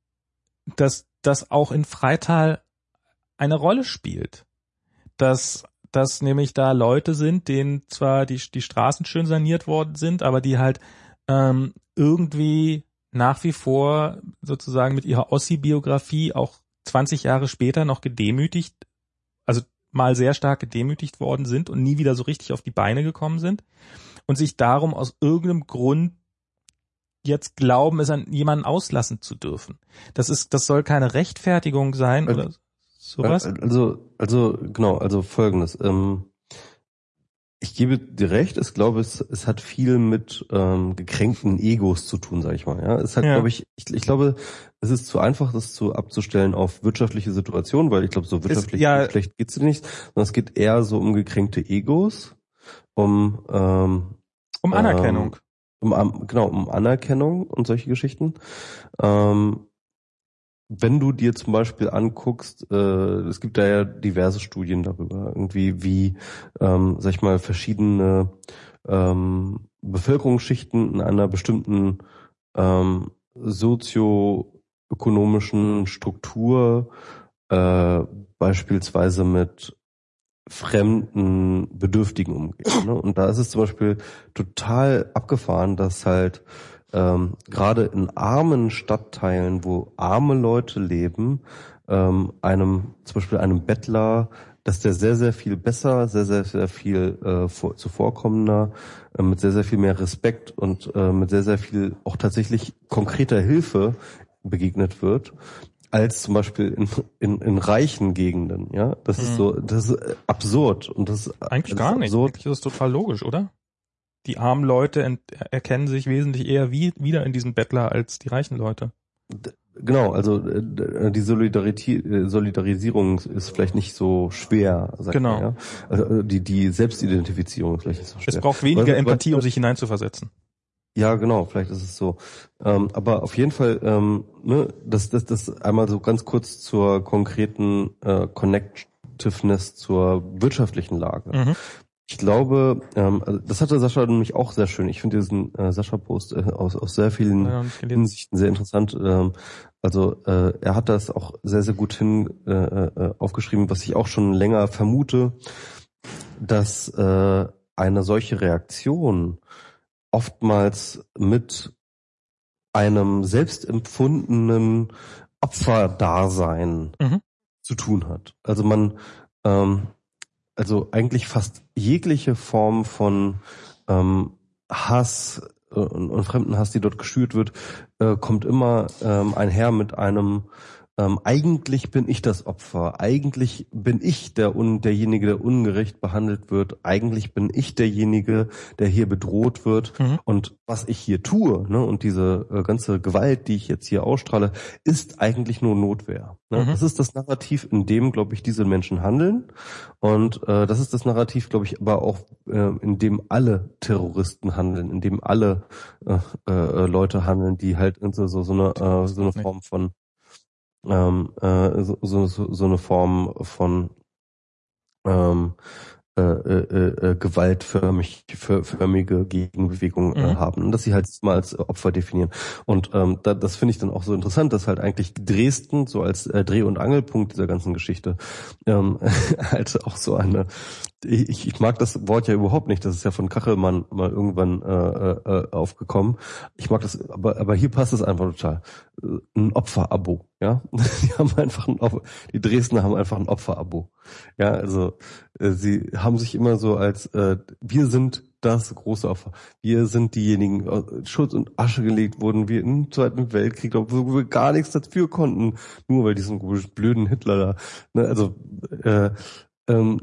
dass, dass auch in Freital eine Rolle spielt. Dass, dass nämlich da Leute sind, denen zwar die, die Straßen schön saniert worden sind, aber die halt ähm, irgendwie nach wie vor sozusagen mit ihrer Ossi-Biografie auch zwanzig Jahre später noch gedemütigt, also mal sehr stark gedemütigt worden sind und nie wieder so richtig auf die Beine gekommen sind. Und sich darum aus irgendeinem Grund jetzt glauben, es an jemanden auslassen zu dürfen. Das ist, das soll keine Rechtfertigung sein also, oder sowas? Also, also, genau, also Folgendes. Ähm, ich gebe dir recht, ich glaube, es, es hat viel mit ähm, gekränkten Egos zu tun, sag ich mal. Ja, es hat, ja. glaube ich, ich, ich glaube, es ist zu einfach, das zu abzustellen auf wirtschaftliche Situationen, weil ich glaube, so wirtschaftlich ist, ja, schlecht geht's dir nicht, sondern es geht eher so um gekränkte Egos, um ähm, Um Anerkennung. Ähm, um, genau, um Anerkennung und solche Geschichten. Ähm, wenn du dir zum Beispiel anguckst, äh, es gibt da ja diverse Studien darüber, irgendwie wie, ähm, sag ich mal, verschiedene ähm, Bevölkerungsschichten in einer bestimmten ähm, sozioökonomischen Struktur äh, beispielsweise mit fremden Bedürftigen umgehen. Ne? Und da ist es zum Beispiel total abgefahren, dass halt ähm, gerade in armen Stadtteilen, wo arme Leute leben, ähm, einem zum Beispiel einem Bettler, dass der sehr, sehr viel besser, sehr, sehr, sehr viel äh, vor, zuvorkommender, äh, mit sehr, sehr viel mehr Respekt und äh, mit sehr, sehr viel auch tatsächlich konkreter Hilfe begegnet wird, als zum Beispiel in, in, in reichen Gegenden, ja. Das mhm. ist so, das ist absurd und das ist eigentlich das gar ist nicht. Eigentlich ist es total logisch, oder? Die armen Leute ent- erkennen sich wesentlich eher wie, wieder in diesem Bettler als die reichen Leute. D- Genau, also äh, die Solidaritä- Solidarisierung ist vielleicht nicht so schwer, sagt Genau. man, ja. Also die die Selbstidentifizierung ist vielleicht nicht so schwer. Es braucht weniger weil, Empathie, weil, um sich hineinzuversetzen. Ja, genau, vielleicht ist es so. Ähm, aber auf jeden Fall, ähm, ne, das, das, das einmal so ganz kurz zur konkreten äh, Connectiveness zur wirtschaftlichen Lage. Mhm. Ich glaube, ähm, also das hatte Sascha nämlich auch sehr schön. Ich finde diesen äh, Sascha-Post äh, aus, aus sehr vielen ja, Hinsichten sehr interessant. Ähm, also äh, er hat das auch sehr, sehr gut hin äh, äh, aufgeschrieben, was ich auch schon länger vermute, dass äh, eine solche Reaktion oftmals mit einem selbstempfundenen Opferdasein mhm. zu tun hat. Also man, ähm, also eigentlich fast jegliche Form von ähm, Hass äh, und, und Fremdenhass, die dort geschürt wird, äh, kommt immer ähm, einher mit einem Ähm, eigentlich bin ich das Opfer. Eigentlich bin ich der un, derjenige, der ungerecht behandelt wird. Eigentlich bin ich derjenige, der hier bedroht wird. Mhm. Und was ich hier tue, ne, und diese äh, ganze Gewalt, die ich jetzt hier ausstrahle, ist eigentlich nur Notwehr. Ne? Mhm. Das ist das Narrativ, in dem, glaube ich, diese Menschen handeln. Und äh, das ist das Narrativ, glaube ich, aber auch, äh, in dem alle Terroristen handeln, in dem alle äh, äh, Leute handeln, die halt in so, so, so eine, äh, so eine Form von Ähm, äh, so, so, so eine Form von ähm, äh, äh, äh, gewaltförmig, für, förmige Gegenbewegung äh, mhm. haben und dass sie halt mal als Opfer definieren. Und ähm, da, das finde ich dann auch so interessant, dass halt eigentlich Dresden so als äh, Dreh- und Angelpunkt dieser ganzen Geschichte ähm, halt auch so eine, ich, ich mag das Wort ja überhaupt nicht, das ist ja von Kachelmann mal irgendwann äh, äh, aufgekommen. Ich mag das, aber aber hier passt es einfach total. Ein Opferabo, ja. Die haben einfach ein Opfer, die Dresdner haben einfach ein Opferabo. Ja, also äh, sie haben sich immer so als äh, wir sind das große Opfer. Wir sind diejenigen, äh, Schutz und Asche gelegt wurden, wir im Zweiten Weltkrieg, obwohl wir gar nichts dafür konnten, nur weil diesen blöden Hitler da, ne, also äh, ähm,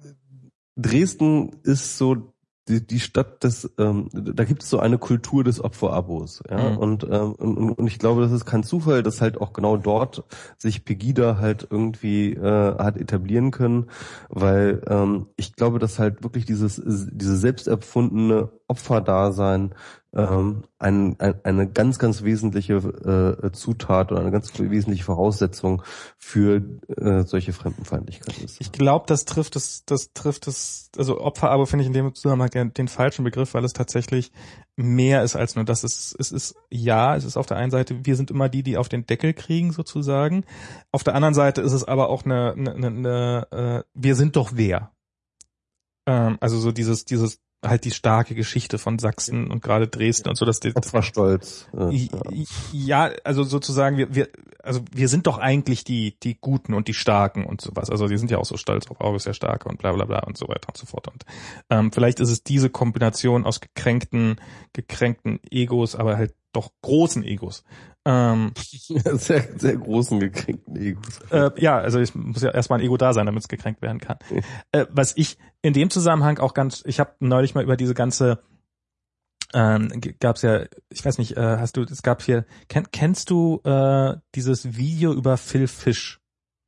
Dresden ist so die, die Stadt des, ähm, da gibt es so eine Kultur des Opferabos, ja, mhm. und, ähm, und und ich glaube, das ist kein Zufall, dass halt auch genau dort sich Pegida halt irgendwie äh, hat etablieren können, weil ähm, ich glaube, dass halt wirklich dieses diese selbst erfundene Opferdasein ähm, ein, ein, eine ganz, ganz wesentliche äh, Zutat oder eine ganz wesentliche Voraussetzung für äh, solche Fremdenfeindlichkeit ist. Ich glaube, das trifft es, das trifft es, also Opferabo finde ich in dem Zusammenhang den, den falschen Begriff, weil es tatsächlich mehr ist als nur das. Es, es ist, ja, es ist auf der einen Seite, wir sind immer die, die auf den Deckel kriegen sozusagen. Auf der anderen Seite ist es aber auch eine, eine, eine, eine äh, wir sind doch wer. Ähm, also so dieses, dieses halt die starke Geschichte von Sachsen und gerade Dresden und so, dass die Opferstolz. Ja, also sozusagen wir wir also wir sind doch eigentlich die die Guten und die Starken und sowas. Also die sind ja auch so stolz auf August der Starke und bla bla bla und so weiter und so fort. Und ähm, vielleicht ist es diese Kombination aus gekränkten gekränkten Egos, aber halt doch großen Egos. Ähm, sehr, sehr großen gekränkten Egos. Äh, ja, also ich muss ja erstmal ein Ego da sein, damit es gekränkt werden kann. äh, was ich in dem Zusammenhang auch ganz, ich habe neulich mal über diese ganze, ähm, gab's ja, ich weiß nicht, äh, hast du, es gab hier, kenn, kennst du äh, dieses Video über Phil Fish?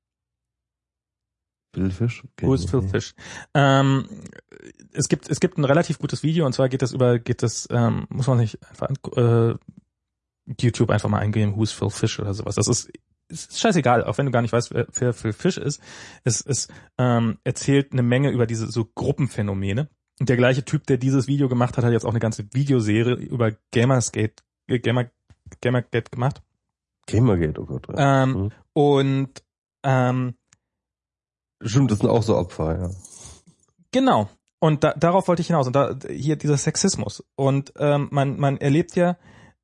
Phil Fish? Okay. Who is Phil Fish? Ähm, es gibt es gibt ein relativ gutes Video und zwar geht das über, geht das, ähm, muss man nicht einfach äh, YouTube einfach mal eingeben, Who's Phil Fish oder sowas. Das ist, ist scheißegal, auch wenn du gar nicht weißt, wer, wer Phil Fish ist. Es, es ähm, erzählt eine Menge über diese so Gruppenphänomene. Und der gleiche Typ, der dieses Video gemacht hat, hat jetzt auch eine ganze Videoserie über Gamersgate, äh, Gamer, Gamergate gemacht. Gamergate, oh Gott. Ja. Ähm, mhm. Und ähm, stimmt, das sind auch so Opfer, ja. Genau. Und da, darauf wollte ich hinaus. Und da hier dieser Sexismus. Und ähm, man man erlebt ja,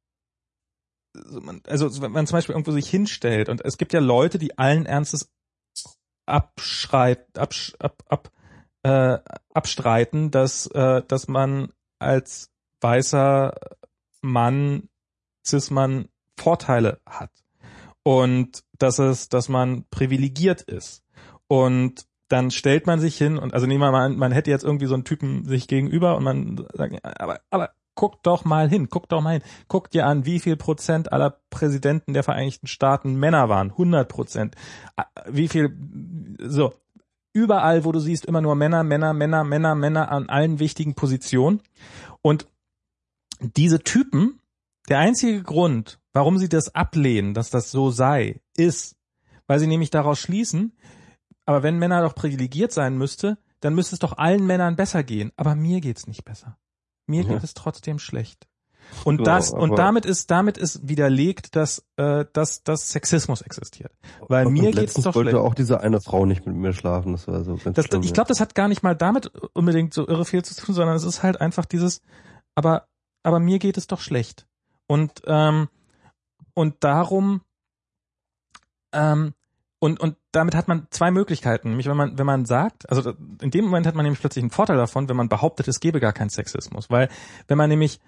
also wenn man zum Beispiel irgendwo sich hinstellt und es gibt ja Leute, die allen Ernstes abschreit, absch, ab, ab, äh, abstreiten, dass äh, dass man als weißer Mann, Cis-Mann Vorteile hat. und dass es, dass man privilegiert ist. Und dann stellt man sich hin und, also nehmen wir mal an, man hätte jetzt irgendwie so einen Typen sich gegenüber und man sagt, aber, aber guck doch mal hin, guck doch mal hin. Guck dir an, wie viel Prozent aller Präsidenten der Vereinigten Staaten Männer waren. hundert Prozent. Wie viel, so. Überall, wo du siehst, immer nur Männer, Männer, Männer, Männer, Männer an allen wichtigen Positionen. Und diese Typen, der einzige Grund, warum sie das ablehnen, dass das so sei, ist, weil sie nämlich daraus schließen, aber wenn Männer doch privilegiert sein müsste, dann müsste es doch allen Männern besser gehen. Aber mir geht's nicht besser. Mir ja. geht es trotzdem schlecht. Und genau, das und damit ist damit ist widerlegt, dass äh, dass dass Sexismus existiert, weil mir geht's doch wollte schlecht. Auch diese eine Frau nicht mit mir schlafen, das war so ganz das, schlimm. Ich glaube, das hat gar nicht mal damit unbedingt so irre viel zu tun, sondern es ist halt einfach dieses, aber aber mir geht es doch schlecht und ähm, und darum ähm, und und damit hat man zwei Möglichkeiten, nämlich wenn man wenn man sagt, also in dem Moment hat man nämlich plötzlich einen Vorteil davon, wenn man behauptet, es gäbe gar keinen Sexismus, weil wenn man nämlich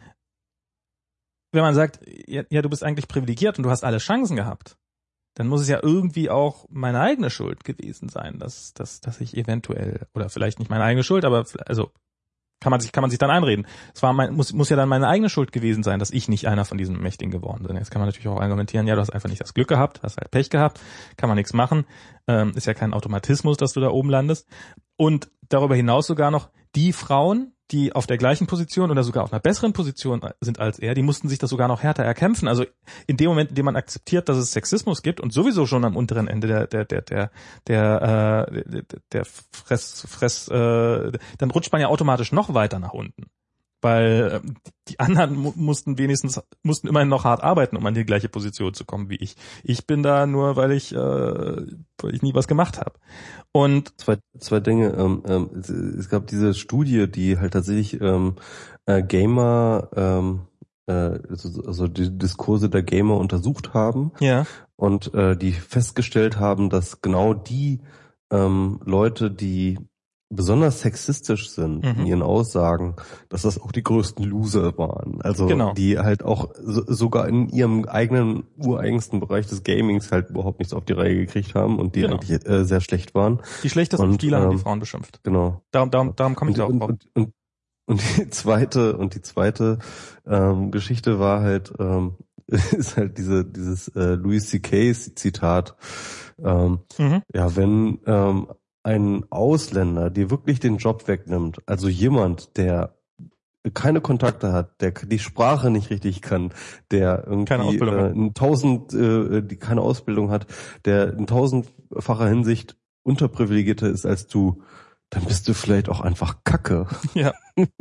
wenn man sagt, ja, ja, du bist eigentlich privilegiert und du hast alle Chancen gehabt, dann muss es ja irgendwie auch meine eigene Schuld gewesen sein, dass, dass, dass ich eventuell, oder vielleicht nicht meine eigene Schuld, aber also kann man sich, kann man sich dann einreden. Es war mein, muss, muss ja dann meine eigene Schuld gewesen sein, dass ich nicht einer von diesen Mächtigen geworden bin. Jetzt kann man natürlich auch argumentieren, ja, du hast einfach nicht das Glück gehabt, hast halt Pech gehabt, kann man nichts machen, ähm, ist ja kein Automatismus, dass du da oben landest. Und darüber hinaus sogar noch die Frauen, die auf der gleichen Position oder sogar auf einer besseren Position sind als er, die mussten sich das sogar noch härter erkämpfen. Also in dem Moment, in dem man akzeptiert, dass es Sexismus gibt und sowieso schon am unteren Ende der der der der der äh, der, der Fress Fress äh, dann rutscht man ja automatisch noch weiter nach unten, weil äh, die anderen mu- mussten wenigstens mussten immerhin noch hart arbeiten, um an die gleiche Position zu kommen wie ich. Ich bin da nur, weil ich äh, weil ich nie was gemacht habe. Und zwei zwei Dinge. Ähm, ähm, es, es gab diese Studie, die halt tatsächlich ähm, äh, Gamer, ähm, äh, also, also die Diskurse der Gamer untersucht haben. Ja. Und äh, die festgestellt haben, dass genau die ähm, Leute, die besonders sexistisch sind mhm. in ihren Aussagen, dass das auch die größten Loser waren. Also genau. die halt auch so, sogar in ihrem eigenen, ureigensten Bereich des Gamings halt überhaupt nichts auf die Reihe gekriegt haben und die genau. eigentlich äh, sehr schlecht waren. Die schlechtesten und, Spieler ähm, haben die Frauen beschimpft. Genau. Darum, darum, darum komme ich da auch drauf. Und, und, und die zweite, und die zweite ähm, Geschichte war halt, ähm, ist halt diese dieses äh, Louis C K Zitat. Ähm, mhm. Ja, wenn ähm, ein Ausländer dir wirklich den Job wegnimmt, also jemand, der keine Kontakte hat, der die Sprache nicht richtig kann, der irgendwie äh, in tausend, äh, die keine Ausbildung hat, der in tausendfacher Hinsicht unterprivilegierter ist als du, dann bist du vielleicht auch einfach Kacke. Ja.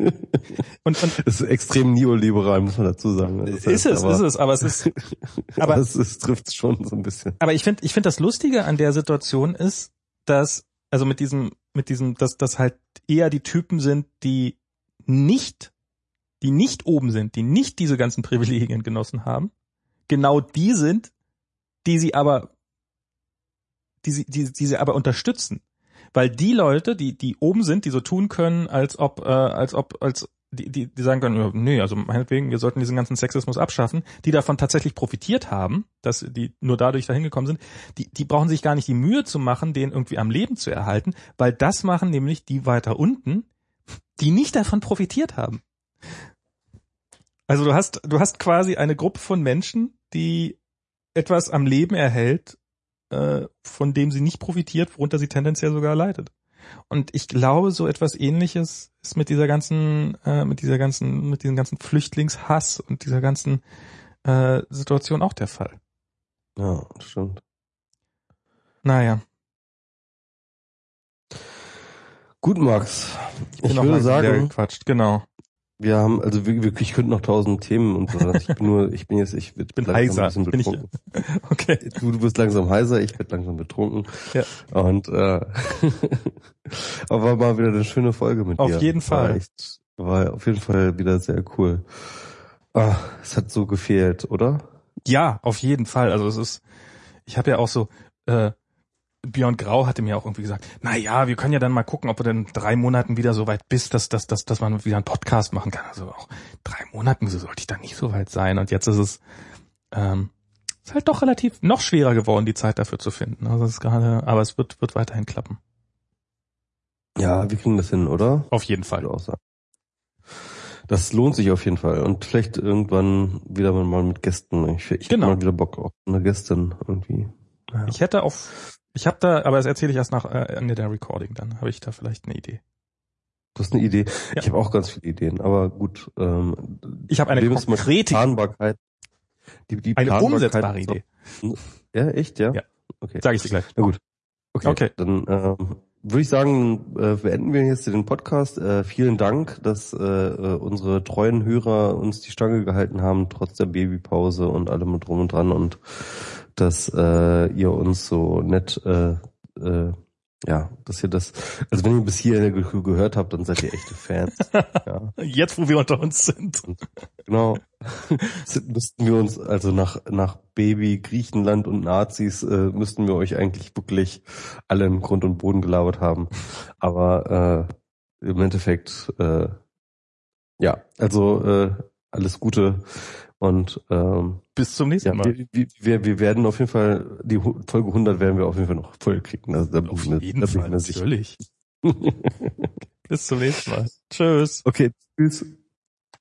Und, und das ist extrem neoliberal, muss man dazu sagen. Das ist heißt, es, aber, ist es, aber es ist, aber es, es trifft schon so ein bisschen. Aber ich finde, ich finde das Lustige an der Situation ist, dass also mit diesem, mit diesem, dass das halt eher die Typen sind, die nicht, die nicht oben sind, die nicht diese ganzen Privilegien genossen haben, genau die sind, die sie aber, die sie, die, die sie aber unterstützen. Weil die Leute, die, die oben sind, die so tun können, als ob, äh, als ob, als, die, die, die sagen können, nee, also meinetwegen, wir sollten diesen ganzen Sexismus abschaffen, die davon tatsächlich profitiert haben, dass die nur dadurch dahin gekommen sind, die, die brauchen sich gar nicht die Mühe zu machen, den irgendwie am Leben zu erhalten, weil das machen nämlich die weiter unten, die nicht davon profitiert haben. Also du hast, du hast quasi eine Gruppe von Menschen, die etwas am Leben erhält, von dem sie nicht profitiert, worunter sie tendenziell sogar leidet. Und ich glaube, so etwas Ähnliches ist mit dieser ganzen, äh, mit dieser ganzen, mit diesem ganzen Flüchtlingshass und dieser ganzen äh, Situation auch der Fall. Ja, das stimmt. Naja. Gut, Max. Ich, ich würde sagen, gequatscht, genau. Wir haben, also wirklich, ich könnte noch tausend Themen und so. Ich bin nur, ich bin jetzt, ich bin, bin heiser. Ein bisschen betrunken. Bin ich, okay. Du, du bist langsam heiser, ich werde langsam betrunken. Ja. Und äh, aber war mal wieder eine schöne Folge mit auf dir. Auf jeden Fall. War, echt, war auf jeden Fall wieder sehr cool. Ah, es hat so gefehlt, oder? Ja, auf jeden Fall. Also es ist, ich habe ja auch so, äh, Björn Grau hatte mir auch irgendwie gesagt, na ja, wir können ja dann mal gucken, ob du denn in drei Monaten wieder so weit bist, dass, dass, dass, dass man wieder einen Podcast machen kann. Also auch drei Monaten, so sollte ich da nicht so weit sein. Und jetzt ist es, ähm, ist halt doch relativ noch schwerer geworden, die Zeit dafür zu finden. Also es ist gerade, aber es wird wird weiterhin klappen. Ja, wir kriegen das hin, oder? Auf jeden Fall. Auch sagen. Das lohnt sich auf jeden Fall. Und vielleicht irgendwann wieder mal mit Gästen. Ich, ich genau. habe mal wieder Bock auf eine Gästin irgendwie. Ja. Ich hätte auf, ich habe da, aber das erzähle ich erst nach äh, Ende der Recording, dann habe ich da vielleicht eine Idee. Du hast eine Idee. Ja. Ich habe auch ganz viele Ideen, aber gut. Ähm, ich habe eine konkrete Planbarkeit. Die, die eine Planbarkeit umsetzbare Idee. Ja, echt, ja? Ja. Okay. Sag ich dir gleich. Na gut. Okay. Okay. Dann ähm, würde ich sagen, äh, beenden wir jetzt den Podcast. Äh, vielen Dank, dass äh, unsere treuen Hörer uns die Stange gehalten haben, trotz der Babypause und allem drum und dran, und dass äh, ihr uns so nett, äh, äh, ja, dass ihr das, also wenn ihr bis hierhin ge- gehört habt, dann seid ihr echte Fans. Ja. Jetzt, wo wir unter uns sind. Und genau. Müssten wir uns, also nach nach Baby, Griechenland und Nazis, äh, müssten wir euch eigentlich wirklich alle im Grund und Boden gelabert haben. Aber äh, im Endeffekt, äh, ja, also äh, alles Gute und ähm, bis zum nächsten ja, Mal. Wir, wir, wir werden auf jeden Fall, die Folge hundert werden wir auf jeden Fall noch voll kriegen. Also, da Auf bin jeden da Fall, bin ich mir sicher. natürlich. Bis zum nächsten Mal. Tschüss. Okay, tschüss.